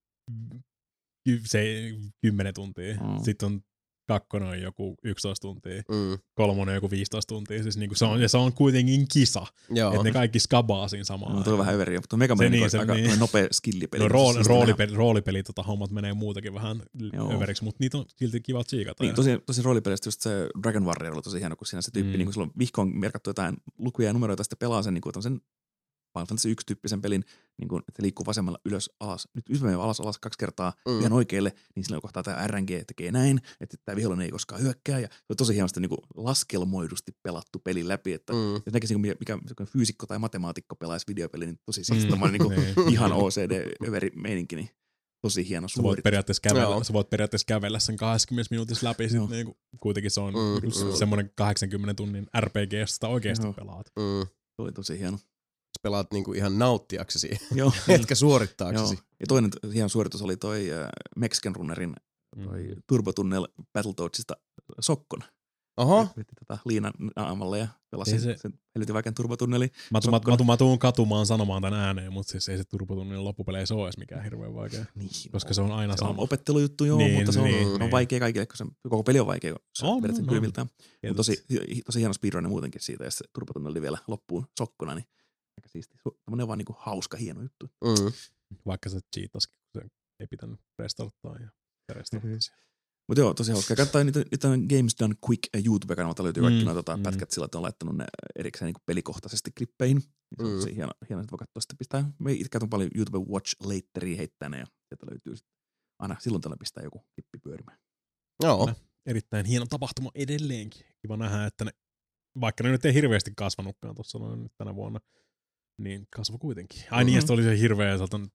ky- se, kymmenen tuntia. Mm. Sitten on kakkonen on joku yksitoista tuntia. Mm. Kolmonen on joku viisitoista tuntia. Siis niinku se, on, ja se on kuitenkin kisa. Joo. Että ne kaikki skabaa siinä samaan. No, tuo on vähän överiä, mutta Mega Se Man niin, on se aika niin. nopea skillipeli. No Se rooli, on roolipeli, roolipeli tota, hommat menee muutakin vähän Joo. överiksi, mutta niitä on silti kiva tsiikata. Niin, tosi, tosi roolipelistä just se Dragon Warrior oli tosi hieno, kun siinä se tyyppi, Mm. mm. niin kun sulla on vihkoon merkattu jotain lukuja ja numeroita, sitten pelaa sen, niin kuin sen Final Fantasy yksi-tyyppisen pelin, niin kuin, että liikkuu vasemmalla ylös, alas, nyt ylös, alas, alas kaksi kertaa Mm. mm. ihan oikealle, niin silloin kohtaa tämä R N G tekee näin, että tämä vihollinen ei koskaan hyökkää, ja se on tosi hienosti niin kuin laskelmoidusti pelattu peli läpi, että Mm. jos näkisi, mikä, mikä mikä fyysikko tai matemaatikko pelaisi videopeli, niin tosi siis Mm. mm. niin kuin, Niin. ihan O C D-överi-meininki, niin tosi hieno Sä voit, suoritus. periaatteessa kävellä, Joo. sä voit periaatteessa kävellä sen kaksikymmentä minuutissa läpi. Sit Joo. niinku, kuitenkin se on Mm, mm, mm. semmoinen kahdeksankymmenen tunnin R P G, josta sitä oikeasti Joo. pelaat. Mm. Se oli tosi hieno. Pelaat niinku ihan nauttiaksesi, Joo. etkä suorittaaksesi. Joo. Ja toinen t- hieno suoritus oli toi äh, Mexican Runnerin toi Mm. Turbotunnel Battletoadsista Sokkon. Oho. Veti tota liinan naamalle ja pelasi Ei sen, se- sen helvetin vaikean turbotunneli. Mä, tu, mä, Sokkona. mä, tu, mä tuun katumaan sanomaan tän ääneen, mutta siis ei se turbotunnin loppupeleissä ole edes mikään hirveän vaikea. Niin, Koska se on aina se on sama. opettelujuttu joo, Niin, mutta se on, niin, on niin. vaikea kaikille, kun se koko peli on vaikea, kun sä On, vedät sen on, kylmiltään. Mutta Tietysti. tosi, hi- tosi hieno speedrun muutenkin siitä, ja se turbotunneli vielä loppuun Sokkona, niin aika siisti. Tämmönen vaan niinku hauska, hieno juttu. Mm. Vaikka se cheatasikin, kun se ei pitänyt restarttaa ja se restarttasi. Mutta joo, tosi hauska. Katsoin niitä, niitä Games Done Quick YouTube-kanavalta löytyy kaikki Mm, mm, noita tota, mm. pätkät sillä, että on laittanut ne erikseen niin pelikohtaisesti klippeihin. Se on Mm. tosi hieno, hieno, että voi katsoa sitten pistää. Me itse katson paljon YouTube Watch Lateria heittää ne ja sieltä löytyy sitten. Aina silloin tällä pistää joku klippi pyörimään. Joo. Kyllä. Erittäin hieno tapahtuma edelleenkin. Kiva nähdä, että ne, vaikka ne nyt ei hirveästi kasvanutkaan tuossa noin nyt tänä vuonna, niin kasvoi kuitenkin. Ai niin, ja sitten oli se hirveä,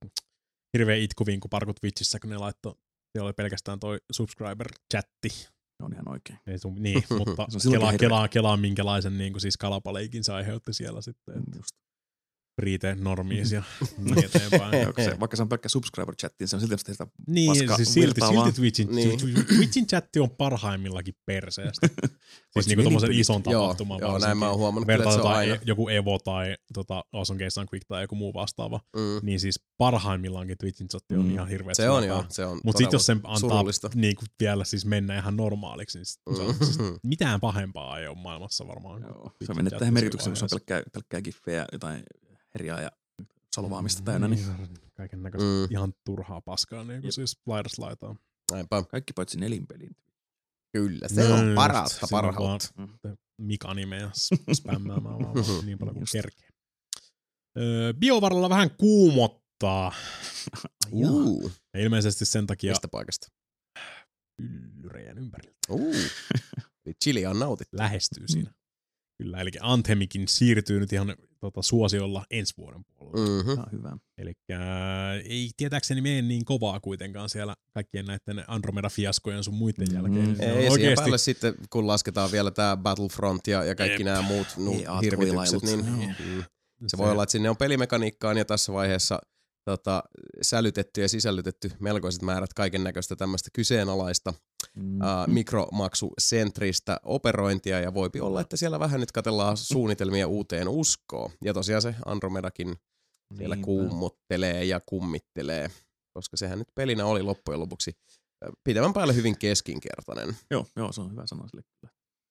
hirveä itkuvin, kun parkut Twitchissä, kun ne laittoi, siellä oli pelkästään toi subscriber-chatti. Se on ihan oikein. Ei sun, niin, mutta Se on silloin kelaa, hirveä. kelaa, kelaa, minkälaisen niin kuin siis kalapaleikin se aiheutti siellä sitten. Mm, Että just. Riite-normiin ja niin eteenpäin. se, vaikka se on pelkkä subscriber-chatti, niin se on silti sitä niin, paska siis silti, silti Twitchin, niin. Twitchin chatti on parhaimmillakin perseestä. Siis niinku tommosen ison tapahtuman. Joo, joo näin mä oon huomannut. Vertailtaan aina joku Evo tai tota, Awesome Games and Quick tai joku muu vastaava. Mm. Niin siis parhaimmillaankin Twitchin chatti on mm. ihan hirveet. Se on joo, se on Mutta sit jos sen antaa niinku vielä siis mennä ihan normaaliksi, niin se on siis mitään pahempaa ei ole maailmassa varmaan. Joo, se on mennyt tähän merkityksen, kun se on pelkkää, pelkkää giffejä, jotain herjaa ja salvaamista täynnä. Niin. Kaiken näköistä mm. ihan turhaa paskaa, niin kuin siis laidasta laitaan. Näinpä. Kaikki paitsi nelinpeliin. Kyllä, se no, on parasta parhautta. Mika nimeä spämmäämään vaan niin paljon kuin kerkee. Öö, BioVaralla vähän kuumottaa. Uh. Ja ilmeisesti sen takia... Mistä paikasta? Yllyreijän ympäriltä. Uh. Chili on nautittu. Lähestyy siinä. Mm. Kyllä, eli Anthemikin siirtyy nyt ihan tota, suosiolla ensi vuoden puolella. Mm-hmm. Ah, hyvä. Elikkä ei tietääkseni mene niin kovaa kuitenkaan siellä kaikkien näiden Andromeda-fiaskojen sun muiden jälkeen. Mm. Ei, oikeasti... siihen päälle sitten, kun lasketaan vielä tää Battlefront ja, ja kaikki nämä muut nu, hirvitykset, niin mm, se voi olla, että sinne on pelimekaniikkaan ja tässä vaiheessa tota, sälytetty ja sisällytetty melkoiset määrät kaiken näköistä tämmöistä kyseenalaista mm. uh, mikromaksusentristä operointia ja voipi olla, että siellä vähän nyt katsellaan suunnitelmia uuteen uskoon. Ja tosiaan se Andromedakin siellä Niinpä. kuumottelee ja kummittelee, koska sehän nyt pelinä oli loppujen lopuksi pitemmän päälle hyvin keskinkertainen. Joo, joo, se on hyvä sanoa sille kyllä.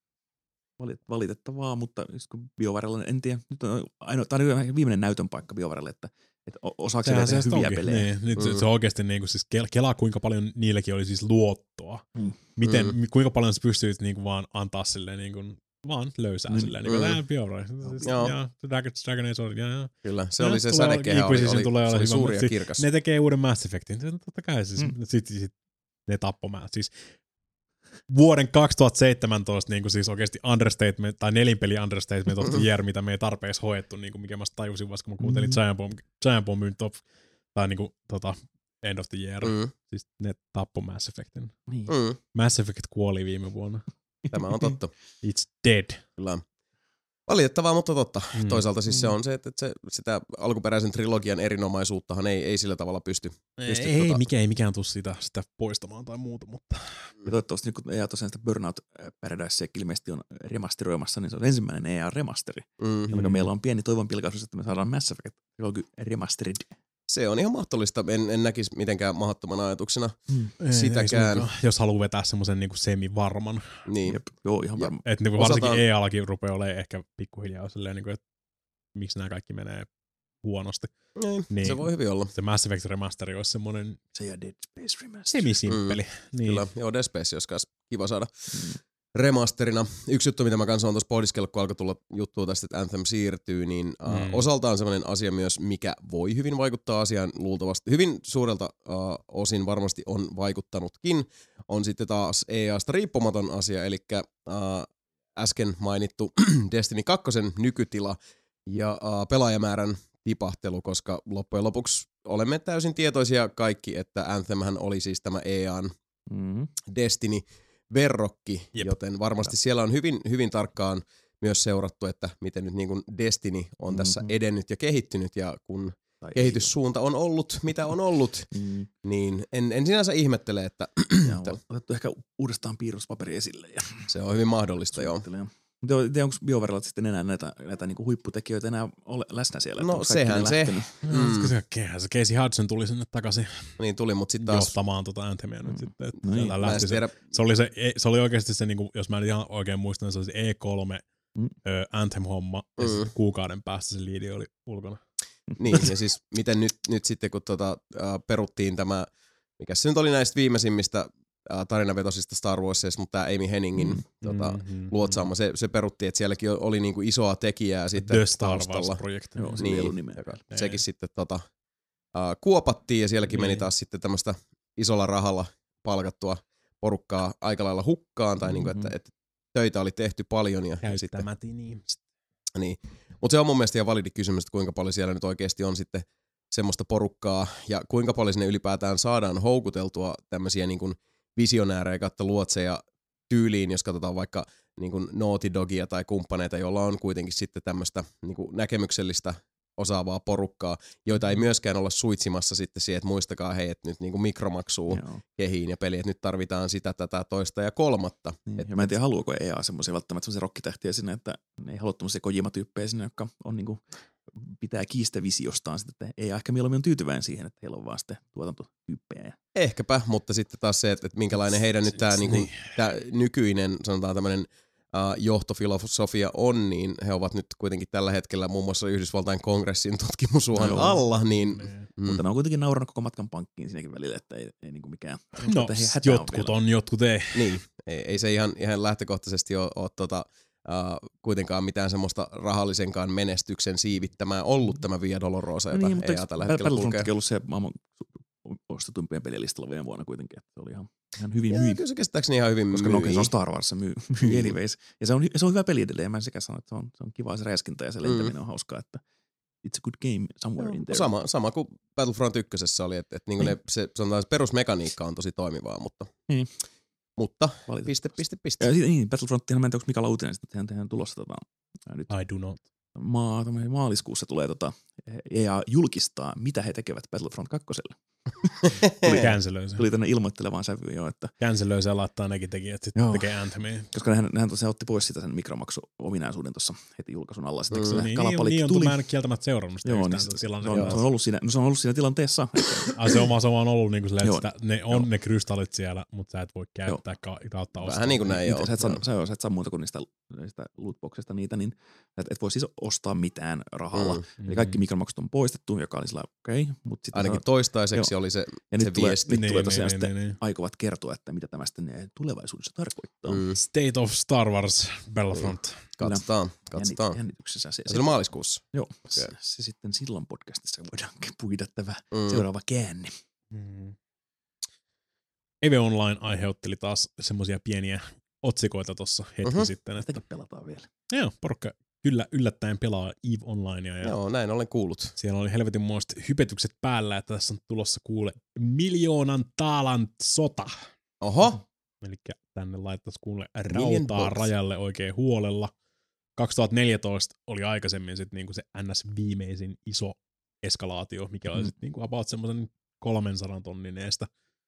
Valitettavaa, mutta kun BioVarella, en tiedä, nyt on ainoa, tämä on viimeinen näytön paikka BioVarelle, että että osaako se tehdä hyviä onkin. pelejä. Niin, nyt mm. se on oikeasti niinku siis kelaa, kuinka paljon niilläkin oli siis luottoa. Mm. Miten, mm. kuinka paljon sä pystyt niinku vaan antaa silleen niinku, vaan löysää mm. silleen. Niinku, mm. BioVare. Ja Dragon Age on, ja, kyllä, se ja, oli se sädekehä, oli, oli, oli, se oli suuri ja kirkas. Ne tekee uuden Mass Effectin. Totta kai siis, mm. sitten sit, ne tappoi mä. Siis vuoden kaksituhattaseitsemäntoista niin kuin siis oikeasti understatement, tai nelinpeli understatement of the year, mitä me ei tarpeeksi hoettu, niin kuin mikä mä tajusin vasta, kun mä kuuntelin mm. Giant Bomb, Giant Bombin top, tai niin kuin, tota, end of the year. Mm. Siis ne tappoi Mass Effectin. Mm. Mass Effect kuoli viime vuonna. Tämä on totta. It's dead. Kyllä. Valitettavaa, mutta totta. Mm. Toisaalta siis mm. se on se, että se, sitä alkuperäisen trilogian erinomaisuuttahan ei, ei sillä tavalla pysty. pysty ei, tota... mikä, ei mikään tule sitä, sitä poistamaan tai muuta, mutta... Ja toivottavasti, kun E A tosiaan sitä Burnout Paradise ilmeisesti on remasteroimassa, niin se on ensimmäinen E A-remasteri, mm. jolloin meillä on pieni toivon pilkaisuus, että me saadaan Mass Effect remastered. Se on ihan mahdollista. En, en näkisi mitenkään mahdottomana ajatuksena mm. sitäkään. Ei, jos haluaa vetää semmoisen niinku semi-varman. Niin. Jep, joo, ihan varma. Että niinku varsinkin Osataan... E A-lakin rupeaa olemaan ehkä pikkuhiljaa silleen, niinku, että miksi nämä kaikki menee huonosti. Niin, niin, se voi hyvin olla. Se Mass Effect remasteri olisi semmoinen se ja Dead Space remaster. Semi-simppeli. Mm, niin. Kyllä, joo, Dead Space olisi myös kiva saada. Mm. Remasterina. Yksi juttu, mitä mä kanssa on tuossa pohdiskellut, kun alkoi tulla juttua tästä, että Anthem siirtyy, niin uh, mm. osaltaan semmoinen asia myös, mikä voi hyvin vaikuttaa asiaan luultavasti. Hyvin suurelta uh, osin varmasti on vaikuttanutkin. On sitten taas E A:sta riippumaton asia, eli uh, äsken mainittu Destiny kaksi nykytila ja uh, pelaajamäärän tipahtelu, koska loppujen lopuksi olemme täysin tietoisia kaikki, että Anthemhän oli siis tämä E A:n mm. Destiny verrokki, Jep. joten varmasti siellä on hyvin, hyvin tarkkaan myös seurattu, että miten nyt niin kuin Destiny on mm-hmm. tässä edennyt ja kehittynyt, ja kun tai kehityssuunta on ollut, mitä on ollut, mm. niin en, en sinänsä ihmettele, että... Ja on otettu ehkä uudestaan piirrospaperi esille. Ja se on hyvin mahdollista, joo. Mutta onko BioVarella sitten enää näitä, näitä niinku huipputekijöitä enää ole läsnä siellä? No sehän se. Mm. Se Casey Hudson tuli sinne takaisin. Niin tuli, mutta sitten taas... johtamaan tuota Anthemia nyt sitten. No niin, se, tiedä... se, oli se, se oli oikeasti se, niinku, jos mä en ihan oikein muistan, se oli se E kolme mm. ö, Anthem-homma, ja mm. kuukauden päästä se liidi oli ulkona. Niin, ja siis miten nyt, nyt sitten, kun tota, äh, peruttiin tämä, mikä se nyt oli näistä viimeisimmistä tarinavetoisista Star Warsista, mutta tämä Amy Henningin mm, tota, mm, luotsaama, se, se peruttiin, että sielläkin oli niinku isoa tekijää sitten The Star Wars-projekti. Joo, niin, sekin sitten tota, uh, kuopattiin, ja sielläkin niin. meni taas sitten tämmöistä isolla rahalla palkattua porukkaa aika lailla hukkaan, tai mm-hmm. niinku, että, että töitä oli tehty paljon. Ja, ja sitten, niin. Mutta se on mun mielestä ihan validi kysymys, että kuinka paljon siellä nyt oikeasti on sitten semmoista porukkaa, ja kuinka paljon sinne ylipäätään saadaan houkuteltua tämmöisiä niin kuin visionäärejä kautta luotseja tyyliin, jos katsotaan vaikka niin kuin Naughty Dogia tai kumppaneita, joilla on kuitenkin sitten tämmöistä niin kuin näkemyksellistä osaavaa porukkaa, joita ei myöskään olla suitsimassa sitten siihen, että muistakaa hei, että nyt niinku mikromaksuu Joo. kehiin ja peli, että nyt tarvitaan sitä, tätä, toista ja kolmatta. Niin. Et, Ja mä en tiedä, haluuko E A semmoisia välttämättä semmoisia rokkitähtiä sinne, että ne ei halua tommosia Kojima-tyyppejä sinne, jotka on niinku, pitää kiistä visiostaan sitten, että E A ehkä mieluummin on tyytyväinen siihen, että heillä on vaan sitten tuotantotyyppejä. Ehkäpä, mutta sitten taas se, että, että minkälainen heidän nyt tämä niinku, nykyinen, sanotaan tämmöinen Uh, johtofilosofia on, niin he ovat nyt kuitenkin tällä hetkellä muun muassa Yhdysvaltain kongressin tutkimusuhan no, alla, niin... Mm. Mutta ne on kuitenkin naurannut koko matkan pankkiin siinäkin välillä, että ei, ei niinku mikään... No, että he hätää jotkut on, on, jotkut ei. Niin, ei, ei se ihan, ihan lähtökohtaisesti ole, ole tota, uh, kuitenkaan mitään semmoista rahallisenkaan menestyksen siivittämää ollut tämä Via Dolorosa, jota niin, E A tällä hetkellä kulkee. Battlefront on ollut se maailman ostetumpien pelilistalla viime vuonna kuitenkin, että se oli ihan, ihan hyvin Ja, myy. kyllä se käsittääkseni ihan hyvin Koska myy. no, se on Star Wars, se myy, myy anyways. Ja se on, se on hyvä peli edelleen, mä en sekä sano, että se on, se on kiva se räiskintä ja se lentäminen mm. on hauskaa, että it's a good game somewhere no, in there. Sama, sama kuin Battlefront ykkösessä oli, että, että niin ne, se, sanotaan, se perusmekaniikka on tosi toimivaa, mutta, niin. mutta piste, piste, piste. Ja niin, Battlefrontihan mä en tiedä, onko Mika uutinen, että tehdään, tehdään tulossa tota, nyt I do not. maa, maaliskuussa tulee tota, E A julkistaa, mitä he tekevät Battlefront kakkoselle. Tuli cancelöi se. Tuli tänne ilmoittelevaan sävyyn jo, että... Cancelöi se ja laittaa nekin tekijät sitten tekee Anthemia. Koska nehän, nehän tosiaan otti pois sitä sen mikromaksu-ominaisuuden tuossa heti julkaisun alla. Sitten, mm. Niin, kalapalit niin on, tuli. mä en kieltämättä seurannut sitä. Joo, niin se, se, on, se, on ollut siinä, no se on ollut siinä tilanteessa. Ai se on vaan, se on vaan ollut niin kuin silleen, että sitä, ne on joo. ne krystallit siellä, mutta sä et voi käyttää ka- kautta ostaa. Vähän niin kuin näin joo. Sä et, saa, sä, sä et saa muuta kuin niistä, niistä lootboxista niitä, niin et, et voi siis ostaa mitään rahalla. Mm. Eli kaikki mikromaksut on poistettu, joka oli sillä okei. Okay, mutta ainakin saa, toistaiseksi joo. oli se, ja se nyt tulee, viesti. Nyt niin, tulee niin, tosiaan niin, sitten niin, niin. aikovat kertoa, että mitä tämä sitten tulevaisuudessa tarkoittaa. Mm. State of Star Wars Battlefront. Mm. Katsotaan, katsotaan. Jännityksessä. Se, se oli maaliskuussa. Joo, okay. se, se sitten silloin podcastissa voidaan puida tämä mm. seuraava käänne. Mm. Eve Online aiheutteli taas semmoisia pieniä otsikoita tuossa hetki uh-huh. sitten. Että pelataan vielä. Joo, porukka kyllä yllättäen pelaa EVE Onlinea. Ja joo, näin olen kuullut. Siellä oli helvetin muista hypetykset päällä, että tässä on tulossa kuule miljoonan taalan sota. Oho. Eli tänne laittaisi kuule rautaa rajalle oikein huolella. kaksituhattaneljätoista oli aikaisemmin sit niinku se N S viimeisin iso eskalaatio, mikä oli mm. sitten niinku about semmoisen kolmensadan tonnin eestä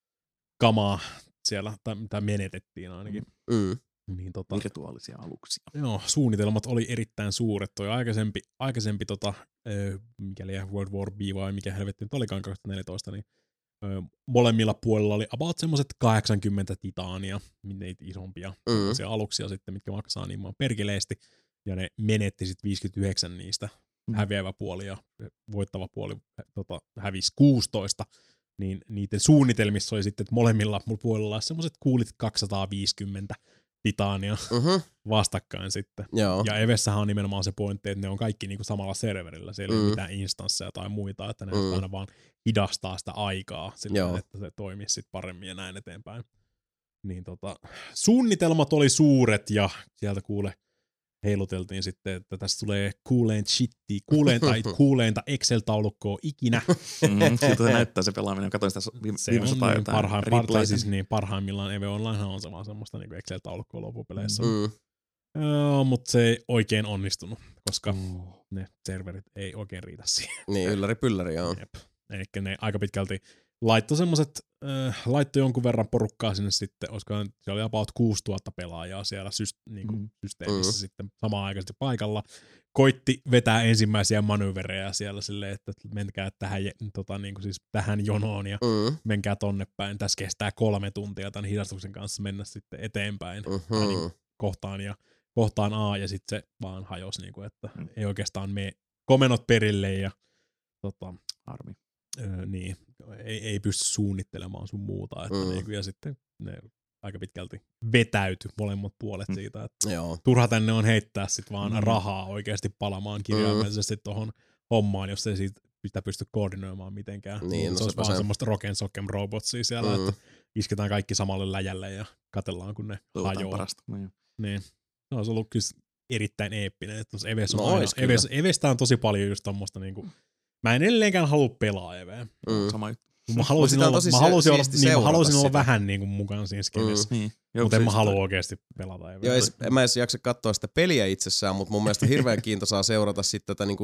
kamaa siellä, tai mitä menetettiin ainakin. Mm. Niin, tota, virtuaalisia aluksia. Joo, suunnitelmat oli erittäin suuret. Toi aikaisempi, aikaisempi tota, ö, mikäli World War B vai mikä helvetti nyt olikaan kaksituhattaneljätoista, niin ö, molemmilla puolilla oli about semmoiset kahdeksankymmentä titaania, niitä isompia mm. aluksia sitten, mitkä maksaa niin perkeleesti, ja ne menetti sitten viisikymmentäyhdeksän niistä, mm. häviävä puoli ja voittava puoli tota, hävisi kuusitoista, niin niiden suunnitelmissa oli sitten, että molemmilla puolilla olisi semmoiset kuulit kaksisataaviisikymmentä titaania uh-huh. vastakkain sitten. Joo. Ja Evessähän on nimenomaan se pointti, että ne on kaikki niinku samalla serverillä. Siellä ei mm. ole mitään instansseja tai muita, että ne mm. aina vaan hidastaa sitä aikaa sillä, että se toimisi sit paremmin ja näin eteenpäin. Niin tota, suunnitelmat oli suuret ja sieltä kuule heiluteltiin sitten, että tässä tulee kuuleinta shittiä, kuuleinta, kuuleinta Excel-taulukkoa ikinä. Mm, siltä se näyttää se pelaaminen. Katoin sitä viime sota niin parhaim, par, siis niin, parhaimmillaan Eve Online on se vaan semmoista niin Excel-taulukkoa loppupeleissä. Mm. Joo, mutta se ei oikein onnistunut, koska mm. ne serverit ei oikein riitä siihen. Niin, ylläri pylläri, joo. Eli ne aika pitkälti laittoi semmoset, äh, laittoi jonkun verran porukkaa sinne sitten, olisikohan se oli about kuusituhatta pelaajaa siellä syst, niin kuin mm. systeemissä mm. sitten samaan aikaisesti paikalla. Koitti vetää ensimmäisiä manöverejä siellä silleen, että menkää tähän, tota, niin kuin siis tähän jonoon ja mm. menkää tonne päin. Tässä kestää kolme tuntia tämän hidastuksen kanssa mennä sitten eteenpäin mm-hmm. niin kohtaan, ja, kohtaan A ja sitten se vaan hajosi, niin kuin, että mm. ei oikeastaan mene komennot perille ja tota, harmi. Öö, niin, ei, ei pysty suunnittelemaan sun muuta, että mm. niin, ja sitten ne aika pitkälti vetäytyi molemmat puolet mm. siitä, että Joo. turha tänne on heittää sit vaan mm. rahaa oikeasti palamaan kirjaimellisesti mm. tuohon hommaan, jos ei siitä sitä pysty koordinoimaan mitenkään. Niin, no se olisi vaan sen... semmoista rock and sock'em robotsia siellä, mm. että isketään kaikki samalle läjälle ja katsellaan, kun ne Tuutaan hajoaa. Parasta. Niin. niin. Se olisi ollut kyllä erittäin eeppinen, että Eves on no, aina, Eves, Evestä on tosi paljon just tommoista niinku. Mä en edelleenkään halua pelaa Eveä. Mm. Sama juttu. Mä haluaisin olla, mä haluaisin olla, niin, mä haluaisin olla vähän niin kuin mukaan siinä skenissä, mm. niin. mutta en mä halua oikeasti pelata Eveä. Joo, en mä edes jaksa katsoa sitä peliä itsessään, mutta mun mielestä hirveän kiintoisaa seurata sitten tätä niinku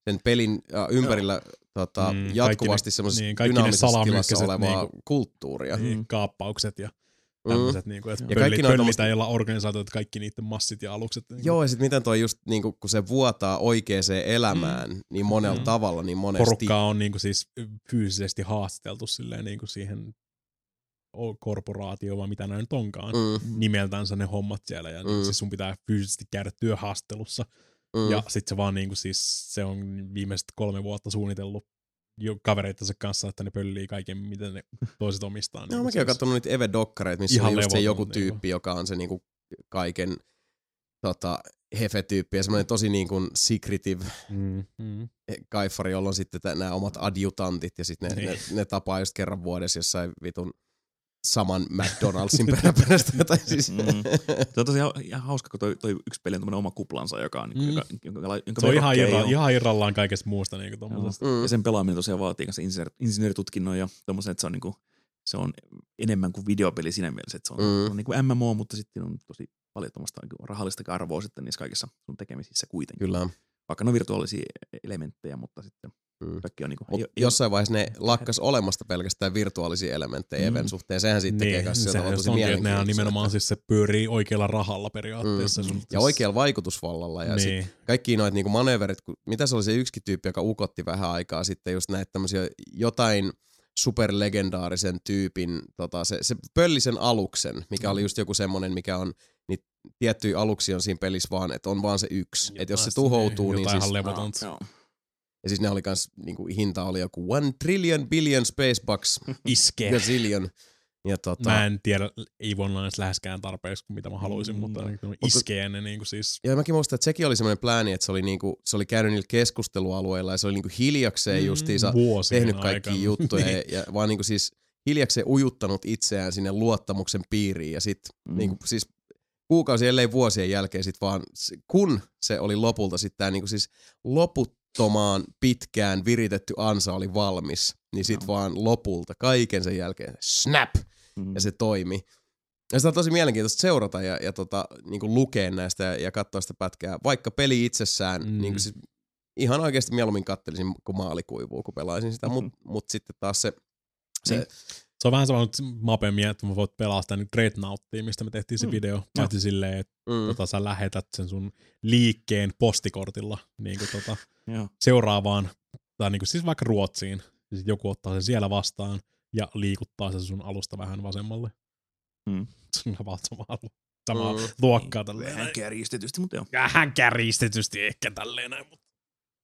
sen pelin äh, ympärillä tota, Mm, jatkuvasti ne- semmoisessa niin, kaikki ne dynaamisessa tilassa salamyhkäiset olevaa niinku- kulttuuria. Niin, kaappaukset ja tämmöiset, niinku, että Ja pölli, kaikki noin pöllitä ei olla organisaatiot, kaikki niiden massit ja alukset. Niinku. Joo, ja sitten miten toi just, niinku, kun se vuotaa oikeaan elämään mm. niin monella Mm. tavalla, niin monesti. Porukkaa on niinku siis fyysisesti haastateltu silleen niinku siihen o- korporaatioon, vai mitä näin nyt onkaan, Mm. nimeltänsä ne hommat siellä. Ja Mm. mm. siis sun pitää fyysisesti käydä työhaastelussa. Mm. Ja sit se vaan niinku siis, se on viimeiset kolme vuotta suunnitellut jo kavereittensa kanssa, että ne pöllii kaiken, miten ne toiset omistaa. Joo, niinku mäkin oon siis. katsonut niitä Eve-dokkareita, missä Ihan on just se levoton, joku niinku. tyyppi, joka on se niinku kaiken tota, hefe-tyyppi ja semmoinen tosi niinku secretive Mm, mm. kaifari, jolla on sitten nämä omat adjutantit ja sitten ne, Niin. ne, ne tapaa just kerran vuodessa jossain vitun saman McDonaldsin peräperästä. Tai siis. Mm. Se on tosiaan ihan hauska, kun toi, toi yksi peli on tämmönen oma kuplansa, joka on, Mm. joka, jonka, jonka Se on ihan, verrokkia ei irra, oo. ihan irrallaan kaikesta muusta. Niinku tommosesta. Mm. Ja sen pelaaminen tosiaan vaatii kanssa insinöör, insinööritutkinnon ja tommosen, että se on, niinku, se on enemmän kuin videopeli siinä mielessä, että se on, Mm. se on niinku M M O, mutta sitten on tosi paljon tommoista niinku rahallista arvoa sitten niissä kaikissa sun tekemisissä kuitenkin. Kyllä. Vaikka ne on virtuaalisia elementtejä, mutta sitten Mm. kaikki on niinku... Mut ei- ei- jossain vaiheessa ne lakkas olemasta pelkästään virtuaalisia elementtejä Mm. Even suhteen. Sehän sitten tekee kanssa sillä sehän tavalla just tosi onkin, että nehän mielenkiintoista. nimenomaan siis se pyörii oikealla rahalla periaatteessa. Mm. Sun, Ja siis- oikealla vaikutusvallalla. Ja niin. sit kaikki noita niinku manööverit, kun- mitä se oli se yksikin tyyppi, joka ukotti vähän aikaa sitten just näitä tämmöisiä jotain superlegendaarisen tyypin, tota, se, se pölli sen aluksen, mikä Mm. oli just joku semmonen, mikä on, niitä tiettyjä aluksia on siinä pelissä vaan, että on vaan se yksi. Että jos se tuhoutuu, niin jotain siis, ihan levotonta. Joo. ja siis ne oli kans, niinku, hinta oli joku one trillion billion space bucks, Iskee. gazillion. Ja tota, Mä en tiedä, ei voi olla läheskään tarpeeksi kuin mitä mä haluaisin, Mm. mutta niin, iskee ne niin kuin siis. ja mäkin muistan, että sekin oli semmoinen plääni, että se oli, niinku, se oli käynyt niillä keskustelualueilla ja se oli niinku hiljakseen justiinsa vuosien tehnyt kaikkia aikana. juttuja Niin. ja, ja vaan niinku siis hiljakseen ujuttanut itseään sinne luottamuksen piiriin ja sit Mm. niinku siis kuukausi ellei vuosien jälkeen sit vaan, s- kun se oli lopulta sit tää niinku siis loputtomaan pitkään viritetty ansa oli valmis, niin sit Joo. vaan lopulta kaiken sen jälkeen snap Mm. ja se toimi. Ja sitä on tosi mielenkiintoista seurata ja, ja tota, niinku lukea näistä ja, ja katsoa sitä pätkää, vaikka peli itsessään, Mm. niinku siis ihan oikeasti mieluummin kattelisin, kun maali kuivuu, kun pelaisin sitä, Mm-hmm. mutta mut sitten taas se, se Niin. Se on vähän sama nyt Mape miettiä, että mä voit pelaa sitä nyt Dreadnoughttia, mistä me tehtiin se Mm. video. Paitsi silleen, että mm, tota, sä lähetät sen sun liikkeen postikortilla niin kuin, tota, Joo. seuraavaan, tai niin kuin, siis vaikka Ruotsiin. Ja sit joku ottaa sen siellä vastaan ja liikuttaa sen sun alusta vähän vasemmalle. Mm. Se on about samaa, samaa Mm. luokkaa tälleen. Vähän kärjistetysti, mutta joo. Vähän kärjistetysti ehkä tälleen näin, mutta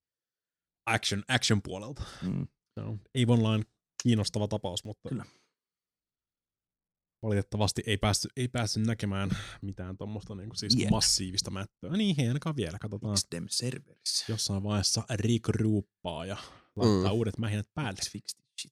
action, action puolelta. Mm. Se on Eve Online kiinnostava tapaus, mutta Kyllä. valitettavasti ei päässyt, ei päässyt näkemään mitään tuommoista niinku siis Vielä. massiivista mättöä. Niin, ei ainakaan vielä. Katsotaan Fix them servers. jossain vaiheessa regrouppaa ja laittaa Mm. uudet mähinät päälle. Let's fix this shit.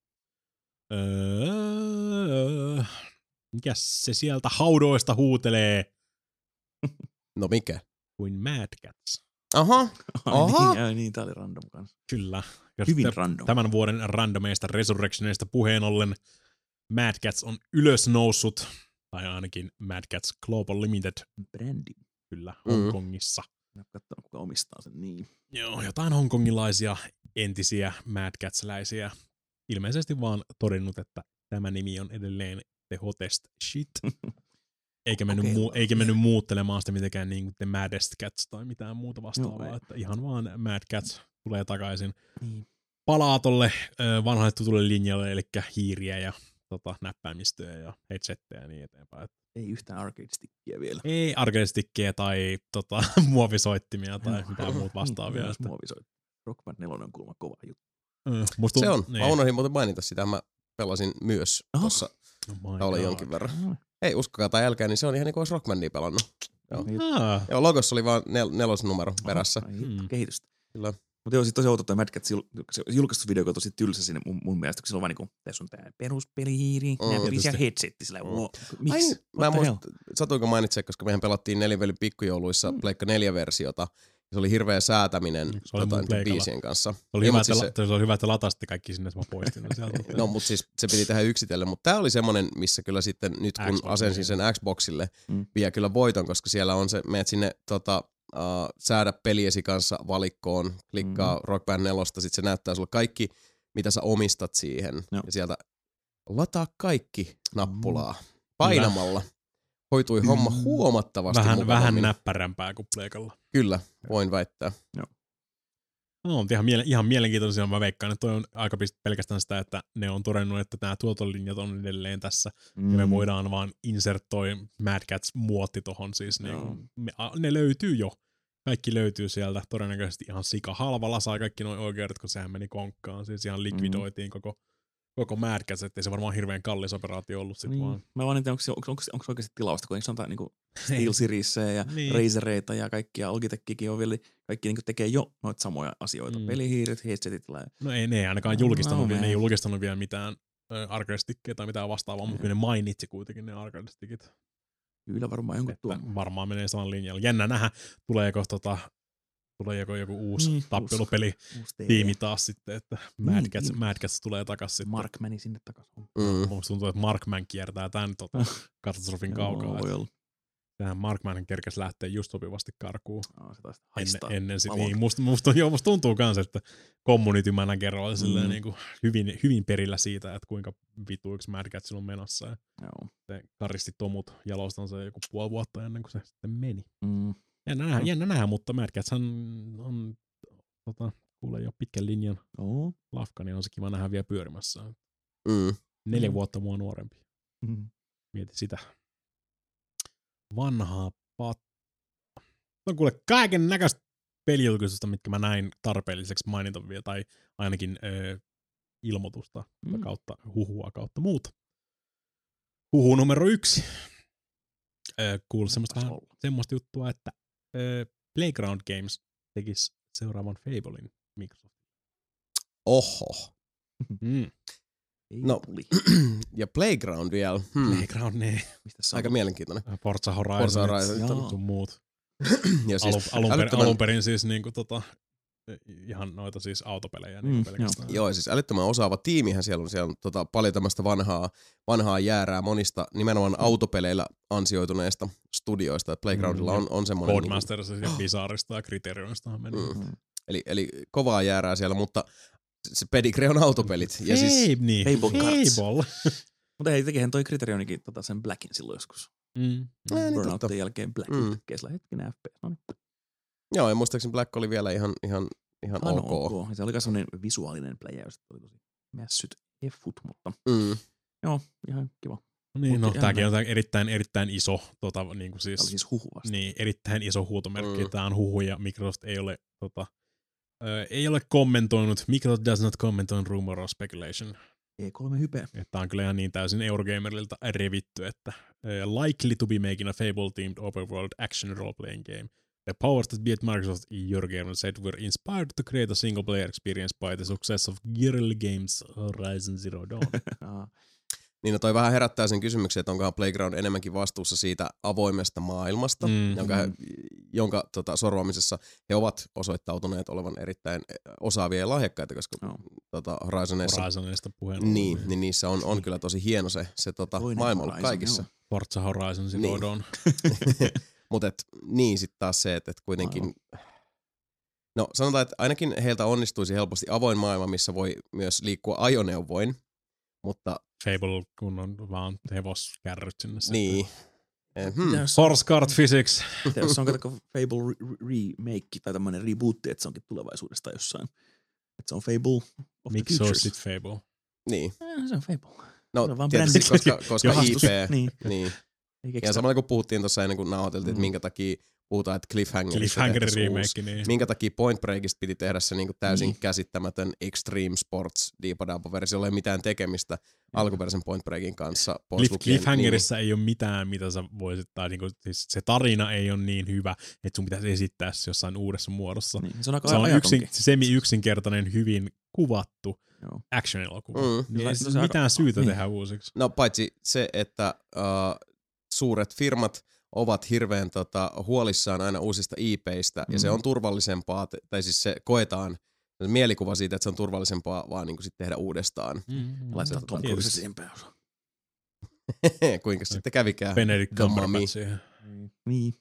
Öö, mikäs se sieltä haudoista huutelee no mikä? kuin Mad Cats? Aha, Ai Aha. niin, ai niin, tää oli random kanssa. Kyllä. Ja Hyvin sitten random. tämän vuoden randomeista Resurrectioneista puheen ollen Mad Cats on ylös noussut, tai ainakin Mad Cats Global Limited, Brändi. kyllä, Mm. Hongkongissa. Katsotaan, kuka omistaa sen niin. Joo, jotain hongkongilaisia entisiä Mad Cats-läisiä ilmeisesti vaan todennut, että tämä nimi on edelleen the hottest shit. Eikä mennyt, muu, Kokeillaan eikä vielä. mennyt muuttelemaan sitä mitenkään niin kuin the maddest cats tai mitään muuta vastaavaa. Joo, ei. Että ihan vaan Mad Cats tulee takaisin. Niin. Palaa tolle ö, vanhalle tutulle linjalle, eli hiiriä ja tota, näppäimistöjä ja headsetteja ja niin eteenpäin. Ei yhtään arcade-stickiä vielä. Ei arcade-stickkejä tai tota, muovisoittimia tai Joo. mitään muuta vastaavia. Niin, että, muovisoit. Rock Band neljä on kuulemma kova juttu. ö, musta se on. niin. Mä unohdin muuten mainita sitä, mä pelasin myös Oho. tuossa, Oh my oli God. jonkin verran. Ei uskokaa tai älkää, niin se on ihan niin kuin olisi Rockbandia pelannut. Joo. Ah, Joo, logossa oli vaan nel- nelosnumero perässä. Ai hitto, Hmm. kehitystä. Kyllä. Mutta joo, sit tosi outo toi Mad Cats jul- se julkaistu video, kun on tosi tylsä sinne mun, mun mielestä, kun se on vaan niinku, tässä on tää peruspelihiiri, Mm. näpis ja Tietysti. headsetti, sillä Mm. wow, Ai, miksi? mä en What the hell? muista, satuinko mainitse, koska mehän pelattiin Nelivelin pikkujouluissa mm. Pleikka neljä versiota. Se oli hirveä säätäminen Se oli tota, mun niiden pleikalla. biisien kanssa. se oli Ei, hyvä, mut että, siis la- se oli hyvä, että latasitte kaikki sinne, että mä poistin ne sieltä. No, mutta siis se piti tehdä yksitellen, mutta tää oli semmonen, missä kyllä sitten nyt kun Xboxille. asensin sen Xboxille, Mm. vie kyllä voiton, koska siellä on se, meet sinne tota, uh, säädä peliesi kanssa valikkoon, klikkaa mm. Rock Band neljä, sit se näyttää sulle kaikki, mitä sä omistat siihen. Joo. Ja sieltä lataa kaikki nappulaa painamalla. Hoitui mm. homma huomattavasti vähän, mukavammin. Vähän näppärämpää kuin pleikalla. Kyllä, voin väittää. Joo. No, on ihan, miele- ihan mielenkiintoisia. Mä veikkaan, että toi on aika pelkästään sitä, että ne on todennut, että nämä tuotolinjat on edelleen tässä. Mm. Ja me voidaan vaan insert toi Mad Cats-muotti tohon. Siis niin, me, ne löytyy jo. Kaikki löytyy sieltä. Todennäköisesti ihan sika halvalla sai kaikki nuo oikeudet, kun sehän meni konkkaan. Siis ihan likvidoitiin mm. koko, koko Mad Cats, ettei se varmaan hirveän kallis operaatio ollut sit niin. vaan. Mä vaan en tiedä, onko se, onko, onko, onko se oikeasti tilausta, kun eikö sanotaan niinku Steel Seriesejä ja niin. Razoreita ja kaikkia, Logitechikin on vielä, kaikki niinku tekee jo noita samoja asioita. Mm. Pelihiiret, headsetit. No ei ne ei ainakaan julkistanut, no, ne ei julkistanut vielä mitään äh, arcade-stickkejä tai mitään vastaavaa, mutta kyllä ne mainitsi kuitenkin ne arcade-stickit. Kyllä varmaan jonkun tuon. Varmaan menee saman linjalla. Jännä nähdä, tuleeko tota, tuleeko joku uusi niin, tappelupeli uusi, tiimi taas sitten, että Mad Cats, niin, Mad Cats tulee takas sitten. Markmani sinne takas. Mm. Musta tuntuu, että Markman kiertää tämän tota, katastrofin kaukaa. Tähän Markman kerkäs lähtee just sopivasti karkuun. No, se ennen, ennen sit, niin, musta, musta, joo, musta tuntuu kans, että community manager oli mm. niin kuin hyvin, hyvin perillä siitä, että kuinka vituiksi Mad Cats on menossa. Ja joo. Se karisti tomut jalostansa joku puoli vuotta ennen kuin se sitten meni. Mm. Jännä nähdä, jännä nähdä, mutta Mad Cats on, on tota, kuulee jo pitkän linjan oh. lafka, niin on se kiva nähdä vielä pyörimässä. Mm. Neljä mm. vuotta mua nuorempi. Mm. Mieti sitä. Vanhaa patta. On kuule kaiken näköistä pelijulkisusta, mitkä mä näin tarpeelliseksi mainita vielä, tai ainakin ö, ilmoitusta mm. kautta huhua kautta muuta. Huhu numero yksi. Ö, kuuluu semmoista, vähän, semmoista juttua, että ö, Playground Games tekisi seuraavan Fablein Microsoft. Oho. Mm. No, ja Playground vielä. Hmm. Playground, ne. Aika mielenkiintoinen. Forza Horizon. Forza Horizon. Sun muut. Ja siis alun, alun, älyttömän... alun perin siis niinku tota, ihan noita siis autopelejä. Mm, niinku joo. joo, siis älyttömän osaava tiimihän siellä on. Siellä on tota, paljon tämmöistä vanhaa, vanhaa jäärää monista nimenomaan mm. autopeleillä ansioituneista studioista. Playgroundilla mm, on, on semmoinen... Codemasters niin, ja Bizarrista ja Criterionista meni. Mm. Eli, eli kovaa jäärää siellä, mutta se pedigree on autopelit. Ja Fable, siis, niin. Fable Cards. Fable. Mutta hei, tekihän toi Criterionikin tota sen Blackin silloin joskus. Mm. Burnoutin jälkeen Black. Mm. Tekee sillä hetkinen F P S. No niin. Joo, ja muistaakseni Black oli vielä ihan, ihan, ihan ah, ok. No, okay. Se oli myös sellainen visuaalinen pläjäys, oli tosi mässyt effut, mutta mm. joo, ihan kiva. No niin, no, tämäkin on erittäin, erittäin iso, tota, niin kuin siis, tämä oli siis huhu vasta. Niin, erittäin iso huutomerkki. Mm. Tämä on huhu ja Microsoft ei ole, tota, ö, ei ole kommentoinut, Microsoft does not comment on rumor or speculation. E kolme hype. Tämä on kyllä ihan niin täysin Eurogamerilta revitty, että uh, likely to be making a Fable-themed open world action role-playing game. The powers that be at Microsoft Eurogamer said were inspired to create a single-player experience by the success of Guerrilla Games Horizon Zero Dawn. Niin no toi vähän herättää sen kysymyksen, että onkohan Playground enemmänkin vastuussa siitä avoimesta maailmasta, mm, jonka, he, jonka tota, sorvaamisessa he ovat osoittautuneet olevan erittäin osaavia ja lahjakkaita, koska no. tota, Horizoneissa, Horizoneista puheen niin, niin niissä on, on kyllä tosi hieno se, se tota, maailma ollut kaikissa. Joo. Forza Horizon Zero Dawn. Mutta niin sitten taas se, että et kuitenkin... Maailma. No sanotaan, että ainakin heiltä onnistuisi helposti avoin maailma, missä voi myös liikkua ajoneuvoin, mutta... Fable, kun on vaan hevoskärryt sinne. Niin. Hmm. Horse Cart Physics. Jos on katsokko Fable remake tai tämmöinen rebootti, että se onkin tulevaisuudesta jossain. Että se on Fable of the Miksi Futures. se on Fable? Niin. Eh, se on Fable. No on tietysti, koska, koska I P. Niin. niin. Ja samalla kun puhuttiin tuossa ennen kuin nauhoiteltiin, mm. että minkä takia puhutaan, että Cliffhangerista Cliffhangerin remake, niin. Minkä takia Point Breakista piti tehdä se niin kuin täysin niin. käsittämätön Extreme Sports Diipadaapa-versio, ei ole mitään tekemistä mm. alkuperäisen Point Breakin kanssa. Cliff, Cliffhangerissa niin. ei ole mitään, mitä sä voisit, tai niin kuin, siis se tarina ei ole niin hyvä, että sun pitäisi esittää se jossain uudessa muodossa. Niin. Se on, se on yksin, semi-yksinkertainen, hyvin kuvattu Joo. action-elokuva. Mm. Niin no, ei se, no, se mitään aika, syytä niin. tehdä uusiksi. No paitsi se, että uh, suuret firmat ovat hirveän tota, huolissaan aina uusista I P:istä, mm. ja se on turvallisempaa, tai siis se koetaan, se mielikuva siitä, että se on turvallisempaa vaan niin kuin sit tehdä uudestaan. Mm. Laittaa Tom Cruise siihen pääosaan. Kuinka sitten kävikään? Benedict Cumberbatch siihen. Niin.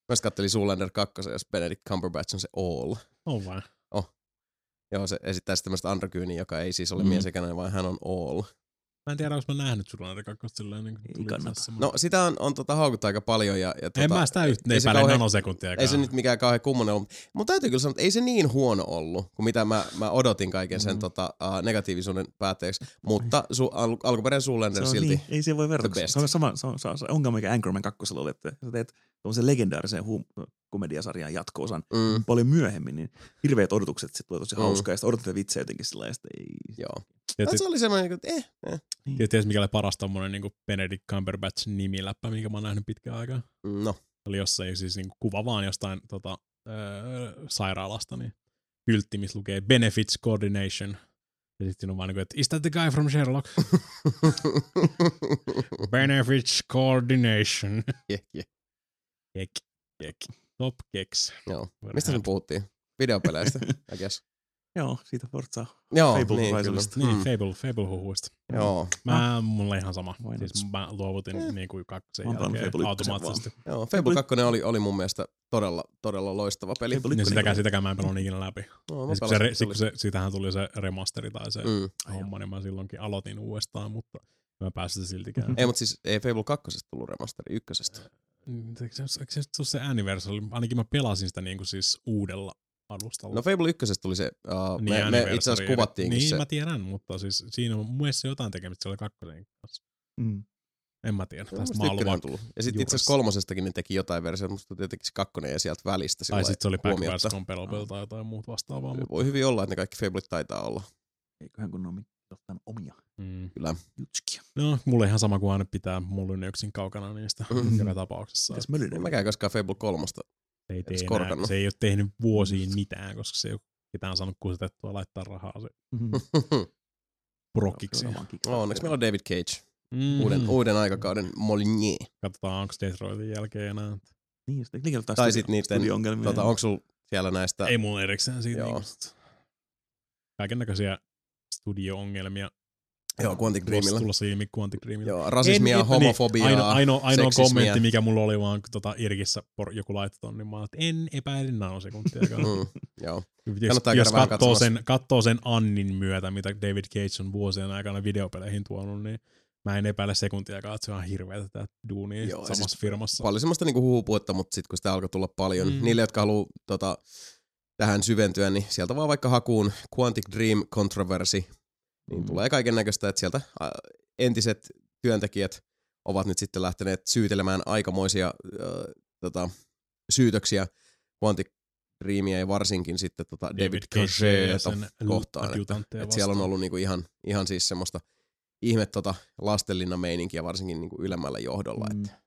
Mä kattelin Zoolander kaksi, jos Benedict Cumberbatch on se All. On vai? Oh. Joo, se esittää sitten tämmöistä androgyyniä, joka ei siis ole Mm. mies eikä nainen, vaan hän on All. Mä en tiedä, onko mä nähnyt Zoolander kaksi silleen niin Ei kannata. No sitä on, on tota, haukuttu aika paljon. Ja, ja tota, en mä sitä yhtä ei se epäile kauhean- nanosekuntiakaan. Ei se nyt mikään kauhean kummonen ollut. Mutta täytyy kyllä sanoa, että ei se niin huono ollut, kuin mitä mä, mä odotin kaiken sen Mm. tota, uh, negatiivisuuden päätteeksi. Mutta su, al, alkuperäinen Zoolander Se on silti. niin, ei se voi verrata. the best. Se on sama se on, se on se ongelma, mikä Anchorman kakkosella oli, että sä teet tuollaisen legendaarisen hum- komediasarjan jatko-osan Mm, paljon myöhemmin, niin hirveät odotukset, se tulee tosi Mm. hauskaa, ja sitten odotat vitsejä jotenkin sillä lailla, että ei. joo. Tiedätkö, Se oli semmoinen, että eh, eh. tiedätkö, mikä oli paras tommonen niin Benedict Cumberbatch nimiläppä, minkä mä oon nähnyt pitkään aikaa? No. Oli jossain siis niin kuva vaan jostain tota, öö, sairaalasta, niin kyltti, missä lukee Benefits Coordination. Ja sitten siinä on vaan niin kuin, että is that the guy from Sherlock? Benefits Coordination. yeah, yeah. Kek, kek. Top keks. Joo. Mistä me puhuttiin? Videopeleistä, I guess. Joo, siitä Forza. Joo, Fable niin Horizonista. kyllä. Niin, Mm. Fable, Fable-huhuista. Joo. Mä, mulla ihan sama. Why not? Siis mä luovutin Eh. niin kuin kakkosen Mä oon pelannut jälkeen Fable ykkösen automaattisesti. Joo, Fable kaksi oli, oli mun mielestä todella, todella loistava peli. Fable Niin ykkönen sitäkään, oli- sitäkään mä en pelannut ikinä läpi. No, mä Ja sit kun se, pelasin, re, se sit, oli- kun se, siitähän tuli se remasteri tai se Mm. homma, niin mä silloinkin aloitin uudestaan, mutta mä pääsin sitä siltikään. Ei, mutta siis ei Fable kaksi tullut remasteri ykkösestä. Mm, Eikö se, eikö se ole se Anniversary? Ainakin mä pelasin sitä niinku siis uudella alustalla. No Fable ykkösestä tuli se, uh, Niin, me, me Anniversary. itse asiassa kuvattiinkin Niin, se. mä tiedän, mutta siis siinä on mun mielestä jotain tekemistä siellä kakkosen kanssa. Mm. En mä tiedä. No, Tästä musta mä oon ykkönen on vaan... tullut. Ja sitten itse juuressa. asiassa kolmosestakin ne teki jotain versiota, musta tietenkin se kakkonen ja sieltä välistä. Tai sillä sitten se oli lailla Backwards huomiotta. Compatible tai jotain muut vastaavaa. Mutta... Voi hyvin olla, että ne kaikki Fablet taitaa olla. Eiköhän kun ne on ottanut omia Mm. Kyllä. jutskia. No, mulle ihan sama kuin aina pitää mulla yksin kaukana niistä Mm. joka tapauksessa. Mitäs En Mölynä? mäkään koskaan Fable kolmosta. Se ei, tee edes enää, korkannut. se ei ole tehnyt vuosiin mitään, koska se ei ole ketään saanut kusetettua laittaa rahaa se Mhm. prokkiksi. Se on vaan kick- No, onneksi meillä on David Cage. Mm. Uuden, uuden aikakauden Molyneux. Katsotaan, onko Detroitin jälkeen enää. Niin, sitten niillä on taas Tai studio- sit niitten, studio-ongelmia. Tota, onko sulla siellä näistä... Ei mulla erikseen siitä. Joo. Niin, kaiken näköisiä studio-ongelmia. Joo, Quantic Dreamilla. Tulossa ilmi Quantic Dreamilla. Joo, rasismia, En- en- homofobiaa, Niin, ainoa, ainoa, ainoa seksismiä. kommentti, mikä mulla oli vaan tota, Irkissä por, joku laittoi ton, niin mä oon, että en epäile nanosekuntiakaan. Mm, joo. jos Kannattaa jos käydä vähän katsoo katsomassa. sen, katsoo sen Annin myötä, mitä David Cage on vuosien aikana videopeleihin tuonut, niin mä en epäile sekuntiakaan, että se on hirveätä tää duunia Joo, samassa siis firmassa. Paljon semmoista niinku huhupuetta, mutta sitten kun sitä alkoi tulla paljon, Mm. mm. niille, jotka haluaa tota, tähän syventyä, niin sieltä vaan vaikka hakuun Quantic Dream Controversy, niin Mm. tulee kaiken näköistä, että sieltä ä, entiset työntekijät ovat nyt sitten lähteneet syytelemään aikamoisia ä, tota, syytöksiä Quantic Dreamia ja varsinkin sitten tota David, David David Cagea ja Cagea sen kohtaan. Että, adjutantteja että siellä on vastaan. ollut niinku ihan, ihan siis semmoista ihme tota lastenlinnan meininkiä varsinkin niinku ylemmällä johdolla. Mm. Että,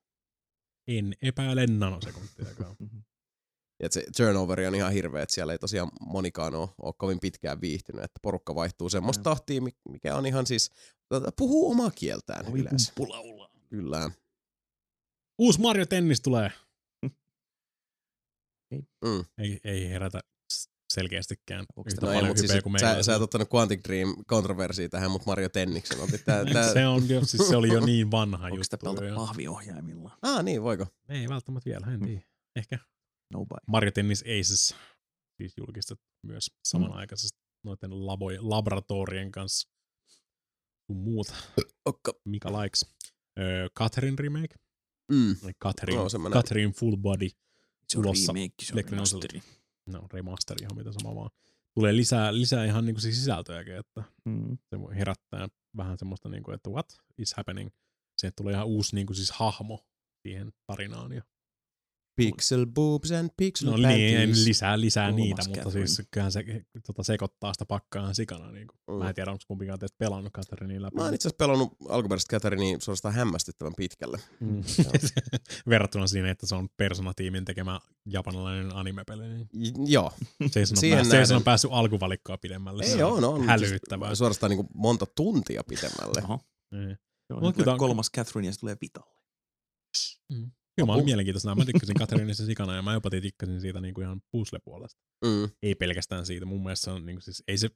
En epäile nanosekuntiakaan. ja että se turnoveri on ihan hirveä, että siellä ei tosiaan monikaan ole, ole kovin pitkään viihtynyt, että porukka vaihtuu semmoista Mm. tahtia, mikä on ihan siis, tota, puhuu omaa kieltään Oi yleensä. pumppulaula. Kyllä. Uusi Mario Tennis tulee. Mm. Ei, ei herätä s- selkeästikään Onks yhtä tää- No ei, paljon mutta hypeä siis, kuin sä, meillä. sä et ottanut Quantic Dream kontroversia tähän, mutta Mario Tenniksen otit. Tää, tää... Se, on, jo- siis se oli jo niin vanha Onko sitä juttu. pelata jo. pahviohjaimilla? Ah niin, voiko? Ei välttämättä vielä, en Mm. tiedä. Ehkä No buy. Mario Tennis Aces siis julkistettu myös samanaikaisesti noiden labojen, laboratorien kanssa sun muuta. Okka. Mikä likes? Öö, Catherine remake. Mm. Eli Catherine, Joo, semmoinen. Catherine Full Body. Se on Tulossa. remake, se on Plekkinen on se- remasteri. No remaster ihan mitä sama vaan. Tulee lisää, lisää ihan niinku siis sisältöjäkin, että Mm. se voi herättää vähän semmoista niinku, että what is happening. Se tulee ihan uusi niinku siis hahmo siihen tarinaan. Ja Pixel boobs and pixel no panties. niin, en lisää, lisää Kolmas niitä, mutta Catherine. siis kyllähän se tota, sekoittaa sitä pakkaa sikana. Niin Mm. Mä en tiedä, onko kumpikaan teistä pelannut Catherinein läpi. Mä oon itse asiassa pelannut alkuperäistä Catherinea suorastaan hämmästyttävän pitkälle. Mm. Verrattuna siihen, että se on Persona-tiimin tekemä japanilainen animepeli. Niin J- joo. Jason, on, Siihen pääs, Jason nähden- on päässyt alkuvalikkoa pidemmälle. Ei Se on, on. hälyttävää. Siis suorastaan niin kuin monta tuntia pitemmälle. Oho. Niin. Joo, Mut nyt tulee kyllä- kolmas Catherine ja se tulee Vitalle. Kyllä mä olin Oh. mielenkiintoista. Mä tykkäsin Catherineista sikana ja mä jopa tikkasin siitä niinku ihan puzzle-puolesta. Mm. Ei pelkästään siitä. Mun mielestä se on niinku siis, ei se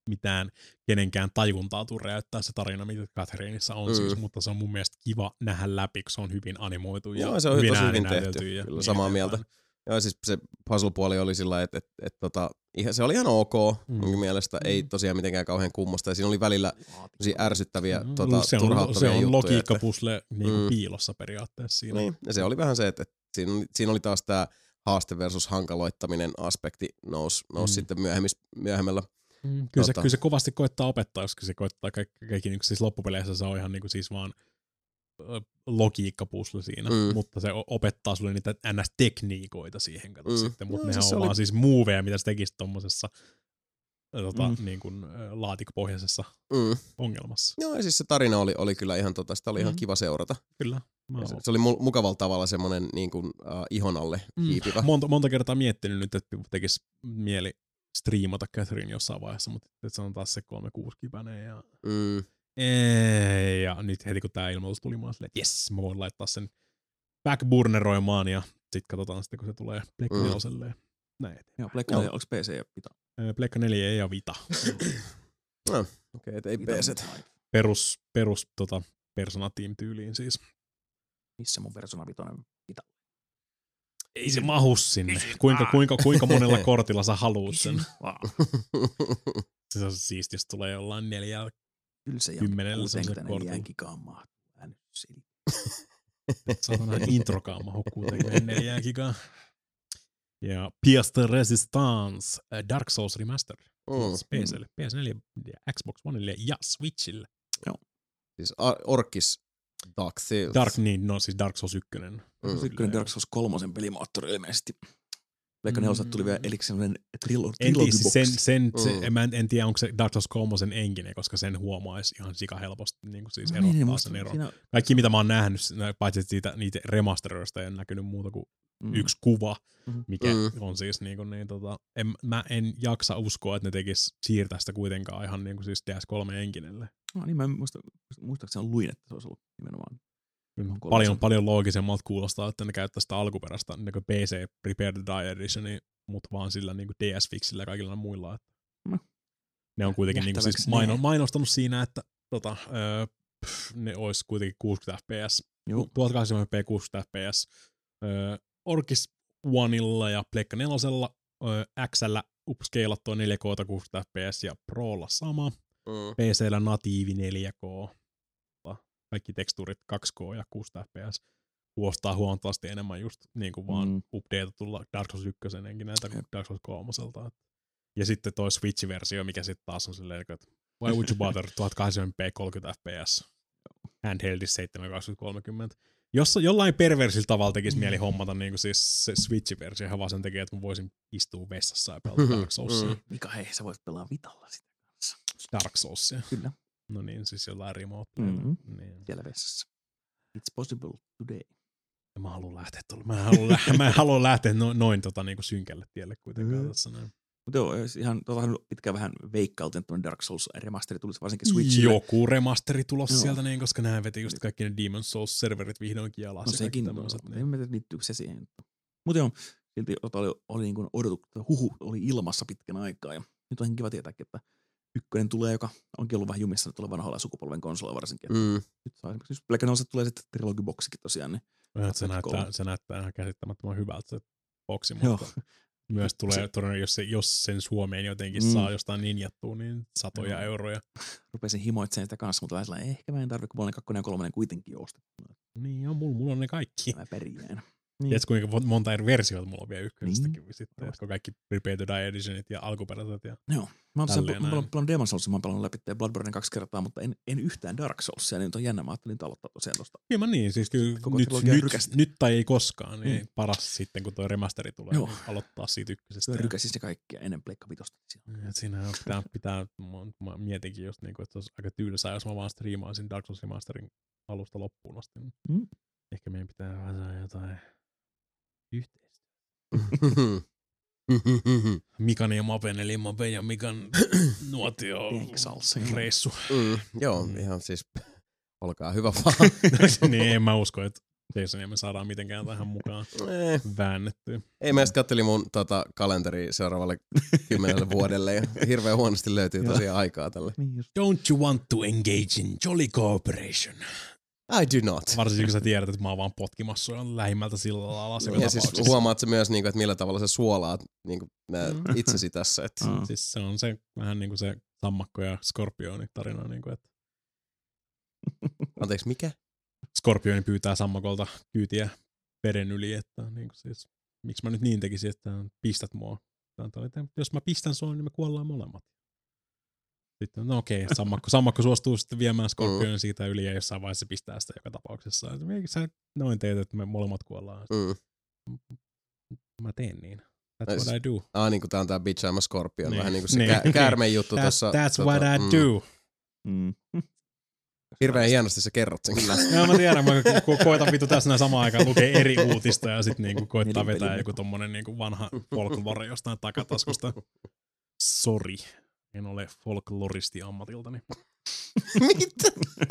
mitään kenenkään tajuntaa tuu räjäyttää se tarina, mitä Catherineissa on mm. siis, mutta se on mun mielestä kiva nähdä läpi, kun se on hyvin animoitu ja joo, se on hyvin tosi hyvin tehty, ja kyllä samaa mieltä. Joo, siis se puzzle-puoli oli sillä että et, et, tota, se oli ihan ok mm. mun mielestä, ei tosiaan mitenkään kauhean kummosta, ja siinä oli välillä ärsyttäviä, mm. tota, se on, turhauttavia se on juttuja. logiikkapusle niin mm. piilossa periaatteessa siinä. Niin, ja se oli vähän se, että et siinä, siinä oli taas tää haaste versus hankaloittaminen aspekti nousi nous mm. sitten myöhemmällä. Mm. Kyllä, se, kyllä se kovasti koittaa opettaa, koska se koittaa kaikki, kaikki niin siis loppupeleissä se on ihan niin kuin siis vaan logiikkapusle siinä, mm. mutta se opettaa sulle niitä N S-tekniikoita siihen, kato mm. sitten, mutta no, nehän siis on oli... vaan siis moveja, mitä se tekisi tommosessa tota, mm. niin kuin, laatikkopohjaisessa mm. ongelmassa. Joo, ja siis se tarina oli, oli kyllä ihan, tota, sitä oli mm. ihan kiva seurata. Kyllä. Se, se oli mu- mukavalla tavalla semmoinen niin kuin, uh, ihon alle hiipivä. Mm. Monta, monta kertaa miettinyt nyt, että tekisi mieli striimata Catherine jossain vaiheessa, mutta se on taas se kolmesataakuusikymmentä ja... Mm. Ei, ja nyt heti kun tää ilmoitus tuli, mä olin silleen, että jes, mä voin laittaa sen backburneroimaan ja sit katsotaan sitten, kun se tulee Pleikka neloselle. Mm. Näin. Joo, Pleikka neljä, onko P C ja Vita? Pleikka neljä ei ja Vita. No, okei, okay, ei P C. Perus, perus tota, Persona Team tyyliin siis. Missä mun Persona Vitoinen Vita? Ei se mahu sinne. Kuinka, kuinka, kuinka monella kortilla sä haluut sen? Se on siisti, jos tulee jollain neljällä. Kyllä se kymmenellä kuusikymmentäneljä gigaan mahtuu. Saatana introkaan mahu kuusikymmentäneljä gigaa. Ja Pierce the Resistance, Dark Souls Remastered. Mm. P C:lle, P S neljä, Xbox Oneille ja Switchille. Joo. Siis Orkis Dark Souls. Dark, niin, no siis Dark Souls yksi. Mm. Ykkönen Dark Souls kolmosen pelimoottori ilmeisesti. Pleikka neloselta tuli vielä elikseen sellainen trilogiboksi. Sen, sen, mm. se, mä en, en tiedä, onko se Dark Souls kolmosen enkinen, koska sen huomaisi ihan sika helposti niin kuin siis erottaa niin, sen eron. Siinä... Kaikki mitä mä oon nähnyt, paitsi siitä, niitä remasteroista ei ole näkynyt muuta kuin mm. yksi kuva, mikä mm. on siis niin kuin niin, tota, en, mä en jaksa uskoa, että ne tekis siirtää sitä kuitenkaan ihan niin kuin siis D S kolme enkinelle. No niin, mä en muista, muistaakseni luin, että se olisi ollut nimenomaan. Paljon, paljon loogisemmalta kuulostaa, että ne käyttää sitä alkuperäistä niin P C Prepare to Die Editionia, mutta vaan sillä niin D S-fixillä ja kaikilla muilla. Että no. Ne on kuitenkin niin siis maino, mainostanut siinä, että tota, öö, pff, ne olisi kuitenkin kuusikymmentä F P S, tuhatkahdeksankymmentä p kuusikymmentä F P S. Öö, Orkis Oneilla ja Pleikka nelosella, öö, X:llä upscalattua neljä K kuusikymmentä F P S ja Prolla sama. Mm. P C:llä natiivi neljä K. Kaikki tekstuurit kaksi K ja kuusikymmentä F P S kuulostaa huomattavasti enemmän just niin kuin vaan mm. updatatulla Dark Souls yksi näitä kuin Dark Souls kolmoselta. Ja sitten toi Switch-versio, mikä sitten taas on silleen, että why would you bother tuhatkahdeksankymmentä p kolmekymmentä F P S handheldissa seitsemän kaksikymmentä kolmekymmentä. Jos jollain perversillä tavalla tekisi mieli hommata niin kuin siis se Switch-versio ihan vaan sen takia, että mä voisin istua vessassa ja pelata Dark Soulsia. Mm. Mika, hei, sä voit pelaa Vitalla sitä kanssa. Dark Soulsia. Kyllä. No niin, siis jollain remote. Mm-hmm. Niin. Siellä vessassa. It's possible today. Ja mä haluan lähteä tuolla. Mä haluan, lä- mä haluan lähteä no, noin tota, niinku synkälle tielle kuitenkaan mm. tässä näin. Mutta joo, ihan tota, pitkään vähän veikkautin, että Dark Souls remasteri tulisi varsinkin Switchille. Joku remasteri tulossa no. sieltä, niin, koska nämä veti just kaikki ne Demon's Souls-serverit vihdoinkin alas. No sekin, no, niin. En tiedä, liittyykö se siihen. Mutta joo, silti oli, oli niin kuin odotukset, huhu oli ilmassa pitkän aikaa. Ja nyt on kiva tietääkin, että ykkönen tulee, joka onkin ollut vähän jumissa, tulee vanhoilla sukupolven konsolilla varsinkin. Mm. Nyt saa esimerkiksi Pleikka neloselle tulee sitten trilogiboksikin tosiaan. Niin se, näyttää, se näyttää ihan käsittämättömän hyvältä se boksi, mutta myös tulee todennäköisesti, jos, se, jos sen Suomeen jotenkin mm. saa jostain ninjattua, niin satoja no. euroja. Rupesin himoitsemaan sitä kanssa, mutta vähän ehkä mä en tarvitse, kun mulla on kakkonen ja kolmonen kuitenkin joustettu. Niin joo, mulla, mulla on ne kaikki. Mä pärjään. Niin. Tiedätkö, kuinka monta eri versiota mulla on vielä ykkösestäkin niin. Sitten, että kaikki Prepare to Die Editionit ja alkuperäiset ja joo. Mä oon pelannut Demon's Soulsia, mä oon pelannut läpi Bloodborne kaksi kertaa, mutta en, en yhtään Dark Soulsia, niin nyt on jännä, mä ajattelin aloittaa tosiaan tosta. Kyllä mä niin, siis kyllä nyt, nyt, nyt tai ei koskaan, niin mm. paras sitten kun toi remasteri tulee, niin aloittaa siitä ykkösestä. Mä rykäsin se kaikkia ennen Pleikka vitosta. Siinä pitää, pitää mä, mä mietinkin just niin kuin, että se olisi aika tylsää, jos mä vaan striimaisin Dark Souls remasterin alusta loppuun asti. Mm. Ehkä meidän pitää vähän saada jotain yhteistä. Mikan ja Mapen, eli Mapen ja Mikan nuotio reissu. Mm, joo, mm. ihan siis olkaa hyvä vaan. Niin, en mä usko, että Jasonia me saadaan mitenkään tähän mukaan Eh. väännettyä. Ei, mä sitten kattelin mun tota, kalenteri seuraavalle kymmenelle vuodelle ja hirveän huonosti löytyy tosiaan aikaa tälle. Don't you want to engage in jolly cooperation? I do not. Varsinkin kun sä tiedät, että mä oon vaan potkimassa sua lähimmältä sillalla alas. Ja siis huomaat sä myös, niin kuin, että millä tavalla sä suolaat niin kuin, mm. itsesi tässä. Että. Mm. Siis se on se vähän niin kuin se sammakko ja skorpioni tarina. Niin kuin, että anteeksi, mikä? Skorpioni pyytää sammakolta kyytiä veden yli, että niin kuin siis, miksi mä nyt niin tekisin, että pistät mua. Että jos mä pistän sua, niin me kuollaan molemmat. Sitten, no okei, sammakko, sammakko suostuu sitten viemään skorpionin mm. siitä yli ja jossain vaiheessa pistää sitä joka tapauksessa. Miksi sä noin teet, että me molemmat kuollaan? Mm. Mä teen niin. That's what I do. Ah, niin kuin tää on tää bitch I'm a scorpion. Niin. Vähän niin kuin se niin. kä- käärmeen juttu that, tossa. That's tota, what I mm. do. Mm. Hirveän hienosti sä kerrot sen kyllä. Joo, mä tiedän. Mä ko- koitan vittu tässä näin samaan aikaan lukea eri uutista ja sit niinku koittaa vetää joku tommonen niinku vanha folklore jostain takataskusta. Sori. En ole folkloristi ammatiltani. Mitä?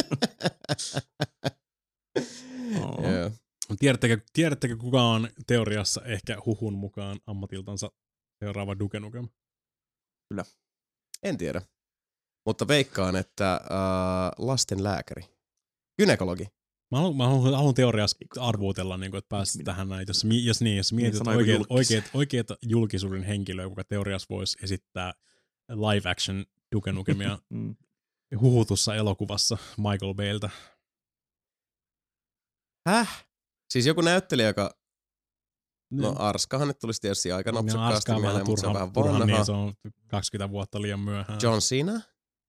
Oh. Yeah. Tiedättekö, tiedättekö kuka on teoriassa ehkä huhun mukaan ammatiltansa seuraava Duke Nukem? Kyllä. En tiedä. Mutta veikkaan, että äh, lastenlääkäri. Gynekologi. Mä haluan, mä haluan, haluan teoriassa arvuutella, niin kuin, että päästä tähän näin. Jos, jos, niin, jos mietit niin, oikeat, oikeat, oikeat julkisuuden henkilöä, joka teoriassa voisi esittää live action Duke Nukemia mm. huhutussa elokuvassa Michael Bayltä. Häh? Siis joku näyttelijä, joka... No Arskahan nyt tulisi tietysti aika nopsakkaasti no, mieleen, mutta se on vähän vanha. Niin, se on kaksikymmentä vuotta liian myöhään. John Cena?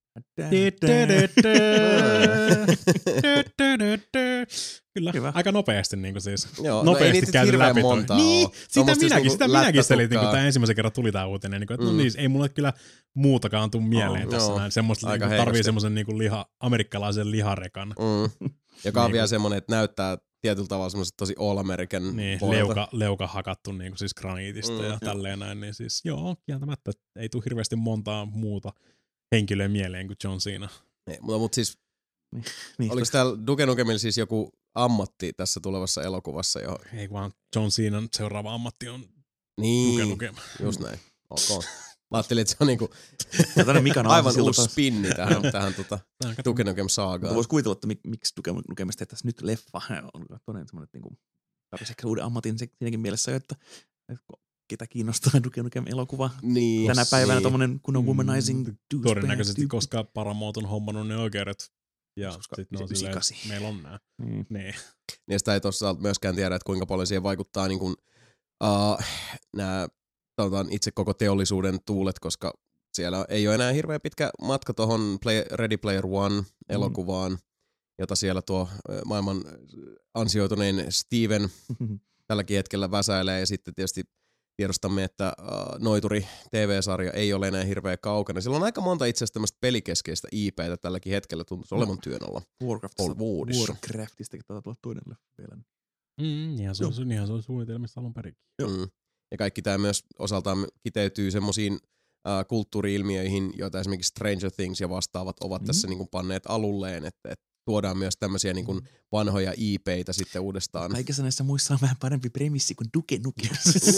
Kyllä, Hyvä. aika nopeasti niin kuin siis. Joo, nopeasti no käyty läpi. montaa Niin, sitä minäkin, niinku sitä minäkin selitin, kun lättätukkaa. tämä ensimmäisen kerran tuli tämä uutinen. Niin kuin, että Mm. no niin, ei mulle kyllä muutakaan tuu mieleen Oh, tässä joo. näin. Semmoista Aika niin tarvii heikosti. semmoisen niin liha, amerikkalaisen liharekan. Mm. Joka on Niin vielä kuin- semmoinen, että näyttää tietyllä tavalla semmoiset tosi all American Niin, boilta. leuka, leuka hakattu niin kuin siis graniitista Mm. ja tälleen näin. Niin siis joo, kieltämättä ei tule hirveästi montaa muuta henkilöä mieleen kuin John Cena. Niin, mutta, mutta siis, Niin, oliko täällä Duke Nukemilla siis joku ammatti tässä tulevassa elokuvassa jo? Ei vaan John Cenan seuraava ammatti on Duke Niin, Nukem. just näin. Ok. Mä ajattelin, että se on niinku Ja tänne Mikan aivan aamusilta uusi taas. spinni tähän, tähän tota, Tää on Duke Nukem-saagaan. Voisi kuvitella, että mik, miksi Duke Nukemista tehtäisiin nyt leffa. On todella semmoinen, että niinku, tarvitsisi ehkä uuden ammatin siinäkin mielessä, että, että ketä kiinnostaa Duke Nukem elokuva. Niin, Tänä päivänä niin. tommonen kunnon womanizing douchebag Todennäköisesti, tyyppi. koska Paramount on hommannut ne oikeudet. Ja Koska sitten ne on silleen, yhdeksänkymmentäkahdeksan. että meillä on nää. Mm. Niin. Niin sitä ei toisaalta myöskään tiedä, että kuinka paljon siihen vaikuttaa niin kuin, uh, nämä itse koko teollisuuden tuulet, koska siellä ei ole enää hirveän pitkä matka tuohon Play, Ready Player One-elokuvaan, mm. jota siellä tuo maailman ansioitunein Steven tälläkin hetkellä väsäilee. Ja sitten tietysti tiedostamme, että uh, Noituri T V-sarja ei ole enää hirveän kaukana. Sillä on aika monta itse asiassa tämmöistä pelikeskeistä I P:tä tälläkin hetkellä tuntuisi olevan työn alla. Warcraftista, Hollywoodissa. Warcraftistakin taitaa tulla toinen leffa vielä. Mm, niinhän se on, niinhän se on suunnitelmissa alun perin. Mm. Ja kaikki tämä myös osaltaan kiteytyy semmoisiin uh, kulttuuri-ilmiöihin, joita esimerkiksi Stranger Things ja vastaavat ovat mm. tässä niin kuin panneet alulleen, että, että tuodaan myös tämmöisiä niin kuin vanhoja I P:itä sitten uudestaan. Kaikissa näissä muissa on vähän parempi premissi kuin Duke Nukem.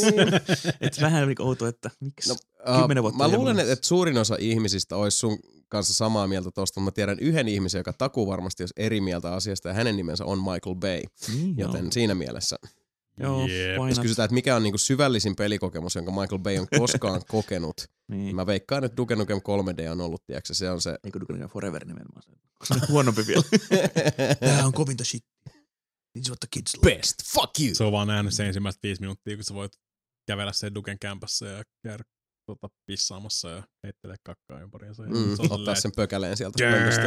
Että vähän niin outo, että miksi No, kymmenen uh, vuotta mä on luulen, jäänyt. että, että suurin osa ihmisistä olisi sun kanssa samaa mieltä tosta. Mä tiedän yhden ihmisen, joka takuu varmasti olisi eri mieltä asiasta, ja hänen nimensä on Michael Bay. Niin, Joten joo. siinä mielessä, Joo, Jep. why jos not? kysytään, että mikä on niin kuin syvällisin pelikokemus, jonka Michael Bay on koskaan kokenut, niin Niin. mä veikkaan, että Duke Nukem kolme D on ollut, tiiäksä, se on se... Eikö Duke Nukem Forever nimenomaan se? Se on huonompi vielä. Tää on kovinta shit. This is what the kids like. Best, fuck you! Se on vaan nähnyt se ensimmäiset viisi minuuttia, kun sä voit kävellä sen Duken kämpässä ja käydä tota, pissaamassa ja heittelee kakkaa ympäriinsä. Mm, Se on ottaa silleen, sen pökäleen sieltä pöntöstä.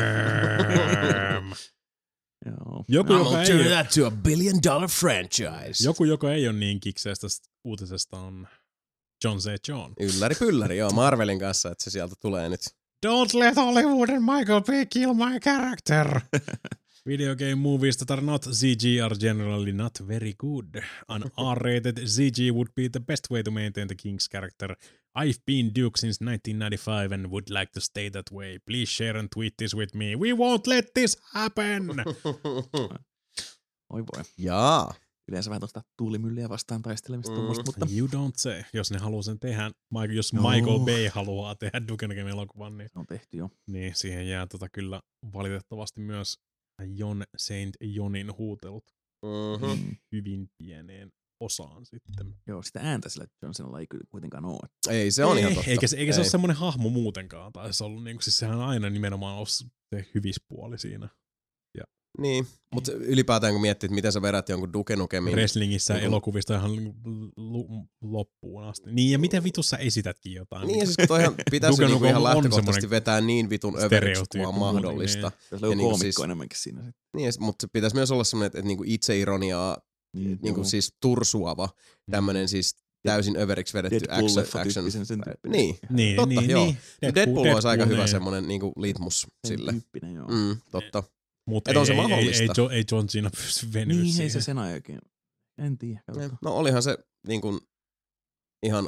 damn. Joo. Joku, I'm joka gonna ei, turn that to a billion dollar franchise. joku, joka ei ole niin kikseestä uutisesta on John C. John. Ylläri pylläri, joo, Marvelin kanssa, että se sieltä tulee nyt. Don't let Hollywood and Michael Bay kill my character. Video game movies that are not Z G are generally not very good. An R-rated Z G would be the best way to maintain the King's character. I've been Duke since nineteen ninety-five and would like to stay that way. Please share and tweet this with me. We won't let this happen! Oi voi. Jaa. Yleensä vähän tuosta tuulimyllyä vastaan taistelemista Mm. tuommoista, mutta You don't say. Jos ne haluaa sen tehdä, Michael- jos No. Michael Bay haluaa tehdä Duke Nukem elokuvan, niin, se on tehty jo. niin siihen jää tota kyllä valitettavasti myös Jon Saint Johnin huutelut Mm-hmm. Mm. hyvin pieneen osaan sitten. Joo, sitä ääntä sillä Johnsonilla ei kyllä kuitenkaan ole. Ei, se on ei, ihan totta. Eikä, se, eikä se Ei. ole semmoinen hahmo muutenkaan. Tai se, ollut, niin kuin, siis sehän on aina nimenomaan ollut se hyvispuoli siinä. Niin, mutta ylipäätään kun miettii, että miten sä vedät jonkun Duke Nukemin. Wrestlingissä ja Niin kuin- elokuvista ihan l- loppuun asti. Niin, ja miten vitussa esitätkin jotain. Niin, ja siis kun toihan pitäisi Duke niinku Nukem ihan on lähtökohtaisesti semmoinen vetää niin vitun överiksi kuin vaan stereotyyppi, mahdollista. niin. Se on niinku koomikko siis- enemmänkin siinä. Sit. Niin, ja sit- mutta se pitäisi myös olla semmoinen, että, että niinku itseironiaa, Niin, niinku joo. siis tursuava, tämmönen siis täysin överiksi vedetty action. action. Deadpool-leffa-tyyppisen sen tyyppinen. Niin, Niin, totta, niin, joo. niin. Deadpool, Deadpool olisi aika hyvä niin. semmoinen niinku litmus Sen sille. tyyppinen, joo. Mm, totta. Mutta Et ei, on se ei, ei, mahdollista. ei, Jo- ei John Cena pysty venyä Niin, ei siihen. se sen oikein. En tiedä. Ne- katsotaan. No olihan se niin kuin, ihan,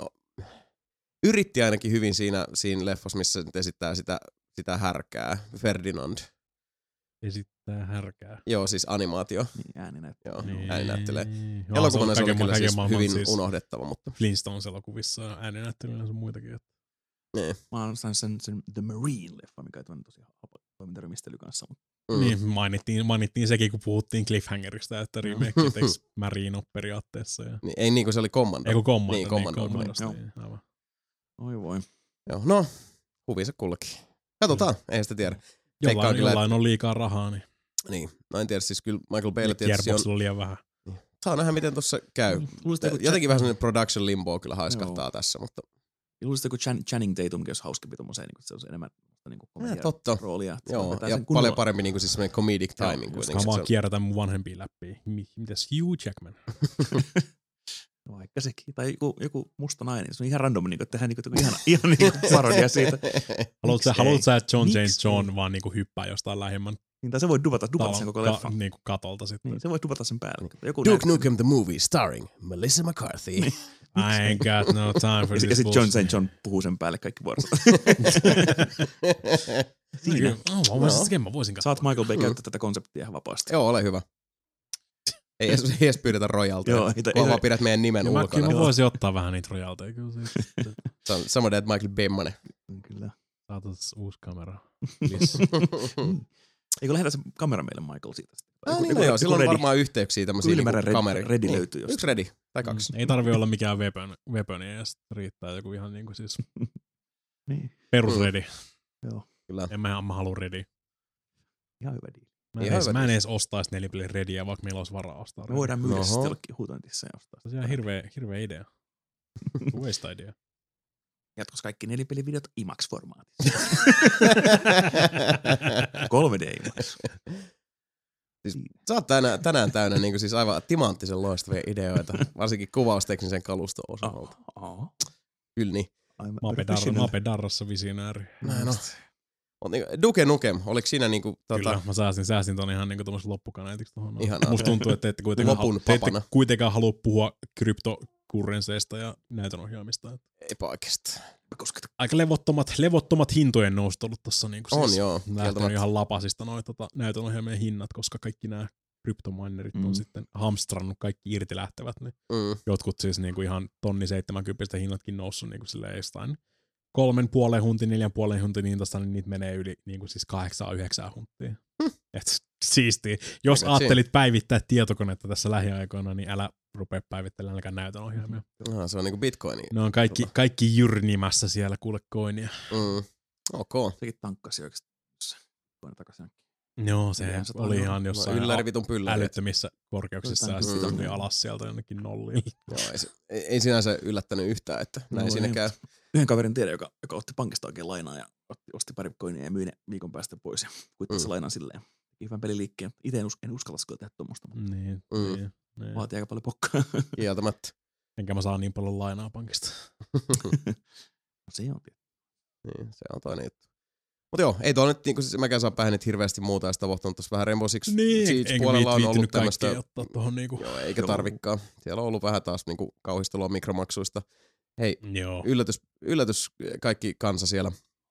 yritti ainakin hyvin siinä, siinä leffassa, missä se nyt esittää sitä, sitä härkää, Ferdinand. Esittää härkää. Joo, siis animaatio. Niin, ääni näyttää. Joo, Niin. ääni näyttelee. Joo, Elokuvana se oli kaiken kyllä ma- siis kaiken maailman hyvin siis unohdettava, mutta Flintstones-elokuvissa ääninäyttelyllä on muitakin. Että niin. Mä oon saanut sen, sen The Marine-leffa, mikä on tosiaan toimintarymistely kanssa. Mutta Mm. Niin, mainittiin, mainittiin sekin, kun puhuttiin Cliffhangerista, että remake teksi Marino periaatteessa. Ja... Niin, ei niin kuin se oli Commando. Ei kun Commando. Niin, Commando. Niin, Commandosta, Joo. niin, aivan. oi voi. Joo, no, huvinsa kullakin. Katsotaan, ei sitä tiedä. Veikkaan Jollain, kyllä, jollain on liikaa rahaa, niin Niin, no en tiedä, siis kyllä Michael Bay tietysti on, Gearboxilla on liian vähän. saa nähdä miten tuossa käy. Luulisit, Jotenkin vähän sellainen production limbo kyllä haiskahtaa Joo. tässä, mutta Luulisit, kun Chan, Channing Tatumkin olisi hauskempi tommoseen, niin se olisi enemmän niin ja, totta. roolia. Että se Joo, vetää ja sen paljon kunnolla. parempi niin kuin siis semmoinen comedic Joo, timing just kuitenkin. Mä vaan Se- kierrätän mun vanhempia läpi. Mi- Mitäs Hugh Jackman? Vaikka sekin. Tai joku, joku musta nainen. Se on ihan random, niin kuin, että tehdään niin kuin, ihan, ihan niin kuin parodia siitä. Haluatko sä, Miksei? haluat sä, että John James Miksei? John vaan niinku hyppää jostain lähimmän Niin, tai se voi dubata, dubata sen koko leffa. ka, niinku katolta sitten? Niin, se voi dubata sen päälle. Joku Duke Nukem the Movie starring Melissa McCarthy. I ain't got no time for Ja this sitten John bullshit. Saint John puhuu sen päälle kaikki vuorot. Siinä. Oh, mä voisin, Joo. no. mä voisin katsoa. Saat Michael Bay käyttää tätä konseptia ihan vapaasti. Joo, ole hyvä. Ei edes, ei edes pyydetä rojalteja. Joo, ei- Kun ei- vaan pidät meidän nimen Ja mä, kyllä ulkona. mä voisin ottaa vähän niitä rojalteja. Kyllä se, Se on samoin, että Michael Bemmanen. Kyllä. saatas uusi kamera. Please. Eikö lähetä se kamera meille Michael siitä? Ah, niin, no joo, silloin on varmaan yhteyksiä tämmöisiä Ylimääräinen niinku red- kameri. redi niin. löytyy jostain. Yksi redi, tai kaksi. Ei tarvi olla mikään weapon, weaponi, ja sit riittää joku ihan niinku siis Niin, perusredi. joo. Kyllä. En mä, mä halua redi. Ihan hyvä diili. Mä en, Ihan edes, hyvä mä en diili. edes ostaisi nelipelin rediä, vaikka meillä olisi varaa ostaa Me redi. voidaan myydä Oho. sitten jollekin huutointissa ja ostaa. Se on ihan hirveä, hirveä idea. Waste idea. Jatkossa kaikki nelipelivideot IMAX-formaatissa. kolme D IMAX. Siis, sä oot tänään, tänään täynnä niin siis aivan timanttisen loistavia ideoita, varsinkin kuvausteknisen kaluston osalta. Oh. Kyllä niin. I'm Mape, a Dar- professional. Mape Darrassa visionääri. Näin on. Mut niinku, Duke Nukem, oliko siinä niinku, Kyllä, tota, mä säästin, säästin ton ihan niinku tommos loppukaneetiksi tohon. Ihanaa. Musta tuntuu, että te ette kuitenkaan, Lopun halu, te ette papana. kuitenkaan halua puhua kryptokurrenseista ja näytönohjaamista. eipä oikeesti. Koska Aika levottomat, levottomat hintojen nousut ollut tossa niinku On siis joo, lähtenyt kieltämättä. ihan lapasista noi tota, näytönohjaamien hinnat, koska kaikki nämä kryptominerit Mm. on sitten hamstrannut kaikki irti lähtevät. Niin Mm. jotkut siis niinku ihan tonni seitsemänkymmentä hinnatkin noussut niinku silleen jostain kolmen puolen huntin, neljän puolen huntin hintasta, niin niitä menee yli niinku siis kahdeksaan, yhdeksään hunttiin. Et siistiä. Jos Aika ajattelit päivittää tietokonetta tässä lähiaikoina, niin älä rupea päivittelemään ainakaan näytönohjaimia. No, se on niinku bitcoini. Ne on kaikki, Tota. kaikki jyrnimässä siellä kuule koinia. Mm. Ok. sekin tankkasi oikeasti. Toinen takaisin. Joo, se Neljäsataa oli euroa. ihan No, jossain ylläri vitun pylläri. älyttömissä korkeuksissa ja Jotain sitten mm. tuli alas sieltä jonnekin nolliin. Joo, ei, se, ei, ei sinänsä yllättänyt yhtään, että näin No, siinä ei, käy. Yhden kaverin tiedä, joka, joka otti pankista oikein lainaa ja otti, osti pari koinia ja myi ne viikon päästä pois ja kuittasi Mm. mm. lainan silleen. Teki hyvän peliliikkeen. Itse en, us, en uskalla kyllä tehdä tuommoista, mutta Niin, Mm. niin, niin. vaatii aika paljon pokkaa. Kieltämättä. Enkä mä saa niin paljon lainaa pankista. Se on tietysti. Niin, se on toinen juttu. Mutta joo, ei tuolla nyt, niinku, siis mäkään saa päähän nyt hirveästi muuta, ja sitä tavoittanut tuossa vähän Rainbow Six Niin, Siege enkä puolella on ollut viittinyt tämmöistä. kaikkea ottaa tohon niinku. Joo, eikä Joo. tarvikkaan. Siellä on ollut vähän taas niinku kauhistelua mikromaksuista. Hei, Joo. yllätys, yllätys kaikki kansa siellä.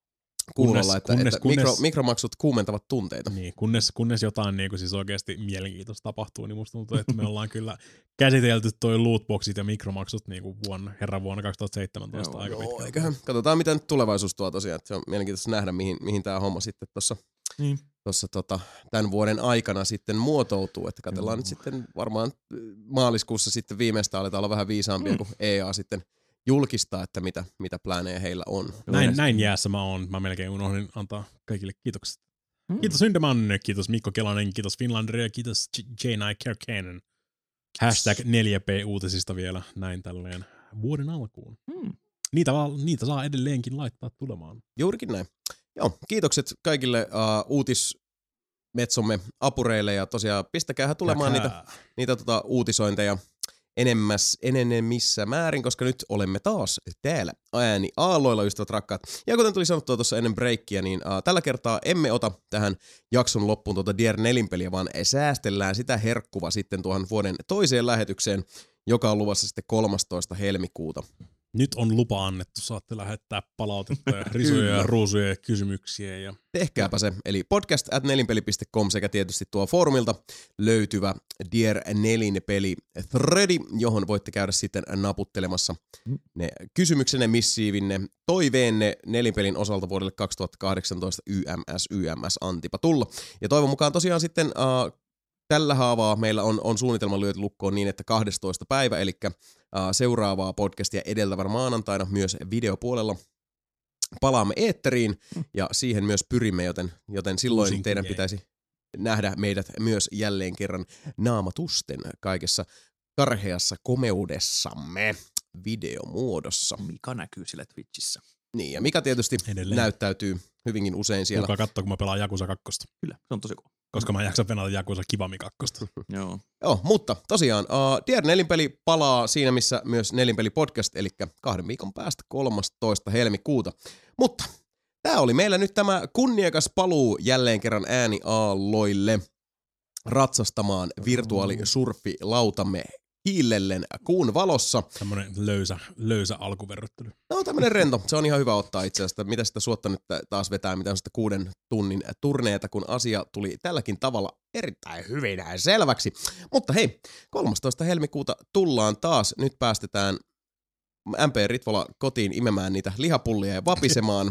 kuulolla, kunnes, että, kunnes, että kunnes, mikro, mikromaksut kuumentavat tunteita. Niin, kunnes, kunnes jotain niin kuin siis oikeasti mielenkiintoista tapahtuu, niin musta tuntuu, että me ollaan kyllä käsitelty toi lootboxit ja mikromaksut niin kuin vuonna, herran vuonna kaksituhattaseitsemäntoista aika Joo, pitkään. eiköhän. Katsotaan, miten tulevaisuus tuo tosiaan. Se on mielenkiintoista nähdä, mihin, mihin tämä homma sitten tuossa Niin. tuossa tota, tämän vuoden aikana sitten muotoutuu. Että katsellaan Joo. nyt sitten varmaan maaliskuussa sitten viimeistään aletaan olla vähän viisaampia, mm. kun E A sitten julkistaa, että mitä, mitä plääneja heillä on. Näin, näin jäässä mä oon. Mä melkein unohdin antaa kaikille kiitokset. Mm. Kiitos Yndeman, kiitos Mikko Kelanen, kiitos Finlanderia ja kiitos J N I Kerkanen. Hashtag neljä P-uutisista vielä näin tälleen vuoden alkuun. Mm. Niitä, niitä saa edelleenkin laittaa tulemaan. Juurikin näin. Joo, kiitokset kaikille uh, uutismetsomme apureille ja tosiaan pistäkäähän tulemaan Jäkää. niitä, niitä tota, uutisointeja enemmäs, enenemmissä määrin, koska nyt olemme taas täällä ääni aalloilla, ystävät rakkaat. Ja kuten tuli sanottua tuossa ennen breikkiä, niin uh, tällä kertaa emme ota tähän jakson loppuun tuota Dier neljä-peliä, vaan säästellään sitä herkkuva sitten tuohon vuoden toiseen lähetykseen, joka on luvassa sitten kolmastoista helmikuuta. Nyt on lupa annettu, saatte lähettää palautetta ja risuja ja ruusuja ja kysymyksiä. Ja... Tehkääpä se, eli podcast at nelinpeli piste com sekä tietysti tuo foorumilta löytyvä Dier neljä-peli threadi, johon voitte käydä sitten naputtelemassa ne kysymyksenne, missiivinne, toiveenne nelinpelin osalta vuodelle kaksituhattakahdeksantoista Y M S, Y M S Antipa tulla. Ja toivon mukaan tosiaan sitten... Uh, Tällä haavaa meillä on, on suunnitelma lyöty lukkoon niin, että kahdestoista päivä, eli uh, seuraavaa podcastia edeltävänä maanantaina myös videopuolella palaamme eetteriin ja siihen myös pyrimme, joten, joten silloin Uusin teidän pitäisi nähdä meidät myös jälleen kerran naamatusten kaikessa karheassa komeudessamme videomuodossa. Mika näkyy sillä Twitchissä. Niin, ja Mika tietysti edelleen näyttäytyy hyvinkin usein siellä. Kuka katsoo, kun mä pelaan Yakuza kakkosta. Kyllä, se on tosi kova. Koska mä en jaksa penata Yakuza Kiwami kakkosta. Joo. Joo, mutta tosiaan uh, Dier nelinpeli palaa siinä, missä myös nelinpeli podcast, eli kahden viikon päästä kolmastoista helmikuuta. Mutta tää oli meillä nyt tämä kunniakas paluu jälleen kerran ääniaalloille ratsastamaan virtuaalisurfilautamme hiillellen kuun valossa. Tämmönen löysä, löysä alkuverryttely. No tämmönen rento, se on ihan hyvä ottaa itse asiassa. Mitä sitä suotta nyt taas vetää, mitä on sitä kuuden tunnin turneeta, kun asia tuli tälläkin tavalla erittäin hyvin ja selväksi. Mutta hei, kolmastoista helmikuuta tullaan taas. Nyt päästetään M P Ritvola kotiin imemään niitä lihapullia ja vapisemaan.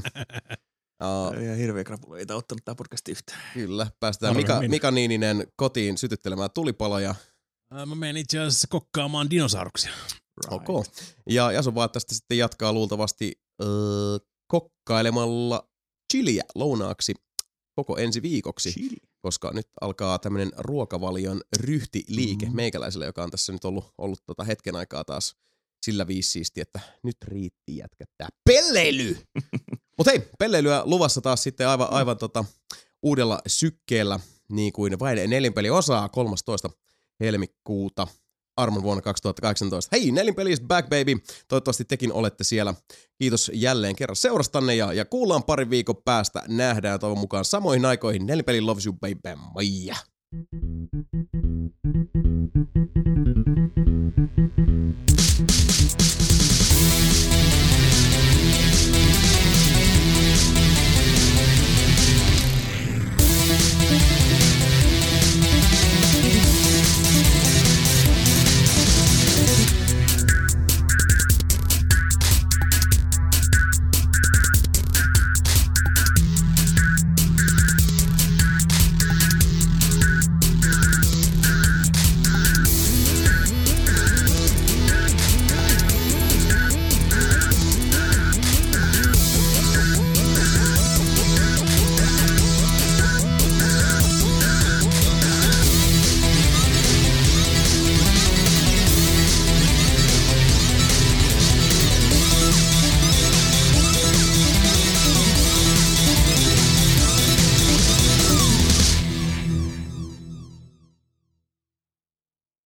Uh, ja hirveä krapula, ei tää ottanut tää podcasti yhtään. Kyllä, päästetään Mika, Mika Niininen kotiin sytyttelemään tulipaloja. Mä menen itse asiassa kokkaamaan dinosauruksia. Right. Ok. Ja Jason vaan tästä sitten jatkaa luultavasti öö, kokkailemalla chiliä lounaaksi koko ensi viikoksi. Chili. Koska nyt alkaa tämmönen ruokavalion ryhtiliike mm. meikäläiselle, joka on tässä nyt ollut, ollut tota hetken aikaa taas sillä viisisti, että nyt riitti jätkättää pelleily! Mut hei, pelleilyä luvassa taas sitten aivan, aivan tota, uudella sykkeellä, niin kuin vain nelinpeli osaa kolmastoista helmikuuta armon vuonna kaksituhattakahdeksantoista. Hei, nelinpeli is back baby! Toivottavasti tekin olette siellä. Kiitos jälleen kerran seurastanne ja, ja kuullaan parin viikon päästä. Nähdään toivon mukaan samoihin aikoihin. Nelinpeli loves you baby. Moi!